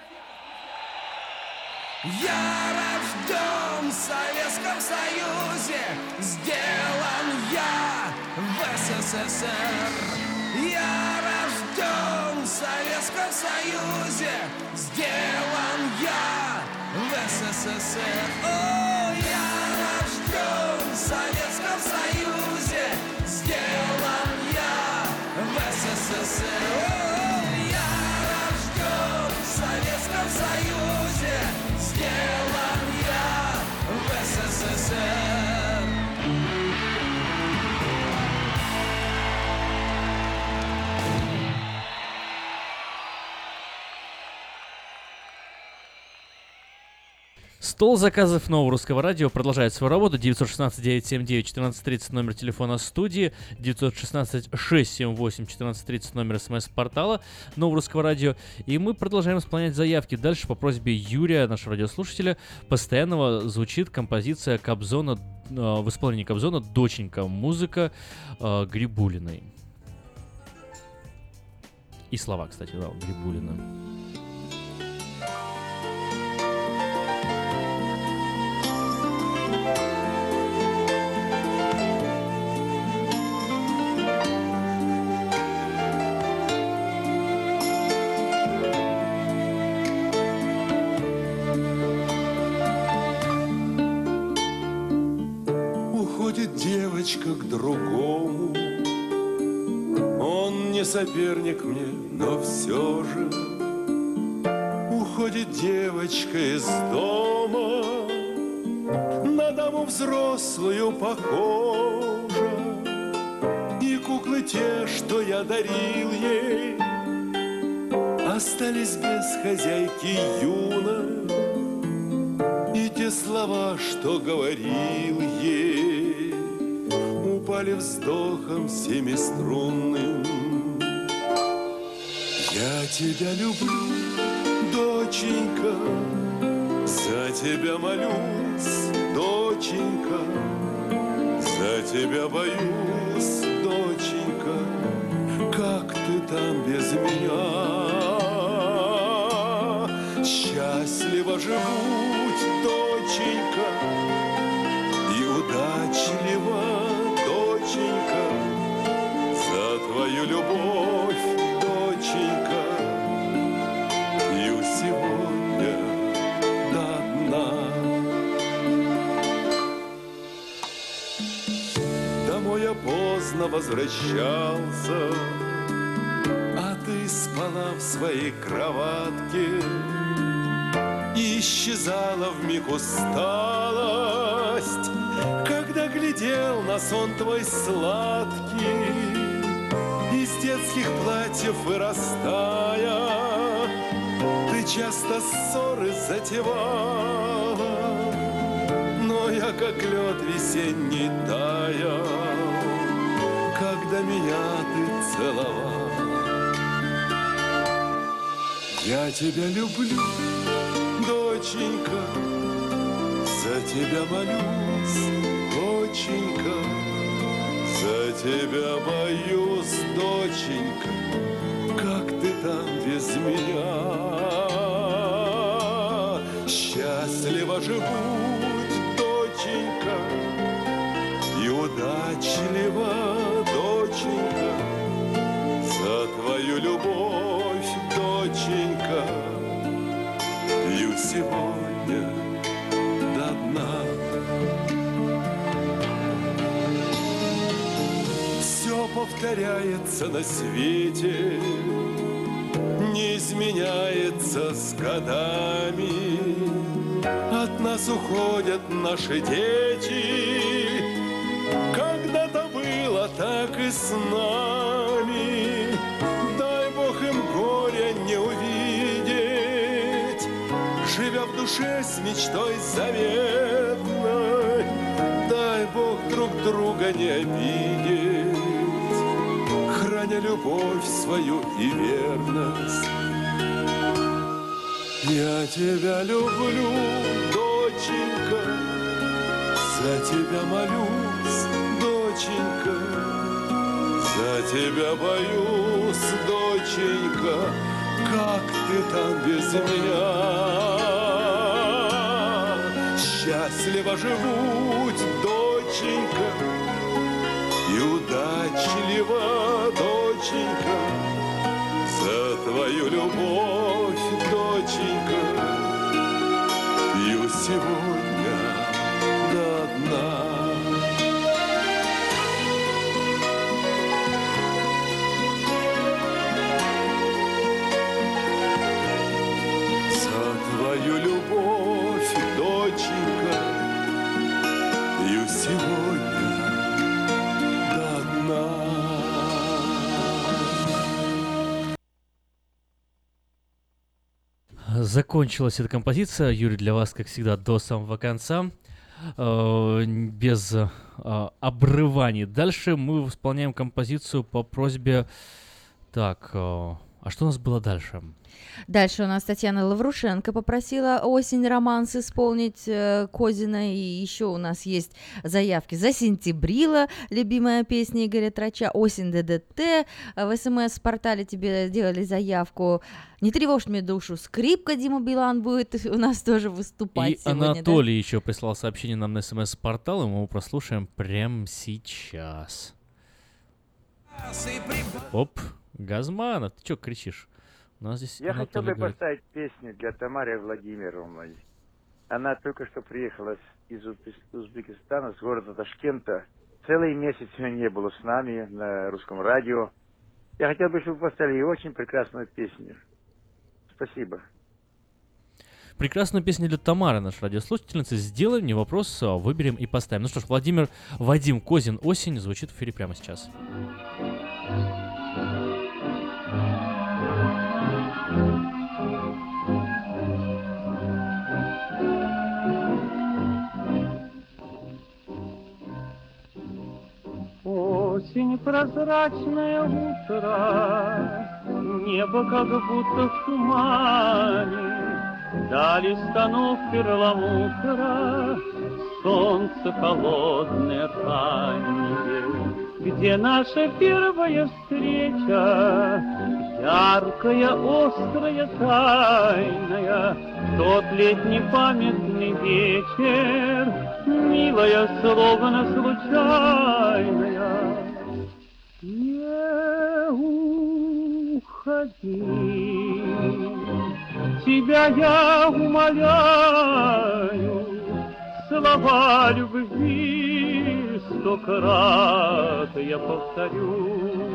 Я рожден в Советском Союзе, сделан я в СССР. Я рожден в Советском Союзе, сделан я в СССР. О, я рожден в Советском Союзе, сделан я в СССР. О, я рожден в Советском Союзе, сделан я в СССР. Стол заказов нового русского радио продолжает свою работу. девять один шесть девять семь девять четырнадцать тридцать номер телефона студии, девять один шесть шесть семь восемь четырнадцать тридцать номер смс-портала нового русского радио. И мы продолжаем исполнять заявки. Дальше по просьбе Юрия, нашего радиослушателя, постоянного звучит композиция Кобзона, э, в исполнении Кобзона «Доченька», музыка э, Грибулиной. И слова, кстати, да, Грибулина. Уходит девочка к другому, он не соперник мне, но все же. Уходит девочка из дома, на даму взрослую похожа. И куклы те, что я дарил ей, остались без хозяйки юной. И те слова, что говорил ей, упали вздохом семиструнным. Я тебя люблю, доченька, за тебя молюсь, доченька, за тебя боюсь, доченька, как ты там без меня. Счастливо же будь, доченька, и удачлива, доченька, за твою любовь, доченька, пью сегодня возвращался, а ты спала в своей кроватке, и исчезала вмиг усталость, когда глядел на сон твой сладкий. Из детских платьев вырастая, ты часто ссоры затевала, но я как лед весенний таял, когда меня ты целовала. Я тебя люблю, доченька, за тебя молюсь, доченька, за тебя боюсь, доченька, как ты там без меня. Счастливо живут, доченька, и удачлива, доченька, за твою любовь, доченька, пью сегодня до дна. Все повторяется на свете, не изменяется с годами. От нас уходят наши дети, когда-то было так и с нами. Дай Бог им горя не увидеть, живя в душе с мечтой заветной. Дай Бог друг друга не обидеть, храня любовь свою и верность. Я тебя люблю, доченька, за тебя молюсь, доченька, за тебя боюсь, доченька, как ты там без меня. Счастливо живут, доченька, и удачлива, доченька, за твою любовь, доченька, пью сегодня до дна. За твою любовь, доченька, пью сегодня до дна. Закончилась эта композиция. Юрий, для вас, как всегда, до самого конца. Э, без э, обрываний. Дальше мы исполняем композицию по просьбе... Так, э, а что у нас было дальше? Дальше у нас Татьяна Лаврушенко попросила «Осень романс» исполнить э, Козина, и еще у нас есть заявки за «Сентябрила», любимая песня Игоря Трача, «Осень ДДТ», в СМС-портале тебе делали заявку «Не тревожь мне душу», «Скрипка», Дима Билан будет у нас тоже выступать и сегодня. Анатолий да? еще прислал сообщение нам на СМС-портал, и мы его прослушаем прямо сейчас. Оп, Газманов, ты что кричишь? У нас здесь Я хотел бы говорит. поставить песню для Тамары Владимировны. Она только что приехала из Узбекистана, с города Ташкента. Целый месяц ее не было с нами на русском радио. Я хотел бы, чтобы вы поставили очень прекрасную песню. Спасибо. Прекрасную песню для Тамары, нашей радиослушательницы. Сделаем, не вопрос, выберем и поставим. Ну что ж, Владимир, Вадим Козин, «Осень» звучит в эфире прямо сейчас. Осень, прозрачное утро, небо как будто в тумане, дали станов перламутра, солнце холодное раннее. Где наша первая встреча, яркая, острая, тайная, тот летний памятный вечер, милая, словно случайная. Не уходи, тебя я умоляю, слова любви сто крат я повторю.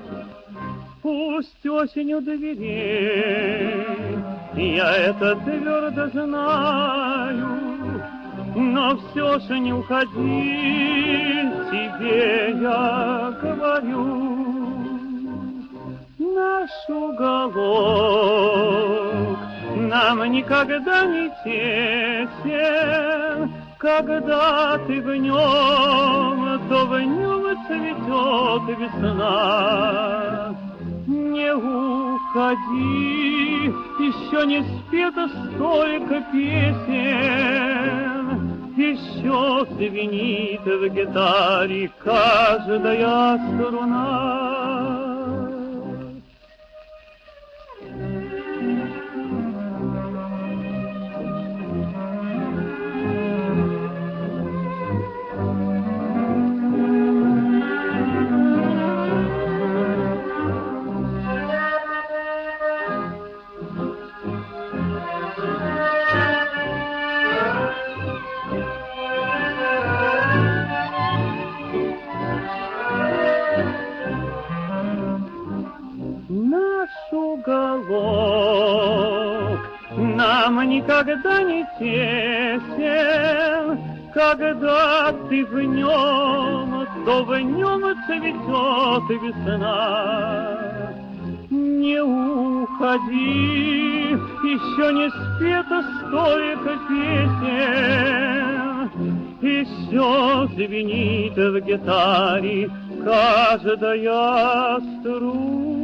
Пусть осень у дверей, я это твердо знаю, но все же не уходи, тебе я говорю. Наш уголок нам никогда не тесен, когда ты в нем, то в нем цветет весна. Не уходи, еще не спето столько песен, еще звенит в гитаре каждая струна. Уголок нам никогда не тесен, когда ты в нем, то в нем цветет весна. Не уходи, еще не спето столько песен, еще звенит в гитаре каждая струна.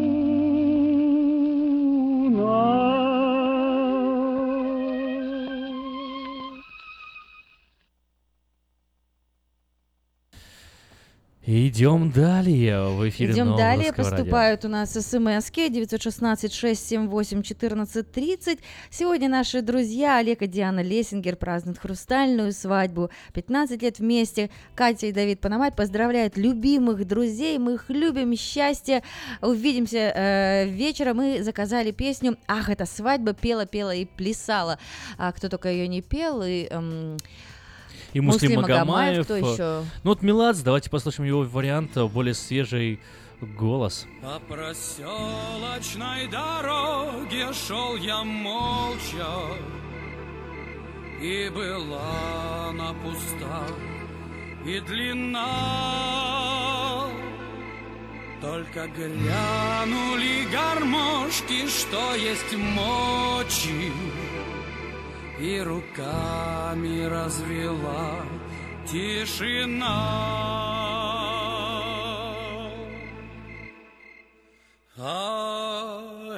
Идем далее. В эфире Идем Нового далее. Русского Поступают радио. у нас смски девять один шесть шесть семь восемь четырнадцать тридцать. Сегодня наши друзья Олег и Диана Лессингер празднуют хрустальную свадьбу. пятнадцать лет вместе. Катя и Давид Пономарь поздравляют любимых друзей. Мы их любим. Счастья. Увидимся э, вечером. Мы заказали песню «Ах, это свадьба». Пела, пела и плясала. А кто только ее не пел. И... Эм... И Муслим Магомаев. Кто еще? Ну вот Меладзе, давайте послушаем его вариант, более свежий голос. По проселочной дороге шел я молча, и была она пуста и длинна. Только глянули гармошки, что есть мочи, и руками развела тишина. А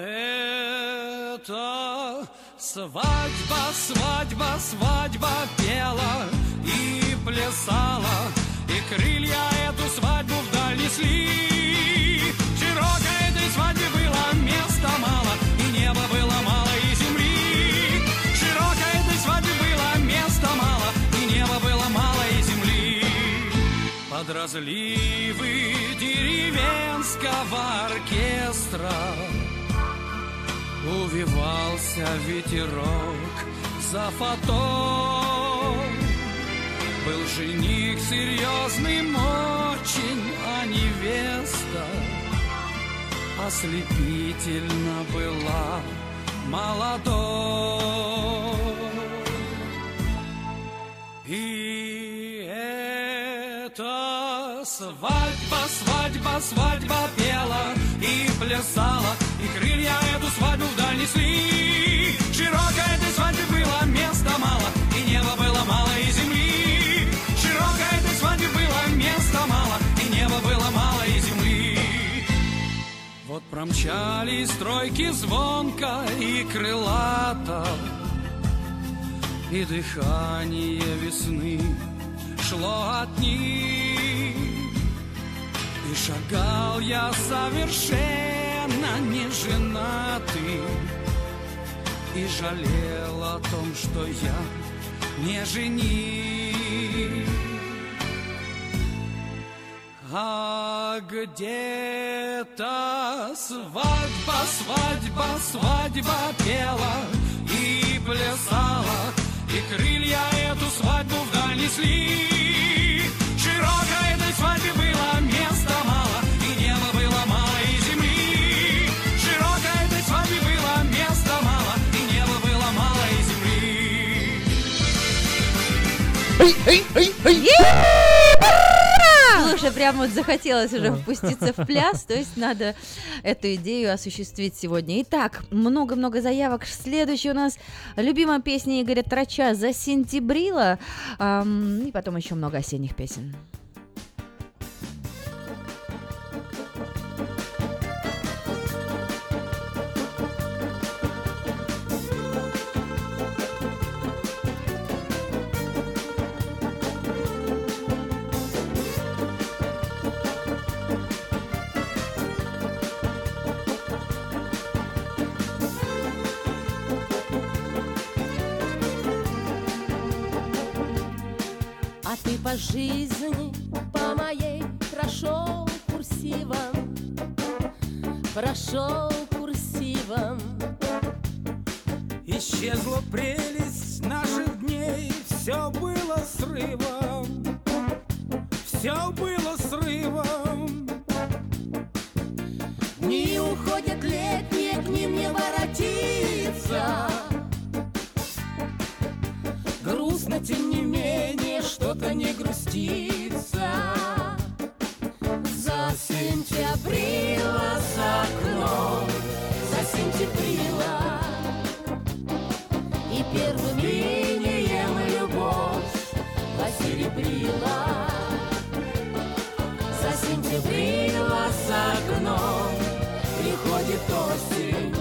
это свадьба, свадьба, свадьба пела и плясала, и крылья эту свадьбу вдаль несли. Широкой этой свадьбе было места мало, и неба было мало, и земли. Широкой этой свадьбе было места мало, и неба было мало, и земли. Под разливы деревенского оркестра увивался ветерок за фото. Был жених серьезным очень, а невеста ослепительно была молодой. И эта свадьба, свадьба, свадьба пела и плясала, и крылья эту свадьбу вдаль несли. Широкой этой свадьбе было места мало, и неба было мало, и земли. Широкой этой свадьбе было места мало, и неба было мало, и земли. Вот промчались стройки звонко и крылато, и дыхание весны шло от них. И шагал я совершенно не женатый, и жалел о том, что я не жених. А где-то свадьба, свадьба, свадьба пела и плясала, и крылья эту свадьбу вдаль несли. Широкой Слушай, прям вот захотелось уже впуститься в пляс, то есть надо эту идею осуществить сегодня. Итак, много-много заявок. Следующая у нас любимая песня Игоря Трача «Засентябрила», эм, и потом еще много осенних песен. А ты по жизни, по моей, прошел курсивом, прошел курсивом. Исчезла прелесть наших дней, все было срывом, все было срывом. Дни уходят летние, к ним не воротиться. Грустно, тем не менее, что-то не грустится. Засентябрила за окном, засентябрила, и первым линием любовь посеребрила. Засентябрила за окном, приходит осень,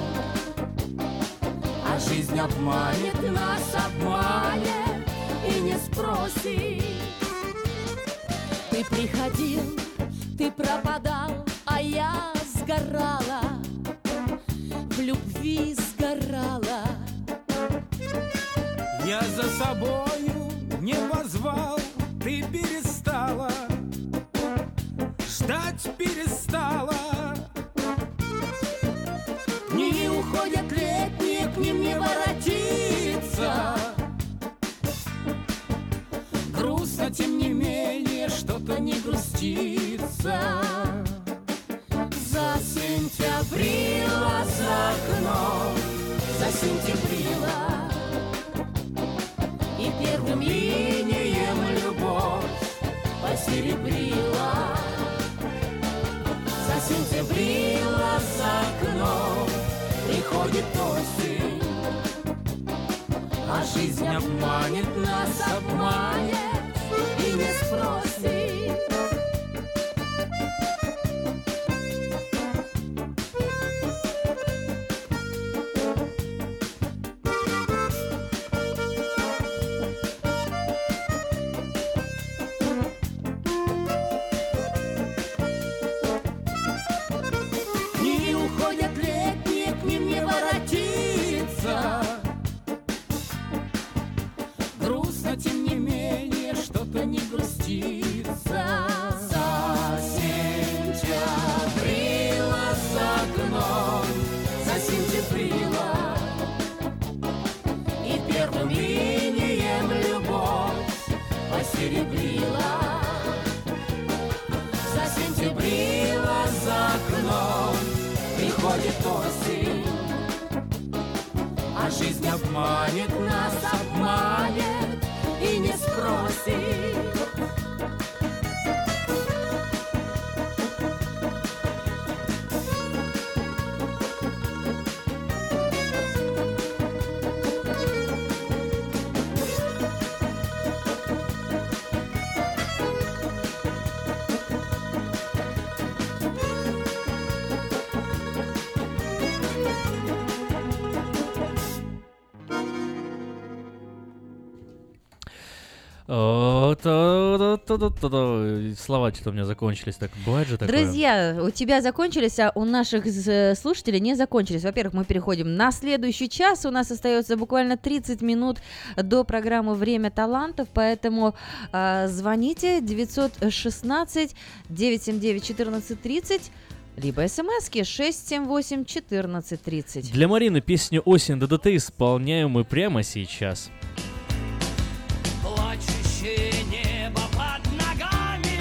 а жизнь обманет нас, обманет и не спросит. Ты приходил, ты пропадал, а я сгорала, в любви сгорала. Я за собою не позвал, ты перестала, ждать перестала. Дни уходят летние, к ним не воротиться. Грустно, тем не менее, что-то не грустится. Засентябрила за окном, засентябрила, и первым линием любовь посеребрила. Засентябрила за окном, приходит осень, а жизнь обманет нас, обманет и не спросит. Дни уходят летние, к ним не воротиться. Грустно, тем не менее, что-то не грустится. Засентябрила за окном, засентябрила, и первым линием любовь посеребрила. Засентябрила за окном, приходит осень, а жизнь обманет нас, обманет и не спросит. О, та-та-та-та-та-та. Слова что-то у меня закончились. Так бывает же такое? Друзья, у тебя закончились, а у наших з- слушателей не закончились. Во-первых, мы переходим на следующий час. У нас остается буквально тридцать минут до программы «Время талантов», поэтому э, звоните девятьсот шестнадцать девятьсот семьдесят девять четырнадцать тридцать, либо смски шесть семь восемь четырнадцать тридцать. Для Марины песню «Осень ДДТ» исполняем мы прямо сейчас. Плачущее небо под ногами,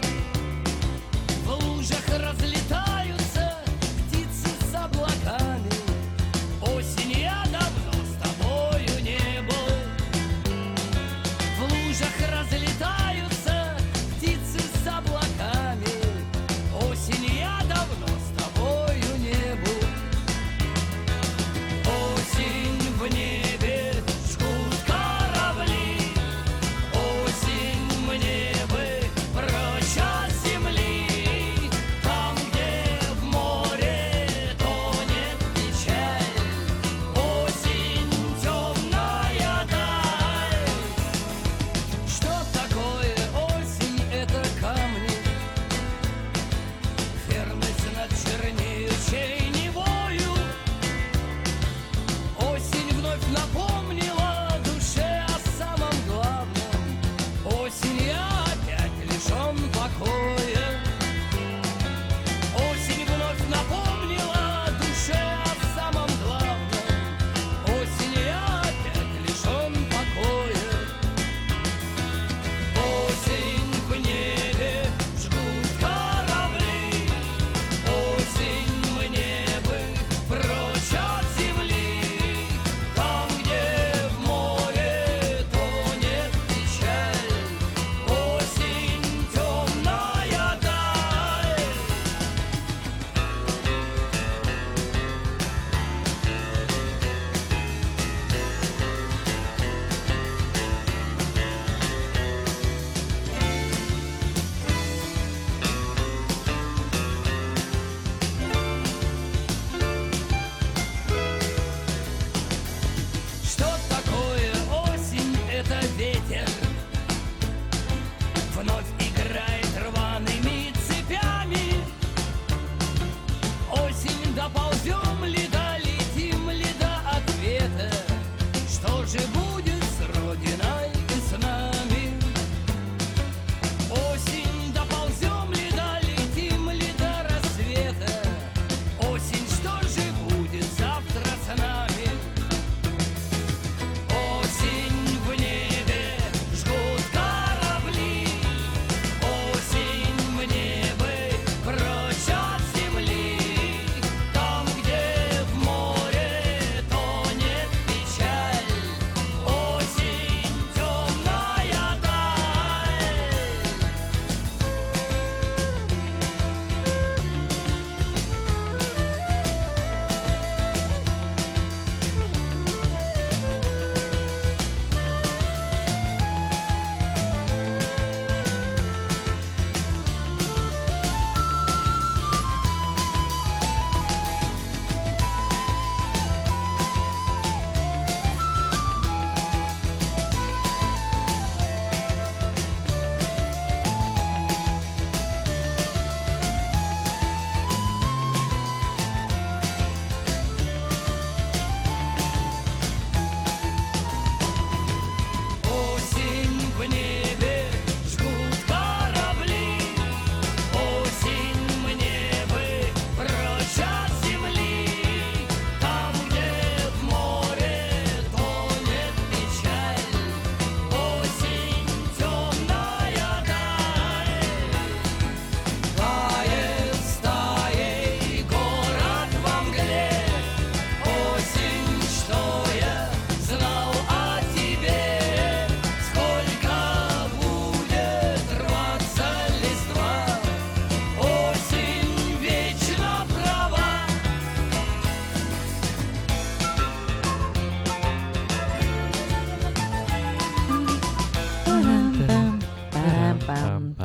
в лужах разлетаются птицы с облаками. Осень, я давно с тобою не был, в лужах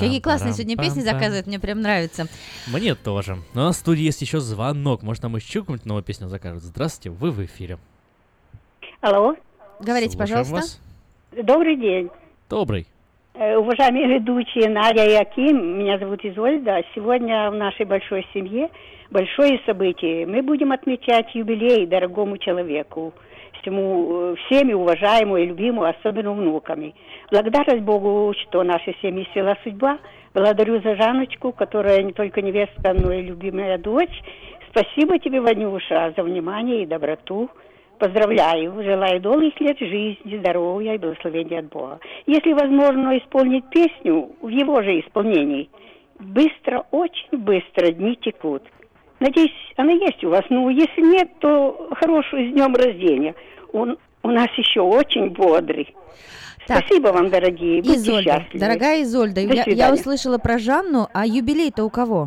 Какие классные сегодня песни заказывают, мне прям нравится. Мне тоже. Но в студии есть еще звонок. Может, нам еще какую-нибудь новую песню закажут. Здравствуйте, вы в эфире. Алло. Говорите, Слушаем пожалуйста. вас. Добрый день. Добрый. Э, Уважаемые ведущие Надя и Аким, меня зовут Изольда. Сегодня в нашей большой семье большое событие. Мы будем отмечать юбилей дорогому человеку, всему, всеми уважаемому и любимому, особенно внуками. Благодарность Богу, что наши семьи свела судьба. Благодарю за Жанночку, которая не только невестка, но и любимая дочь. Спасибо тебе, Ванюша, за внимание и доброту. Поздравляю, желаю долгих лет жизни, здоровья и благословения от Бога. Если возможно исполнить песню в его же исполнении, быстро, очень быстро дни текут. Надеюсь, она есть у вас. Ну, если нет, то хорошую с днем рождения. Он у нас еще очень бодрый. Так. Спасибо вам, дорогие. Будьте Изольда, счастливы. дорогая Изольда, До я, я свидания. услышала про Жанну, а юбилей-то у кого?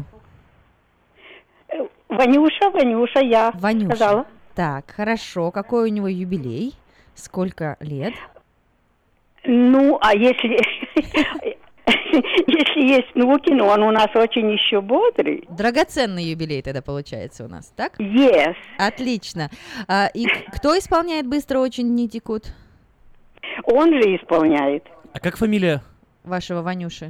Ванюша, Ванюша, я Ванюша. сказала. Так, хорошо. Какой у него юбилей? Сколько лет? Ну, а если... Если есть внуки, но он у нас очень еще бодрый. Драгоценный юбилей тогда получается у нас, так? Yes. Отлично. А, и кто исполняет «Быстро очень дни текут»? Он же исполняет. А как фамилия? Вашего Ванюши.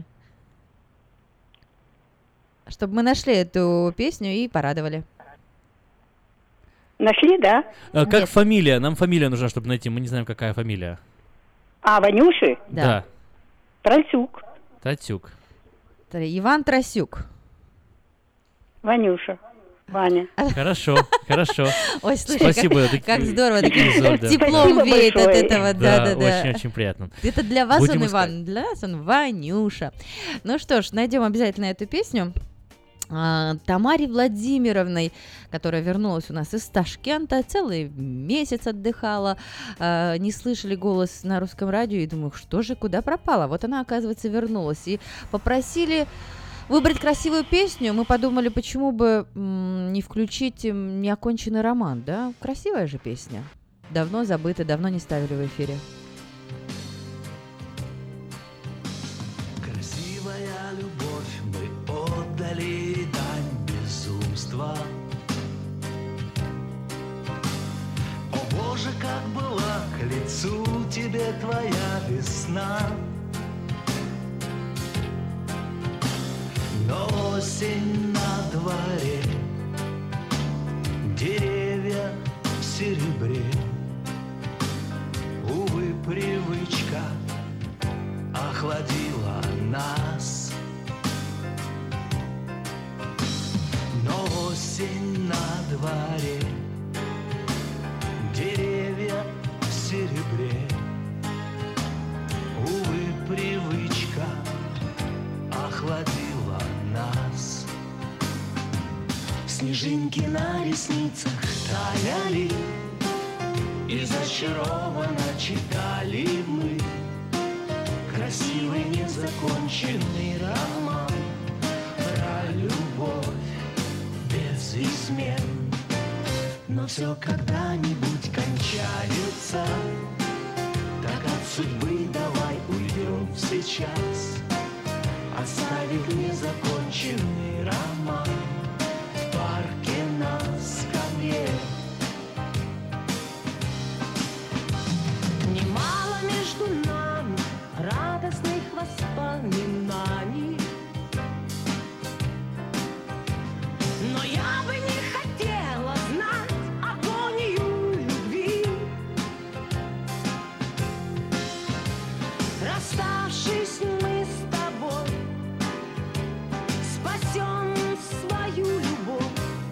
Чтобы мы нашли эту песню и порадовали. Нашли, да? А, как Нет. фамилия? Нам фамилия нужна, чтобы найти. Мы не знаем, какая фамилия. А, Ванюши? Да. Тральцук. Татюк. Иван Тросюк. Ванюша. Ваня. Хорошо, хорошо. Ой, слушай, Спасибо. как, таки- как здорово, таким Изольда. теплом Спасибо веет от большое. этого, Да, да-да-да. очень-очень приятно. Это для вас Будем он, искать. Иван, для вас он Ванюша. Ну что ж, найдем обязательно эту песню. А, Тамаре Владимировной, которая вернулась у нас из Ташкента, целый месяц отдыхала, а, не слышали голос на русском радио, и думаю, что же, куда пропала? Вот она, оказывается, вернулась. И попросили выбрать красивую песню. Мы подумали, почему бы м, не включить м, неоконченный роман, да? Красивая же песня. Давно забыта, давно не ставили в эфире. Красивая любовь, мы отдали дань безумства. О Боже, как была к лицу тебе твоя весна. Но осень на дворе, деревья в серебре. Увы, привычка охладила нас. Но осень на дворе, деревья в серебре. Увы, привычка охладила нас. Снежинки на ресницах таяли, и зачарованно читали мы красивый незаконченный роман про любовь без измен. Но все когда-нибудь кончается, так от судьбы давай уйдем сейчас, оставив незаконченный роман в парке на скамье. Немало между нами радостных воспоминаний, но я бы не хотела знать агонию любви. Расставшись мы с тобой, спасем свою любовь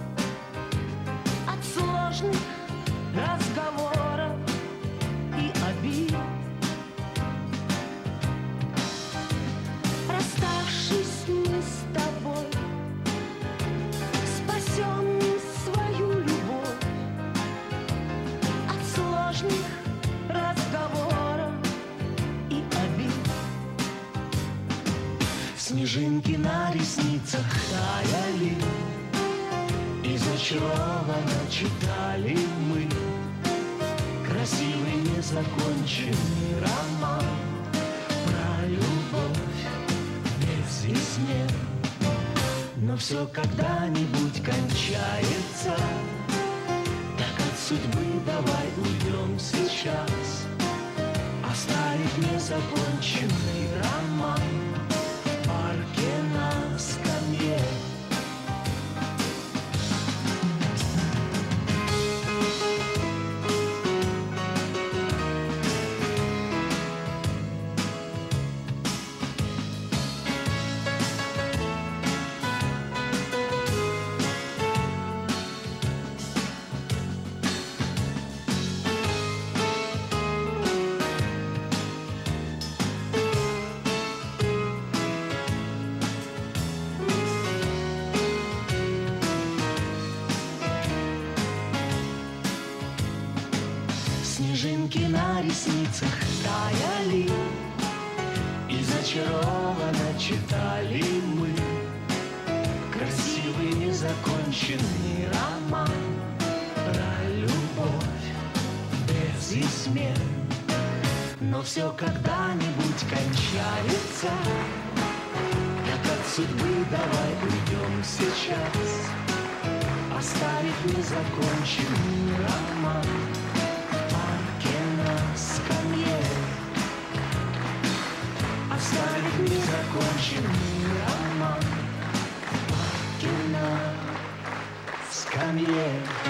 от сложных разговоров и обид. Расставшись мы с тобой, спасем свою любовь от сложных разговоров и обид. Снежинки на ресницах таяли, и зачарованно читали мы красивый незаконченный роман про любовь без все когда-нибудь кончается. Так от судьбы давай уйдем сейчас, оставив незаконченный роман в парке на скамье. Снежинки на ресницах таяли, и зачарованно читали мы красивый незаконченный роман про любовь без измен. Но все когда-нибудь кончается. Так от судьбы давай уйдем сейчас, оставив незаконченный роман в парке на скамье. Оставив незаконченный роман в парке на скамье.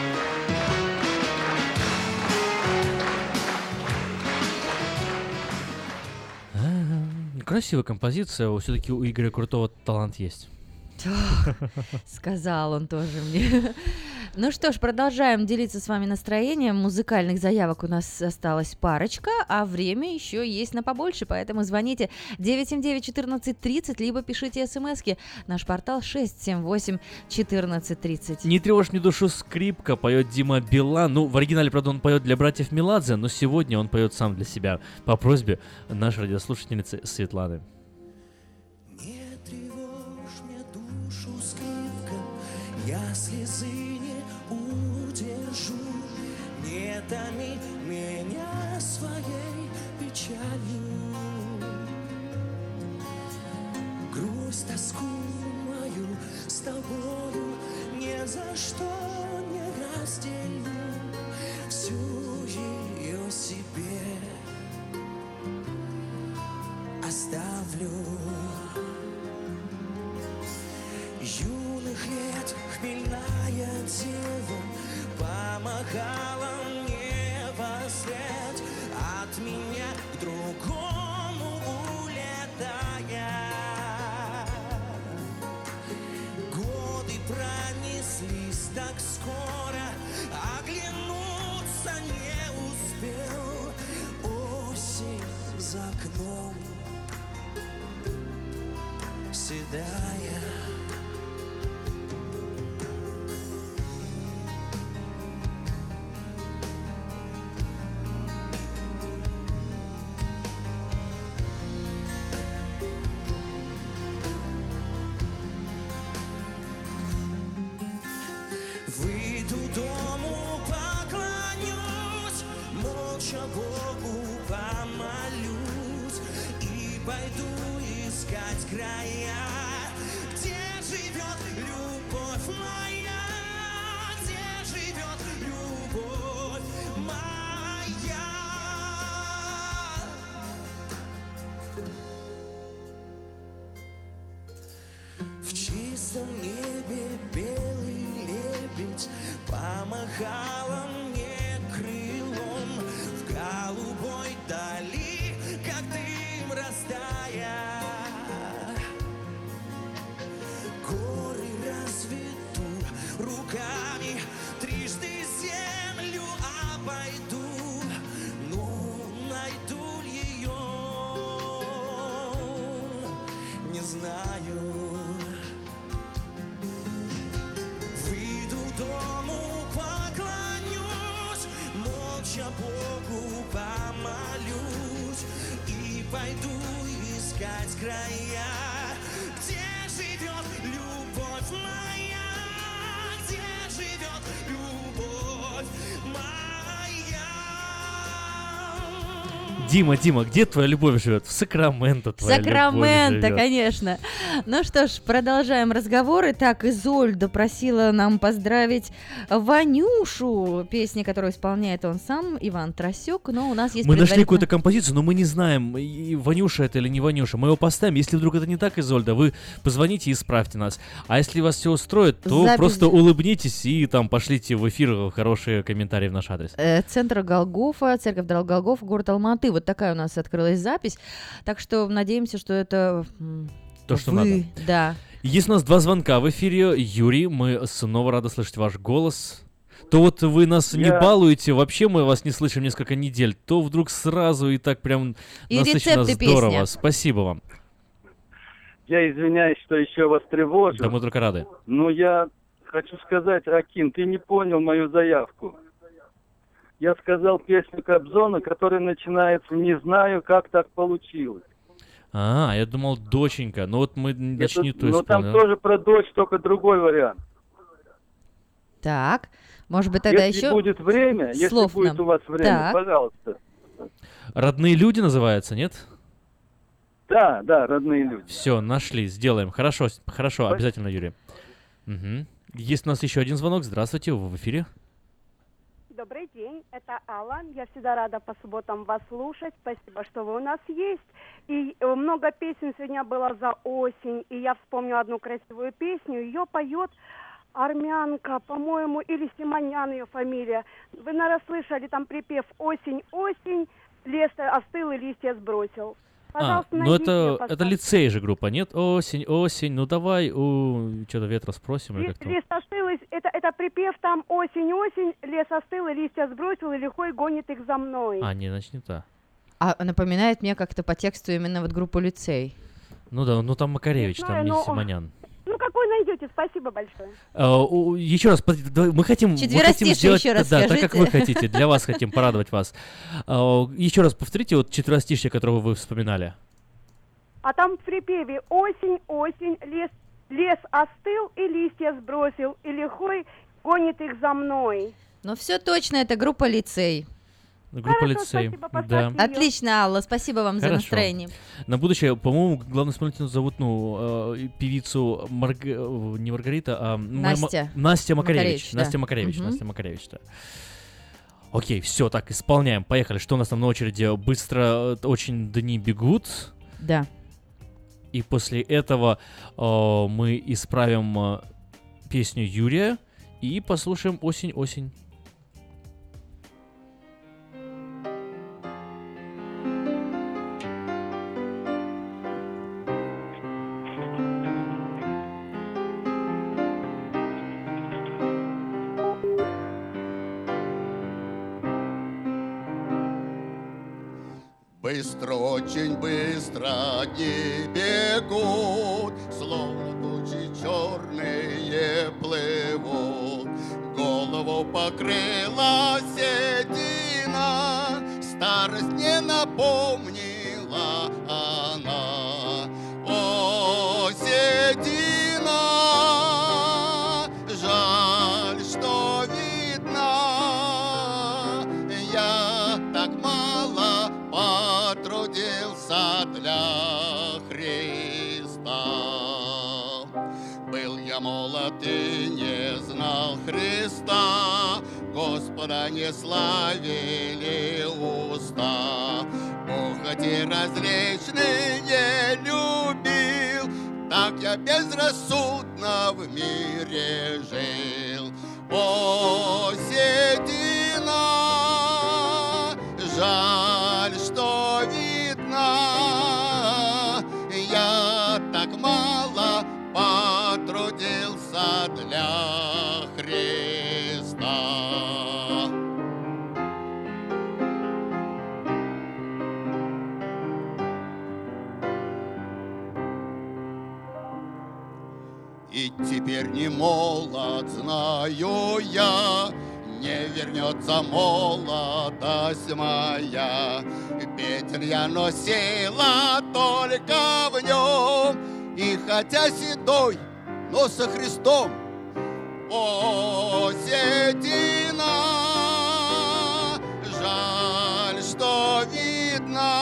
Красивая композиция, все-таки у Игоря Крутого талант есть. Сказал он тоже мне. Ну что ж, продолжаем делиться с вами настроением. Музыкальных заявок у нас осталась парочка, а время еще есть на побольше, поэтому звоните девять семь девять четырнадцать тридцать, либо пишите смски. Наш портал шесть семь восемь четырнадцать тридцать. Не тревожь мне душу, скрипка, поет Дима Билан. Ну, в оригинале, правда, он поет для братьев Меладзе, но сегодня он поет сам для себя по просьбе нашей радиослушательницы Светланы. Я слезы не удержу, не томи меня своей печалью. Грусть, тоску мою с тобою ни за что не разделю. Всю ее себе оставлю. Юных лет хмельная дева помахала мне вослед, от меня к другому улетая. Годы пронеслись так скоро, оглянуться не успел. Осень за окном седая. Выйду дому, поклонюсь, молча Богу помолюсь и пойду искать края, где живет любовь моя, где живет любовь моя. В чистом небе белый лебедь помахала мне крылом, в голубой дали, как дым растая. Горы разведу руками, трижды землю обойду, но найду ли ее, не знаю. Выйду дому, поклонюсь, молча Богу помолюсь и пойду искать края, где живет любовь моя, где живет любовь моя. Дима, Дима, где твоя любовь живет? В Сакраменто твоя Сакраменто, любовь живет. конечно. Ну что ж, продолжаем разговоры. Так, Изольда просила нам поздравить Ванюшу, песня, которую исполняет он сам, Иван Тросюк, но у нас есть Мы нашли предварительно- какую-то композицию, но мы не знаем, и Ванюша это или не Ванюша. Мы его поставим. Если вдруг это не так, Изольда, вы позвоните и исправьте нас. А если вас все устроит, то Запись- просто улыбнитесь и там пошлите в эфир хорошие комментарии в наш адрес. Э, Центр Голгофа, церковь Голгофа, город Алматы. Вот такая у нас открылась запись. Так что надеемся, что это м, То, что вы. надо. Да. Есть у нас два звонка в эфире. Юрий, мы снова рады слышать ваш голос. То вот вы нас не Я- балуете, вообще мы вас не слышим несколько недель, то вдруг сразу и так прям И насыщенно рецепты здорово. песни. Спасибо вам. Я извиняюсь, что еще вас тревожу. Да мы только рады. Но я хочу сказать, Акин, ты не понял мою заявку. Я сказал песню Кобзона, которая начинается «Не знаю, как так получилось». А, я думал, доченька. Ну вот мы начни Это- то но там исполним. тоже про дочь, только другой вариант. Так, может быть, тогда если еще будет время, если слов будет нам. у вас время, Так. пожалуйста. Родные люди называется, нет? Да, да, родные люди. Все, нашли, сделаем. Хорошо, с- хорошо, обязательно, Юрий. Мгм. Есть у нас еще один звонок. Здравствуйте, вы в эфире. Добрый день, это Алла. Я всегда рада по субботам вас слушать. Спасибо, что вы у нас есть. И э, много песен сегодня было за осень. И я вспомнила одну красивую песню. Ее поет армянка, по-моему, или Симонян ее фамилия. Вы, наверное, слышали там припев «Осень, осень, лес остыл и листья сбросил». А, Пожалуйста, ну найдите это, её, это поставьте. лицей же группа, нет? Осень, осень, ну давай у что-то ветра спросим или Ли- как-то. Лист остыл, и- это, это припев там «Осень, осень, лес остыл и листья сбросил, и лихой гонит их за мной». А, не, значит не та. А напоминает мне как-то по тексту именно вот группу «Лицей». Ну да, ну там Макаревич, Не там знаю, не но- Симонян. Ну, какой найдете? Спасибо большое. А, у- еще раз, под- давай, мы хотим, мы хотим Четверостишие сделать, еще раз да, так как скажите. вы хотите, для вас хотим порадовать вас. А, еще раз повторите вот четверостишье, которое вы вспоминали. А там в припеве «Осень, осень, лес, лес остыл и листья сбросил, и лихой гонит их за мной». Ну все точно, это группа «Лицей». Группа Хорошо, лицей. спасибо, Да. поставьте её. Отлично, Алла, спасибо вам за Хорошо. настроение. На будущее, по-моему, главную исполнительницу зовут, ну, э, певицу Марг... э, не Маргарита, а... м- Настя. М- Настя Макаревич. Макаревич, да. Настя Макаревич, Мгм. Настя Макаревич, да. Окей, все, так, исполняем. Поехали. Что у нас там на очереди? Быстро э, очень дни бегут. Да. И после этого э, мы исправим э, песню Юрия и послушаем «Осень-осень». Быстро, очень быстро дни бегут, словно тучи черные плывут. Голову покрыла седина, старость не напомнила она. О, седина, жаль, что видно, я так мало потрудился для Христа. Был я молод и не знал Христа, Господа не славили уста. Похоти различные любил, так я безрассудно в мире жил. О, седина, жаль, что видно, я так мало потрудился для Христа. И теперь не молод, знаю я, не вернется молодость моя. Петель я носила только в нем, и хотя седой, но со Христом. О, седина, жаль, что видно,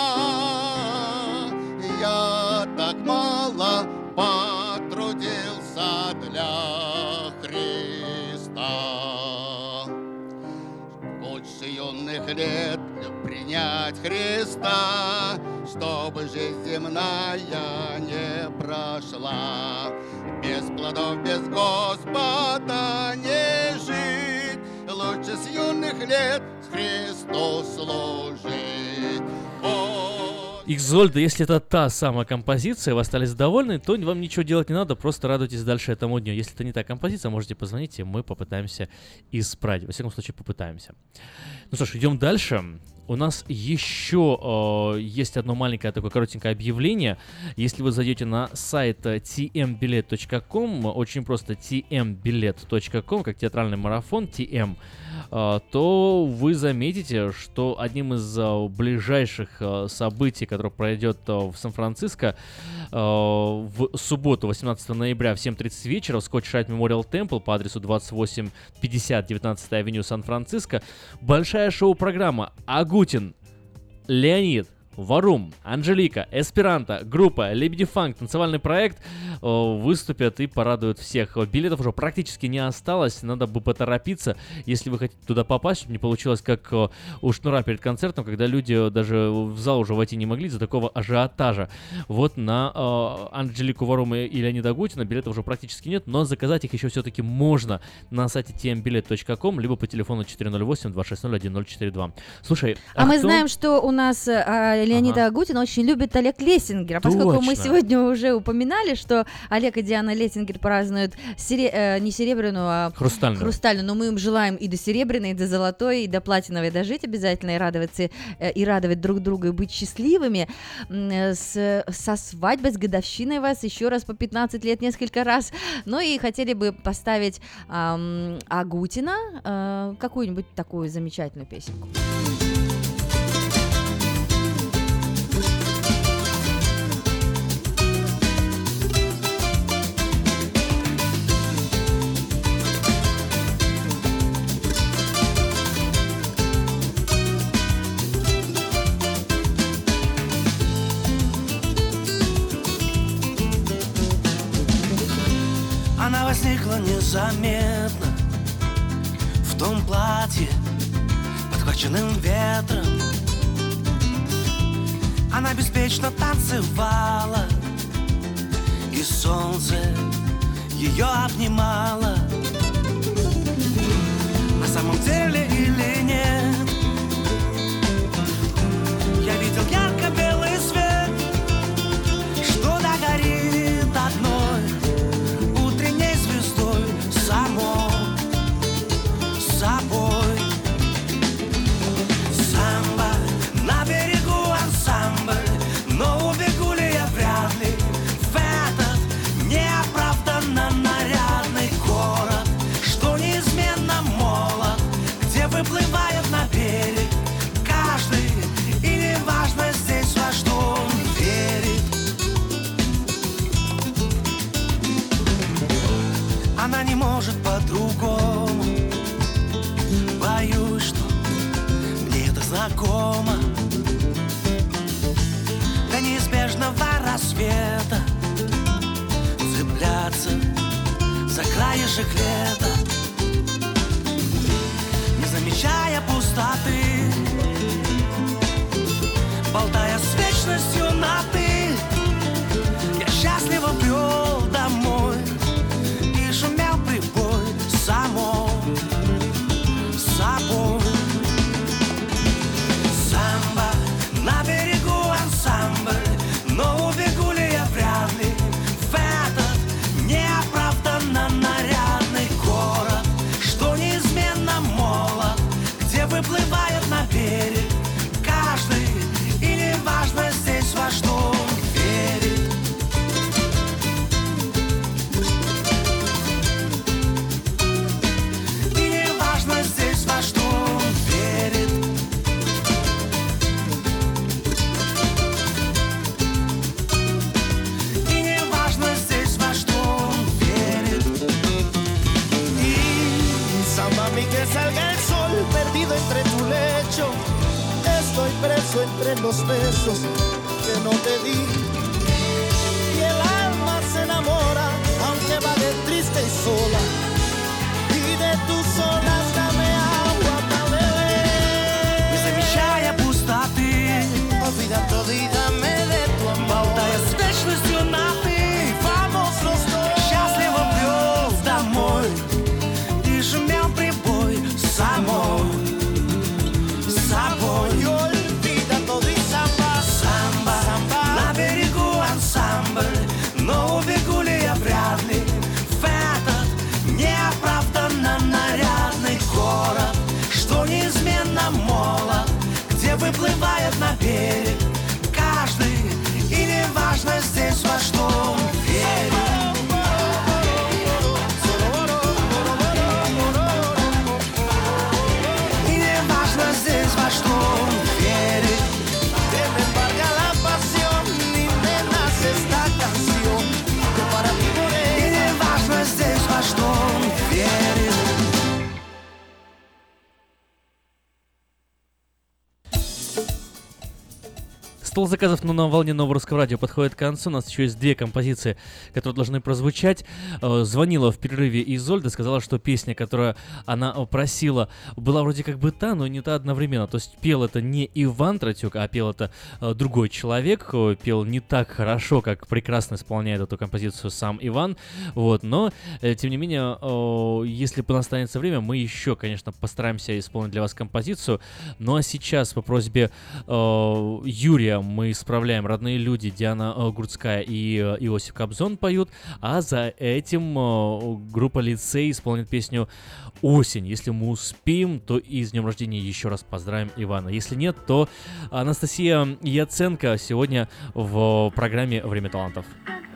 Христа, чтобы жизнь земная не прошла. Без плодов, без Господа не жить, лучше с юных лет Христу служить. Изольда, если это та самая композиция, вы остались довольны, то вам ничего делать не надо, просто радуйтесь дальше этому дню. Если это не та композиция, можете позвонить, и мы попытаемся исправить. Во всяком случае, попытаемся. Ну что ж, идем дальше. У нас еще э, есть одно маленькое такое коротенькое объявление. Если вы зайдете на сайт ти эм билет точка ком, очень просто ти эм билет точка ком, как театральный марафон ти эм, э, то вы заметите, что одним из э, ближайших э, событий, которое пройдет э, в Сан-Франциско э, в субботу, восемнадцатого ноября в семь тридцать вечера в Scotch Rite Memorial Temple по адресу двадцать восемь пятьдесят девятнадцатая авеню Сан-Франциско, большая шоу-программа Агутин, Леонид, Варум, Анжелика, Эсперанто, группа Лебеди Фанк, танцевальный проект э, выступят и порадуют всех. Билетов уже практически не осталось, надо бы поторопиться, если вы хотите туда попасть, чтобы не получилось как э, у Шнура перед концертом, когда люди даже в зал уже войти не могли из-за такого ажиотажа. Вот на э, Анжелику, Варум и Леонида Агутина билетов уже практически нет, но заказать их еще все-таки можно на сайте ти эм билет точка ком, либо по телефону четыре ноль восемь два шесть ноль один ноль четыре два. Слушай, а, а мы кто... знаем, что у нас э, Леонида ага. Агутина очень любит Олег Лессингер. А поскольку мы сегодня уже упоминали, что Олег и Диана Лессингер празднуют сере... э, не серебряную, а хрустальную. хрустальную, но мы им желаем и до серебряной, и до золотой, и до платиновой дожить обязательно, и радоваться, э, и радовать друг друга, и быть счастливыми. Э, с, со свадьбой, с годовщиной вас еще раз по пятнадцать лет несколько раз. Ну и хотели бы поставить э, Агутина э, какую-нибудь такую замечательную песенку. Она возникла незаметно в том платье, подхваченным ветром. Она беспечно танцевала, и солнце ее обнимало. На самом деле или нет, я видел ярко-белый свет, что догорит одной утренней звездой само собой. Самбо на берегу ансамбль, но убегу ли я вряд ли в этот неоправданно нарядный город, что неизменно молод, где выплывает на берег каждый, и неважно здесь во что он верит. Она не может по-другому, боюсь, что мне это знакомо. До неизбежного рассвета цепляться за краешек лета, не замечая пустоты, болтая с вечностью на «ты». Я счастливо брел домой, и шумел прибой само собой. Самбо на берегу ансамбль, но убегу ли я вряд ли в этот неоправданно нарядный город, что неизменно молод, где выплывает на берег каждый, и неважно здесь во что он верит. И неважно здесь во что он верит. И неважно здесь во что он верит. Y samba mi que salga el sol perdido entre tu lecho. Estoy preso entre los besos que no te di. Y el alma se enamora aunque vague triste y sola. Y de tus olas dame agua para beber. Не замечая пустоты, Стол заказов на волне Нового Русского Радио подходит к концу. У нас еще есть две композиции, которые должны прозвучать. Звонила в перерыве Изольда, сказала, что песня, которую она просила, была вроде как бы та, но не та одновременно. То есть пел это не Иван Тратюк, а пел это другой человек. Пел не так хорошо, как прекрасно исполняет эту композицию сам Иван. Вот, но, тем не менее, если останется время, мы еще, конечно, постараемся исполнить для вас композицию. Ну а сейчас по просьбе э, Юрия мы исправляем «Родные люди», Диана э, Гурцкая и э, Иосиф Кобзон поют, а за этим э, группа «Лицей» исполнит песню «Осень». Если мы успеем, то и с днем рождения еще раз поздравим Ивана. Если нет, то Анастасия Яценко сегодня в программе «Время талантов».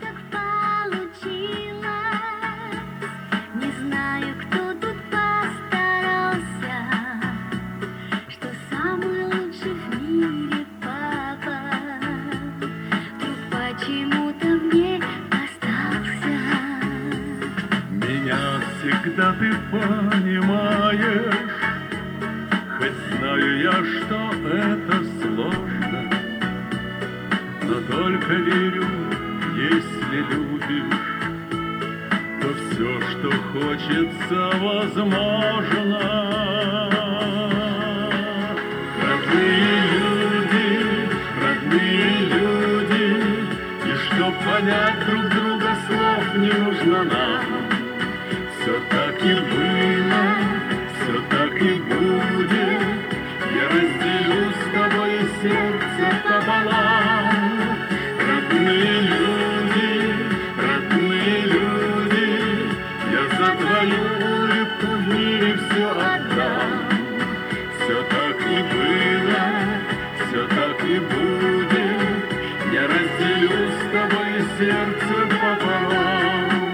Всегда ты понимаешь, хоть знаю я, что это сложно, но только верю, если любишь, то все, что хочется, возможно. Родные люди, родные люди, и чтоб понять друг друга, слов не нужно нам. Все так и было, все так и будет. Я разделю с тобой сердце пополам. Родные люди, родные люди, я за твою улыбку в мире все отдам. Все так и было, все так и будет. Я разделю с тобой сердце пополам.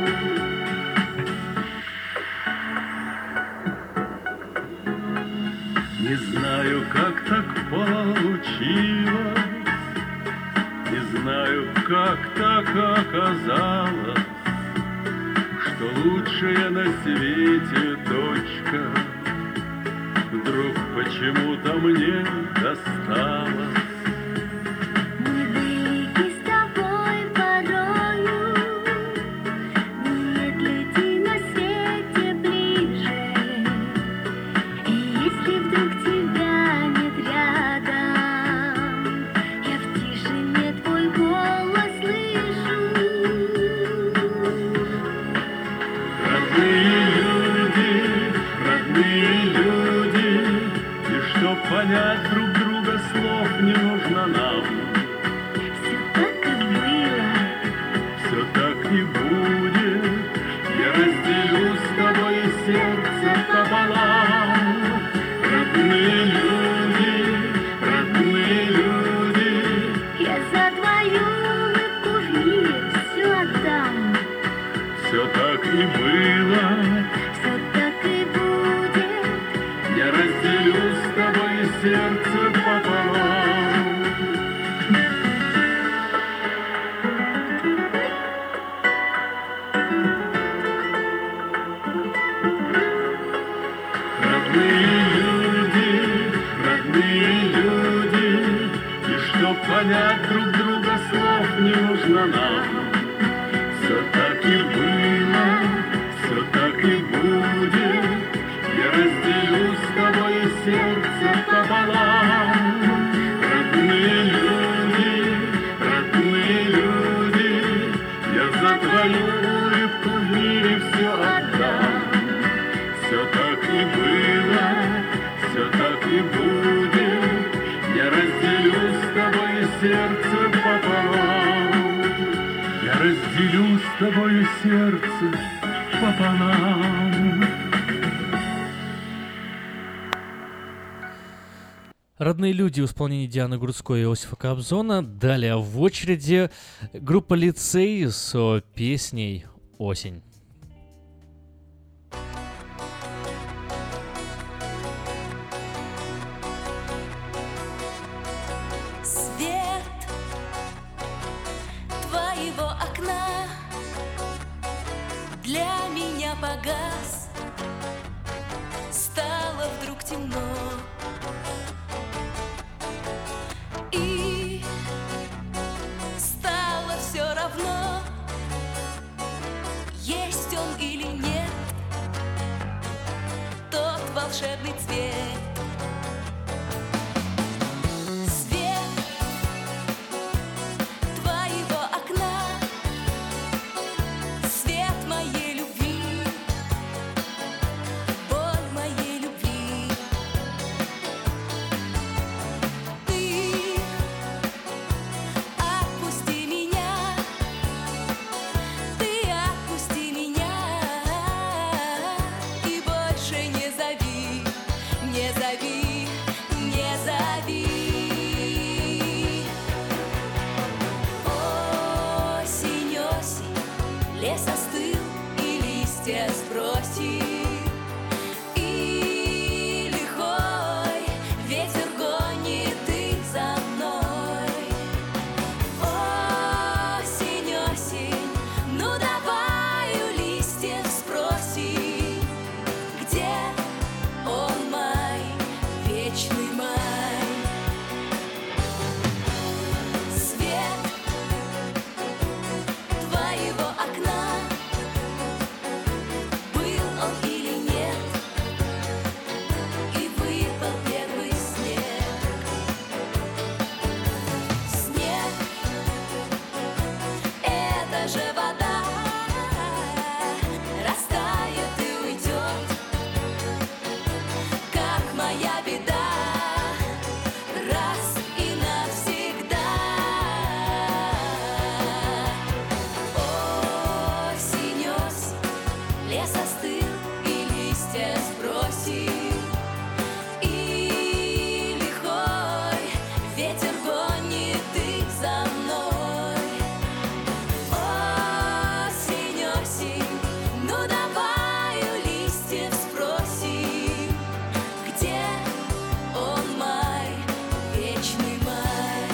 Не знаю, как так получилось, не знаю, как так оказалось, что лучшая на свете дочка вдруг почему-то мне досталась. Понять друг друга слов не нужно нам. Все так и было, все так и будет. Я разделю с тобой сердце пополам. Родные люди, родные люди, я за твою улыбку в мире все отдам. Все так и было, все так и будет. Я разделю с тобой сердце пополам. Родные люди, родные люди, и чтоб понять друг друга, слов не нужно нам. Все так и было, все так и будет. Я разделю с тобой сердце пополам. Родные люди, родные люди, я за твою улыбку в мире все отдам. Все так и было, все так и будет. Я разделю с тобой сердце пополам. Я разделю с тобой сердце пополам. «Родные люди» в исполнении Дианы Гурцкой и Иосифа Кобзона. Далее в очереди группа «Лицей» с песней «Осень». Свет твоего окна для меня погас, стало вдруг темно. И волшебный цвет. Свет твоего окна, свет моей любви, боль моей любви. Ты отпусти меня, ты отпусти меня и больше не зови, не зови, не зови. Осень, осень, лес остыл и листья сбросил, и лихой ветер гонит их за мной. Осень, осень, ну давай у листьев спроси, где он май, вечный май. Свет твоего окна, был он или нет, и выпал первый снег. Снег — это же вода, растает и уйдет, как моя беда, раз и навсегда. Осень, осень, лес остыл и листья сбросил, и лихой ветер гонит их за мной. Осень, осень, ну давай у листьев спроси, где он май, вечный май.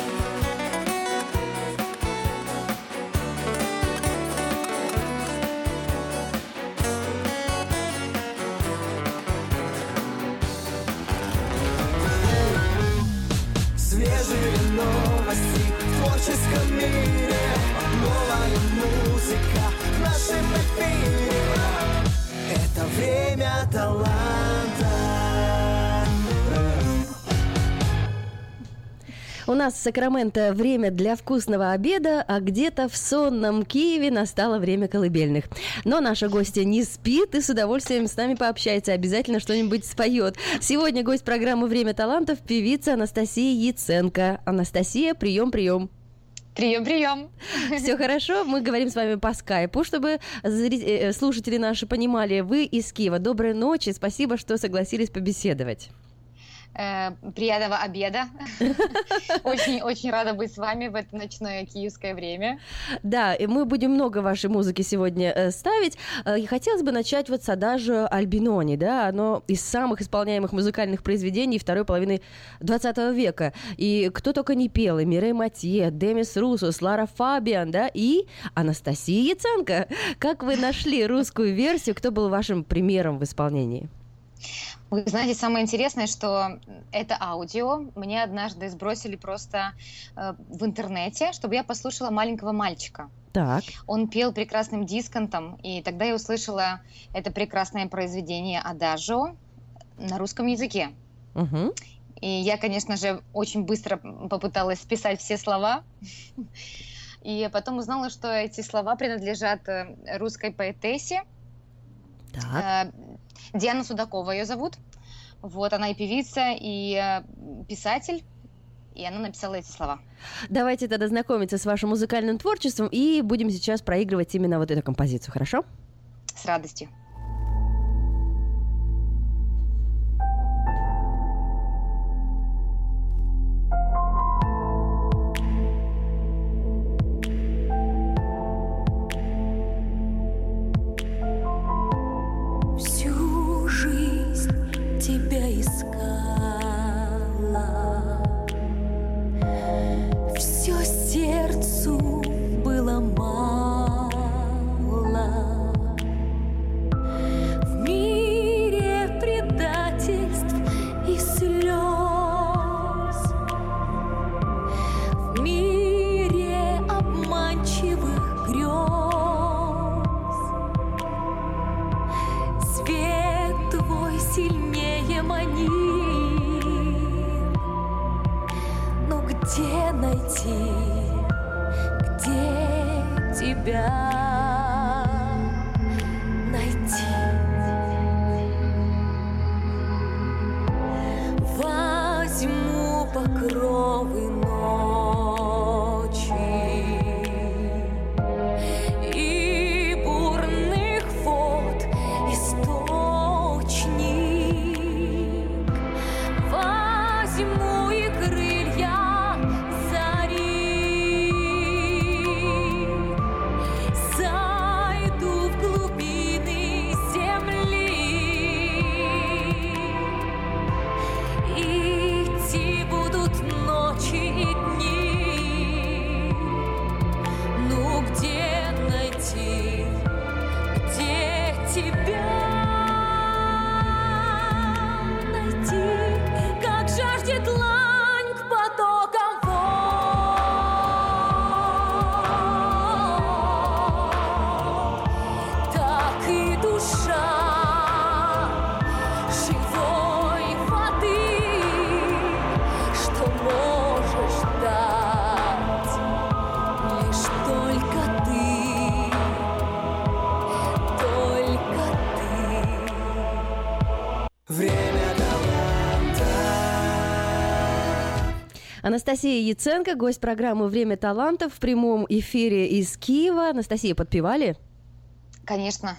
Свежие новости в творческом мире, новая музыка в нашем эфире. Это время таланта. У нас в Сакраменто время для вкусного обеда, а где-то в сонном Киеве настало время колыбельных. Но наша гостья не спит и с удовольствием с нами пообщается, обязательно что-нибудь споет. Сегодня гость программы «Время талантов» — певица Анастасия Яценко. Анастасия, прием, прием. Прием, прием. Все хорошо, мы говорим с вами по скайпу, чтобы зри- слушатели наши понимали, вы из Киева. Доброй ночи, спасибо, что согласились побеседовать. Э, приятного обеда. Очень-очень рада быть с вами в это ночное киевское время. Да, и мы будем много вашей музыки сегодня э, ставить. Э, и хотелось бы начать вот с адажио Альбинони, да, оно из самых исполняемых музыкальных произведений второй половины двадцатого века. И кто только не пел, и Мирей Матье, Демис Русос, Лара Фабиан, да, и Анастасия Яценко. Как вы нашли русскую версию, кто был вашим примером в исполнении? Вы знаете, самое интересное, что это аудио мне однажды сбросили просто э, в интернете, чтобы я послушала маленького мальчика. Так. Он пел прекрасным дисконтом, и тогда я услышала это прекрасное произведение адажио на русском языке. Угу. И я, конечно же, очень быстро попыталась списать все слова. И потом узнала, что эти слова принадлежат русской поэтессе. Так. Диана Судакова ее зовут. Вот, она и певица, и писатель, и она написала эти слова. Давайте тогда знакомиться с вашим музыкальным творчеством, и будем сейчас проигрывать именно вот эту композицию, хорошо? С радостью. Тебя искала, все сердцу было мало. В мире предательств и слез, в мире обманчивых грез, свет твой сильнее тебя найти. Возьму покровы ночи и бурных вод источник. Возьму и крылья зари, зайду в глубины земли. Идти будут ночи и дни. Ну где найти, где тебя найти? Как жаждет длань к потокам вод, так и душа живой воды, что можешь дать лишь только ты, только ты. Время таланта. Анастасия Яценко, гость программы «Время талантов» в прямом эфире из Киева. Анастасия, подпевали? Конечно.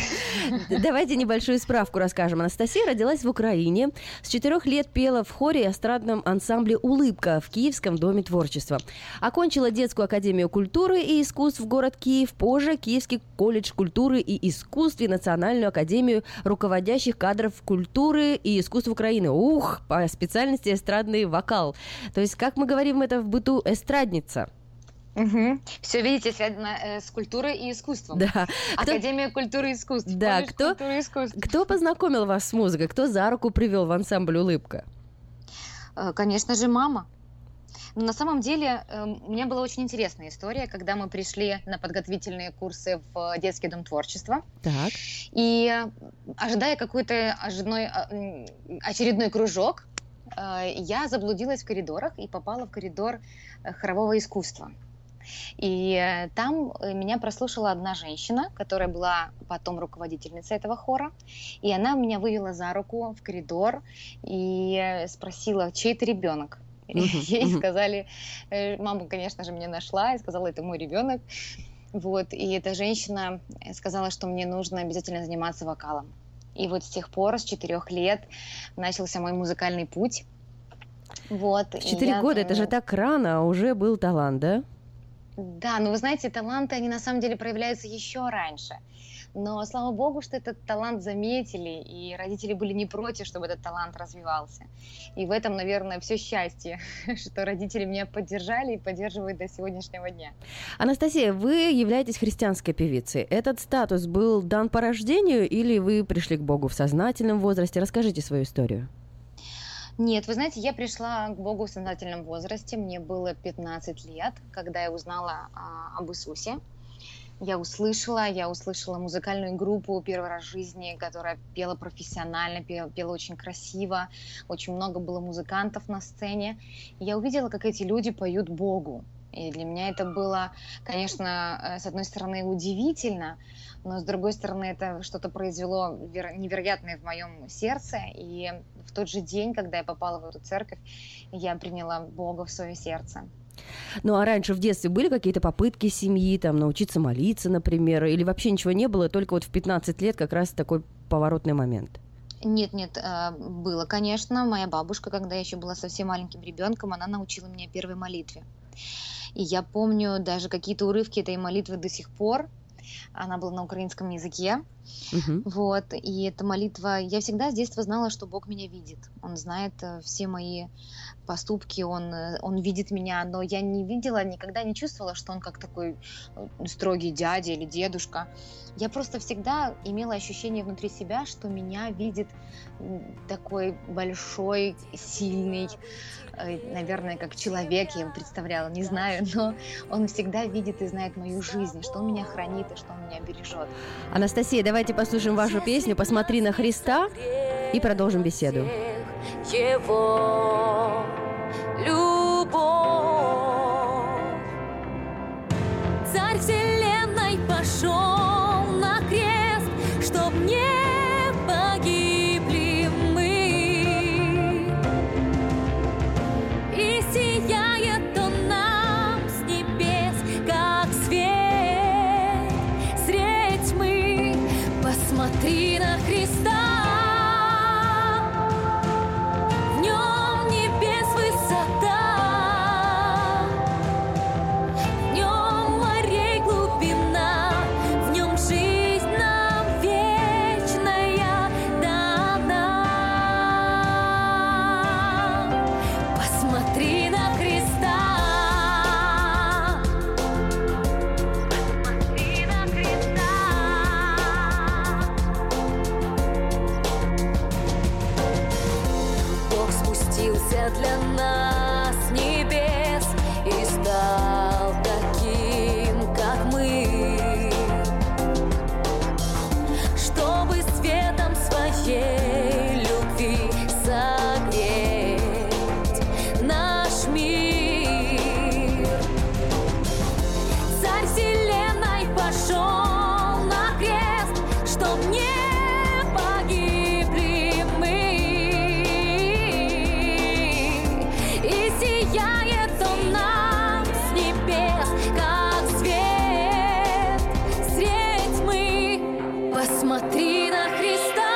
Давайте небольшую справку расскажем. Анастасия родилась в Украине. С четырех лет пела в хоре и эстрадном ансамбле «Улыбка» в Киевском доме творчества. Окончила детскую академию культуры и искусств в город Киев. Позже Киевский колледж культуры и искусств и Национальную академию руководящих кадров культуры и искусств Украины. Ух, по специальности эстрадный вокал. То есть, как мы говорим это в быту, эстрадница. Угу. Все, видите, связано э, с культурой и искусством. Да. Академия культуры и искусств. Да, Колледж кто, культуры и искусств. кто познакомил вас с музыкой? Кто за руку привел в ансамбль «Улыбка»? Э, Конечно же, мама. Но на самом деле э, у меня была очень интересная история, когда мы пришли на подготовительные курсы в детский дом творчества. Так. И э, ожидая какой-то очередной, э, очередной кружок, э, я заблудилась в коридорах и попала в коридор э, хорового искусства. И э, там э, меня прослушала одна женщина, которая была потом руководительницей этого хора. И она меня вывела за руку в коридор и э, спросила, чей ты ребенок? Uh-huh, Ей uh-huh. сказали, э, мама, конечно же, меня нашла и сказала, это мой ребенок. Вот, и эта женщина сказала, что мне нужно обязательно заниматься вокалом. И вот с тех пор, с четырех лет, начался мой музыкальный путь. Вот, Четыре я... года, это же так рано, а уже был талант, да? Да, но вы знаете, таланты, они на самом деле проявляются еще раньше. Но слава богу, что этот талант заметили, и родители были не против, чтобы этот талант развивался. И в этом, наверное, все счастье, что родители меня поддержали и поддерживают до сегодняшнего дня. Анастасия, вы являетесь христианской певицей. Этот статус был дан по рождению или вы пришли к Богу в сознательном возрасте? Расскажите свою историю. Нет, вы знаете, я пришла к Богу в сознательном возрасте. Мне было пятнадцать лет, когда я узнала а, об Иисусе. Я услышала, я услышала музыкальную группу первый раз в жизни, которая пела профессионально, пела, пела очень красиво, очень много было музыкантов на сцене. И я увидела, как эти люди поют Богу. И для меня это было, конечно, с одной стороны удивительно, но с другой стороны это что-то произвело невероятное в моем сердце. И в тот же день, когда я попала в эту церковь, я приняла Бога в свое сердце. Ну а раньше в детстве были какие-то попытки семьи, там, научиться молиться, например, или вообще ничего не было, только вот в пятнадцать лет как раз такой поворотный момент? Нет, нет, было, конечно. Моя бабушка, когда я еще была совсем маленьким ребенком, она научила меня первой молитве. И я помню даже какие-то урывки этой молитвы до сих пор. Она была на украинском языке. Uh-huh. Вот. И эта молитва... Я всегда с детства знала, что Бог меня видит. Он знает все мои поступки, он, он видит меня. Но я не видела, никогда не чувствовала, что он как такой строгий дядя или дедушка. Я просто всегда имела ощущение внутри себя, что меня видит такой большой, сильный, наверное, как человек, я его представляла, не знаю, но он всегда видит и знает мою жизнь, что он меня хранит и что он меня бережет. Анастасия, давайте послушаем вашу песню «Посмотри на Христа» и продолжим беседу. Его любовь, царь вселенной пошел на крест, чтоб не погибли мы. И сияет он нам с небес, как свет средь тьмы. Посмотри на Христа. Для нас с небес и стал таким, как мы, чтобы светом своей любви согреть наш мир. Царь вселенной пошел на крест, чтоб не погибли мы. Сияет он нам с небес, как свет средь тьмы. Посмотри на Христа.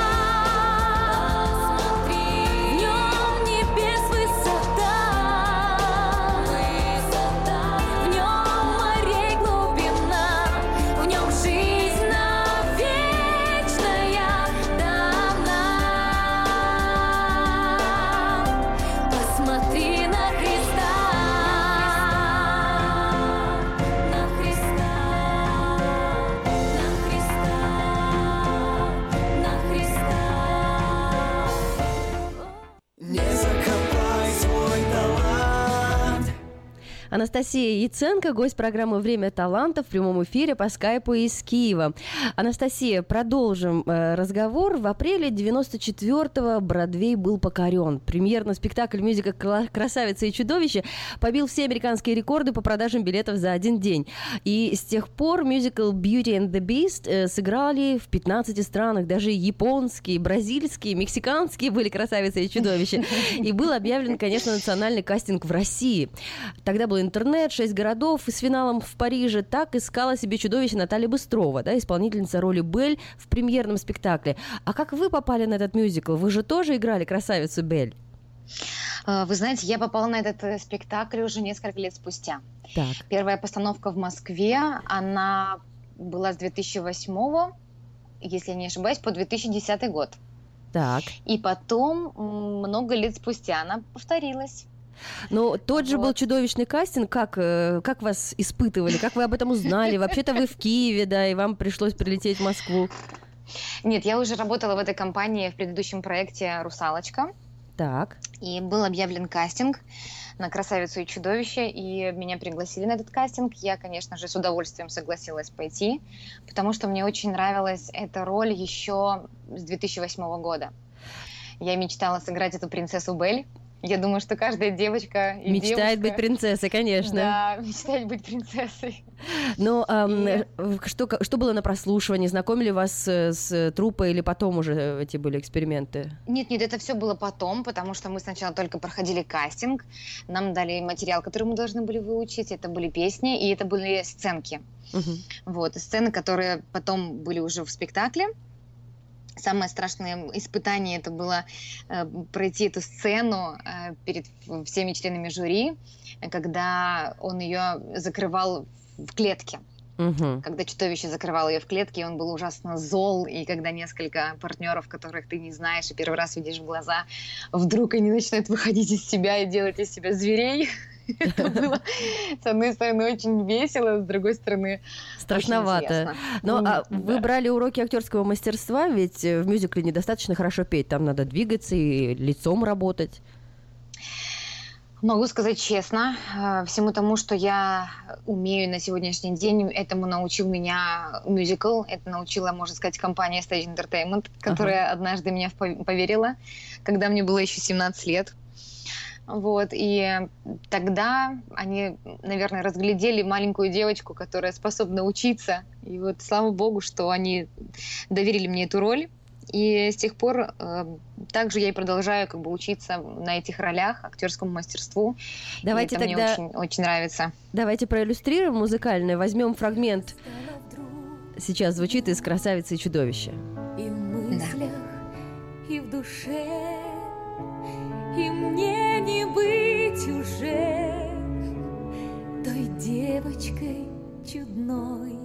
Посмотри. В нем небес высота. Высота. В нем морей глубина. В нем жизнь нам вечная дана. Посмотри. Анастасия Яценко, гость программы «Время талантов» в прямом эфире по скайпу из Киева. Анастасия, продолжим э, разговор. В апреле девяносто четвёртого Бродвей был покорен. Премьерный спектакль мюзикла «Красавица и чудовище» побил все американские рекорды по продажам билетов за один день. И с тех пор мюзикл «Beauty and the Beast» э, сыграли в пятнадцати странах. Даже японские, бразильские, мексиканские были «Красавица и чудовище». И был объявлен, конечно, национальный кастинг в России. Тогда был интернет, шесть городов, и с финалом в Париже. Так искала себе чудовище Наталья Быстрова, да, исполнительница роли Белль в премьерном спектакле. А как вы попали на этот мюзикл? Вы же тоже играли красавицу Белль? Вы знаете, я попала на этот спектакль уже несколько лет спустя. Так. Первая постановка в Москве, она была с две тысячи восьмого, если я не ошибаюсь, по две тысячи десятый год. Так. И потом, много лет спустя, она повторилась. Но тот же вот. был чудовищный кастинг. Как, как вас испытывали? Как вы об этом узнали? Вообще-то вы в Киеве, да, и вам пришлось прилететь в Москву. Нет, я уже работала в этой компании в предыдущем проекте «Русалочка». Так. И был объявлен кастинг на «Красавицу и чудовище», и меня пригласили на этот кастинг. Я, конечно же, с удовольствием согласилась пойти, потому что мне очень нравилась эта роль еще с две тысячи восьмого года. Я мечтала сыграть эту принцессу Белль. Я думаю, что каждая девочка и мечтает девушка, быть принцессой, конечно. Да, мечтает быть принцессой. Но эм, и... что, что было на прослушивании? Знакомили вас с, с труппой или потом уже эти были эксперименты? Нет, нет, это все было потом, потому что мы сначала только проходили кастинг. Нам дали материал, который мы должны были выучить. Это были песни, и это были сценки. Угу. Вот, сцены, которые потом были уже в спектакле. Самое страшное испытание это было э, пройти эту сцену э, перед всеми членами жюри, когда он ее закрывал в клетке. Угу. Когда чудовище закрывало ее в клетке, он был ужасно зол, и когда несколько партнеров, которых ты не знаешь и первый раз видишь в глаза, вдруг они начинают выходить из себя и делать из себя зверей. Это было, с одной стороны, очень весело, с другой стороны, страшновато. Но ну, а да. Вы брали уроки актерского мастерства, ведь в мюзикле недостаточно хорошо петь, там надо двигаться и лицом работать. Могу сказать честно, всему тому, что я умею на сегодняшний день, этому научил меня мюзикл, это научила, можно сказать, компания Stage Entertainment, которая ага. однажды меня поверила, когда мне было еще семнадцать лет. Вот, и тогда они, наверное, разглядели маленькую девочку, которая способна учиться. И вот слава богу, что они доверили мне эту роль. И с тех пор э, также я и продолжаю как бы учиться на этих ролях, актерскому мастерству. Давайте и это тогда... мне очень, очень нравится. Давайте проиллюстрируем музыкально. Возьмем фрагмент. Сейчас звучит из «Красавицы и чудовища». И в мыслях, да. И в душе, и мне не быть уже той девочкой чудной.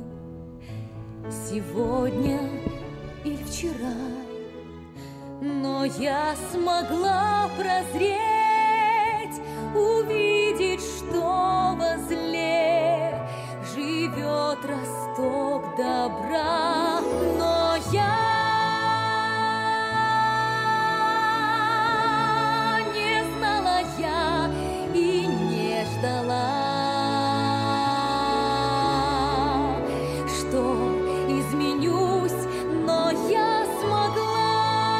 Сегодня или вчера, но я смогла прозреть, увидеть, что возле живет росток добра, но я не знала я и не ждала, что изменюсь, но я смогла,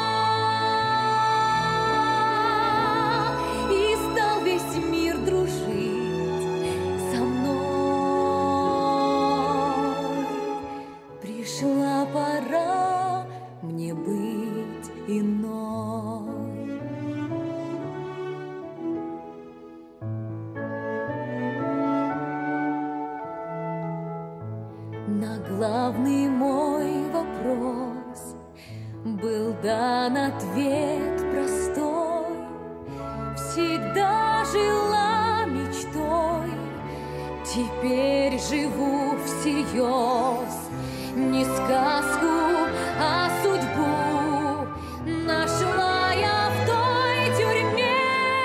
и стал весь мир дружить со мной. Пришла пора мне быть иной. На главный мой вопрос был дан ответ простой. Всегда жила мечтой, теперь живу всерьез. Не сказку, а судьбу нашла я в той тюрьме.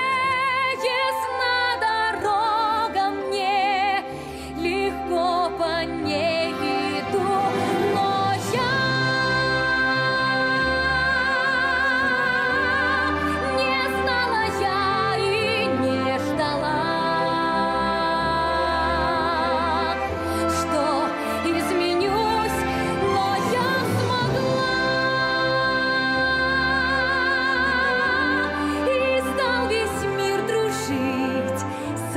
Ясна дорога мне, легко по ней иду, но я не знала я и не ждала, что изменюсь, но я смогла, и стал весь мир дружить со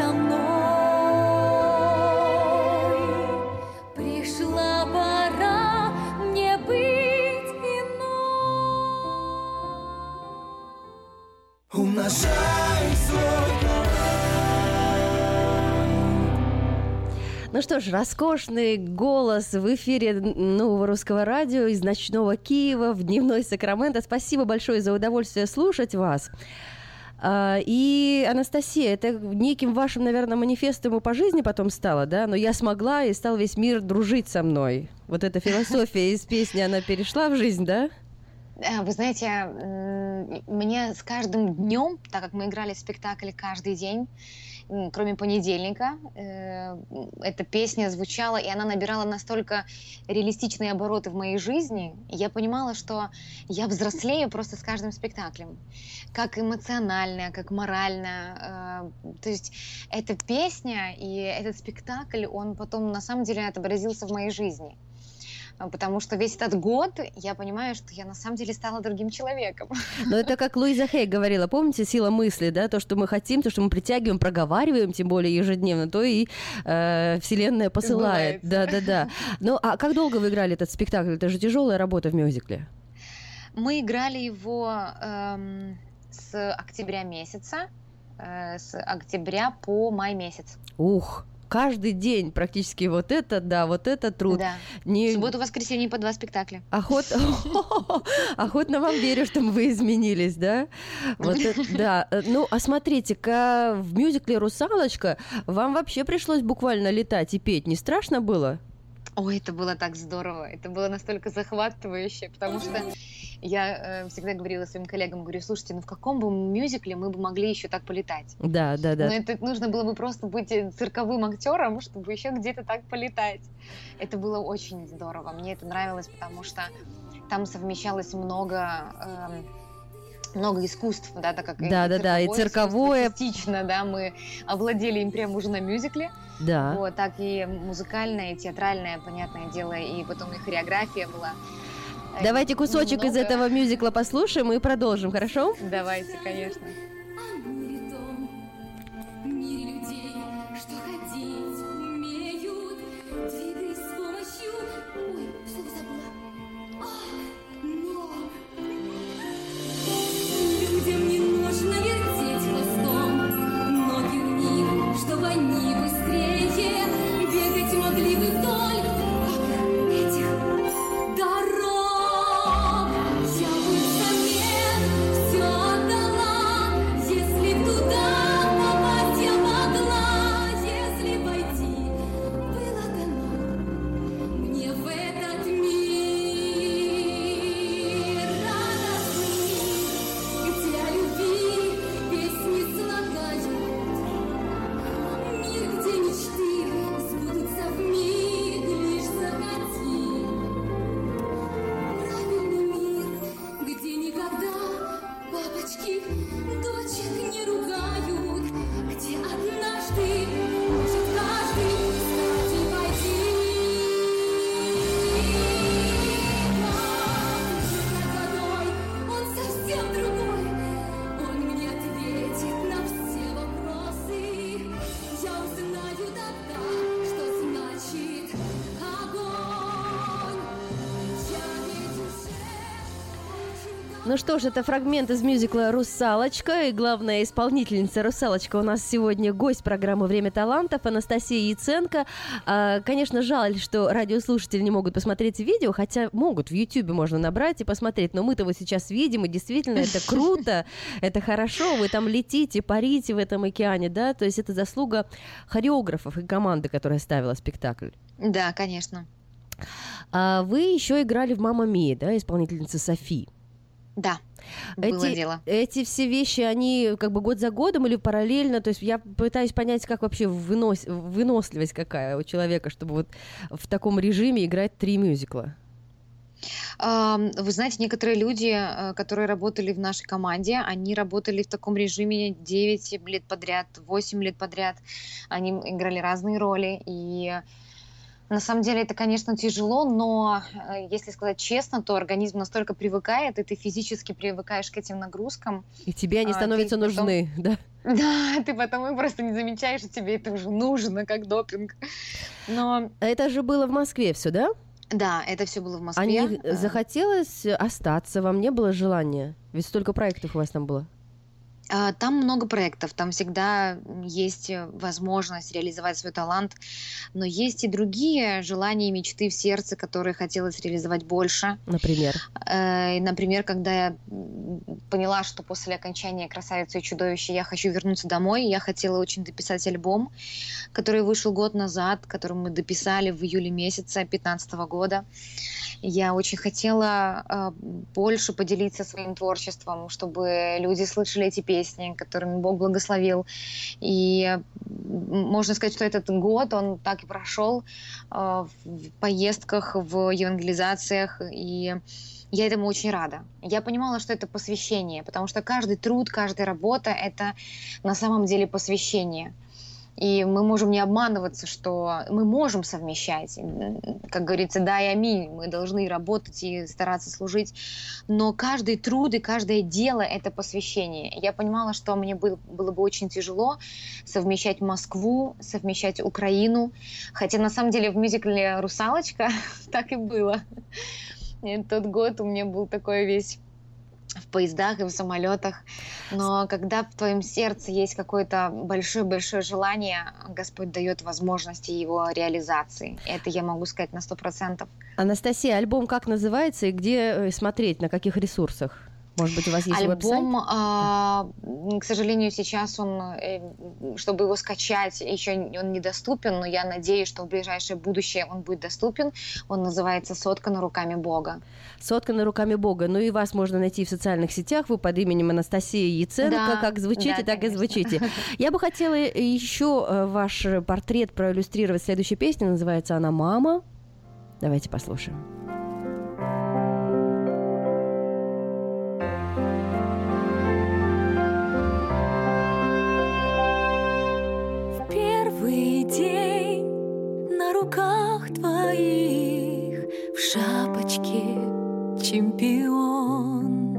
мной. Пришла пора мне быть иной. Умножай свой Ну что ж, роскошный голос в эфире Нового Русского Радио из ночного Киева в дневной Сакраменто. Спасибо большое за удовольствие слушать вас. А, И, Анастасия, это неким вашим, наверное, манифестом и по жизни потом стало, да? Но я смогла, и стал весь мир дружить со мной. Вот эта философия из песни, она перешла в жизнь, да? Э, Вы знаете, м, мне с каждым днем, так как мы играли в спектакле каждый день, м, кроме понедельника, э, эта песня звучала, и она набирала настолько реалистичные обороты в моей жизни. И я понимала, что я взрослею просто с каждым спектаклем. Как эмоционально, как морально. э, То есть эта песня и этот спектакль, он потом на самом деле отобразился в моей жизни. А, Потому что весь этот год я понимаю, что я на самом деле стала другим человеком. Но это как Луиза Хей говорила, помните, сила мысли, да? То, что мы хотим, то, что мы притягиваем, проговариваем, тем более ежедневно, то и э, Вселенная посылает. Да-да-да. Ну, а как долго вы играли этот спектакль? Это же тяжелая работа в мюзикле. Мы играли его эм, с октября месяца, э, с октября по май месяц. Ух, каждый день практически вот это, да, вот это труд. Да. Не... В субботу, воскресенье по два спектакля. Охот... Охотно вам верю, что вы изменились, да? Вот это, да. Ну, а смотрите-ка, в мюзикле «Русалочка» вам вообще пришлось буквально летать и петь. Не страшно было? Ой, это было так здорово, это было настолько захватывающе, потому что я э, всегда говорила своим коллегам, говорю, слушайте, ну в каком бы мюзикле мы бы могли еще так полетать? Да, да, да. Но это нужно было бы просто быть цирковым актером, чтобы еще где-то так полетать. Это было очень здорово, мне это нравилось, потому что там совмещалось много... Э, много искусств, да, так как да, и да, да, и цирковое, частично, да, мы овладели им прямо уже на мюзикле, да, вот, так и музыкальное, и театральное, понятное дело, и потом и хореография была. Давайте кусочек много... из этого мюзикла послушаем и продолжим, хорошо? Давайте, конечно. Ну что ж, это фрагмент из мюзикла «Русалочка». И главная исполнительница «Русалочка» у нас сегодня гость программы «Время талантов» Анастасия Яценко. А, конечно, жаль, что радиослушатели не могут посмотреть видео, хотя могут, в Ютьюбе можно набрать и посмотреть. Но мы-то вот сейчас видим, и действительно это круто, это хорошо. Вы там летите, парите в этом океане, да? То есть это заслуга хореографов и команды, которая ставила спектакль. Да, конечно. А вы еще играли в «Мамма Мия», да, исполнительница Софи. Да, было эти, дело. Эти все вещи, они как бы год за годом или параллельно? То есть я пытаюсь понять, как вообще вынос, выносливость какая у человека, чтобы вот в таком режиме играть три мюзикла. Вы знаете, некоторые люди, которые работали в нашей команде, они работали в таком режиме девять лет подряд, восемь лет подряд. Они играли разные роли, и на самом деле это, конечно, тяжело, но, если сказать честно, то организм настолько привыкает, и ты физически привыкаешь к этим нагрузкам. И тебе они а, становятся потом... нужны, да? Да, ты потом их просто не замечаешь, и тебе это уже нужно, как допинг. Но... Это же было в Москве все, да? Да, это все было в Москве. А не захотелось остаться, вам не было желания? Ведь столько проектов у вас там было. Там много проектов, там всегда есть возможность реализовать свой талант, но есть и другие желания и мечты в сердце, которые хотелось реализовать больше. Например? Например, когда я поняла, что после окончания «Красавицы и чудовища» я хочу вернуться домой, я хотела очень дописать альбом, который вышел год назад, который мы дописали в июле месяце две тысячи пятнадцатого года. Я очень хотела э, больше поделиться своим творчеством, чтобы люди слышали эти песни, которыми Бог благословил. И можно сказать, что этот год, он так и прошел э, в поездках, в евангелизациях, и я этому очень рада. Я понимала, что это посвящение, потому что каждый труд, каждая работа — это на самом деле посвящение. И мы можем не обманываться, что мы можем совмещать. Как говорится, да и аминь. Мы должны работать и стараться служить. Но каждый труд и каждое дело — это посвящение. Я понимала, что мне было, было бы очень тяжело совмещать Москву, совмещать Украину. Хотя на самом деле в мюзикле «Русалочка» так и было. И тот год у меня был такой весь... в поездах и в самолетах. Но когда в твоем сердце есть какое-то большое-большое желание, Господь дает возможности его реализации. Это я могу сказать на сто процентов. Анастасия, альбом как называется и где смотреть, на каких ресурсах? Может быть, у вас есть альбом, веб-сайт? А, к сожалению, сейчас он, чтобы его скачать, еще он недоступен, но я надеюсь, что в ближайшее будущее он будет доступен. Он называется «Соткано руками Бога». «Соткано руками Бога». Ну и вас можно найти в социальных сетях. Вы под именем Анастасия Яценко. Да, как звучите, да, так конечно. И звучите. Я бы хотела еще ваш портрет проиллюстрировать. Следующая песня называется она «Мама». Давайте послушаем. На руках твоих в шапочке чемпион.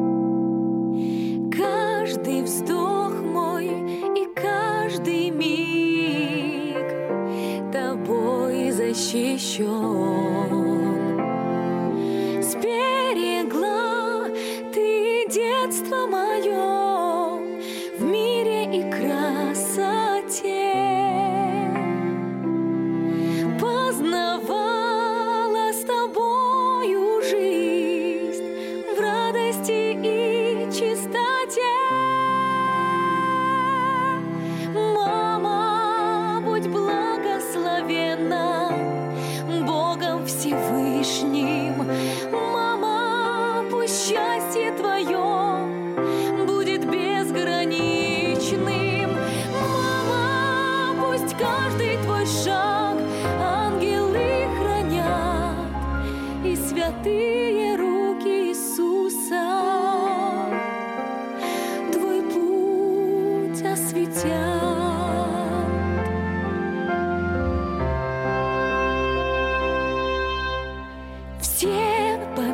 Каждый вздох мой и каждый миг тобой защищен. Сберегла ты детство мое в мире и красоте. Познавала с тобою жизнь в радости и чистоте. Мама, будь благословенна Богом Всевышним. Мама, пусть счастье твое будет безграничным. Мама, пусть каждый твой шаг ангелы хранят, и святые руки Иисуса твой путь осветят. Все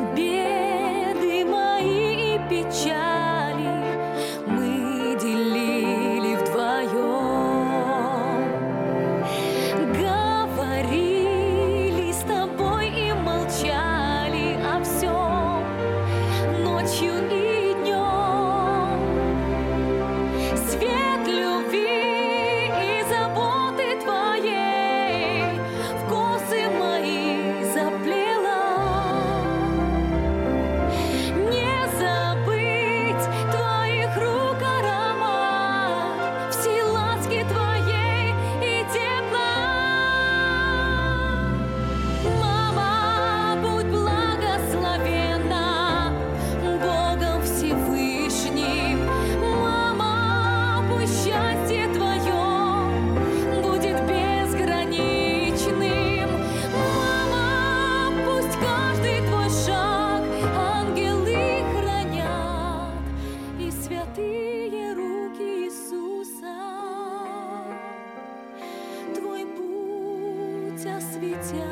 светя, светя.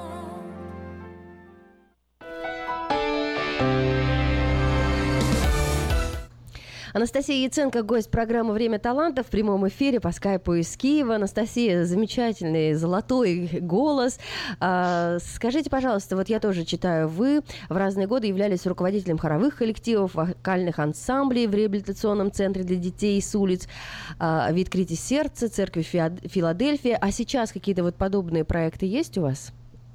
Анастасия Яценко, гость программы «Время талантов» в прямом эфире по скайпу из Киева. Анастасия, замечательный золотой голос. А, скажите, пожалуйста, вот я тоже читаю, вы в разные годы являлись руководителем хоровых коллективов, вокальных ансамблей в реабилитационном центре для детей с улиц, а, в «Открытии сердца», церкви Филадельфия. А сейчас какие-то вот подобные проекты есть у вас?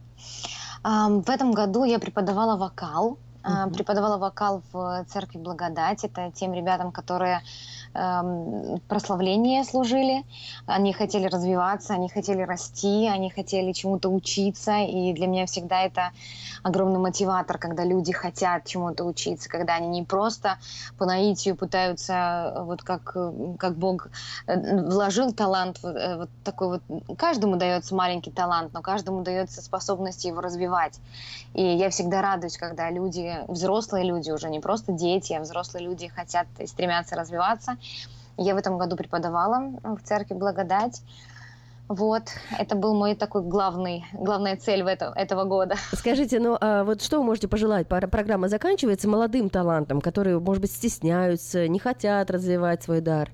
В этом году я преподавала вокал. Мгм. Преподавала вокал в церкви Благодать. Это тем ребятам, которые эм, прославление служили. Они хотели развиваться, они хотели расти, они хотели чему-то учиться. И для меня всегда это огромный мотиватор, когда люди хотят чему-то учиться, когда они не просто по наитию пытаются, вот как, как Бог вложил талант, вот, э, вот такой вот, каждому дается маленький талант, но каждому дается способность его развивать. И я всегда радуюсь, когда люди, взрослые люди уже, не просто дети, а взрослые люди хотят и стремятся развиваться. Я в этом году преподавала в церкви Благодать. Вот, это был мой такой главный, главная цель в это, этого года. Скажите, ну а вот что вы можете пожелать? Пора- Программа заканчивается молодым талантам, которые, может быть, стесняются, не хотят развивать свой дар.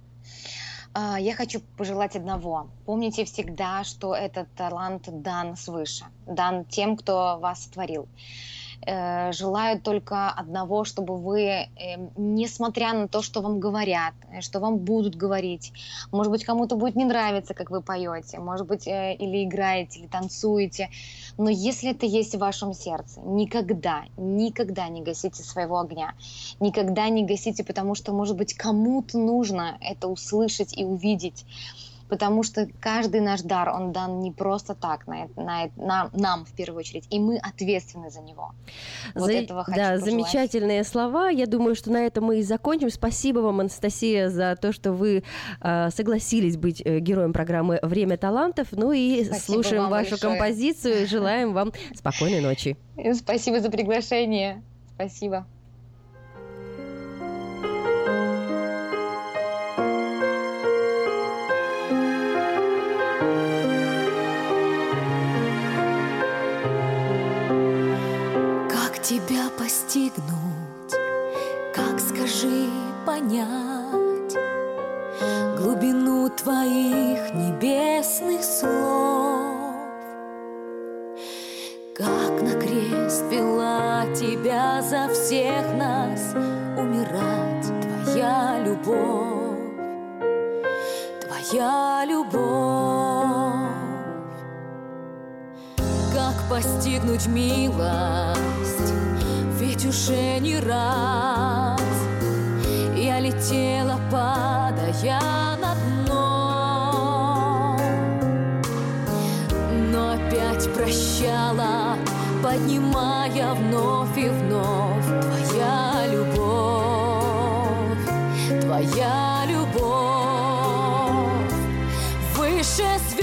А, Я хочу пожелать одного. Помните всегда, что этот талант дан свыше, дан тем, кто вас сотворил. Э, Желаю только одного, чтобы вы, э, несмотря на то, что вам говорят, э, что вам будут говорить, может быть, кому-то будет не нравиться, как вы поете, может быть, э, или играете, или танцуете, но если это есть в вашем сердце, никогда, никогда не гасите своего огня, никогда не гасите, потому что, может быть, кому-то нужно это услышать и увидеть. Потому что каждый наш дар, он дан не просто так, на, на, на- нам в первую очередь, и мы ответственны за него. Вот За- этого хочу да, пожелать. замечательные слова. Я думаю, что на этом мы и закончим. Спасибо вам, Анастасия, за то, что вы э, согласились быть э, героем программы «Время талантов». Ну и Спасибо слушаем вам вашу большое. композицию и желаем вам спокойной ночи. И Спасибо за приглашение. Спасибо. Как тебя постигнуть, как, скажи, понять глубину твоих небесных слов? Как на крест вела тебя за всех нас умирать твоя любовь, твоя любовь. Как постигнуть милость, ведь уже не раз я летела, падая на дно, но опять прощала, поднимая вновь и вновь. Твоя любовь, твоя любовь выше звезд.